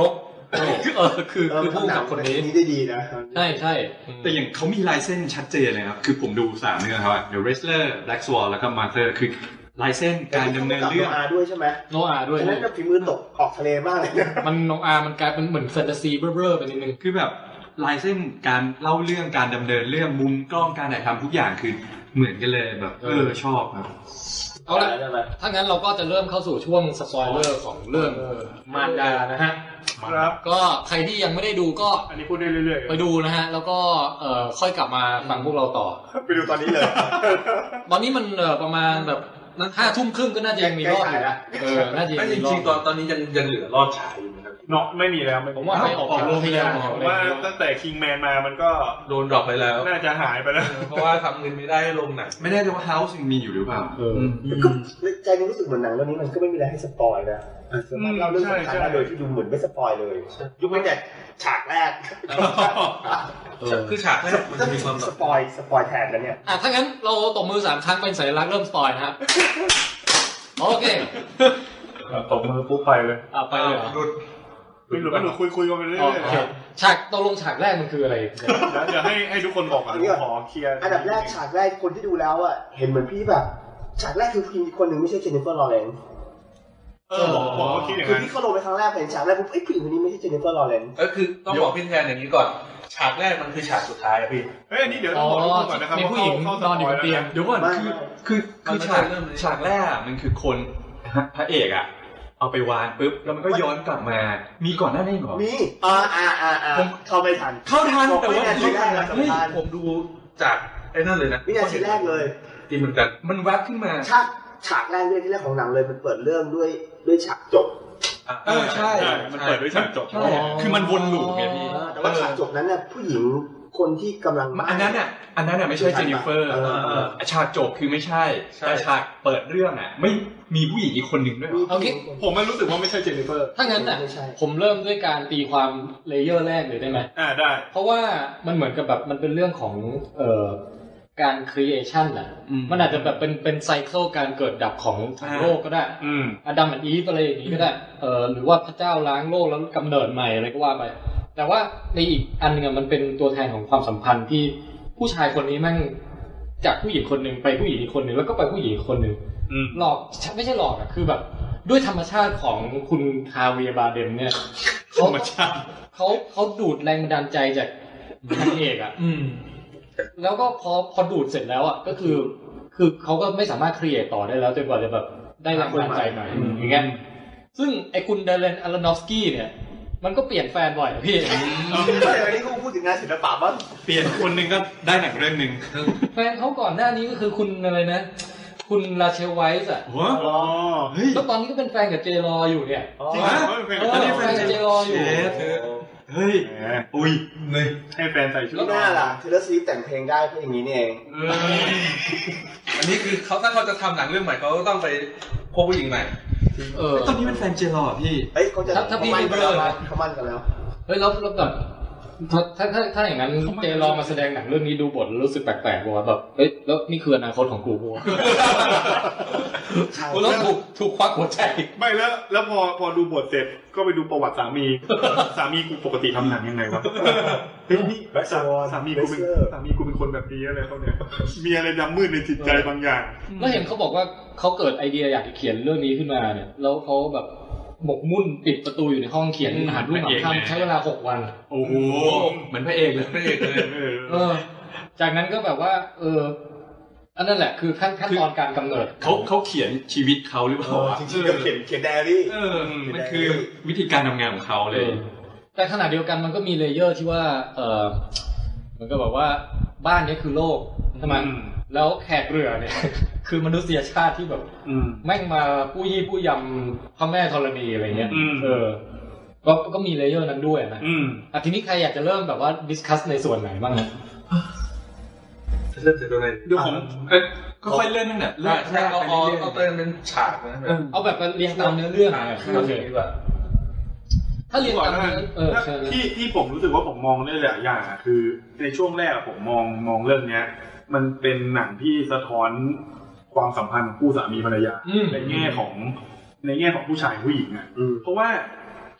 เออคือคือผู้กำกับคนนี้นี้ได้ดีนะใช่ใช่แต่อย่างเขามีลายเส้นชัดเจนเลยครับคือผมดูสามเรื่องครับ The Wrestler Black Swan แล้วก็ Mother คือลายเส้นการดำเนินเรื่องโนอาด้วยใช่ไหมโนอาด้วยฉะนั้นก็ฝีมือตกออกทะเลมากเลยนะมันโนอามันกลายเป็นเหมือนแฟนตาซีเบ้อๆไปนิดนึงคือแบบลายเส้นการเล่าเรื่องการดำเนินเรื่องมุมกล้องการถ่ายทำทุกอย่างคือเหมือนกันเลยแบบเออชอบครับเอาละถ้างั้นเราก็จะเริ่มเข้าสู่ช่วงสปอยเลอร์ของเรื่องมารดานะฮะครับก็ใครที่ยังไม่ได้ดูก็อันนี้พูดได้เรื่อยๆไปดูนะฮะแล้วก็เอ่อค่อยกลับมาฟังพวกเราต่อไปดูตอนนี้เลยตอนนี้มันเอ่อประมาณแบบห้าทุ่มครึ่งก็น่าจะยังมีรอบอยู่นะเออน่าจะยังมีรอบจริงๆตอนตอนนี้ยังยังเหลือรอบฉายอยู่นะครับเนาะไม่มีแล้วผมว่าไม่ออกโรงพยาบาลผมว่าตั้งแต่คิงแมนมามันก็โดนดรอปไปแล้วน่าจะหายไปแล้วเพราะว่าทำเงินไม่ได้ลงหนังไม่แน่ใจว่า House ยังมีอยู่หรือเปล่าเออก็ใจนึงรู้สึกเหมือนหนังเรื่องนี้มันก็ไม่มีอะไรให้สปอยนะเราเรื่องสำคัญโดยที่ดูเหมือนไม่สปอยเลยยกเว้นแต่ฉากแรกคือฉากแรกมันจะมีความสปอยสปอยแทนแล้วเนี่ยอ่ะถ้างั้นเราตบมือสามครั้งเป็นสัญลักษณ์เริ่มสปอยนะครับโอเคตบมือปุ๊บไปเลยอ่ะไปเลยหลุดไม่หลุดไม่หลุดคุยคุยกันไปเรื่อยๆฉากตกลงฉากแรกมันคืออะไรเดี๋ยวให้ให้ทุกคนบอกอ่ะขอเคลียร์อันดับแรกฉากแรกคนที่ดูแล้วอ่ะเห็นเหมือนพี่แบบฉากแรกคือผู้หญิงคนหนึ่งไม่ใช่เจนนิเฟอร์ลอเรนซ์เออบอกบอกว่าคิดอย่างนั้นคือที่เขาลงไปครั้งแรกเห็นฉากแรกปุ๊บไอ้ผู้หญิงคนนี้ไม่ใช่เจนนิเฟอร์ลอเรนซ์เออคือต้องบอกพี่แทนอย่างนี้ก่อนฉากแรกมันคือฉากสุดท้ายอะพี่เฮ้ยอันนี้เดี๋ยวต้องบอกทุกคนก่อนนะครับมีผู้หญิงนอนอยู่บนเตียงเดี๋ยวก่อนคือคือคือฉากฉากแรกมันคือคนพระเอกอ่ะเอาไปวางปุ๊บแล้วมันก็ย้อนกลับมามีก่อนหน้านี้เหรอมีอ่าอ่าอ่าอ่าผมเข้าไม่ทันเข้าทันแต่ว่าที่แรกเฮ้ยผมดูจากไอ้นั่นเลยนะวินาทีแรกเลยตีเหมือนกันมันแวบขึ้นมาฉากฉากแรกเรื่องที่แรกของหนังเลยมันเปิดเรื่องด้วยด้วยฉากจบเออใช่มันเปิดด้วยฉากจบคือมันวนลูปไงพี่แต่ว่าฉากจบนั้นน่ะผู้หญิงคนที่กำลังอันนั้นอ่ะอันนั้นอ่ะไม่ใช่เจนนิเฟอร์ฉากจบคือไม่ใช่แต่ฉากเปิดเรื่องอ่ะไม่มีผู้หญิงอีกคนหนึ่งด้วยโอเคผมไม่รู้สึกว่าไม่ใช่เจนนิเฟอร์ถ้างั้นอ่ะผมเริ่มด้วยการตีความเลเยอร์แรกเลยได้ไหมอ่าได้เพราะว่ามันเหมือนกับแบบมันเป็นเรื่องของเอ่อการ creation น่ะมันอาจจะแบบเป็นเป็นไซเคิลการเกิดดับของโลกก็ได้อดัมและอีฟอะไรอย่างนี้ก็ได้เอ่อหรือว่าพระเจ้าล้างโลกแล้วกำเนิดใหม่อะไรก็ว่าไปแต่ว่าในอีกอันนึงมันเป็นตัวแทนของความสัมพันธ์ที่ผู้ชายคนนี้แม่งจากผู้หญิงคนนึงไปผู้หญิงอีกคนนึงแล้วก็ไปผู้หญิงอีกคนนึงหลอกไม่ใช่หลอกอ่ะคือแบบด้วยธรรมชาติของคุณคาเวียบาเดมเนี่ยธรรมชาติเขาเขาดูดแรงบันดาลใจจากนางเอกอ่ะแล้วก็พอพอดูดเสร็จแล้วอ่ะก็คือคือเขาก็ไม่สามารถครีเอทต่อได้แล้วจนกว่าจะแบบได้แรงบันดาลใจใหม่อย่างเงี้ยซึ่งไอ้คุณเดเลนอารานอฟสกี้เนี่ยมันก็เปลี่ยนแฟนบ่อยพี่แต่วันนี้เขาพูดถึงงานศิลปะบ้างเปลี่ยนคนนึงก็ได้หนังเรื่องนึงแฟนเขาก่อนหน้านี้ก็คือคุณอะไรนะคุณราเชลไวส์อ่ะอ๋อเฮ้ยแล้วตอนนี้ก็เป็นแฟนกับเจรออยู่เนี่ยจริงเหรอเป็นแฟนกับเจรออยู่เฮ้ยอุ้ยเลยให้แฟนใส่ชุดหน้าล่ะเทเลอร์สวิฟต์แต่งเพลงได้เพราะอย่างนี้นี่เองอันนี้คือเขาถ้าเขาจะทำหนังเรื่องใหม่เขาต้องไปพบผู้หญิงใหม่เออตอนนี้เป็นแฟนเจรอพี่เฮ้ยเขาจะถ้าพี่ไม่เลิกเขามั่นกันแล้วเฮ้ยแล้วแล้วแบบถ้าถ้าถ้าอย่างนั้นเจรอมาแสดงหนังเรื่องนี้ดูบทรู้สึกแปลกๆว่าแบบเฮ้ยแล้วนี่คืออนาคตของกูกูแล้วถูกถูกควักหัวใจไม่แล้วแล้วพอพอดูบทเสร็จก็ไปดูประวัติสามีสามีกูปกติทำหนังยังไงวะเฮ้ยนี่สามีกูเป็นสามีกูเป็นคนแบบนี้อะไรเขาเนี่ยมีอะไรดำมืดในจิตใจบางอย่างแล้วเห็นเขาบอกว่าเขาเกิดไอเดียอยากจะเขียนเรื่องนี้ขึ้นมาเนี่ยแล้วเขาแบบหมกมุ่นปิดประตูอยู่ในห้องเขียนหารูปหาค่ำใช้เวลาหกวันโอ้โหเหมือนพระเอกเลยพระเอกเลยเออจากนั้นก็แบบว่าเอออันนั้นแหละคือขั้นขั้นตอนการกำเนิดเขาเขาเขียนชีวิตเขาหรือเปล่าจริงๆก็เขียนเขียนไดอารี่เออมันคือวิธีการทำงานของเขาเลยแต่ขณะเดียวกันมันก็มีเลเยอร์ที่ว่าเออมันก็บอกว่าบ้านนี้คือโลกใช่ไหมแล้วแขกเรือเนี่ยคือมนุษยชาติที่แบบแม่งมาผู้ยี่ผู้ยำพ่อแม่ธรณีอะไรเงี้ยเออก็ก็มีเลเยอร์นั้นด้วยนะอ่ะทีนี้ใครอยากจะเริ่มแบบว่าดิสคัสในส่วนไหนบ้างนะเริ่มจากตรงไหนดูผมก็ค่อยเริ่มนั่นแหละเริ่มเอาเอาเอาเติมเป็นฉากนะเอาแบบเรียงตามเนื้อเรื่องโอเคถ้าเรียงตามเออที่ที่ผมรู้สึกว่าผมมองได้หลายอย่างคือในช่วงแรกผมมองมองเรื่องเนี้ยมันเป็นหนังที่สะท้อนความสัมพันธ์ของคู่สามีภรรยาในแง่ของในแง่ของผู้ชายผู้หญิงอ่ะเพราะว่าถ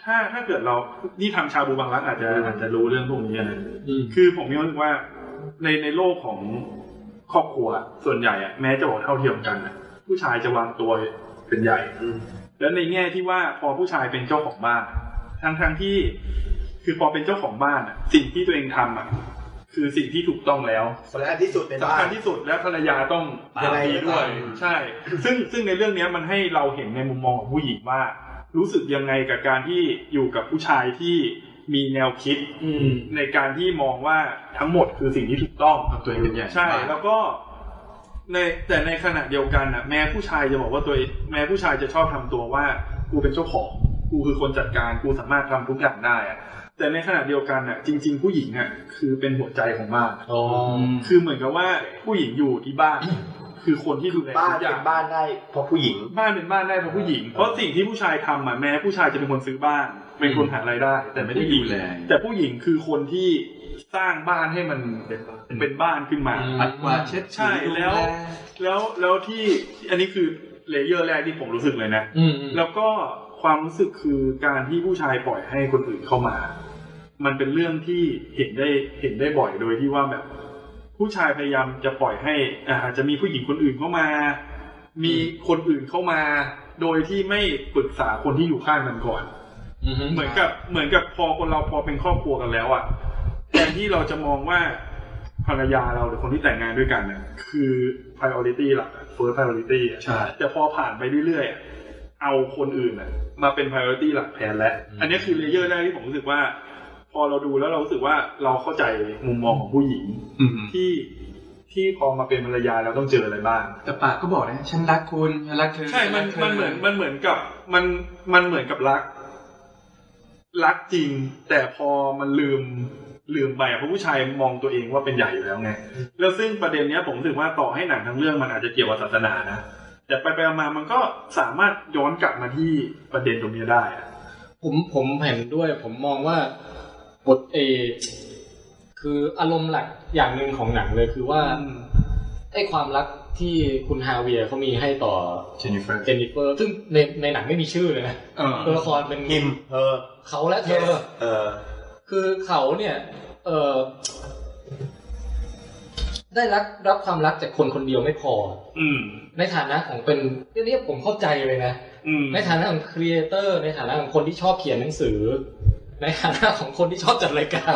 ถ้าถ้าเกิดเรานี่ทางชาวบูบังรักอาจจะอาจจะรู้เรื่องพวกนี้นะคือผมมีความรู้สึกว่าในในโลกของครอบครัวส่วนใหญ่อะแม้จะบอกเท่าเทียมกันนะผู้ชายจะวางตัวเป็นใหญ่แล้วในแง่ที่ว่าพอผู้ชายเป็นเจ้าของบ้านทั้งทั้งที่คือพอเป็นเจ้าของบ้านอะสิ่งที่ตัวเองทำอะคือสิ่งที่ถูกต้องแล้วสำคัญที่สุดในบ้านสำคัญที่สุดและภรรยาต้องตามดีด้วยใช่ซึ่งซึ่งในเรื่องนี้มันให้เราเห็นในมุมมองของผู้หญิงว่ารู้สึกยังไงกับการที่อยู่กับผู้ชายที่มีแนวคิดในการที่มองว่าทั้งหมดคือสิ่งที่ถูกต้องตัวเองเป็นใหญ่ใช่แล้วก็ในแต่ในขณะเดียวกันน่ะแม้ผู้ชายจะบอกว่าตัวเองแม้ผู้ชายจะชอบทำตัวว่ากูเป็นเจ้าของกูคือคนจัดการกูสามารถทำทุกอย่างได้อะแต่ในขณะเดียวกันน่ะจริงๆผู้หญิงอ่ะคือเป็นหัวใจของบ้านอ๋อคือเหมือนกับว่าผู้หญิงอยู่ที่บ้านคือคนที่ดูแลบ้านเป็นบ้านได้เพราะผู้หญิงบ้านเป็นบ้านได้เพราะผู้หญิงเพราะสิ่งที่ผู้ชายทำอ่ะแม้ผู้ชายจะเป็นคนซื้อบ้านเป็นคนหารายได้แต่ไม่ได้ดูแลแต่ผู้หญิงคือคนที่สร้างบ้านให้มันเป็นบ้านขึ้นมาปัดกวาดเช็ดใช่แล้วแล้วแล้วที่อันนี้คือเลเยอร์แรกที่ผมรู้สึกเลยนะแล้วก็ความรู้สึกคือการที่ผู้ชายปล่อยให้คนอื่นเข้ามามันเป็นเรื่องที่เห็นได้เห็นได้บ่อยโดยที่ว่าแบบผู้ชายพยายามจะปล่อยให้อาจจะมีผู้หญิงคนอื่นเข้ามามีคนอื่นเข้ามาโดยที่ไม่ปรึกษาคนที่อยู่ข้างกันก่อนเหมือนกับเหมือนกับพอคนเราพอเป็นครอบครัวกันแล้วอ่ะแทนที่เราจะมองว่าภรรยาเราหรือคนที่แต่งงานด้วยกันเนี่ยคือ priority หลัก first priority อ่ะใช่แต่พอผ่านไปเรื่อยๆเอาคนอื่นอ่ะมาเป็น priority หลักแทนแล้วอันนี้คือเลเยอร์แรกที่ผมรู้สึกว่าพอเราดูแล้วเรารู้สึกว่าเราเข้าใจมุมมองของผู้หญิงที่ที่พอมาเป็นภรรยาแล้วต้องเจออะไรบ้างแต่ปากก็บอกนะฉันรักคุณฉันรักเธอใช่มันมันเหมือนมันเหมือนกับมันมันเหมือนกับรักรักจริงแต่พอมันลืมลืมไปเพราะผู้ชายมองตัวเองว่าเป็นใหญ่อยู่แล้วไงแล้วซึ่งประเด็นเนี้ยผมรู้สึกว่าต่อให้หนังทั้งเรื่องมันอาจจะเกี่ยวกับศาสนานะแต่ไปไปมามันก็สามารถย้อนกลับมาที่ประเด็นตรงนี้ได้ผมผมเห็นด้วยผมมองว่าบทเอคืออารมณ์หลักอย่างหนึ่งของหนังเลยคือว่าไอ้ความรักที่คุณฮาเวียร์เขามีให้ต่อเจนนิเฟอร์เจนนิเฟอร์ซึ่งในในหนังไม่มีชื่อเลยนะตัวละครเป็นฮิมเออเขาและเธอเออคือเขาเนี่ยเออได้รับรับความรักจากคนคนเดียวไม่พออืมในฐานะของเป็นเรียกผมเข้าใจเลยนะในฐานะของครีเอเตอร์ในฐานะของคนที่ชอบเขียนหนังสือในฐานะของคนที่ชอบจัดรายการ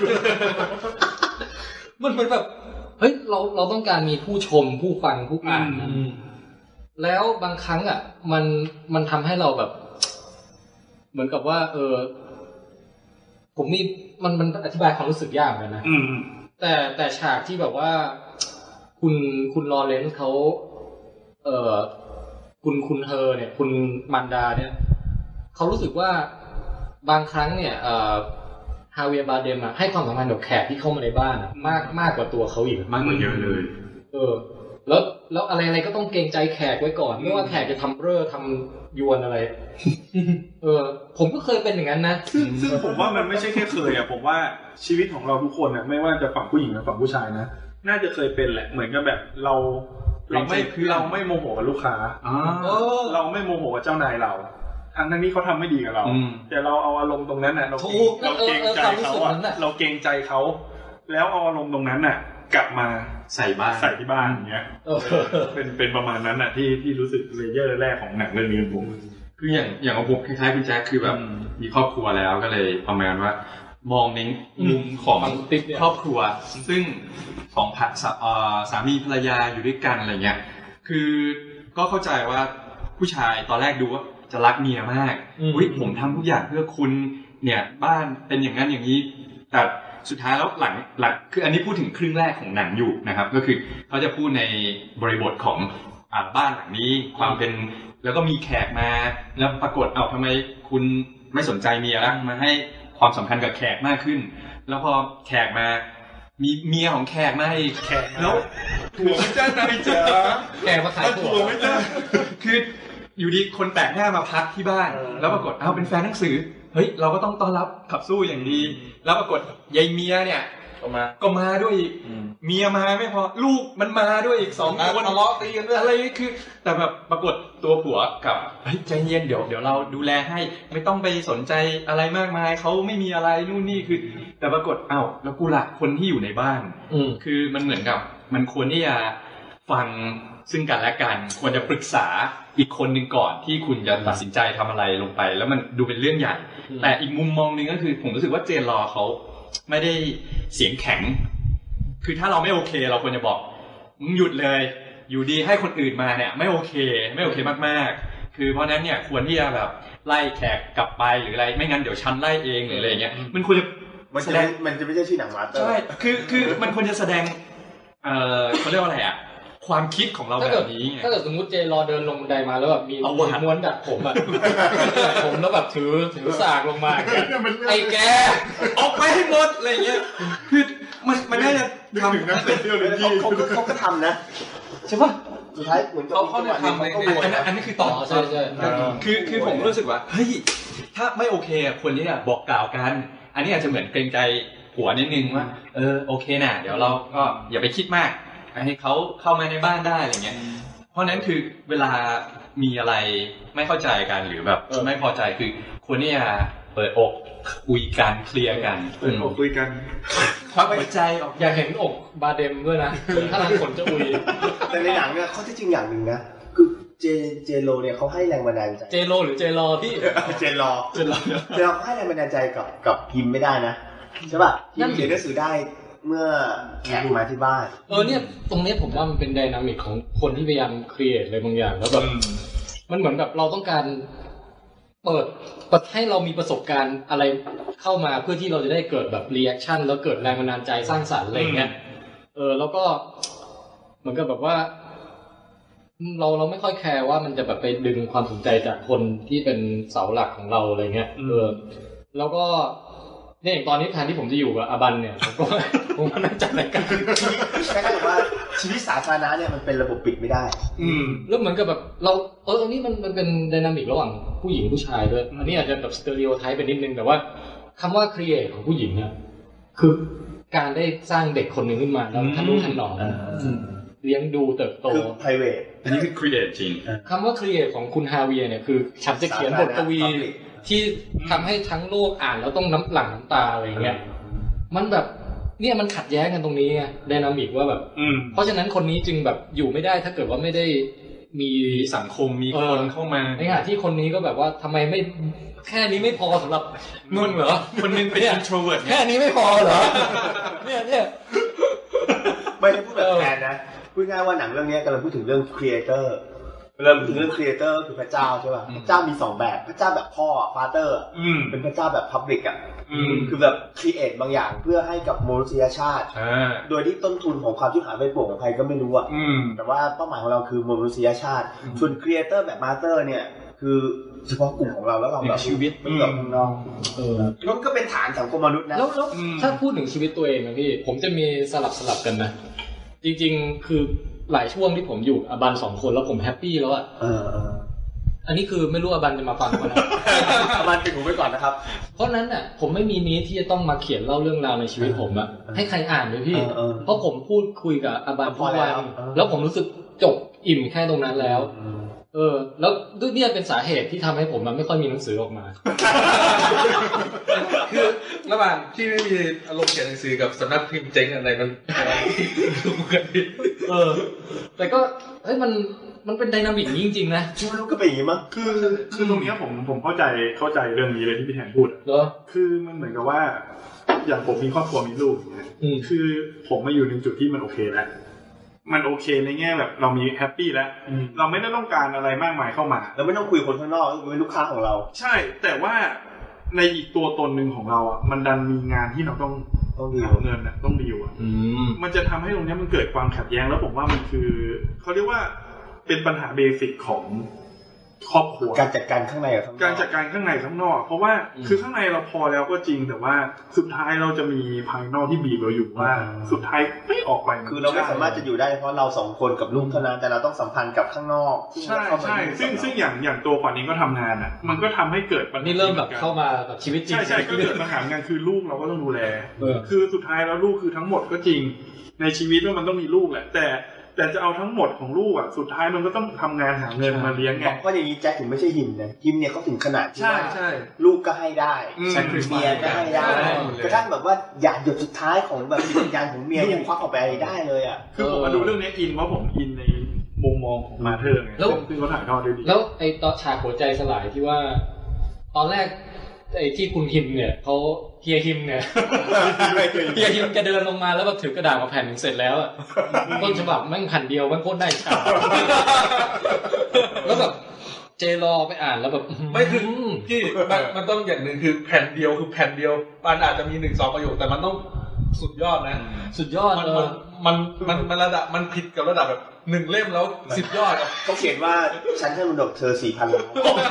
มันเหมือนแบบเฮ้ยเราเราต้องการมีผู้ชมผู้ฟังผู้อ่านแล้วบางครั้งอ่ะมันมันทำให้เราแบบเหมือนกับว่าเออผมนี่มันมันอธิบายความรู้สึกยากเหมือนกันนะแต่แต่ฉากที่แบบว่าคุณคุณลอเรนซ์เขาเออคุณคุณเธอเนี่ยคุณมันดาเนี่ยเขารู้สึกว่าบางครั้งเนี่ยเอ่อฮาเวียร์บาร์เดมอ่ะให้ความสำคัญกับแขกที่เข้ามาในบ้านอ่ะมากมากกว่าตัวเขาอีกมากกว่าเยอะเลยเออแล้วแล้วอะไรอะไรก็ต้องเกรงใจแขกไว้ก่อนไม่ว่าแขกจะทำเร่อทำยวนอะไรเออผมก็เคยเป็นอย่างนั้นนะซึ่งซึ่งผมว่ามันไม่ใช่แค่เคยอ่ะผมว่าชีวิตของเราทุกคนอ่ะไม่ว่าจะฝั่งผู้หญิงหรือฝั่งผู้ชายนะน่าจะเคยเป็นแหละเหมือนกับแบบเราเราไม่เราไม่โมโหกับลูกค้าเราไม่โมโหกับเจ้านายเราทั้งนั้นนี่เขาทำไม่ดีกับเราแต่เราเอาอารมณ์ตรงนั้นน่ะเราเราเกรงใจเขาอ่ะเราเกรงใจเขาแล้วเอาอารมณ์ตรงนั้นน่ะกลับมาใส่บ้านใส่ที่บ้านอย่างเงี้ยเป็นเป็นประมาณนั้นน่ะที่ที่รู้สึกเลเยอร์แรกของหนังเรื่องนี้ผมคืออย่างอย่างของผมคล้ายๆคุณแจ็คคือแบบมีครอบครัวแล้วก็เลยประมาณว่ามองในมุมของครอบครัวซึ่งของผัดสามีภรรยาอยู่ด้วยกันอะไรเงี้ยคือก็เข้าใจว่าผู้ชายตอนแรกดูว่าจะรักเมียมากอุ๊ยผมทำทุกอย่างเพื่อคุณเนี่ยบ้านเป็นอย่างนั้นอย่างนี้แต่สุดท้ายแล้วหลังหลังคืออันนี้พูดถึงครึ่งแรกของหนังอยู่นะครับก็คือเขาจะพูดในบริบทของอ่าบ้านหลังนี้ความเป็นแล้วก็มีแขกมาแล้วปรากฏเอาทำไมคุณไม่สนใจเมียแล้วมาให้ความสำคัญกับแขกมากขึ้นแล้วพอแขกมามีเมียของแขกมาให้แขกแล้วถั่วไม่จ้านายจ๋าแขกมาขายถั่วไม่จ้าคืออยู่ดีคนแปลกหน้ามาพักที่บ้านแล้วปรากฏเอ้าเป็นแฟนหนังสือเฮ้ยเราก็ต้องต้อนรับขับสู้อย่างดีแล้วปรากฏยายเมียเนี่ยก็มาก็มาด้วยอีกเมียมาไม่พอลูกมันมาด้วยอีกสองคนทะเลาะตีกันด้วยอะไรคือแต่แบบปรากฏตัวผัวกับเฮ้ยใจเย็นเดี๋ยวเดี๋ยวเราดูแลให้ไม่ต้องไปสนใจอะไรมากมายเขาไม่มีอะไรนู่นนี่คือแต่ปรากฏอ้าวแล้วกูล่ะคนที่อยู่ในบ้านคือมันเหมือนกับมันควรที่จะฟังซึ่งกันและกันควรจะปรึกษาอีกคนหนึ่งก่อนที่คุณจะตัดสินใจทำอะไรลงไปแล้วมันดูเป็นเรื่องใหญ่แต่อีกมุมมองนึงก็คือผมรู้สึกว่าเจนรอเขาไม่ได้เสียงแข็งคือถ้าเราไม่โอเคเราควรจะบอกมึงหยุดเลยอยู่ดีให้คนอื่นมาเนี่ยไม่โอเคไม่โอเคมากๆคือเพราะนั้นเนี่ยควรที่จะแบบไล่แขกกลับไปหรืออะไรไม่งั้นเดี๋ยวฉันไล่เองหรืออะไรอย่างเงี้ยมันควรจะมันจะมันจะไม่ใช่ชื่อหนังมาสเตอร์ใช่คือคือมันควรจะแสดงเอ่อเขาเรียกว่าอะไรอ่ะความคิดของเราแบบนี้ถ้าเกิดสมมติเจรอเดินลงบันไดมาแล้วแบบมีม้วนดัดผมอ่ะผมแล้วแบบถือถือสากลงมาไอ้แกออกไปให้หมดอะไรเงี้ยคือมันมันน่าจะทำถึงนักเตะที่โอลิมปิกเขาเขาก็ทำนะใช่ป่ะสุดท้ายเหมือนเขาเขาทำในอันนี้คือต่อใช่ใช่คือคือผมรู้สึกว่าเฮ้ยถ้าไม่โอเคควรที่จะบอกกล่าวกันอันนี้อาจจะเหมือนเกรงใจผัวนิดนึงว่าเออโอเคนะเดี๋ยวเราก็อย่าไปคิดมากให้เขาเข้ามาในบ้านได้อะไรเงี้ยเพราะนั้นคือเวลามีอะไรไม่เข้าใจกันหรือแบบไม่พอใจคือควรที่จะเปิดอกคุยกันเคลียร์กันเปิดอกคุยกันควักหัวใจออกอยากเห็นอกบาเดมด้วยนะถ้าทางคนจะอุยแต่ในหนังเนี่ยเขาที่จริงอย่างหนึ่งนะคือเจเจโรเนี่ยเขาให้แรงบันดาลใจเจโรหรือเจรอพี่เจรอเจรอเจรอให้แรงบันดาลใจกับกับพิมพ์ไม่ได้นะใช่ป่ะพิมพ์เขียนหนังสือได้เมื่อแขกมาที่บ้านเออเนี่ยตรงนี้ผมว่ามันเป็นไดนามิกของคนที่พยายามครีเอทอะไรบางอย่างแล้วแบบมันเหมือนแบบเราต้องการเปิดเปิดให้เรามีประสบการณ์อะไรเข้ามาเพื่อที่เราจะได้เกิดแบบรีแอคชั่นแล้วเกิดแรงบันดาลใจสร้างสรรค์อะไรเงี้ยเออแล้วก็เหมือนกับแบบว่าเราเราไม่ค่อยแคร์ว่ามันจะแบบไปดึงความสนใจจากคนที่เป็นเสาหลักของเราอะไรเงี้ยเออแล้วก็เนี่ยอย่างตอนนี้แทนที่ผมจะอยู่กับอาบันเนี่ยผมก็ผมก็นั่งจัดรายการแค่แบบว่าชีวิตสาธารณะเนี่ยมันเป็นระบบปิดไม่ได้อืมแล้วเหมือนกับแบบเราเอออันนี้มันมันเป็นไดนามิกระหว่างผู้หญิงผู้ชายด้วยอันนี้อาจจะแบบสเตอริโอไทป์ไปนิดนึงแต่ว่าคำว่าครีเอทของผู้หญิงเนี่ยคือการได้สร้างเด็กคนหนึ่งขึ้นมาแล้วทะนุถนอมเลี้ยงดูเติบโตคือ private อันนี้คือ create จริงคำว่า create ของคุณฮาเวียเนี่ยคือฉันจะเขียนบทกวีที่ทำให้ทั้งโลกอ่านแล้วต้องน้ำหลั่งน้ำตาอะไรเงี้ยมันแบบเนี่ยมันขัดแย้งกันตรงนี้ไงไดนามิกว่าแบบเพราะฉะนั้นคนนี้จึงแบบอยู่ไม่ได้ถ้าเกิดว่าไม่ได้มีสังคมมีคนเข้ามาในขณะที่คนนี้ก็แบบว่าทำไมไม่แค่นี้ไม่พอสำหรับมึงเหรอคนนึงเป็น introvert แค่นี้ไม่พอเหรอเนี่ยเนี่ยไม่ได้พูดแบบแทนนะพูดง่ายว่าหนังเรื่องนี้กำลังพูดถึงเรื่อง creator เริ่มถึงเรื่อง creator คือพระเจ้าใช่ป่ะพระเจ้ามีสองแบบพระเจ้าแบบพ่อ father เป็นพระเจ้าแบบ public อ่ะคือแบบ create บางอย่างเพื่อให้กับมนุษยชาติโดยที่ต้นทุนของความที่หาไม่โปร่งของใครก็ไม่รู้อ่ะแต่ว่าเป้าหมายของเราคือมนุษยชาติส่วน creator แบบ master เนี่ยคือเฉพาะกลุ่มของเราแล้วเราแบบชีวิตมันแบบน้องเออมันก็เป็นฐานสังคมมนุษย์นะแล้วถ้าพูดถึงชีวิตตัวเองนะพี่ผมจะมีสลับสลับกันนะจริงๆคือหลายช่วงที่ผมอยู่อบันสองคนแล้วผมแฮปปี้แล้วอ่ะเอออันนี้คือไม่รู้อบันจะมาฟังมั้ยนะอบันปิดหูไว้ก่อนนะครับเพราะนั้นน่ะผมไม่มีนี้ที่จะต้องมาเขียนเล่าเรื่องราวในชีวิตผมอ่ะให้ใครอ่านเลยพี่เพราะผมพูดคุยกับอบันทุกวันแล้วผมรู้สึกจบอิ่มแค่ตรงนั้นแล้วเออแล้วด้วยเนี่ยเป็นสาเหตุที่ทำให้ผมมันไม่ค่อยมีหนังสือออกมาคือระหว่างที่ไม่มีอารมณ์เขียนหนังสือกับสำนักพิมพ์เจ๊งอะไรมันเออแต่ก็เฮ้ยมันมันเป็นไดนามิกจริงๆนะช่วยรู้ก็เป็นอย่างนี้มั้งคือคือตรงนี้ผมผมเข้าใจเข้าใจเรื่องนี้เลยที่พี่แทนพูดเหรอคือมันเหมือนกับว่าอย่างผมมีครอบครัวมีลูกเนี่ยคือผมมาอยู่ในจุดที่มันโอเคแล้วมันโอเคในแง่แบบเรามีแฮปปี้แล้วเราไม่ได้ต้องการอะไรมากมายเข้ามาเราไม่ต้องคุยคนข้างนอกเป็นลูกค้าของเราใช่แต่ว่าในอีกตัวตนหนึ่งของเราอ่ะมันดันมีงานที่เราต้องต้องดีลเงินอ่ะต้องดีลอ่ะมันจะทำให้ตรงนี้มันเกิดความขัดแย้งแล้วผมว่ามันคือเขาเรียกว่าเป็นปัญหาเบสิกของครอบครัวการจัดการข้างในกับข้างนอกการจัดการข้างในข้างนอกเพราะว่าคือข้างในเราพอแล้วก็จริงแต่ว่าสุดท้ายเราจะมีภายนอกที่บีบเราอยู่ว่าสุดท้ายไม่ออกไปคือเราไม่สามารถจะอยู่ได้เพราะเราสองคนกับลูกเท่านั้นแต่เราต้องสัมพันธ์กับข้างนอกใช่ใช่ซึ่งซึ่งอย่างอย่างตัวขวัญเองก็ทำงานอ่ะมันก็ทำให้เกิดปัญหานี่เริ่มแบบเข้ามาแบบชีวิตจริงใช่ใช่ก็เกิดปัญหากันคือลูกเราก็ต้องดูแลคือสุดท้ายแล้วลูกคือทั้งหมดก็จริงในชีวิตว่ามันต้องมีลูกแหละแต่แต่จะเอาทั้งหมดของลูกอ่ะสุดท้ายมันก็ต้องทำงานหาเงินมาเลี้ยงไงเพราะอย่างนี้แจ็คถึงไม่ใช่หิมนะหิมเนี่ยเขาถึงขนาดที่ว่าใช่ลูกก็ให้ได้เมียก็ให้ได้กระทั่งแบบว่าหยาดหยดสุดท้ายของแบบวิญญาณของเมียยังควักออกไปได้เลยอ่ะคือผมมาดูเรื่องนี้อินเพราะผมอินในมุมมองของมาเธอไงซึ่งเขาถ่ายทอดได้ดีแล้วไอ้ตอนฉากหัวใจสลายที่ว่าตอนแรกไอ้ที่คุณฮิมเนี่ยเขาเฮียฮิมเนี่ยเฮียฮิมจะเดินลงมาแล้วแบบถือกระดาษมาแผ่นนึงเสร็จแล้วอ่ะต้นฉบับแม่งแผ่นเดียวแม่งโคตรได้ฉากแล้วแบบเจรอไปอ่านแล้วแบบไม่คือที่มันมันต้องอย่างนึงคือแผ่นเดียวคือแผ่นเดียวมันอาจจะมีหนึ่งสองประโยคแต่มันต้องสุดยอดนะสุดยอดมันมันมันมันระดับมันผิดกับระดับแบบหนึ่งเล่มแล้วสิบยอดเขาเขียนว่าฉันให้มันดอกเธอ สี่พัน ล้าน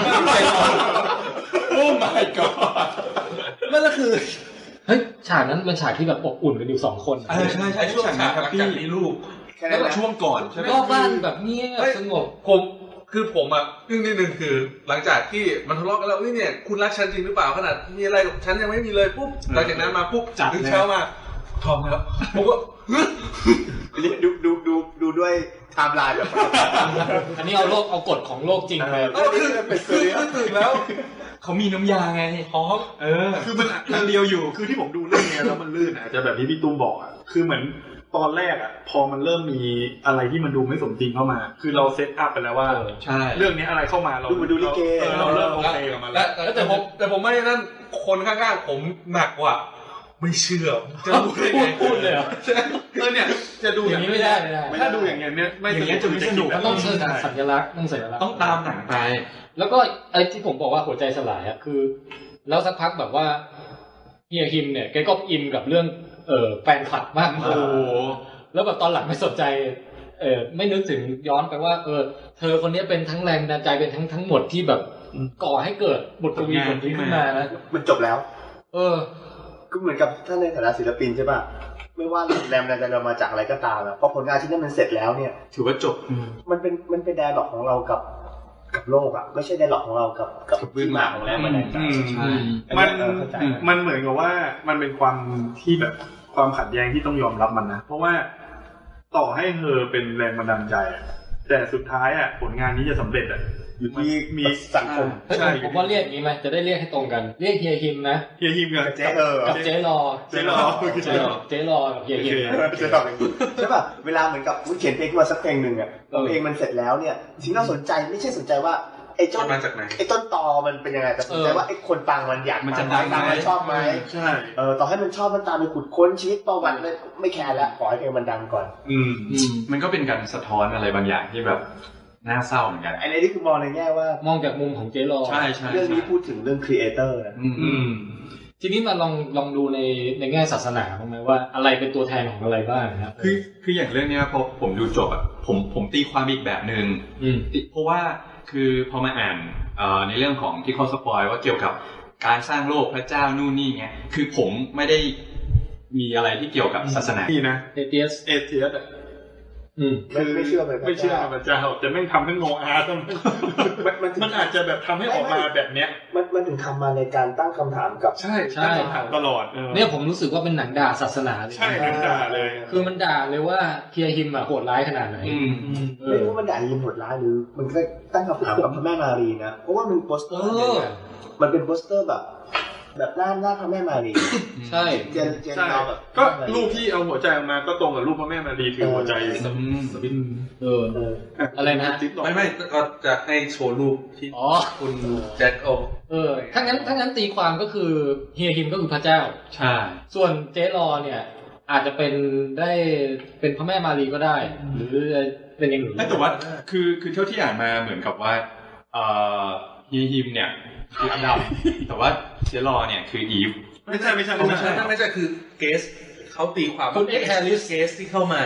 โอ้ my god นั่นก็คือเฮ้ยฉากนั้นเป็นฉากที่แบบอบอุ่นกันอยู่สองคนเออใช่ใช่ช่วงฉากหลังจากมีลูกแล้วก็ช่วงก่อนใช่ไหมรอบบ้านแบบเงียบสงบผมคือผมอ่ะเรื่องนิดนึงคือหลังจากที่มันทะเลาะกันแล้วนี่เนี่ยคุณรักฉันจริงหรือเปล่าขนาดมีอะไรกับฉันยังไม่มีเลยปุ๊บหลังจากนั้นมาปุ๊บดึงเช้ามาทองแล้วผมก็ดูดูดูดูด้วยไทม์ไลน์แบบอันนี้เอาโลกเอากฎของโลกจริงไปก็คือเป็นคือตื่นแล้วเขามีน้ำยาไงท้องเออคือมันอันเดียวอยู่คือที่ผมดูเรื่องนี้แล้วมันลื่นอาจจะแบบที่พี่ตุ้มบอกอ่ะคือเหมือนตอนแรกอ่ะพอมันเริ่มมีอะไรที่มันดูไม่สมจริงเข้ามาคือเราเซตอัพไปแล้วว่าใช่เรื่องนี้อะไรเข้ามาเราดูมาดูลิเกเราเริ่มโอเคกับมันแล้วแต่ผมแต่ผมไม่นั่นคนข้างๆผมหนักกว่าไม่เชื่อจะดูได้ไงพูดเลยเหรอเออเนี่ยจะดูอย่างนี้ไม่ได้ไม่ได้ถ้าดูอย่างเงี้ยเนี่ยไม่อย่างเงี้ยจะไม่สนุกต้องเชิญสัญลักษณ์ต้องสัญลักษณ์ต้องตามหนังไปแล้วก็ไอ้ที่ผมบอกว่าหัวใจสลายอ่ะคือแล้วสักพักแบบว่าเฮียฮิมเนี่ยแกก็อินกับเรื่องเอ่อแฟนคลับมากโอ้แล้วแบบตอนหลังไม่สนใจเออไม่นึกถึงย้อนไปว่าเออเธอคนนี้เป็นทั้งแรงดันใจเป็นทั้งทั้งหมดที่แบบก่อให้เกิดบทกวีบทนี้ขึ้นมานะมันจบแล้วเออก็เหมือนกับท่านในฐานะศิลปินใช่ป่ะไม่ว่าแรงดันใจเรามาจากอะไรก็ตามนะพอผลงานชิ้นนั้นมันเสร็จแล้วเนี่ยถือว่าจบมันเป็นมันเป็นไดอะล็อกของเรากับกับโลกอ่ะไม่ใช่ไดอะล็อกของเรากับกับที่มาของแรงบันดาลใจมันมันเหมือนกับว่ามันเป็นความที่แบบความขัดแย้งที่ต้องยอมรับมันนะเพราะว่าต่อให้เธอเป็นแรงบันดาลใจแต่สุดท้ายอ่ะผลงานนี้จะสำเร็จอ่ะอยู่ที่มีสังคมใช่ผมว่าเรียกอย่างนี้ไหมจะได้เรียกให้ตรงกันเรียกเฮียฮิมนะเฮียฮิมกับเจ๊เออกับเจ๊รอเจ๊รอเจ๊รอกับเฮียฮิมใช่ป่ะเวลาเหมือนกับเขียนเพลงมาสักเพลงหนึ่งอ่ะเพลงมันเสร็จแล้วเนี่ยสิ่งน่าสนใจไม่ใช่สนใจว่าไอ้ต้นไอ้ต้นตอมันเป็นยังไงแต่สนใจว่าไอ้คนฟังมันอยากมันจะฟังมันชอบไหมใช่เออต่อให้มันชอบมันตามไปขุดค้นชีวิตประวัติเลยไม่แคร์แล้วขอให้เพลงมันดังก่อนอืมมันก็เป็นการสะท้อนอะไรบางอย่างที่แบบน่าเศร้าเหมือนกันไอ้นี่คือมองในแง่ว่ามองจากมุมของเจรอใช่ใช่เรื่องนี้พูดถึงเรื่องครีเอเตอร์นะทีนี้มาลองลองดูในในแง่ศาสนาบ้างไหมว่าอะไรเป็นตัวแทนของอะไรบ้างครับคือคืออย่างเรื่องนี้พอผมดูจบอ่ะผมผมตีความอีกแบบนึงเพราะว่าคือพอมาอ่านในเรื่องของที่เขาสปอยว่าเกี่ยวกับการสร้างโลกพระเจ้านู่นนี่ไงคือผมไม่ได้มีอะไรที่เกี่ยวกับศาสนานี่นะเอเทียสเอเทียสอืมคือไม่เชื่อไม่เชื่อในพระเจ้าจะไม่ทำให้โงอาร์ตมันมันมันอาจจะแบบทำให้ออกมาแบบเนี้ยมันมันถึงทำมาในการตั้งคำถามกับใช่ใช่คำถามตลอดเนี่ยผมรู้สึกว่าเป็นหนังด่าศาสนาเลยใช่หนังด่าเลยคือมันด่าเลยว่าเฮียฮิมอะโหดร้ายขนาดไหนไม่รู้ว่ามันด่าฮิมโหดร้ายหรือมันแค่ตั้งคำถามกับพระแม่มารีนะเพราะว่ามันโปสเตอร์มันเป็นโปสเตอร์แบบแบบหน้าหน้าพระแม่มารีใช่เจนเจนเราแบบก็รูปที่เอาหัวใจออกมาก็ตรงกับรูปพระแม่มารีถือหัวใจสวินเอออะไรนะไม่ไม่ก็จะให้โชว์รูปที่อ๋อคุณแจ็คโอเออถ้างั้นถ้างั้นตีความก็คือเฮียฮิมก็คือพระเจ้าใช่ส่วนเจรอเนี่ยอาจจะเป็นได้เป็นพระแม่มารีก็ได้หรือเป็นอย่างอื่นแต่ว่าคือคือเท่าที่อ่านมาเหมือนกับว่าเอ่อเฮียฮิมเนี่ยคืออดัมแต่ว่าเจรอเนี่ยคืออีฟไม่ใช่ไม่ใช่ไม่ใช่ไม่ใช่คือเกสเขาตีความคุณเอ็กแฮร์ริสเกสที่เข้ามา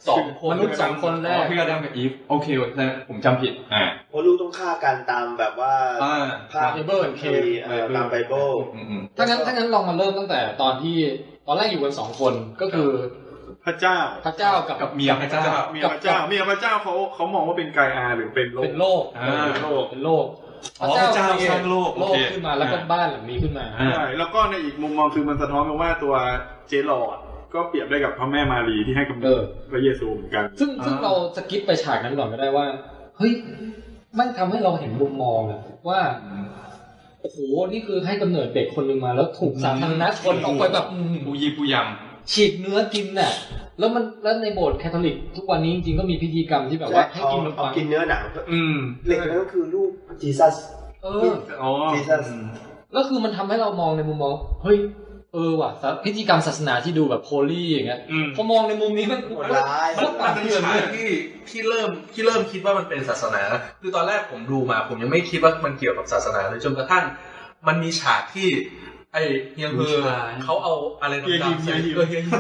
สองคนมนุษย์สองคนแรกพี่อาดัมกับอีฟโอเคผมจำผิดอ่าเพราะลูกต้องฆ่ากันตามแบบว่าภาพไบเบิลเคตามไบเบิลถ้างั้นถ้างั้นลองมาเริ่มตั้งแต่ตอนที่ตอนแรกอยู่กันสองคนก็คือพระเจ้าพระเจ้ากับกับเมียพระเจ้าเมียพระเจ้าเมียพระเจ้าเขาเขามองว่าเป็นกายอาหรือเป็นโลกเป็นโลกเป็นโลกเป็นโลกพระเจ้าสร้างโลกโลกขึ้นมาแล้วก็บ้านหลังนี้ขึ้นมาใช่แล้วก็ในอีกมุมมองคือมันสะท้อนมาว่าตัวเจลอดก็เปรียบได้กับพระแม่มารีที่ให้กำเนิดพระเยซูเหมือนกันซึ่งซึ่งเราสกิปไปฉากนั้นก่อนก็ได้ว่าเฮ้ยมันทำให้เราเห็นมุมมองอะว่าโอ้โหนี่คือให้กำเนิดเด็กคนนึงมาแล้วถูกสาธารณชนออกไปแบบปูยีปูยำฉีกเนื้อกินน่ะแล้วมันแล้วในโบสถ์แคทอลิกทุกวันนี้จริงๆก็มีพิธีกรรมที่แบบว่าให้กินเอากินเนื้อหนังอืมเหล็กนั่นก็คือลูกจีซัสเอออ๋อจีซัสก็คือมันทำให้เรามองในมุมมองเฮ้ยเออว่ะพิธีกรรมศาสนาที่ดูแบบโฮลี่อย่างเงี้ยพอมองในมุมนี้มันมันเป็นฉากที่ที่เริ่มที่เริ่มคิดว่ามันเป็นศาสนาคือตอนแรกผมดูมาผมยังไม่คิดว่ามันเกี่ยวกับศาสนาเลยจนกระทั่งมันมีฉากที่ไอ้เฮียเฮอเขาเอาอะไรดำๆใส่เออเฮียเฮอ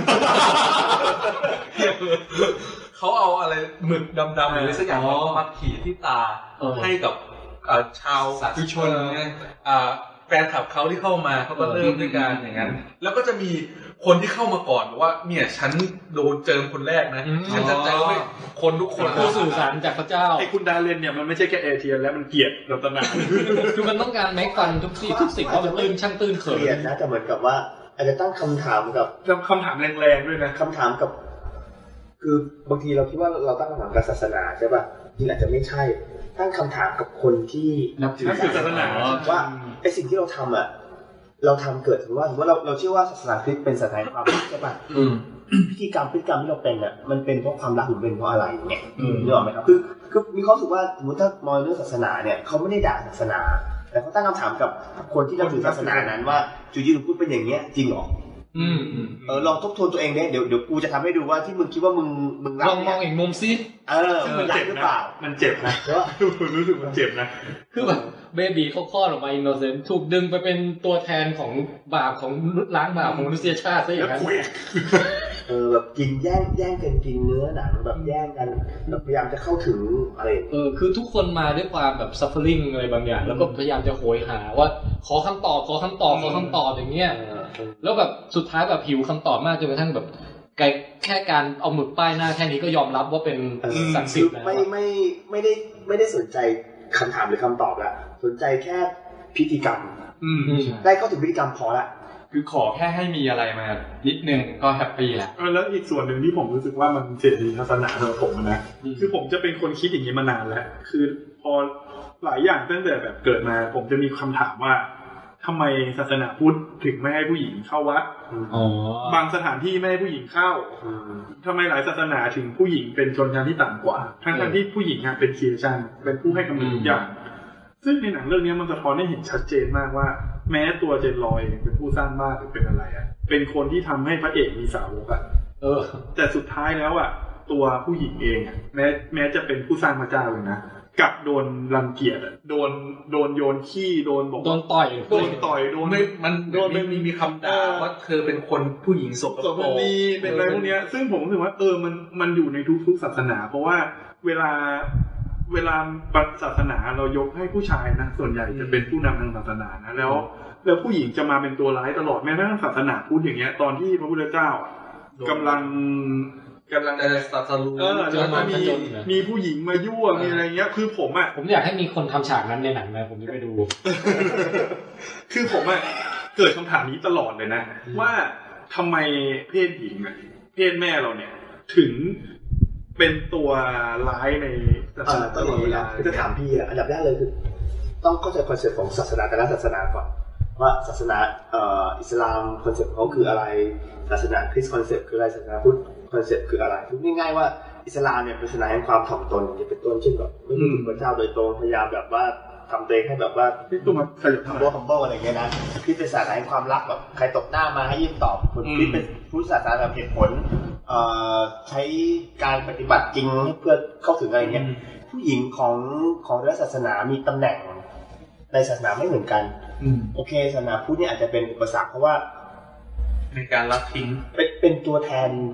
เขาเอาอะไรหมึกดำๆหรือสักอย่างมาขีดที่ตาให้กับชาวสาธุชนแฟนคลับเขาที่เข้ามาเขาก็เริ่มด้วยการอย่างนั้นแล้วก็จะมีคนที่เข้ามาก่อนว่าเนี่ยฉันโดนเจอคนแรกนะฉันจะเจอคนทุกคนผู้สื่อสารจากพระเจ้าไอ้คุณดาเลนเนี่ยมันไม่ใช่แค่เอเทียแล้วมันเกลียดรัตนาคือมันต้องการแม็กฟันทุกสิ่งทุกสิ่งเพราะมันตื่นช่างตื่นเขินเกลียดนะแต่เหมือนกับว่าอาจจะตั้งคำถามกับคำถามแรงๆด้วยนะคำถามกับคือบางทีเราคิดว่าเราตั้งคำถามกับศาสนาใช่ป่ะจริงอาจจะไม่ใช่ตั้งคำถามกับคนที่นับถือศาสนาว่าไอ้สิ่งที่เราทำอ่ะเราทำเกิดถึงว่าถือว่าเราเราเชื่อว่าศาสนาคริสต์เป็นศาสนาความรักใช่ป่ะพิธีกรรมพฤติกรรมที่เราเป็นอ่ะมันเป็นเพราะความรักหรือเป็นเพราะอะไรเนี่ยนึกออกไหมครับคือคือมีความรู้สึกว่าสมมติถ้ามองเรื่องศาสนาเนี่ยเขาไม่ได้ด่าศาสนาแต่เขาตั้งคำถามกับคนที่นับถือศาสนานั้นว่าจุดยืนพูดเป็นอย่างเงี้ยจริงหรออืมเออลองทบทวนตัวเองดิเดี๋ยวเดี๋ยวกูจะทำให้ดูว่าที่มึงคิดว่ามึงมึงรักลองมองอีกมุมซิเออมันเจ็บหรือเปล่ามันเจ็บนะรู้สึกมันเจ็บนะคือแบบเบบีเขาคลอดออกมาอินโนเซนต์ถูกดึงไปเป็นตัวแทนของบาปของล้างบาปของมนุษยชาติซะอย่างนั้นเออแบบกินแย่งแย่งกันกินเนื้อหนังแบบแย่งกันแบบพยายามจะเข้าถึงอะไรเออคือทุกคนมาด้วยความแบบ suffering อะไรบางอย่างแล้วก็พยายามจะโหยหาว่าขอคำตอบขอคำตอบขอคำตอบอย่างเงี้ยแล้วแบบสุดท้ายแบบหิวคำตอบมากจนกระทั่งแบบแค่การเอาหมึกป้ายหน้าแค่นี้ก็ยอมรับว่าเป็นศักดิ์สิทธิ์แล้วไม่ไม่ไม่ได้ไม่ได้สนใจคำถามหรือคำตอบละสนใจแค่พิธีกรรมได้เข้าถึงพิธีกรรมพอละคือขอแค่ให้มีอะไรมานิดนึงก็แฮปปี้แหละแล้วอีกส่วนหนึ่งที่ผมรู้สึกว่ามันเสรีทัศนะสำหรับผมนะคือผมจะเป็นคนคิดอย่างนี้มานานแล้วคือพอหลายอย่างตั้งแต่แบบเกิดมาผมจะมีคำถามว่าทำไมศาสนาพุทธถึงไม่ให้ผู้หญิงเข้าวัดบางสถานที่ไม่ให้ผู้หญิงเข้าทำไมหลายศาสนาถึงผู้หญิงเป็นชนชั้นที่ต่ำกว่าทั้งๆที่ผู้หญิงเป็นคริสเตียนเป็นผู้ให้กำเนิดทุกอย่างซึ่งในหนังเรื่องนี้มันสะท้อนให้เห็นชัดเจนมากว่าแม้ตัวเจนลอยเป็นผู้สร้างบ้านหรือเป็นอะไรอ่ะเป็นคนที่ทำให้พระเอกมีสาวกอ่ะเออแต่สุดท้ายแล้วอ่ะตัวผู้หญิงเองอ่ะแม้แม้จะเป็นผู้สร้างพระเจ้าเลยนะกับโดนรังเกียจอ่ะโดนโดนโยนขี้โดนบอกโดนต่อยโดนต่อยโดนไม่มันโดนไม่มีมีคำด่าว่าเธอเป็นคนผู้หญิงสกปรกเป็นอะไรพวกเนี้ยซึ่งผมรู้สึกว่าเออมันมันอยู่ในทุกๆศาสนาเพราะว่าเวลาเวลาศาสนาเรายกให้ผู้ชายนะส่วนใหญ่จะเป็นผู้นำทางศาสนานะแล้วแล้วผู้หญิงจะมาเป็นตัวร้ายตลอดแม้กระทั่งศาสนาพุทธอย่างเงี้ยตอนที่พระพุทธเจ้ากำลังกำลังจะสัตรูเออแล้วก็มีมีผู้หญิงมายั่วมีอะไรเงี้ยคือผมอ่ะผมอยากให้มีคนทำฉากนั้นในหนังนะผมจะไปดูคือผมอ่ะเกิดคำถามนี้ตลอดเลยนะว่าทำไมเพศหญิงเพศแม่เราเนี่ยถึงเป็นตัวร้ายในศาสนาตลอดเวลาจะถามพี่อ่ะอันดับแรกเลยคือต้องเข้าใจคอนเซ็ปต์ของศาสนาแต่ละศาสนาก่อนว่าศาสนาเอ่ออิสลามคอนเซ็ปต์เขาคืออะไรศาสนาคริสต์คอนเซ็ปต์คืออะไรศาสนาพุทธคอนเซ็ปต์คืออะไรพูดง่ายๆว่าอิสลามเนี่ยเป็นศาสนาแห่งความถ่อมตนจะเป็นต้นเช่นแบบไม่มีพระเจ้าโดยตรงพยายามแบบว่าทำตัวเองให้แบบว่าที่ตัวมันขยับทำโบทำโบอะไรอย่างเงี้ยนะคริสต์เป็นศาสนาแห่งความรักแบบใครตกหน้ามาให้ยิ้มตอบคนคริสต์เป็นพุทธศาสนาแบบเหตุผลเอ่อใช้การปฏิบัติจริงเพื่อเข้าถึงอะไรเงี้ยผู้หญิงของของแต่ละศาสนามีตำแหน่งในศาสนาไม่เหมือนกันโอเคศาสนาพุทธเนี่ยอาจจะเป็นอุปสรรคเพราะว่าในการรับทิ้งเป็นเป็นตัวแทน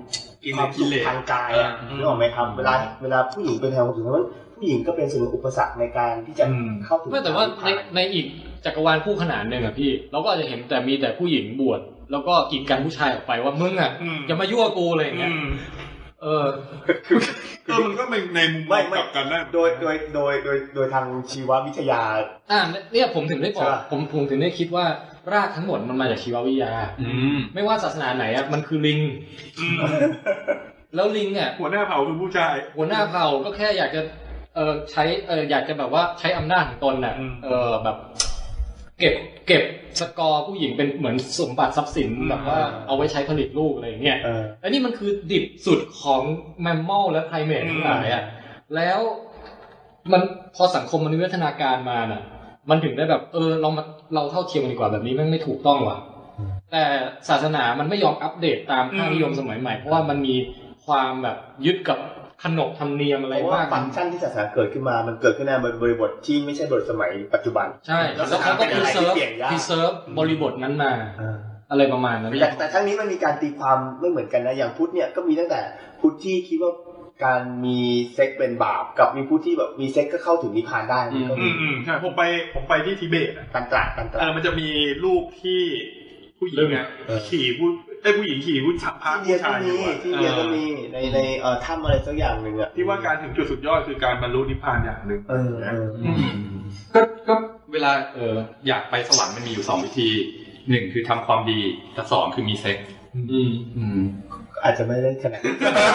ความสุขทางกายอ่ะนึกออกไหมครับเวลาเวลาผู้หญิงเป็นแทนคนอื่นเพราะว่าผู้หญิงก็เป็นส่วนหนึ่งอุปสรรคในการที่จะเข้าถึงไม่แต่ว่าในในอีกจักรวาลคู่ขนานหนึ่งอะพี่เราก็อาจจะเห็นแต่มีแต่ผู้หญิงบวชแล้วก็กีดกันผู้ชายออกไปว่ามึงอะอย่ามายั่วกูอะไรอย่างเงี้ยเออคือมันก็เป็นในมุมมองกลับกันได้โดยโดยโดยโดยโดยทางชีววิทยาอ่าเนี่ยผมถึงได้บอกผมผมถึงได้คิดว่ารากทั้งหมดมันมาจากชีววิทยาไม่ว่าศาสนาไหนอะมันคือลิงแล้วลิงอ่ะหัวหน้าเผ่าคือผู้ชายหัวหน้าเผ่าก็แค่อยากจะเออใช้เอออยากจะแบบว่าใช้อำนาจของตนน่ะเออแบบเก็บเก็บสกอร์ผู้หญิงเป็นเหมือนสมบัติทรัพย์สินแบบว่าเอาไว้ใช้ผลิตลูกอะไรอย่างเงี้ยอันนี้มันคือดิบสุดของแมมมอลและไพรเมททั้งหลายอ่ะแล้วมันพอสังคมมันวิวัฒนาการมาน่ะมันถึงได้แบบเออเรามาเราเท่าเทียมกันดีกว่าแบบนี้แม่งไม่ถูกต้องว่ะแต่ศาสนามันไม่ยอมอัปเดตตามค่านิยมสมัยใหม่เพราะว่ามันมีความแบบยึดกับขนบธรรมเนียมอะไรมากฟังก์ชันที่ศาสนาเกิดขึ้นมามันเกิดขึ้นในบริบทที่ไม่ใช่บริบทสมัยปัจจุบันใช่แล้วเขาก็พรีเซิร์ฟพรีเซิร์ฟบริบทนั้นมาอะไรประมาณนั้นแต่แต่ทั้งนี้มันมีการตีความไม่เหมือนกันนะอย่างพุทธเนี่ยก็มีตั้งแต่พุทธที่คิดว่าการมีเซ็กเป็นบาปกับมีพุทธที่แบบมีเซ็กก็เข้าถึงนิพพานได้มันก็มีใช่ผมไปผมไปที่ทิเบตตันตระตันตระเออมันจะมีรูปที่ผู้หญิงอ่ะขี่ผู้ไอ้ผู้หญิงขี่ผู้ชายผู้ชายอยู่อ่ะที่เดียวก็มีในในเอ่อถ้ำอะไรสักอย่างนึงอ่ะที่ว่าการถึงจุดสุดยอดคือการบรรลุนิพพานอย่างนึงเออก็ก็เวลาเอออยากไปสวรรค์มันมีอยู่สองวิธีหนึ่งคือทำความดีแต่สองคือมีเซ็กอืมอืมอาจจะไม่ได้ขนาด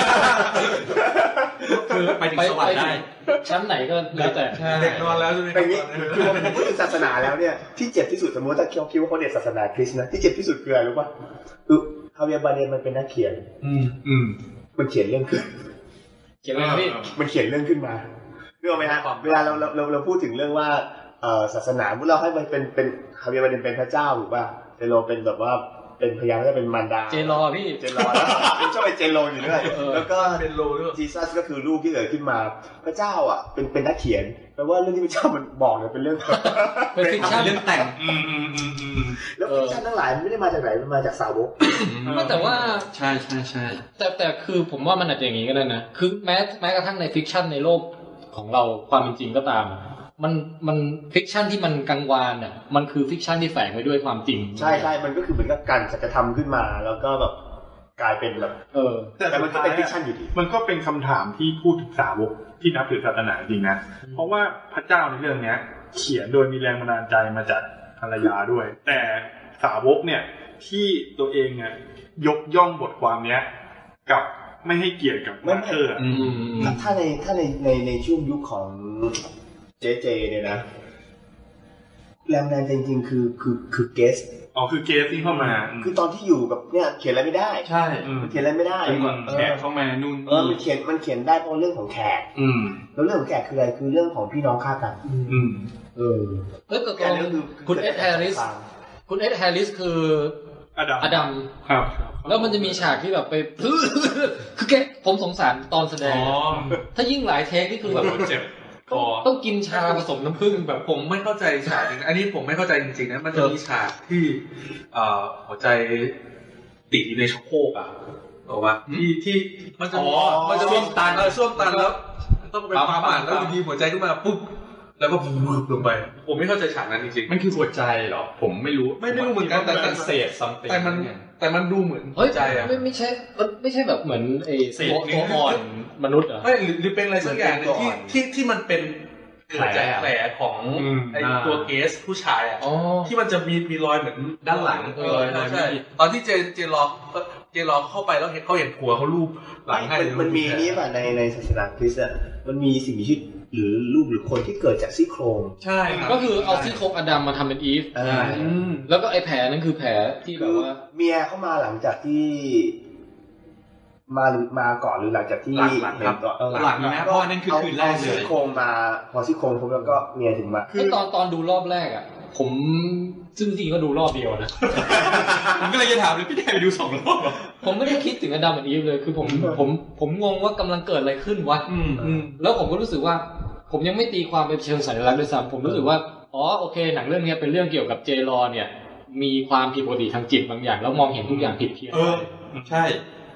คือไปถึงสวรรค์ได้ชั้นไหนก็แล้วแต่เด็กนอนแล้วใช่ไหมเป็นอย่างนี้คือผมพูดถึงศาสนาแล้วเนี่ยที่เจ็บที่สุดสมมติถ้าเขาคิดว่าเขาเรียนศาสนาคริสต์นะที่เจ็บที่สุดคืออะไรรู้ป่ะคือฮาเวียร์บาเดนมันเป็นนักเขียนอืมอืมมันเขียนเรื่องขึ้นเขียนอะไรพี่มันเขียนเรื่องขึ้นมาเรื่องไหมฮะเวลาเราเราเราพูดถึงเรื่องว่าเอ่อศาสนาเมื่อเราให้มันเป็นเป็นฮาเวียร์บาเดนเป็นพระเจ้าถูกป่ะแต่เราเป็นแบบว่าเป็นพยายามจะเป็นมารดาเจรอพี่เจรอแล้วชอบไปเจโรอยู่ด้วยแล้วก็เป็นโลด้วยจีซัสก็คือลูกที่เกิดขึ้นมาพระเจ้าอ่ะเป็นเป็นนักเขียนแปลว่าเรื่องที่พระเจ้ามันบอกเนี่ยเป็นเรื่องเป็นฟิกชั่นเรื่องแต่งแล้วฟิกชั่นทั้งหลายมันไม่ได้มาจากไหนมันมาจากสาวกแต่ว่าใช่ใช่ใช่แต่แต่คือผมว่ามันอาจจะอย่างนี้ก็ได้นะคือแม้แม้กระทั่งในฟิกชั่นในโลกของเราความเป็นจริงก็ตามมันมันฟิกชันที่มันกังวานเนี่ยมันคือฟิกชันที่แฝงไว้ด้วยความจริงใช่ใช่มันก็คือเหมือนกับการสัจธรรมขึ้นมาแล้วก็แบบกลายเป็นแบบเออแต่มันก็เป็นฟิกชันอยู่ดีมันก็เป็นคำถามที่พูดถึงสาวกที่นับถือศาสนาจริงนะเพราะว่าพระเจ้าในเรื่องเนี้ยเขียนโดยมีแรงบันดาลใจมาจากภรรยาด้วยแต่สาวกเนี่ยที่ตัวเองเนี่ยยกย่องบทความเนี้ยกับไม่ให้เกียรติกับมาเธอถ้าในถ้าในในในช่วงยุคของเจเจเนี่ยนะแรงบันดาลใจจริงๆคือคือคือเกสอ๋อคือเกสที่เข้ามาคือตอนที่อยู่กับเนี่ยเขียนอะไรไม่ได้ใช่เขียนอะไรไม่ได้แขกเข้ามานู่นเออมันเขียนมันเขียนได้เพราะเรื่องของแขกแล้วเรื่องของแขกคืออะไรคือเรื่องของพี่น้องฆ่ากันเออเออก็คือคุณเอ็ดแฮร์ริสคุณเอ็ดแฮร์ริสคืออดัมอดัมครับแล้วมันจะมีฉากที่แบบไปคือแกผมสงสารตอนแสดงถ้ายิ่งหลายเทคนี่คือแบบเจ็บต้องกินชาผสมน้ำผึ้งแบบผมไม่เข้าใจฉากนึงอันนี้ผมไม่เข้าใจจริงๆนะมันจะมีฉากที่หัวใจติดอยู่ในชักโครกอ่ะบอกว่าที่ที่มันจะมันจะส้วมตันเออส้วมตันแล้วต้องไปปั๊มอ่านแล้วดีหัวใจขึ้นมาปุ๊บแล้วก็วูบลงไปผมไม่เข้าใจฉากนั้นจริงๆมันคือหัวใจเหรอผมไม่รู้ไม่ไม่รู้เหมือนกันแต่แต่เศษซัมติงแต่มันแต่มันดูเหมือนหัวใจอ่ะไม่ไม่ใช่ไม่ใช่แบบเหมือนไอ้ตัวอ่อนมนุษย์อ่ะไม่หรือเป็นอะไรสักอย่างนึงที่ที่ที่มันเป็นเกิดจากแผลของไอ้ตัวเกสผู้ชายอ่ะที่มันจะมีมีรอยเหมือนด้านหลังเออใช่ตอนที่เจเจรอเจรอเข้าไปแล้วเห็นเขาเห็นผัวเขาลูบหลังให้มันมีนี่ป่ะในในศาสนาคริสต์อ่ะมันมีสิ่งมีชีวิตหรือรูปหรือคนที่เกิดจากซี่โครงใช่ก็คือเอาซี่โครงอดัมมาทำเป็นอีฟแล้วก็ไอ้แผลนั่นคือแผลที่แบบว่าเมียเข้ามาหลังจากที่มาหรือมาก่อนหรือหลังจากที่หลังครับหลังนะเพราะนั่นคือคืนแรกเลยซี่โครงมาพอซี่โครงผมแล้วก็เมียถึงมาคือตอนตอนดูรอบแรกอ่ะผมซึ่งจริงก็ดูรอบเดียวนะผมก็เลยจะถามเลยพี่แดงไปดูสองรอบผมไม่ได้คิดถึงอดัมกับอีฟเลยคือผมผมผมงงว่ากำลังเกิดอะไรขึ้นวะแล้วผมก็รู้สึกว่าผมยังไม่ตีความเป็นเชิงสัญลักษณ์ด้วยซ้ำผมรู้สึกว่าอ๋อโอเคหนังเรื่องนี้เป็นเรื่องเกี่ยวกับเจรอเนี่ยมีความผิดปกติทางจิตบางอย่างแล้วมองเห็นทุกอย่างผิดเพี้ยนเออใช่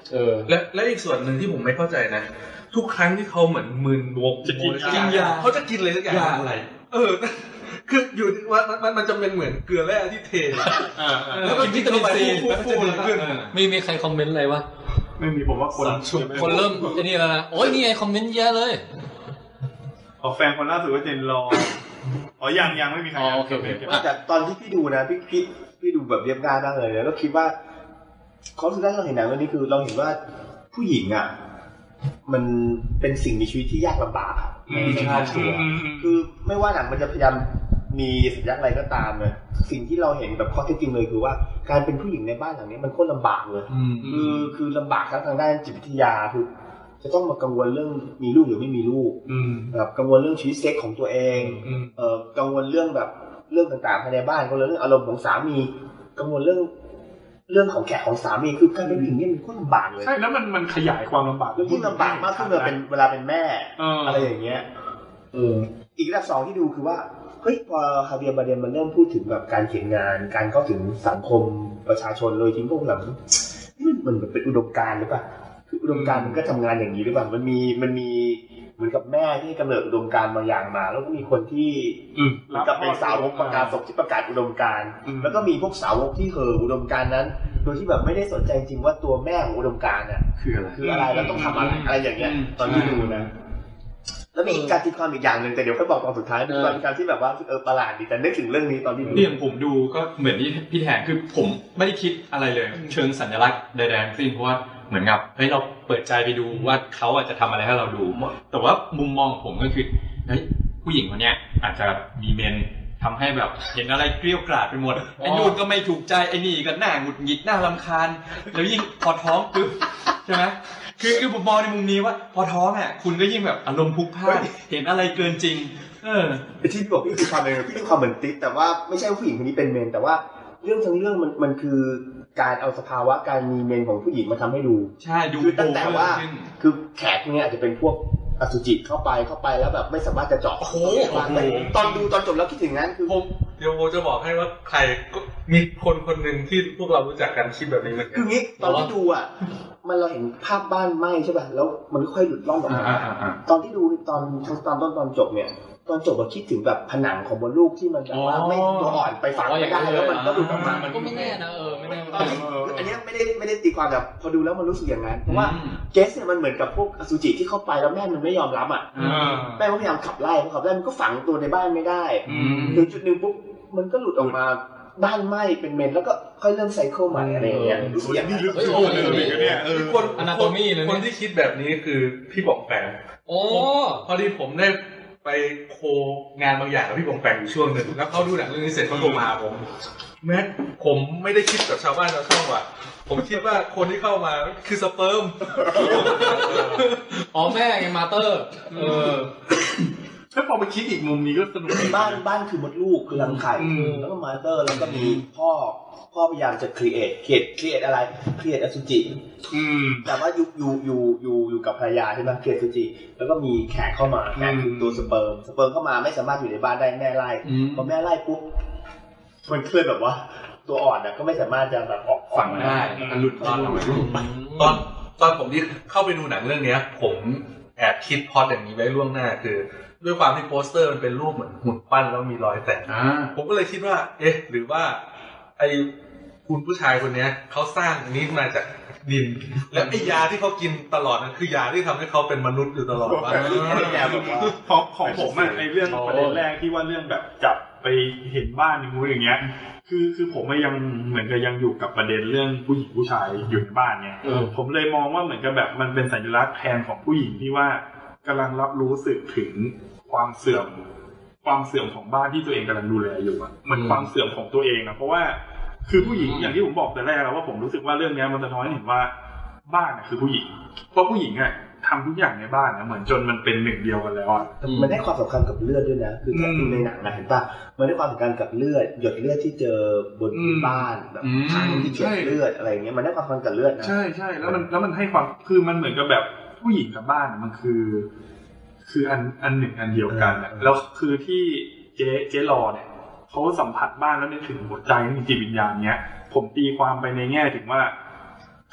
เออและและอีกส่วนหนึ่งที่ผมไม่เข้าใจนะทุกครั้งที่เขาเหมือนมึนวงจะกินยาเขาจะกินอะไรสักอย่างอะไรเออคืออยู่ว่ามันมันจะเป็นเหมือนเกลือแร่ที่เทแล้วกินวิตามินซีแล้วก็จะดีขึ้นมีมีใครคอมเมนต์อะไรวะไม่มีผมว่าคนคนเริ่มไอ้นี่แล้วนะโอ้ยนี่ไงคอมเมนต์เยอะเลยอ๋อแฟนคนล่าสุดก็เจนรออ๋อยังยังไม่มีใครโอเคแต่ตอนที่พี่ดูนะพี่พี่พี่ดูแบบเรียบง่ายมากเลยแล้วก็คิดว่าเขาสุดท้ายเราเห็นหนังเรื่องนี้คือเราเห็นว่าผู้หญิงอ่ะมันเป็นสิ่งมีชีวิตที่ยากลำบากในชาติตัวคือไม่ว่าหนังมันจะพยายามมีสัญลักษณ์อะไรก็ตามเลยสิ่งที่เราเห็นแบบข้อเท็จจริงเลยคือว่าการเป็นผู้หญิงในบ้านหลังนี้มันโคตรลำบากเลยคือคือลำบากทั้งทางด้านจิตวิทยาคือจะต้องมากังวลเรื่องมีลูกหรือไม่มีลูกแบบกังวลเรื่องชีวิตเซ็กของตัวเองเอ่อกังวลเรื่องแบบเรื่องต่างๆภายในบ้านกังวลเรื่องอารมณ์ของสามีกังวลเรื่องเรื่องของแขกของสามีคือการเป็นผู้หญิงนี่มันก็ลำบากเลยใช่แล้วมันมันขยายความลำบากแล้วยิ่งลำบากมากขึ้นเลยเป็นเวลาเป็นแม่อะไรอย่างเงี้ยเอออีกระดับสองที่ดูคือว่าเฮ้ยพอฮาเวียร์บาร์เดมมันเริ่มพูดถึงแบบการเขียนงานการเข้าถึงสังคมประชาชนโดยทิ้งพวกหลังมันมันเป็นอุดมการณ์หรือเปล่าคืออุดมการณ์มันก็ทำงานอย่างนี้หรือเปล่ามันมีมันมีเหมือนกับแม่ที่กำเนิดอุดมการณ์บางอย่างมาแล้วก็มีคนที่เหมือนกับเป็นสาวกประกาศศกที่ประกาศอุดมการณ์แล้วก็มีพวกสาวกที่เห่ออุดมการณ์นั้นโดยที่แบบไม่ได้สนใจจริงว่าตัวแม่ของอุดมการณ์น่ะคืออะไรคืออะไรแล้วต้องทำอะไรอะไรอย่างเงี้ยตอนที่ดูนะแล้วมีการตีความอีกอย่างนึงแต่เดี๋ยวค่อยบอกตอนสุดท้ายเป็นการที่แบบว่าเออประหลาดดีแต่นึกถึงเรื่องนี้ตอนที่ดูนี่ผมดูก็เหมือนที่พี่แทนคือผมไม่ได้คิดอะไรเลยเชิงสัญลักษณ์ใดๆทั้งสิ้นเพราะว่าเหมือนกับเฮ้ยเราเปิดใจไปดูว่าเขาอาจจะทำอะไรให้เราดูแต่ว่ามุมมองผมก็คือเฮ้ยผู้หญิงคนเนี้ยอาจจะมีเมนทำให้แบบเห็นอะไรเกลี้ยกล่อมไปหมดไอ้นู่นก็ไม่ถูกใจไอ้นี่ก็หน้าหงุดหงิดหน้ารำคาญแล้วยิ่งพอท้องปึ๊บใช่ไหมคือคือผมมองในมุมนี้ว่าพอท้องอ่ะคุณก็ยิ่งแบบอารมณ์พลุกพล่านเห็นอะไรเกินจริงเออที่บอกพี่คือความเป็นพี่คือความเหมือนติ๊กแต่ว่าไม่ใช่ผู้หญิงคนนี้เป็นเมนแต่ว่าเรื่องทั้งเรื่องมันมันคือการเอาสภาวะการมีเมนของผู้หญิงมาทำให้ดูใช่ดูตั้งแต่ว่าคือแขกพวกนี้อาจจะเป็นพวกอสุจิเข้าไปเข้าไปแล้วแบบไม่สามารถจะเจาะโอ้โหตอนดูตอนจบแล้วคิดถึงนั้นคือผมเดี๋ยวผมจะบอกให้ว่าใครมีคนคนหนึ่งที่พวกเรารู้จักกันคิดแบบนี้เหมือนกันคืองี้ตอนที่ดูอ่ะมันเราเห็นภาพบ้านไหม้ใช่ป่ะแล้วมันค่อยหลุดล่อนออกมาตอนที่ดูตอนตอนต้นตอนจบเนี่ยตอนจบเราคิดถึงแบบผนังของบนลูกที่มันแบบว่าไม่ตัวอ่อนไปฝังไม่ได้แล้วมันก็หลุดออกมามันก็ไม่แน่นะเออไม่แน่อันนี้ไม่ได้ไม่ได้ตีความแบบพอดูแล้วมันรู้สึกอย่างนั้นเพราะว่าเกสเนี่ยมันเหมือนกับพวกอสุจิที่เข้าไปแล้วแม่มันไม่ยอมรับอ่ะแม่ก็พยายามขับไล่พอขับไล่มันก็ฝังตัวในบ้านไม่ได้ถึงจุดหนึ่งปุ๊บมันก็หลุดออกมาบ้านไหม้เป็นเมนแล้วก็ค่อยเริ่มไซเคิลใหม่อะไรอย่างเงี้ยรู้สึกอย่างนี้เฮ้ยโอ้โหเนี่ยเออคนอนาโตมีเลยคนที่คิดแบบนี้คือพี่บองแปงโอ้พอดีผมได้ไปโคงานบางอย่างกับพี่บองแปงอยู่ช่วงหนึ่งแล้วเขาดูหนังเรื่องนี้เสร็จเขาโทรมาผมแม้ผมไม่ได้คิดกับชาวบ้านชาวช่องว่ะผมคิดว่าคนที่เข้ามาคือสเปิร์มอ๋อแม่ไงมาเตอร์เออถ้าพอไปคิดอีกมุมนี้ก็สนุกบ้านบ้านคือมดลูกคือรังไข่แล้วก็มาเตอร์แล้วก็มีพ่อพ่อพยายามจะครีเอทครีเอทครีเอทอะไรครีเอทอสุจิแต่ว่าอยู่อยู่อยู่อยู่อยู่กับภรรยาใช่ไหมครีเอทอสุจิแล้วก็มีแขกเข้ามาแขกคือตัวสเปิร์มสเปิร์มเข้ามาไม่สามารถอยู่ในบ้านได้แม่ไล่พอแม่ไล่ปุ๊บมันเคลื่อนแบบว่าตัวอ่อนน่ะก็ไม่สามารถจะแบบออกฝังได้มันหลุดตอนตอนตอนผมที่เข้าไปดูหนังเรื่องนี้ผมแอบคิดพล็อตอย่างนี้ไว้ล่วงหน้าคือด้วยความที่โปสเตอร์มันเป็นรูปเหมือนหุ่นปั้นแล้วมีรอยแตกผมก็เลยคิดว่าเอ๊ะหรือว่าไอ้คุณผู้ชายคนนี้เขาสร้างนี้มาจากดินแล้วไอ้ยาที่เขากินตลอดนั่นคือยาที่ทำให้เขาเป็นมนุษย์อยู่ตลอดว่าแย่แบบว่าของของผมอ่ะไอ้เรื่องประเด็นแรกที่ว่าเรื่องแบบจับไปเห็นบ้านอย่างงู้นอย่างเงี้ยคือคือผมยังเหมือนกับยังอยู่กับประเด็นเรื่องผู้หญิงผู้ชายอยู่ในบ้านเนี่ยผมเลยมองว่าเหมือนกับแบบมันเป็นสัญลักษณ์แทนของผู้หญิงที่ว่ากำลังรับรู้สึกถึงความเสื่อมความเสื่อมของบ้านที่ตัวเองกำลังดูแลอยู่อ่ะเหมือนความเสื่อมของตัวเองนะเพราะว่าคือผู้หญิงอย่างที่ผมบอกแต่แรกแล้วว่าผมรู้สึกว่าเรื่องนี้มันสะท้อนให้เห็นว่าบ้านคือผู้หญิงเพราะผู้หญิงอ่ะทำทุกอย่างในบ้านนะเหมือนจนมันเป็นหนึ่งเดียวกันแล้วอ่ะมันได้ความสำคัญกับเลือดด้วยนะคือถ้าดูในหนังนะเห็นป่ะมันได้ความสำคัญกับเลือดหยดเลือดที่เจอบนบ้านแบบทางที่เก็บเลือดอะไรเงี้ยมันได้ความสำคัญกับเลือดนะใช่ใช่แล้วมันแล้วมันให้ความคือมันเหมือนกับแบบผู้หญิงกับบ้านมันคือคืออันอันหนึ่งอันเดียวกันอ่ะแล้วคือที่เจ๊เจ๊รอเนี่ยเขาสัมผัสบ้านแล้วนึกถึงหัวใจนึกถึงจิตวิญญาณเนี้ยผมตีความไปในแง่ถึงว่า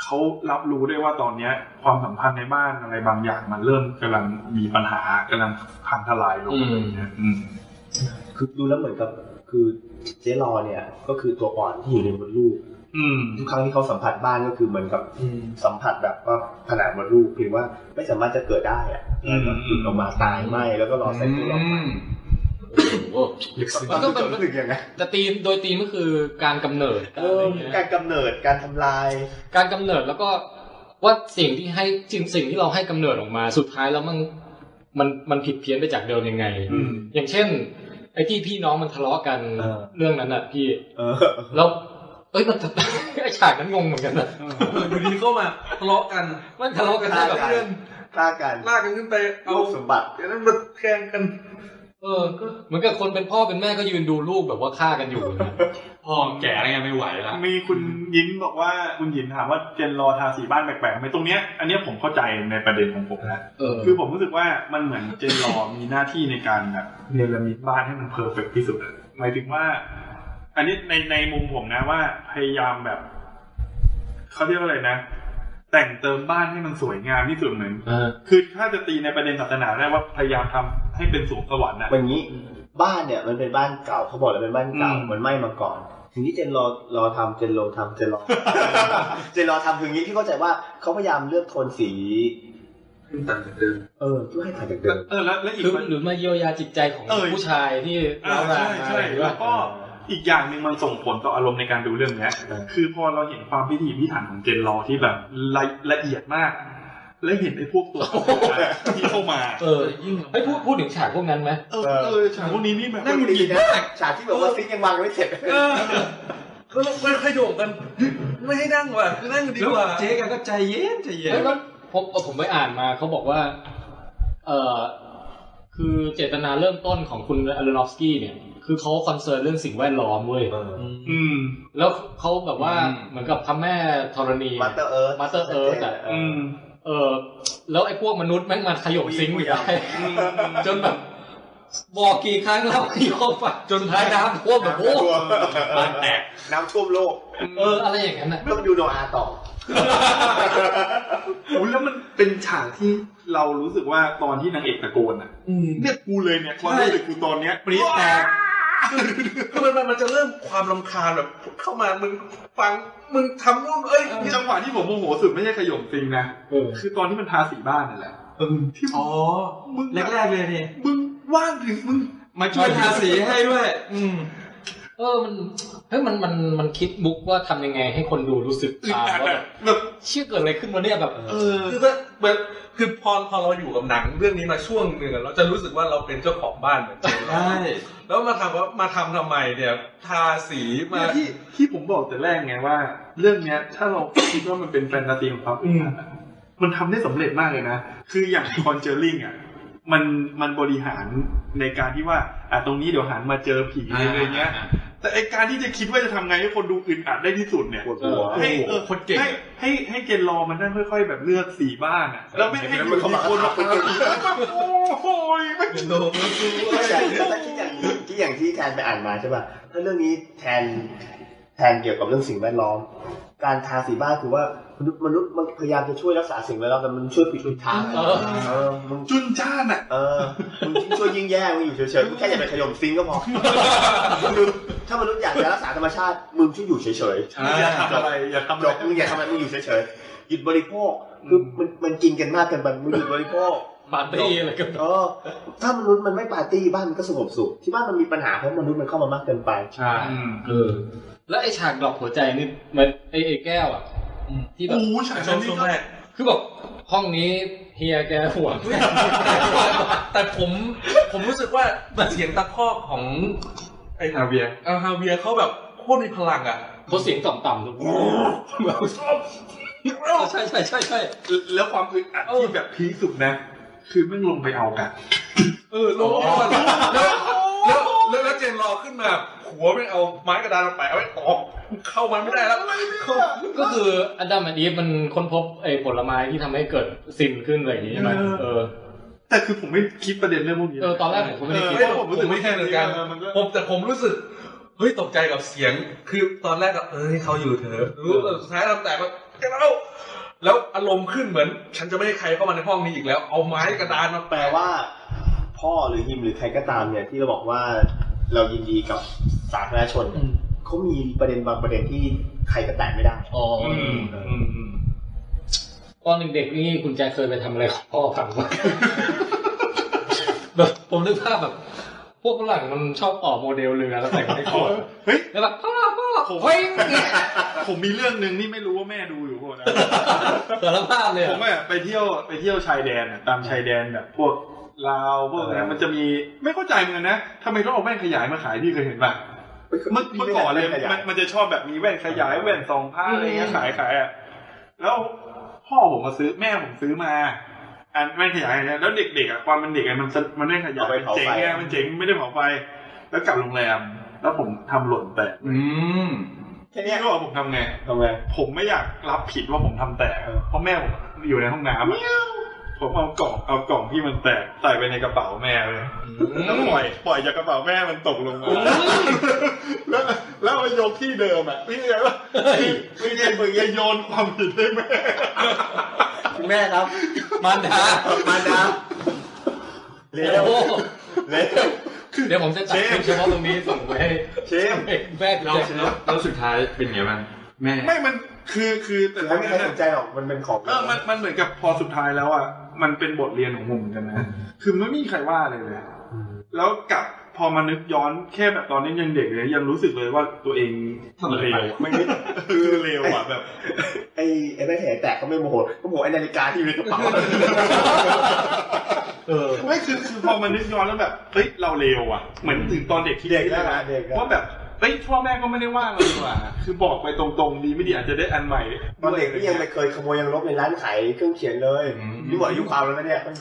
เขารับรู้ได้ว่าตอนเนี้ยความสัมพันธ์ในบ้านอะไรบางอย่างมันเริ่มกำลังมีปัญหากำลังพังทลายลงอะไรอย่างเงี้ยคือดูแล้วเหมือนกับคือเจรอเนี่ยก็คือตัวอ่อนที่อยู่ในมดลูกทุกครั้งที่เขาสัมผัสบ้านก็คือเหมือนกับสัมผัสแบบว่าผนังมดลูกเพียงว่าไม่สามารถจะเกิดได้อะแล้วก็หลุดออกมาตายไหมแล้วก็รอใส่ตัวออกมาโอ้มันก็เป็นรู้สึกยังไงแต่ธีมโดยธีมก็คือการกำเนิดการกำเนิดการทำลายการกำเนิดแล้วก็ว่าสิ่งที่ให้จริงสิ่งที่เราให้กำเนิดออกมาสุดท้ายแล้วมันมันมันผิดเพี้ยนไปจากเดิมยังไงอย่างเช่นไอ้ที่พี่น้องมันทะเลาะกันเรื่องนั้นน่ะพี่แล้วเอ้ยมันไอ้ฉากนั้นงงเหมือนกันนะอยู่ดีเข้ามาทะเลาะกันมันทะเลาะกันแบบเรื่องฆ่ากันลากกันขึ้นไปเอาสมบัติแล้วมันแข่งกันเออเหมือนกับคนเป็นพ่อเป็นแม่ก็ยืนดูลูกแบบว่าฆ่ากันอยู่พ่อแก่แล้วไงไม่ไหวแล้วมีคุณยิ้มบอกว่าคุณหยินถามว่าเจนรอทาสีบ้านแปลกๆไหมตรงเนี้ยอันนี้ผมเข้าใจในประเด็นของผมนะคือผมรู้สึกว่ามันเหมือนเจนรอมีหน้าที่ในการแบบเนรมิตบ้านให้มันเพอร์เฟคที่สุดหมายถึงว่าอันนี้ในในมุมผมนะว่าพยายามแบบเขาเรียกว่าอะไรนะแต่งเติมบ้านให้มันสวยงามที่สุดเหมือนคือถ้าจะตีในประเด็นศาสนาได้ว่าพยายามทำให้เป็นสวงสวรรค์นะวันนี้บ้านเนี่ยมันเป็นบ้านเก่าเขาบอกแล้วเป็นบ้านเก่ามันไหม้มาก่อนทีนี้เจนรอรอทำเจนโลทำเจนรอเจนรอทำคืออย่างนี้ที่เข้าใจว่าเขาพยายามเลือกโทนสีให้ต่างจากเดิมเออเพื่อให้ต่างจากเดิมเออแล้วแล้วอีกหรือมาเยียวยาจิตใจของผู้ชายที่เราใช่ใช่แล้วก็อีกอย่างหนึ่งมันส่งผลต่ออารมณ์ในการดูเรื่องนี้คือพอเราเห็นความพิถีพิถันของเจนรอที่แบบละละเอียดมากและเห็นไอ้พวกตัวที่เข้ามาเออยิ่งให้พูดพูดถึงฉากพวกนั้นไหมเออเออฉากพวกนี้นี่แบบนั่งดีนะฉากที่แบบว่าซิงยังวางไม่เสร็จแล้วไม่ค่อยโด่งกันไม่ให้นั่งว่ะนั่งดีกว่าเจ๊กันก็ใจเย็นใจเย็นแล้วผมผมไปอ่านมาเขาบอกว่าเออคือเจตนาเริ่มต้นของคุณอารอนอฟสกี้เนี่ยคือเขาคอนเซิร์นเรื่องสิ่งแวดล้อมเว้ยอืมแล้วเขาแบบว่าเหมือนกับพระแม่ธรณีมาสเตอร์เอิร์ธมาสเตอร์เอิร์ธอ่ะเออแล้วไอ้พวกมนุษย์แม่งมาขย่มซิงค์อยู่ได้จนแบบบอกกี่ครั้งแล้วไม่ยอมฟังจนท้ายน้ำท่วมแบบโอ้บ้านแตกน้ำท่วมโลกเอออะไรอย่างนั้นน่ะต้องดูโนอาต่อโอ้แล้วมันเป็นฉากที่เรารู้สึกว่าตอนที่นางเอกตะโกนอ่ะเนี่ยกูเลยเนี่ยความรู้สึกกูตอนเนี้ยปรี๊ดแตกคือมันมันจะเริ่มความรำคาญแบบเข้ามามึงฟังมึงทำนู่นเอ้ยจังหวะที่ผมโมโหสุดไม่ใช่ขย่มจริงนะคือตอนที่มันทาสีบ้านนั่นแหละที่อ๋อมึงแรกๆเลยเนี่ยมึงว่างถึงมึงมาช่วยทาสีให้ด้วยอืมเออมันเฮ้ยมันมันมันคิดบุ๊กว่าทำยังไงให้คนดูรู้สึกตาว่าแบบเชื่อเกิดอะไรขึ้นวะเนี่ยแบบเออคือแบบคือพอพอเราอยู่กับหนังเรื่องนี้มาช่วงนึงเราจะรู้สึกว่าเราเป็นเจ้าของบ้านเหมือนกันใช่แล้วมาทำว่ามาทำทำไมเนี่ยทาสีมาที่ที่ผมบอกแต่แรกไงว่าเรื่องเนี้ยถ้าเราคิดว่ามันเป็นแฟนตาซีของความอึดอัดมันทำได้สำเร็จมากเลยนะคืออย่างคอนเจอริงอ่ะมันมันบริหารในการที่ว่าอ่ะตรงนี้เดี๋ยวหันมาเจอผีอะไรเงี้ยแต่ไอการที่จะคิดว่าจะทำไงให้คนดูอึดอัดได้ที่สุดเนี่ยให้เออคนเก่งให้ให้ให้เจนรอมันได้ค่อยๆแบบเลือกสีบ้านอ่ะแล้วไม่ให้อยู่ที่คนมาเป็นโอ้ยไม่โดนถ้าคิดอย่างที่อย่างที่แทนไปอ่านมาใช่ป่ะถ้าเรื่องนี้แทนแทนเกี่ยวกับเรื่องสิ่งแวดล้อมการทาสีบ้านคือว่ามนุษย์มนุษย์มันพยายามจะช่วยรักษาสิ่งแวดล้อมแต่มันช่วยผิดทางเออเออมึงจุนจ้านอ่ะเออมึงช่วยยิ่งแย่มึงอยู่เฉยๆมึงแค่อย่าไปขย่มซิงก็พอถ้ามนุษย์อยากจะรักษาธรรมชาติมึงช่วยอยู่เฉยๆอย่าทำอะไรอย่าทำอะไรมึงอย่าทำอะไรมึงอยู่เฉยๆหยุดบริโภคคือมันมันกินกันมากเกินไปมึงหยุดบริโภคปาร์ตี้อะไรกันเออถ้ามนุษย์มันไม่ปาร์ตี้บ้านมันก็สงบสุขที่บ้านมันมีปัญหาเพราะมนุษย์มันเข้ามามากเกินไปใช่เออแล้วไอ้ฉากดอกหัวใจนี่มันไอ้ไอ้แก้วอ่ะที่แบบโอ้ฉากนั้นนี่คือแบบห้องนี้เฮียแกห่วงแต่ผมผมรู้สึกว่าเสียงตะคอกของไอ้ฮาเวียเออฮาเวียเขาแบบโคตรมีพลังอ่ะเขาเสียงต่ำๆแบบใช่ใช่ใช่ใช่แล้วความอึดอัดที่แบบพีคสุดนะคือไม่ลงไปเอากันเออลงมาแล้วแล้วแล้วเจนรอขึ้นมาหัวไม่เอาไม้กระดานมาแปะเอาไว้ตอกเข้ามันไม่ได้แล้วก็คืออดัมและอีฟมันค้นพบไอ้ผลไม้ที่ทำให้เกิดซินขึ้นอะไรอย่างนี้ใช่ไหมเออแต่คือผมไม่คิดประเด็นเรื่องพวกนี้เออตอนแรกผมไม่ได้คิดผมรู้สึกไม่แค่เหมือนกันผมแต่ผมรู้สึกเฮ้ยตกใจกับเสียงคือตอนแรกก็เอ้ยเขาอยู่เถอะรู้สุดท้ายทำแต่ก็แกแล้วแล้วอารมณ์ขึ้นเหมือนฉันจะไม่ให้ใครเข้ามาในห้องนี้อีกแล้วเอาไม้กระดานมาแปลว่าพ่อหรือฮิมหรือใครก็ตามเนี่ยที่เราบอกว่าเรายินดีกับสาธารณชนเขามีประเด็นบางประเด็นที่ใครก็แตะไม่ได้อ๋อตอนเด็กๆนี่คุณแจเคยไปทำอะไรของพ่อฟังบ้างแบบผมนึกภาพแบบพวกฝรั่งมันชอบออกโมเดลเรือแล้วใส่ไม้ขวดเฮ้ยแล้วแบบพ่อพ่อผมเฮ้ยผมมีเรื่องนึงนี่ไม่รู้ว่าแม่ดูอยู่พวกนะสารภาพเลยผมอ่ะไปเที่ยวไปเที่ยวชายแดนตามชายแดนแบบพวกลาวพวกนั้นมันจะมีไม่เข้าใจเหมือนกันนะทำไมต้องเอาแว่นขยายมาขายพี่เคยเห็นป่ะเมื่อเมื่อก่อนเลยมันจะชอบแบบมีแว่นขยายแว่นสองผ้าอะไรเงี้ยขายขายอ่ะแล้วพ่อผมมาซื้อแม่ผมซื้อมาอันแว่นขยายเนี่ยแล้วเด็กๆอ่ะความเป็นเด็กอ่ะมันมันไม่ขยายเจ๋งไงมันเจ๋งไม่ได้เผาไฟแล้วกลับโรงแรมแล้วผมทำหล่นแตกอืมแค่นี้ก็ผมทำไงทำไงผมไม่อยากรับผิดว่าผมทำแตกเพราะแม่ผมอยู่ในห้องน้ำผมเอากล่องเอากล่องที่มันแตกใส่ไปในกระเป๋าแม่เลยแล้วปล่อยปล่อยจากกระเป๋าแม่มันตกลงมาแล้วแล้วไปยกที่เดิมอ่ะพี่ไงว่าพี่ไงมึงจะโยนความผิดให้แม่แม่ครับมารดามารดาเร็วเร็วเดี๋ยวผมจะจัดคลิปเฉพาะตรงนี้ส่งไปให้เชฟแม่เราแล้วสุดท้ายเป็นไงบ้างแม่ไม่มันคือคือแต่ไม่ได้สนใจหรอกมันเป็นของเออมันมันเหมือนกับพอสุดท้ายแล้วอ่ะมันเป็นบทเรียนของผมเหมือนกันนะคือไม่มีใครว่าเลยเลยแล้วกับพอมานึกย้อนแค่แบบตอนนี้ยังเด็กเลยยังรู้สึกเลยว่าตัวเองทำเลวไม่คือเลวอ่ะแบบไอ้ไอ้แม่แหแตกก็ไม่โมโหก็โมโหไอ้นาฬิกาที่อยู่ในกระเป๋าเออไม่คือคือพอมานึกย้อนแล้วแบบเฮ้ยเราเลวอ่ะเหมือนถึงตอนเด็กที่เด็กนะว่าแบบเฮ้ยพ่อแม่ก็ไม่ได้ว่าเราดีกว่าคือบอกไปตรงๆดีไม่ดีอาจจะได้อันใหม่ตอนเด็กนี่ยังไม่เคยขโมยยังลบในร้านขายเครื่องเขียนเลยนี่หมดอายุความแล้วนะเนี่ย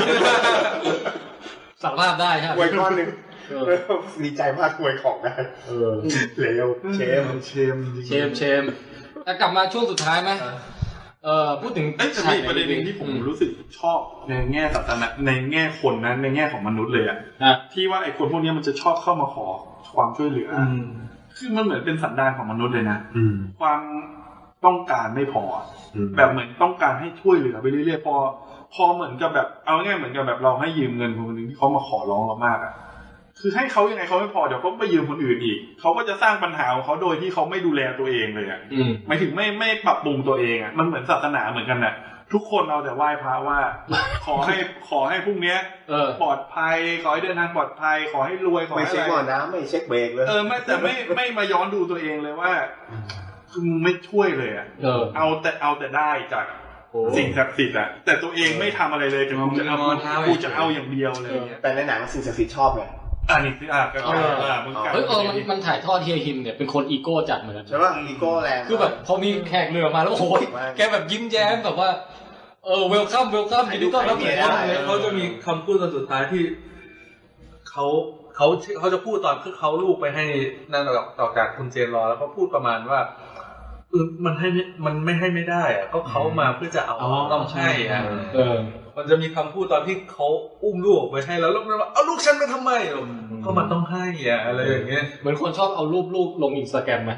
สารภาพได้ครับหวยก้อนนึงดีใจมากหวยของได้เออเลวเชมเชมเชมเชมแล้วกลับมาช่วงสุดท้ายไหมเอ่อพูดถึงเอ้ยจะมีประเด็นนึงที่ผมรู้สึกชอบในแง่ศาสนาในแง่คนนั้นในแง่ของมนุษย์เลยอ่ะที่ว่าไอ้คนพวกนี้มันจะชอบเข้ามาขอความช่วยเหลือคือมันเหมือนเป็นสันดานของมนุษย์เลยนะความต้องการไม่พอแบบเหมือนต้องการให้ช่วยเหลือไปเรื่อยๆพอพอเหมือนกับแบบเอาง่ายเหมือนกับแบบเราให้ยืมเงินคนนึงที่เขามาขอร้องเรามากอ่ะคือให้เขายังไงเขาไม่พอเดี๋ยวเขาไปยืมคนอื่นอีกเขาก็จะสร้างปัญหาของเขาโดยที่เขาไม่ดูแลตัวเองเลยอ่ะหมายถึงไม่ไม่ปรับปรุงตัวเองอ่ะมันเหมือนศาสนาเหมือนกันน่ะทุกคนเอาแต่ไหว้พระว่าขอให้ขอให้พรุ่งนี้ปลอดภัยขอให้เดินทางปลอดภัยขอให้รวยขอให้ไม่เช็คก่อนนะไม่เช็คเบรกเลยเออไม่แต่ไม่ไม่มาย้อนดูตัวเองเลยว่าคือไม่ช่วยเลยอ่ะเอาแต่เอาแต่ได้จากสิ่งศักดิ์สิทธิ์อ่ะแต่ตัวเองไม่ทำอะไรเลยแต่กูจะเอากูจะเอาอย่างเดียวเลยแต่ในหนังสิ่งศักดิ์สิทธิ์ชอบไงอันนี้คืออ่ะก็เออมึงกันเฮ้ยเออมันมันถ่ายทอดเฮียฮิมเนี่ยเป็นคนอีโก้จัดเหมือนกันใช่ป่ะอีโก้แรงคือแบบพอมีแขกเรือมาแล้วโอ้ยแกแบบยิ้มแย้มแบบว่าเออเวลคัมเวลคัมยินดีต้อนรับเลยเขาจะมีคำพูดตอนสุดท้ายที่เขาเขาเขาจะพูดตอนคือเขาลูกไปให้นั่นต่อจากคุณเจนรอแล้วเขาพูดประมาณว่าเออมันให้มันไม่ให้ไม่ได้อะก็เขามาเพื่อจะเอาต้องให้อ่ะเออมันจะมีคำพูดตอนที่เขาอุ้มลูกออกไปให้แล้วแล้วมันว่าเอาลูกฉันไปทำไมก็มันต้องให้อ่ะอะไรอย่างเงี้ยเหมือนคนชอบเอารูปลูกลงอินสตาแกรมไหม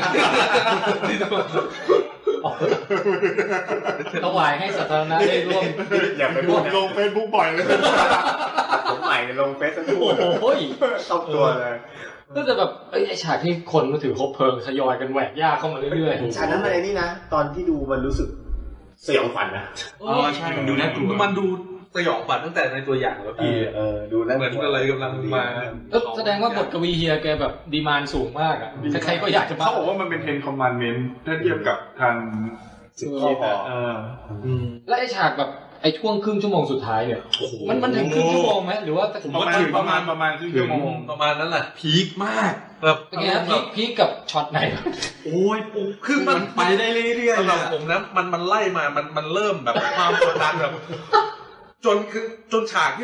ถวายให้สาธารณะได้ร่วมอย่าไปร่วมลงเฟซบุ๊กบ่อยเลยผมใหม่ลงเฟซบุ๊กโอ้ยต้องตัวเลยก็จะแบบไอ้ฉากที่คนมาถือคบเพลิงทยอยกันแหวกหญ้าเข้ามาเรื่อยๆฉากนั้นอะไรนี่นะตอนที่ดูมันรู้สึกสยองขวัญนะอ๋อใช่มันดูน่ากลัวมันดูสยองขวัญตั้งแต่ในตัวอย่างแล้วพี่เออดูแล้วเหมือนอะไรกำลังมาแสดงว่าบทกวีเฮียแกแบบดีมานด์สูงมากอ่ะใครๆก็อยากจะมาเขาบอกว่ามันเป็นเทนคอมมานด์เมนต์ถ้าเทียบกับทางสิบข้อเออและไอ้ฉากแบบไอ้ช่วงครึ่งชั่วโมงสุดท้ายเนี่ยมันมันถึงครึ่งชั่วโมงไหมหรือว่าผมว่าถึงประมาณประมาณครึ่งชั่วโมงประมาณนั้นแหละพีคมากแบบเป็นไงพีคพีคกับช็อตไหนโอ้ยคือมันไปได้เรื่อยๆสำหรับผมนะมันมันไล่มามันมันเริ่มแบบความกดดันแบบจนคือจนฉากที่แบบ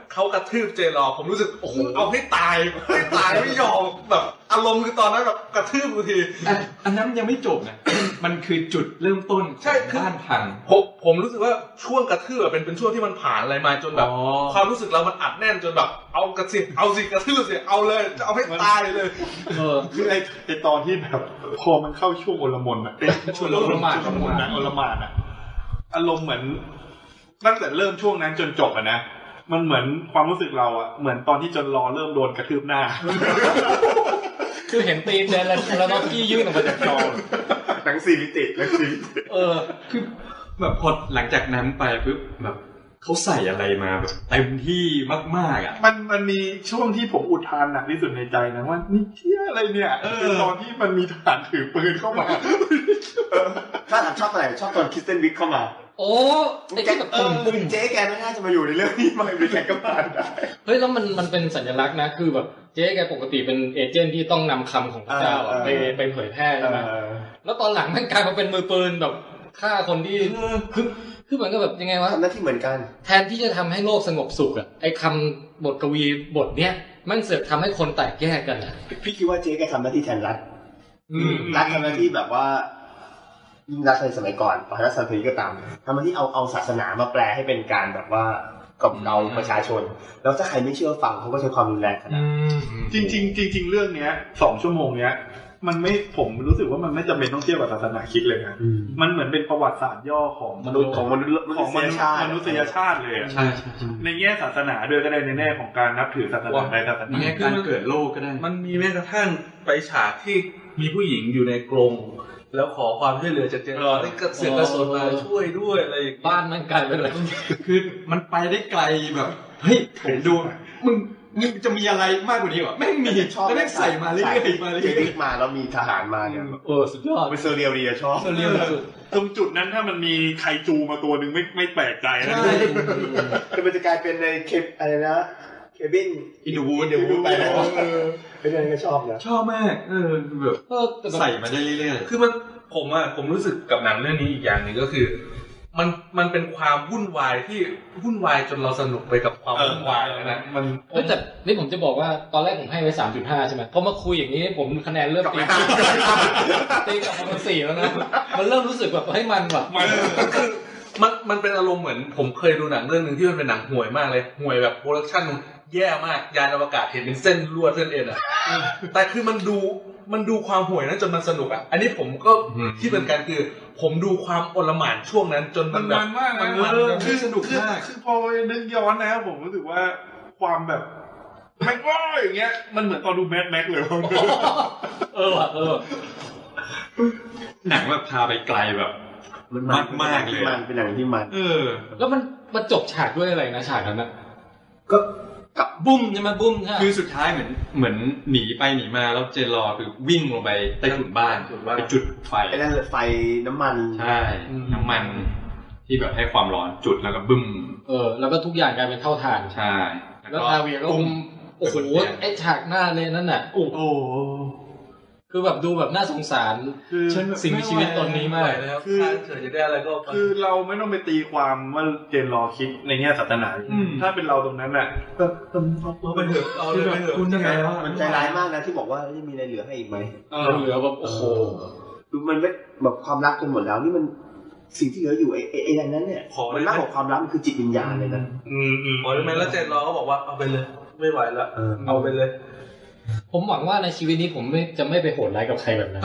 เขากระทืบเจรอผมรู้สึกโอ้โหเอาให้ตายให้ตายไม่ยอมแบบอารมณ์คือตอนนั้นแบบกระทืบกูทีอันนั้นยังไม่จบนะมันคือจุดเริ่มต้นใช่บ้านพังผมผมรู้สึกว่าช่วงกระทืบเป็นเป็นช่วงที่มันผ่านอะไรมาจนแบบความรู้สึกเรามันอัดแน่นจนแบบเอากระสิเอาสิกระทืบสิเอาเลยจะเอาให้ตายเลยเออคือไอ้ไอ้ตอนที่แบบพอมันเข้าช่วงโอลหม่นอ่ะเป็นช่วงโอลหม่านโอลหม่านนะโอลหม่านอ่ะอารมณ์เหมือนตั้งแต่เริ่มช่วงนั้นจนจบอ่ะนะมันเหมือนความรู้สึกเราอ่ะเหมือนตอนที่จนรอเริ่มโดนกระทืบหน้าคือเห็นตีนเดนแล้วแล้วก็กี้ยื่นออกมาจากจอหนังสี่มิติหนังสี่เออคือแบบพอหลังจากนั้นไปปุ๊บแบบเขาใส่อะไรมาแบบเต็มที่มากๆอ่ะมันมันมีช่วงที่ผมอุทานหนักที่สุดในใจนะว่านี่เที่ยอะไรเนี่ยคือตอนที่มันมีทหารถือปืนเข้ามาถ้าชอบอะไรชอบตอนคริสเตนวิกเข้ามาโอ้ไอ้ที่แบบปุ้มเจ๊แกไม่น่าจะมาอยู่ในเรื่องนี้มาเป็นแขกก็ผ่านได้เฮ้ยแล้วมันมันเป็นสัญลักษณ์นะคือแบบเจ๊แกปกติเป็นเอเจนต์ที่ต้องนำคำของพระเจ้าไปไปเผยแพร่ใช่ไหมแล้วตอนหลังมันกลายมาเป็นมือปืนแบบฆ่าคนที่คือคือเหมือนกับแบบยังไงวะทำหน้าที่เหมือนกันแทนที่จะทำให้โลกสงบสุขอ่ะไอ้คำบทกวีบทเนี้ยมันเสือกทำให้คนแตกแยกกันอ่ะพี่คิดว่าเจ๊แกทำหน้าที่แทนรัฐรัฐทำหน้าที่แบบว่ายิ่งรัฐในสมัยก่อนพอรัฐสันติก็ตามทำหน้าที่เอาเอาศาสนามาแปลให้เป็นการแบบว่ากล่อมเกลาประชาชนแล้วถ้าใครไม่เชื่อฟังเขาก็ใช้ความรุนแรงขนาดจริงจริงจริงจริงเรื่องเนี้ยสองชั่วโมงเนี้ยมันไม่ผมรู้สึกว่ามันไม่จำเป็นต้องเทียบกับศาสนาคริสต์เลยนะมันเหมือนเป็นประวัติศาสตร์ย่อของมนุษย์ของมนุษย์ของมนุษยชาติมนุษยชาติเลยใช่ในแง่ศาสนาด้วยก็ได้ในแง่ของการนับถือศาสนาในศาสนาในแง่การเกิดโลกก็ได้มันมีแม้กระทั่งไปฉากที่มีผู้หญิงอยู่ในกรงแล้วขอความช่วยเหลือจากเจรให้กระเสือกกระสนมาช่วยด้วยอะไรบ้านมันไกลไปเลยคือมันไปได้ไกลแบบเฮ้ยผมดูมึงมึงจะมีอะไรมากกว่านี้วะแม่งมีแล้วแม่งใส่มาเรื่อยๆมาเรื่อยๆมาแล้วมีทหารมาเนี่ยเออสุดยอดเป็นเซอร์เรียลเรียชอบเซอร์เรียลสุดตรงจุดนั้นถ้ามันมีไคจูมาตัวนึงไม่ไม่แปลกใจนะคือมันจะกลายเป็นในเคปอะไรนะเคบินอินเดอะวูดเดี๋ยววูดไปแล้วเป็นอะไรก็ชอบนะชอบมากเออแบบใส่มาได้เรื่อยๆคือมันผมอ่ะผมรู้สึกกับหนังเรื่องนี้อีกอย่างนึงก็คือมันมันเป็นความวุ่นวายที่วุ่นวายจนเราสนุกไปกับความวุ่นวายนะมันแต่นี่ผมจะบอกว่าตอนแรกผมให้ไว้ สามจุดห้า ใช่ไหมพอมาคุยอย่างนี้ผมคะแนนเริ่มตีตีกลับมาเป็นสี่แล้วนะมันเริ่มรู้สึกแบบให้มันแบบคือมันมันเป็นอารมณ์เหมือนผมเคยดูหนังเรื่องนึงที่มันเป็นหนังห่วยมากเลยห่วยแบบโปรดักชั่นแย่มากยานอวกาศเห็นเป็นเส้นลวดเส้นเอ็นอ่ะแต่คือมันดูมันดูความห่วยนั้นจนมันสนุกอ่ะอันนี้ผมก็ที่เป็นการคือผมดูความอลหม่านช่วงนั้นจนมันมันมากมันมันคือสนุกมากคือพอนึกย้อนนะผมรู้สึกว่าความแบบแม็กว่าอย่างเงี้ยมันเหมือนตอนดูแมดแม็กเลยเออเออหนังแบบพาไปไกลแบบมากมากเลยมันเป็นหนังที่มันเออแล้วมันมาจบฉากด้วยอะไรนะฉากนั้นนะก็กับบุ้มใช่ไหมบุ้มใช่คือสุดท้ายเหมือนเหมือนหนีไปหนีมาแล้วเจรอคือวิ่งลงไปใต้ถุนบ้านไปจุดไฟไอ้นั่นไฟน้ำมันใช่น้ำมันที่แบบให้ความร้อนจุดแล้วก็บึ้มเออแล้วก็ทุกอย่างกลายเป็นเท่าฐานใช่แล้วทาเวียก็โอ้โหไอ้ฉากหน้าเลยนั่นน่ะโอ้โหคือแบบดูแบบน่าสงสารสิ่งมีชีวิตตนนี้มากแล้วคือเฉยจะได้อะไรก็คือเราไม่ต้องไปตีความว่าเจนรอคิดในแง่ศาสนาถ้าเป็นเราตรงนั้นน่ะก็เอาไปเถอะเอาเลยไปเถอะคุณยังไงวะมันใจร้ายมากนะที่บอกว่ามีอะไรเหลือให้อีกไหมเหลือแบบโอ้โหคือมันไม่แบบความรักจนหมดแล้วนี่มันสิ่งที่เหลืออยู่ไอ้ไอ้ไอ้นั้นเนี่ยมันมากกว่าความรักมันคือจิตวิญญาณเลยนะอืมอืมขอได้ไหมแล้วเจนรอก็บอกว่าเอาไปเลยไม่ไหวแล้วเอาไปเลยผมหวังว่าในชีวิตนี้ผมไม่จะไม่ไปโหดร้ายกับใครแบบนั้น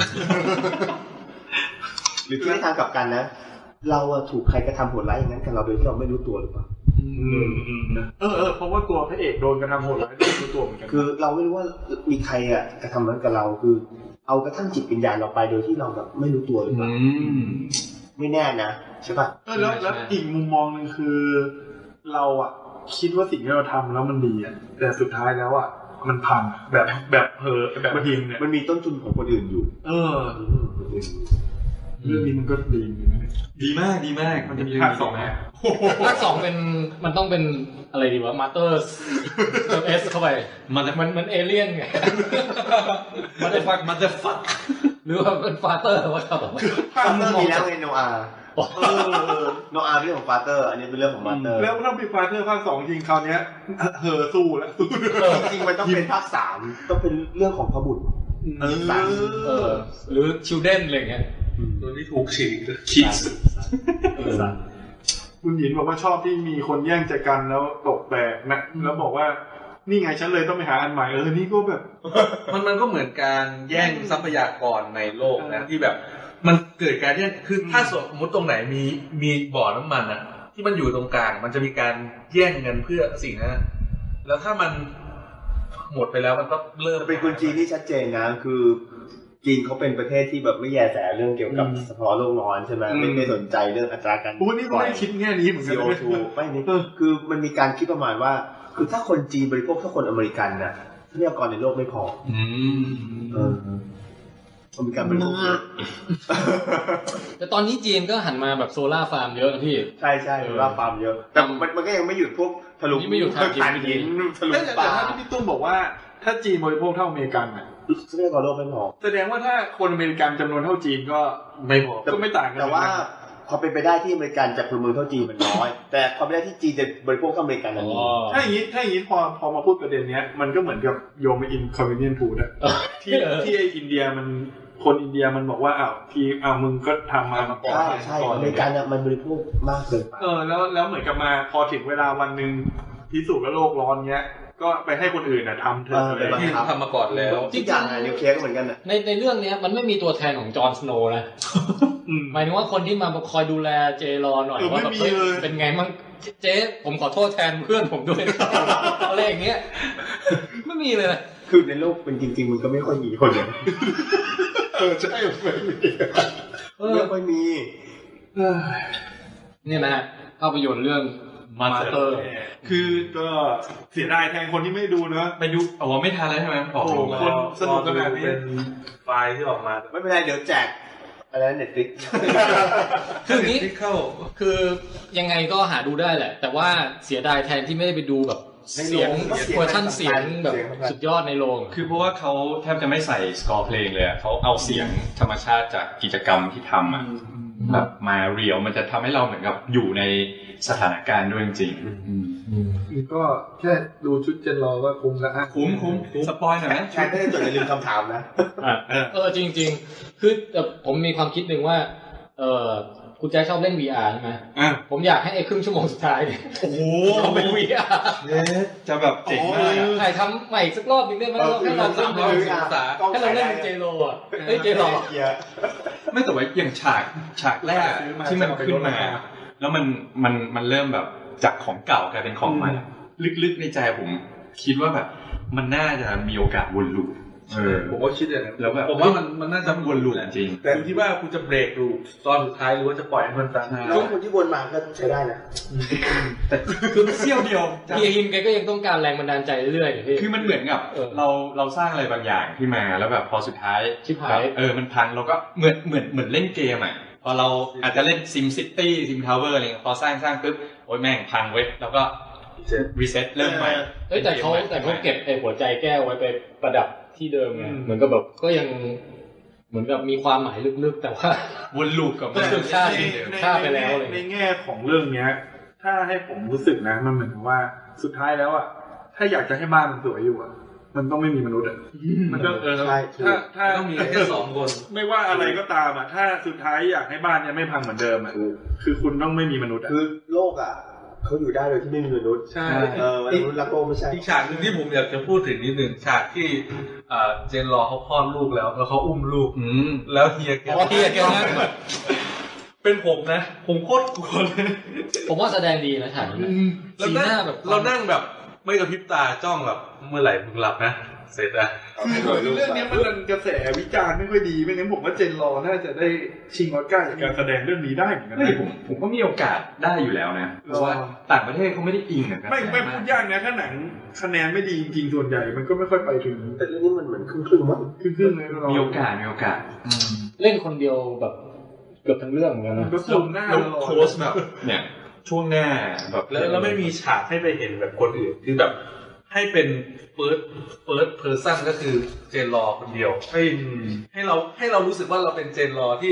หรือที่ในทางกลับกันนะเราถูกใครกระทำโหดร้ายอย่างนั้นกับเราโดยที่เราไม่รู้ตัวหรือเปล่าเออเออเพราะว่าตัวพระเอกโดนกระทำโหดร้ายไม่รู้ตัวเหมือนกันคือเราไม่รู้ว่ามีใครอ่ะกระทำนั้นกับเราคือเอากระทั่งจิตวิญญาณเราไปโดยที่เราแบบไม่รู้ตัวหรือเปล่าไม่แน่นะใช่ป่ะเออแล้วแล้วอีกมุมมองนึงคือเราอ่ะคิดว่าสิ่งที่เราทำแล้วมันดีอ่ะแต่สุดท้ายแล้วอ่ะมันพังแบบแบบเพอแบบทีมเนี่ยมันมีต้นทุนของคนอื่นอยู่เออเรื่องนี้มันก็ดีดีมากดีมากมันจะมีภาคสองนะภาคสองเป็นมันต้องเป็นอะไรดีวะมาสเตอร์เอสเข้าไปมันมันมันเอเลี่ยนไงมันจะฟักมันจะฟักหรือว่าเป็นฟาเตอร์ว่าครับภาคเตอร์มีแล้วไงโนอาโอเออโนอาเป็นเรื่องของฟาเตอร์อันนี้เป็นเรื่องของมาเตอร์แล้วถ้าบิ๊กฟาเตอร์ภาคสองจริงคราวนี้เฮอสู้แล้วสู้จริงมันต้องเป็นภาคสามต้องเป็นเรื่องของพระบุตรเออเออหรือชิลเด้นอะไรเงี้ยตัวที่ถูกฉีกคิดคุณหญิงบอกว่าชอบที่มีคนแย่งจากกันแล้วตกแตกนะแล้วบอกว่านี่ไงฉันเลยต้องไปหาอันใหม่เออนี่ก็แบบมันมันก็เหมือนการแย่งทรัพยากรในโลกนะที่แบบมันเกิดการแย่งคือถ้าสมมติตรงไหนมีมีบ่อน้ำมันอะที่มันอยู่ตรงกลางมันจะมีการแย่งกันเพื่อสิ่งนั้นแล้วถ้ามันหมดไปแล้วมันก็เริ่มเป็นคนจีนที่ชัดเจนนะคือจีนเขาเป็นประเทศที่แบบไม่แยแสเรื่องเกี่ยวกับสภาวะโลกร้อนใช่ไหมไม่ไม่สนใจเรื่องอัตราการปล่อยนี่ไม่คิดแง่นี้เหมือนกันซี โอ ทู ไม่นี่คือมันมีการคิดประมาณว่าคือถ้าคนจีนบริโภคถ้าคนอเมริกันน่ะทรัพยากรในโลกไม่พออืมเอออเมริกันบริโภคแต่ตอนนี้จีนก็หันมาแบบโซล่าฟาร์มเยอะนะพี่ใช่ใช่โซล่าฟาร์มเยอะแต่มันมันก็ยังไม่หยุดพวกถลุไม่หยุดทางหินถลุป่าที่พี่ตุ้มบอกว่าถ้าจีนบริโภคเท่าอเมริกันน่ะทรัพยากรโลกไม่พอแสดงว่าถ้าคนอเมริกันจำนวนเท่าจีนก็ไม่พอก็ไม่ต่างกันแต่ว่าพอเป็นไปได้ที่อเมริกันจะพลเมืองเท่าจีนมันน้อยแต่พอเป็นได้ที่จีนจะบริโภคเท่าอเมริกันนั่นเองถ้าอย่างนี้ถ้าอย่างนี้พอพอมาพูดประเด็นเนี้ยมันก็เหมือนกับโยงไปอินคอมมิวนิสต์ทูดอะที่ที่ไออินเดียมันคนอินเดียมันบอกว่าอ้าวที่อ้าวมึงก็ทำมามาก่อนใช่ใช่อเมริกันอะมันบริโภคมากเกินไปเออแล้วแล้วเหมือนกับมาพอถึงเวลาวันนึงพิสูจน์ว่าโลกร้อนเงี้ยก็ไปให้คนอื่นน่ะทำเถอะอะไรที่ทำมาก่อนแล้วจริงๆนิวเคลียร์ก็เหมือนกันน่ะในในเรื่องนี้มันไม่มีตัวแทนของจอห์นสโนว์นะหมายถึงว่าคนที่มาคอยดูแลเจรอหน่อยว่าแบบเป็นไงมั่งเจ๊ผมขอโทษแทนเพื่อนผมด้วยอะไรอย่างเงี้ยไม่มีเลยนะคือในโลกเป็นจริงๆมันก็ไม่ค่อยมีคนเลยเออใช่ไม่มีไม่ค่อยมีเนี่ยนะภาพยนตร์เรื่องมาสเตอร์คือก็เสียดายแทนคนที่ไม่ดูเนอะไปดูอ๋อไม่ทันแล้วใช่ไหมโอ้โหคนสนุกขนาดนี้เป็นไฟล์ที่ออกมาไม่เป็นไรเดี๋ยวแจกอะไร Netflix คืออย่างนี้คือยังไงก็หาดูได้แหละแต่ว่าเสียดายแทนที่ไม่ได้ไปดูแบบเสียงเวอร์ชันเสียงแบบสุดยอดในโรงคือเพราะว่าเขาแทบจะไม่ใส่สกอร์เพลงเลยเขาเอาเสียงธรรมชาติจากกิจกรรมที่ทำอ่ะแบบมาเรียลมันจะทำให้เราเหมือนกับอยู่ในสถานการณ์ด้วยจริงนี่ก็แค่ดูชุดเจนรอก็คุ้มแล้วฮะคุ้มคุ้มสปอยหน่อยนะใช่ไม่ได้จดอย่าลืมคำถามนะเออจริงๆคือผมมีความคิดหนึ่งว่าเออคุณแจ๊คชอบเล่น วี อาร์ ใช่ไหมผมอยากให้ไอ้ครึ่งชั่วโมงสุดท้ายเนี่ยโอ้โหเป็น วี อาร์จะแบบเจ๋งมากถ่ายทำใหม่สักรอบนึงได้ไหมเราแค่เราสามร้อยองศาแค่เราเล่นเป็นเจโรอ่ะเฮ้ยเจโรไม่แต่ว่าอย่างฉากฉากแรกที่มันขึ้นมาแล้วมันมันมันเริ่มแบบจากของเก่ากลายเป็นของใหม่ลึกๆในใจผมคิดว่าแบบมันน่าจะมีโอกาสวนลูปเออผมก็คิดอย่างนั้นแล้วแบบผมว่ามันมันน่าจะวนลูปจริงแต่คุณคิดว่าคุณจะเบรกลูปตอนสุดท้ายหรือว่าจะปล่อยให้มันตามช่วงคนที่วนมาก็ใช้ได้นะแต่คือเสี้ยวเดียวพี่ฮิมแกก็ยังต้องการแรงบันดาลใจเรื่อยๆคือมันเหมือนกับเราเราสร้างอะไรบางอย่างที่มาแล้วแบบพอสุดท้ายชิบหายเออมันพังเราก็เหมือนเหมือนเหมือนเล่นเกมอ่ะพอเราอาจจะเล่นซิมซิตี้ซิมทาวเวอร์อะไรพอสร้างสร้างปุ๊บโอ้ยแม่งพังเว้ยแล้วก็รีเซ็ตเริ่มใหม่เฮ้ยแต่เขาแต่เขาเก็บไอ้หัวใจแก้วไว้ไปประดับที่เดิมไงเหมือนกับแบบก็ยังเหมือนกับมีความหมายลึกๆแต่ว่าวนลูปกับก็คือฆ่าฆ่าไปแล้วเลยในแง่ของเรื่องเนี้ยถ้าให้ผมรู้สึกนะมันเหมือนกับว่าสุดท้ายแล้วอ่ะถ้าอยากจะให้บ้านมันสวยอยู่อ่ะมันต้องไม่มีมนุษย์อ่ะมันก็เออถ้าถ้าต้องมีแค่สองคนไม่ว่าอะไรก็ตามอ่ะถ้าสุดท้ายอยากให้บ้านเนี้ยไม่พังเหมือนเดิมอ่ะคือคุณต้องไม่มีมนุษย์อ่ะคือโลกอ่ะเขาอยู่ได้โดยที่ไม่มีมนุษย์ใช่เออมนุษย์รักโลกไม่ใช่อีกฉากนึงที่ผมอยากจะพูดถึงนิดนึงฉากที่เจนรอเขาคลอดลูกแล้วแล้วเขาอุ้มลูกแล้วเฮียแกเฮียแกเป็นผมนะผมโคตรกลัวเลยผมว่าแสดงดีนะฉากนั้นสีหน้าแบบเรานั่งแบบไม่กระพริบตาจ้องแบบเมื่อไหร่มึงหลับนะเสร็จอะคือเรื่องนี้มันกระแสวิจารณ์ไม่ค่อยดีไม่งั้นผมว่าเจนรอน่าจะได้ชิงออสการ์จากการแสดงเรื่องนี้ได้เหมือนกันนะผมผมก็มีโอกาสได้อยู่แล้วนะเพราะว่าต่างประเทศเขาไม่ได้อิงกันไม่ไม่พูดยากนะถ้าหนังคะแนนไม่ดีจริงส่วนใหญ่มันก็ไม่ค่อยไปถึงแต่เรื่องนี้มันเหมือนครึ่งๆมั้งครึ่งๆเลยมีโอกาสมีโอกาสเล่นคนเดียวแบบเกือบทั้งเรื่องเหมือนกันนะก็ซูมหน้าแล้วโค้ชแบบเนี่ยช่วงหน้าแบบแล้วแล้วไม่มีฉากให้ไปเห็นแบบคนอื่นคือแบบให้เป็น first first person ก็คือเจนรอคนเดียวให้ให้เราให้เรารู้สึกว่าเราเป็นเจนรอที่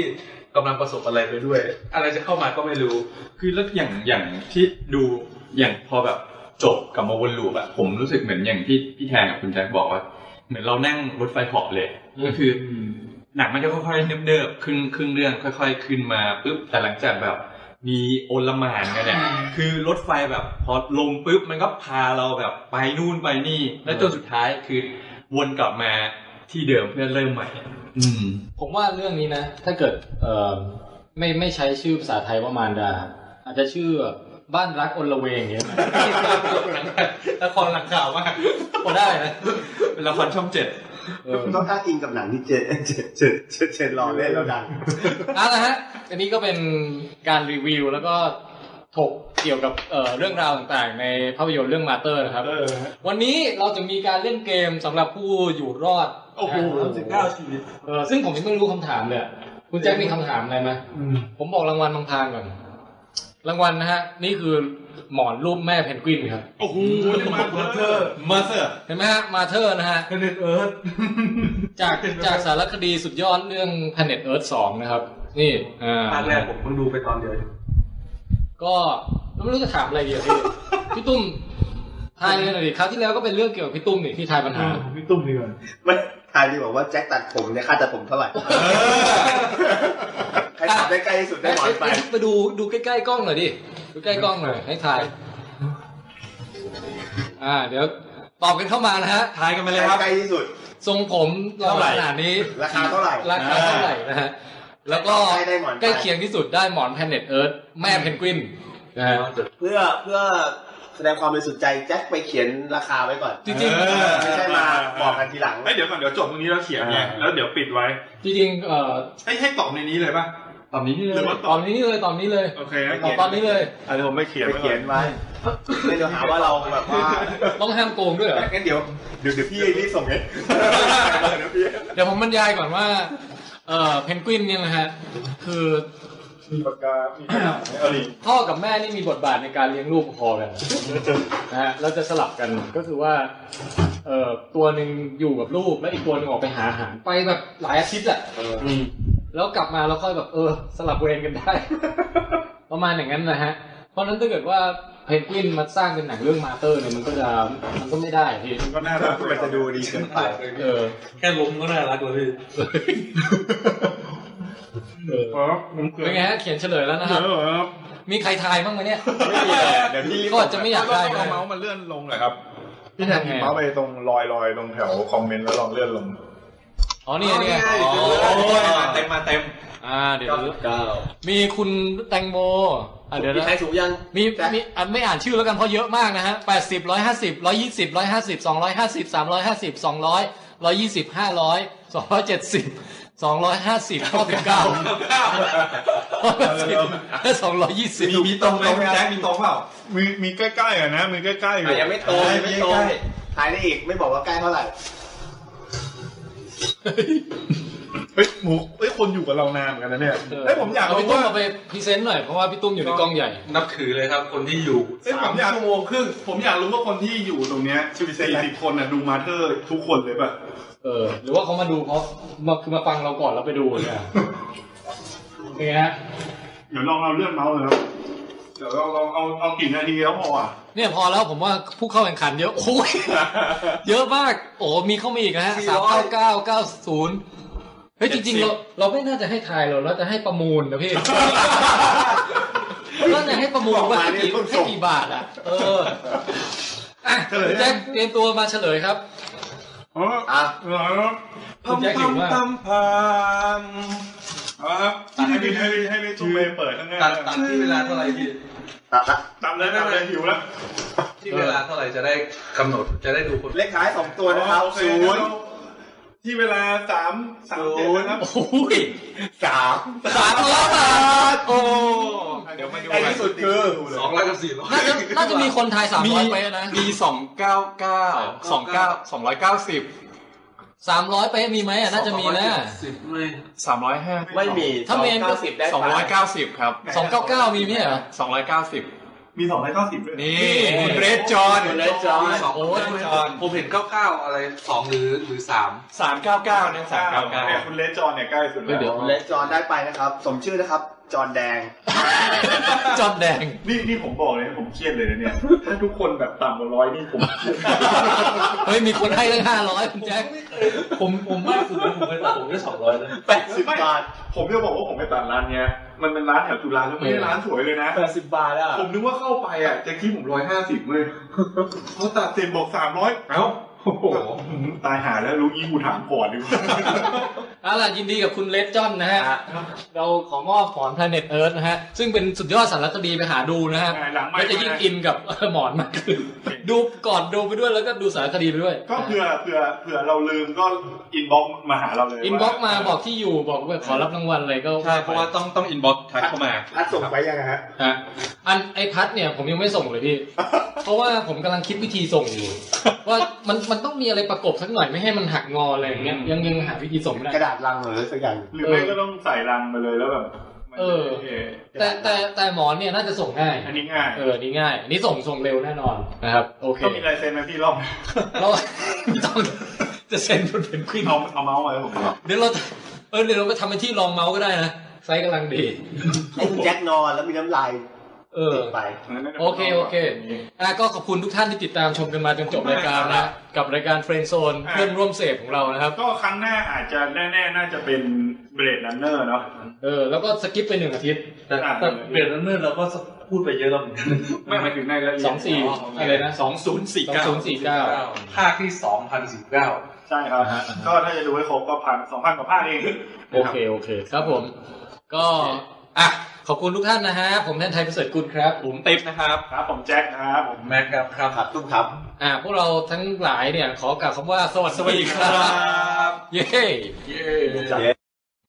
กำลังประสบอะไรไปด้วยอะไรจะเข้ามาก็ไม่รู้คือแล้วอย่างอย่างที่ดูอย่างพอแบบจบกับมาวนลูปอะผมรู้สึกเหมือนอย่างที่พี่แทนกับคุณแจ็คบอกว่าเหมือนเรานั่งรถไฟเหาะเลยก็คือหนังมันจะค่อยๆเนิบๆขึ้นครึ่งเรื่องค่อยๆขึ้นมาปุ๊บแต่หลังจากแบบมีโอลหม่านกันเนี่ยคือรถไฟแบบพอลงปุ๊บมันก็พาเราแบบไปนู่นไปนี่แล้วจนสุดท้ายคือวนกลับมาที่เดิมเพื่อเริ่มใหม่อืมผมว่าเรื่องนี้นะถ้าเกิดเอ่อไม่ไม่ใช้ชื่อภาษาไทยว่ามารดาอาจจะชื่อบ้านรักอลเวงอย่างเงี้ยละครหลังข่าวมากพอได้นะเป็นละครช่องเจ็ดต้องอ้างอิงกับหนังที่เจเจเจเจเจรอเล่นแล้วดังอ่ะนะฮะอันนี้ก็เป็นการรีวิวแล้วก็ถกเกี่ยวกับเอ่อเรื่องราวต่างๆในภาพยนตร์เรื่องมาเตอร์นะครับวันนี้เราจะมีการเล่นเกมสำหรับผู้อยู่รอดโอ้โหสิบเก้าชีวิตเออซึ่งผมยังไม่รู้คำถามเลยคุณแจ็คมีคำถามอะไรไหมผมบอกรางวัลพางๆก่อนรางวัลนะฮะนี่คือหมอนรูปแม่เพนกวินครับโอ้โหมาเธอร์มาเธอร์เห็นไหมฮะมาเธอร์นะฮะ Planet Earth จากจากสารคดีสุดยอดเรื่อง Planet Earth สองนะครับนี่อ่าภาคแรกผมเพิ่งดูไปตอนเดียวก็ไม่รู้จะถามอะไรดีพี่พี่ตุ้มทายเลยหน่อยดิคราวที่แล้วก็เป็นเรื่องเกี่ยวกับพี่ตุ้มนี่ที่ทายปัญหาพี่ตุ้มดีกว่าไม่ทายดีบอกว่าแจ็คตัดผมเนี่ยค่าตัดผมเท่าไหร่ใครตอบได้ใกล้ที่สุดได้หมอนไปไปดูดูใกล้ๆกล้องหน่อยดิดูใกล้กล้องหน่อยให้ทายอ่าเดี๋ยวตอบกันเข้ามานะฮะทายกันไปเลยครับใกล้ที่สุดทรงผมเราขนาดนี้ราคาเท่าไหร่ราคาเท่าไหร่นะฮะแล้วก็ใกล้เคียงที่สุดได้หมอน Planet Earth แม่เพนกวินนะฮะเพื่อเพื่อแสดงความบริสุทธิ์ใจแจ็คไปเขียนราคาไว้ก่อนจริงๆไม่ใช่มาบอกกันทีหลังเฮ้ยเดี๋ยวก่อนเดี๋ยวจบตรงนี้แล้วเขียนไงแล้วเดี๋ยวปิดไว้จริงๆเอ่อให้ให้ตอบในนี้เลยป่ะตอบนี้เลยหรือว่าตอบนี้เลยตอบนี้เลยโอเคตอบตอนนี้เลยอันนี้ผมไม่เขียนไม่เขียนไว้ไม่เดี๋ยวหาว่าเราแบบว่าต้องห้ามโกงด้วยเหรองั้นเดี๋ยวเดี๋ยวเดี๋ยวพี่รีบส่งเองเดี๋ยวผมบรรยายก่อนว่าเอ่อเพนกวินเนี่ยนะฮะคือมีปากกามีกระดาษอะไรพ่อกับแม่นี่มีบทบาทในการเลี้ยงลูกพอกันนะฮะเราจะสลับกันก็คือว่าเอ่อตัวนึงอยู่กับลูกแล้วอีกตัวนึงออกไปหาอาหารไปแบบหลายอาทิตย์อ่ะแล้วกลับมาแล้วค่อยแบบเออสลับเวรกันได้ประมาณอย่างนั้นนะฮะเพราะนั้นถ้าเกิดว่าเพนกวินมาสร้างเป็นหนังเรื่องมาเตอร์เนี่ยมันก็จะมันก็ไม่ได้พี่มันก็น่ารักมันจะดูดีเกินไปเออแค่ล้มก็น่ารักเลยพี่เออเป็นไงฮะเขียนเฉลยแล้วนะครับมีใครทายบ้างไหมเนี่ยไม่มีเดี๋ยวพี่ก็จะไม่อยากได้เอาเมาส์มาเลื่อนลงหน่อยครับพี่แทนเมาส์ไปตรงรอยๆตรงแถวคอมเมนต์แล้วลองเลื่อนลงอ๋อนี่นี่โอ้ยมาเต็มมาเต็มอ่าเดี๋ยวมีคุณแตงโมอ่ะเดี๋ยวมีใครสูงยังมีมีอ่ะไม่อ่านชื่อแล้วกันเพราะเยอะมากนะฮะแปดสิบ หนึ่งร้อยห้าสิบ หนึ่งร้อยยี่สิบ หนึ่งร้อยห้าสิบ สองร้อยห้าสิบ สามร้อยห้าสิบ สองร้อย หนึ่งร้อยยี่สิบ ห้าร้อย สองร้อยเจ็ดสิบ สองร้อยห้าสิบ เก้าสิบเก้า สองร้อยยี่สิบมีมีตรงไหมแจ็คมีตรงเปล่ามีมีใกล้ๆอ่ะนะมีใกล้ๆอยู่ยังไม่ตรงยังไม่ตรงทายได้อีกไม่บอกว่าใกล้เท่าไหร่เฮ้ยหมูเฮ้ยคนอยู่กับเรานานกันนะเนี่ยเฮ้ยผมอยากเอาพี่ตุ้มมาไปพรีเซนต์หน่อยเพราะว่าพี่ตุ้มอยู่ในกล้องใหญ่นับถือเลยครับคนที่อยู่สามชั่วโมงครึ่งผมอยากรู้ว่าคนที่อยู่ตรงเนี้ยสี่สิบคนน่ะดูมาเธอร์ทุกคนเลยป่ะเออหรือว่าเขามาดูเพราะมาคือมาฟังเราก่อนแล้วไปดูเนี่ยเป็นไงฮะเดี๋ยวลองเอาเลื่อนเมาส์เลยครับเดี๋ยวเราลองเอาเอากี่นาทีแล้วพออ่ะเนี่ยพอแล้วผมว่าผู้เข้าแข่งขันเยอะโอ้ยเยอะมากโอ้มีเข้ามาอีกนะฮะสามเก้าเก้าเก้าศูนย์เฮ้ยจริงๆเราเราไม่น่าจะให้ทายเราเราจะให้ประมูลนะพี่เราจะให้ประมูลว่าให้กี่ให้กี่บาทอ่ะเอออ่ะแจ็คเตรียมตัวมาเฉลยครับอ๋ออ่ะแล้วคุณแจ็คอยู่ว่าพัมพัมอ๋อครับให้พี่ให้พี่ให้พี่ตุ้มไปเปิดข้างหน้าตัดที่เวลาเท่าไหร่พี่ตัดละตัดเลยตัดเลยหิวแล้วที่เวลาเท่าไหร่จะได้กำหนดจะได้ดูคนเลขท้ายสองตัวนะครับศูนย์ที่เวลาสามสามเจ็ดนะครับโอ้ยสามสามร้อยบาทโอ้เดี๋ยวมาดูที่สุดคือสองร้อยกับสี่ร้อยน่าจะน่าจะมีคนทายสามร้อยไปนะมีสองเก้าเก้าสองเก้าสองร้อยเก้าสิบสามร้อยไปมีไหมอ่ะน่าจะมีนะสามร้อยห้าไม่มีถ้าเมนก็สองร้อยเก้าสิบครับสองเก้าเก้ามีไหมเหรอสองร้อยเก้าสิบมีสองร้อยเก้าสิบด้วยนี่คุณเรดจอห์นเรดจอห์นสองโอ้ยผมเห็นเก้าเก้าอะไรสองหรือหรือสามสามเก้าเก้านะสามเก้าเก้าเนี่ยคุณเลสจอนเนี่ยใกล้สุดแล้วเดี๋ยวเลสจอนได้ไปนะครับสมชื่อนะครับจอนแดงจอมแดงนี่นี่ผมบอกเลยผมเครียดเลยนะเนี่ยถ้าทุกคนแบบต่ำกว่าร้อยนี่ผมเฮ้ยมีคนให้ตั้งห้าร้อยคุณแจ็คผมผมมากสุดผมไปตัดผมได้สองร้อยนะแปดสิบบาทผมจะบอกว่าผมไปตัดร้านเนี้ยมันเป็นร้านแถวจุฬาแล้วไม่ได้ร้านสวยเลยนะแปดสิบบาทอ่ะผมนึกว่าเข้าไปอ่ะจะคิดผมร้อยห้าสิบเลยเขาตัดเต็มบอกสามร้อยเอ้าโอ้โหตายหาแล้วรู้งี้กูถามก่อนดีกว่าเอาล่ะยินดีกับคุณเลดจอนนะฮะเราขอมอบหมอน Planet Earth นะฮะซึ่งเป็นสุดยอดสารคดีไปหาดูนะฮะก็จะยิ่งอินกับหมอนมากขึ้นดูก่อนดูไปด้วยแล้วก็ดูสารคดีไปด้วยก็เผื่อเผื่อเผื่อเราลืมก็อินบ็อกซ์มาหาเราเลยอินบ็อกซ์มาบอกที่อยู่บอกว่าขอรับรางวัลอะไรก็ใช่เพราะว่าต้องต้องอินบ็อกซ์ทักเข้ามาพัดส่งไปยังไงฮะฮะอันไอพัดเนี่ยผมยังไม่ส่งเลยพี่ เพราะว่าผมกำลังคิดวิธีส่งอยู่ ว่ามันมันต้องมีอะไรประกบสักหน่อยไม่ให้มันหักงออะไรอย่างเงี้ยยังยังหาวิธีส่งไม่ได้กระดาษลังหรือสักอย่างหรือไม่ก็ต้องใส่รังไปเลยแล้วแบบเออแต่แต่แต่หมอนเนี่ยน่าจะส่งง่ายอันนี้ง่ายเออนี่ง่ายอันนี้ส่งส่งเร็วแน่นอนนะครับโอเคก็มีลายเซ็นไหมพี่ลองเราไม่ต้องจะเซ็นบนเพนกวินเอาเอาเมาส์มาให้ผมเดี๋ยวเราเออเดี๋ยวเราไปทำเป็นที่รองเมาส์ก็ได้นะไซส์กำลังดีให้คุณแจ็คนอนแล้วมีน้ำลายเออติดไปโอเคโอเคอ่ะก็ขอบคุณทุกท่านที่ติดตามชมกันมาจนจบรายการนะกับรายการเฟรนด์โซนเพื่อนร่วมเสพของเรานะครับก็ครั้งหน้าอาจจะแน่ๆน่าจะเป็นเบรดรันเนอร์เนาะเออแล้วก็สกิปไปหนึ่งอาทิตย์แต่แต่เปลี่ยนแล้วเนื่อเราก็พูดไปเยอะแล้วเหมือนกันไม่หมายถึงในรายละเอียดสองสี่อะไรนะสองศูนย์สี่สองเก้าศูนย์สี่เก้าภาคที่สองพันสิบเก้าใช่ครับก็ถ้าจะดูให้ครบก็พันสองพันกว่าภาคเองโอเคโอเคครับผมก็อ่ะขอบคุณทุกท่านนะฮะผมแทนไทยประเสริฐกุลครับผมติ๊บนะครับครับผมแจ็คนะครับผมแม็กครับครับครับตุ้มครับอ่าพวกเราทั้งหลายเนี่ยขอกล่าวคำว่าสวัสสวัสดีครับเย้เย้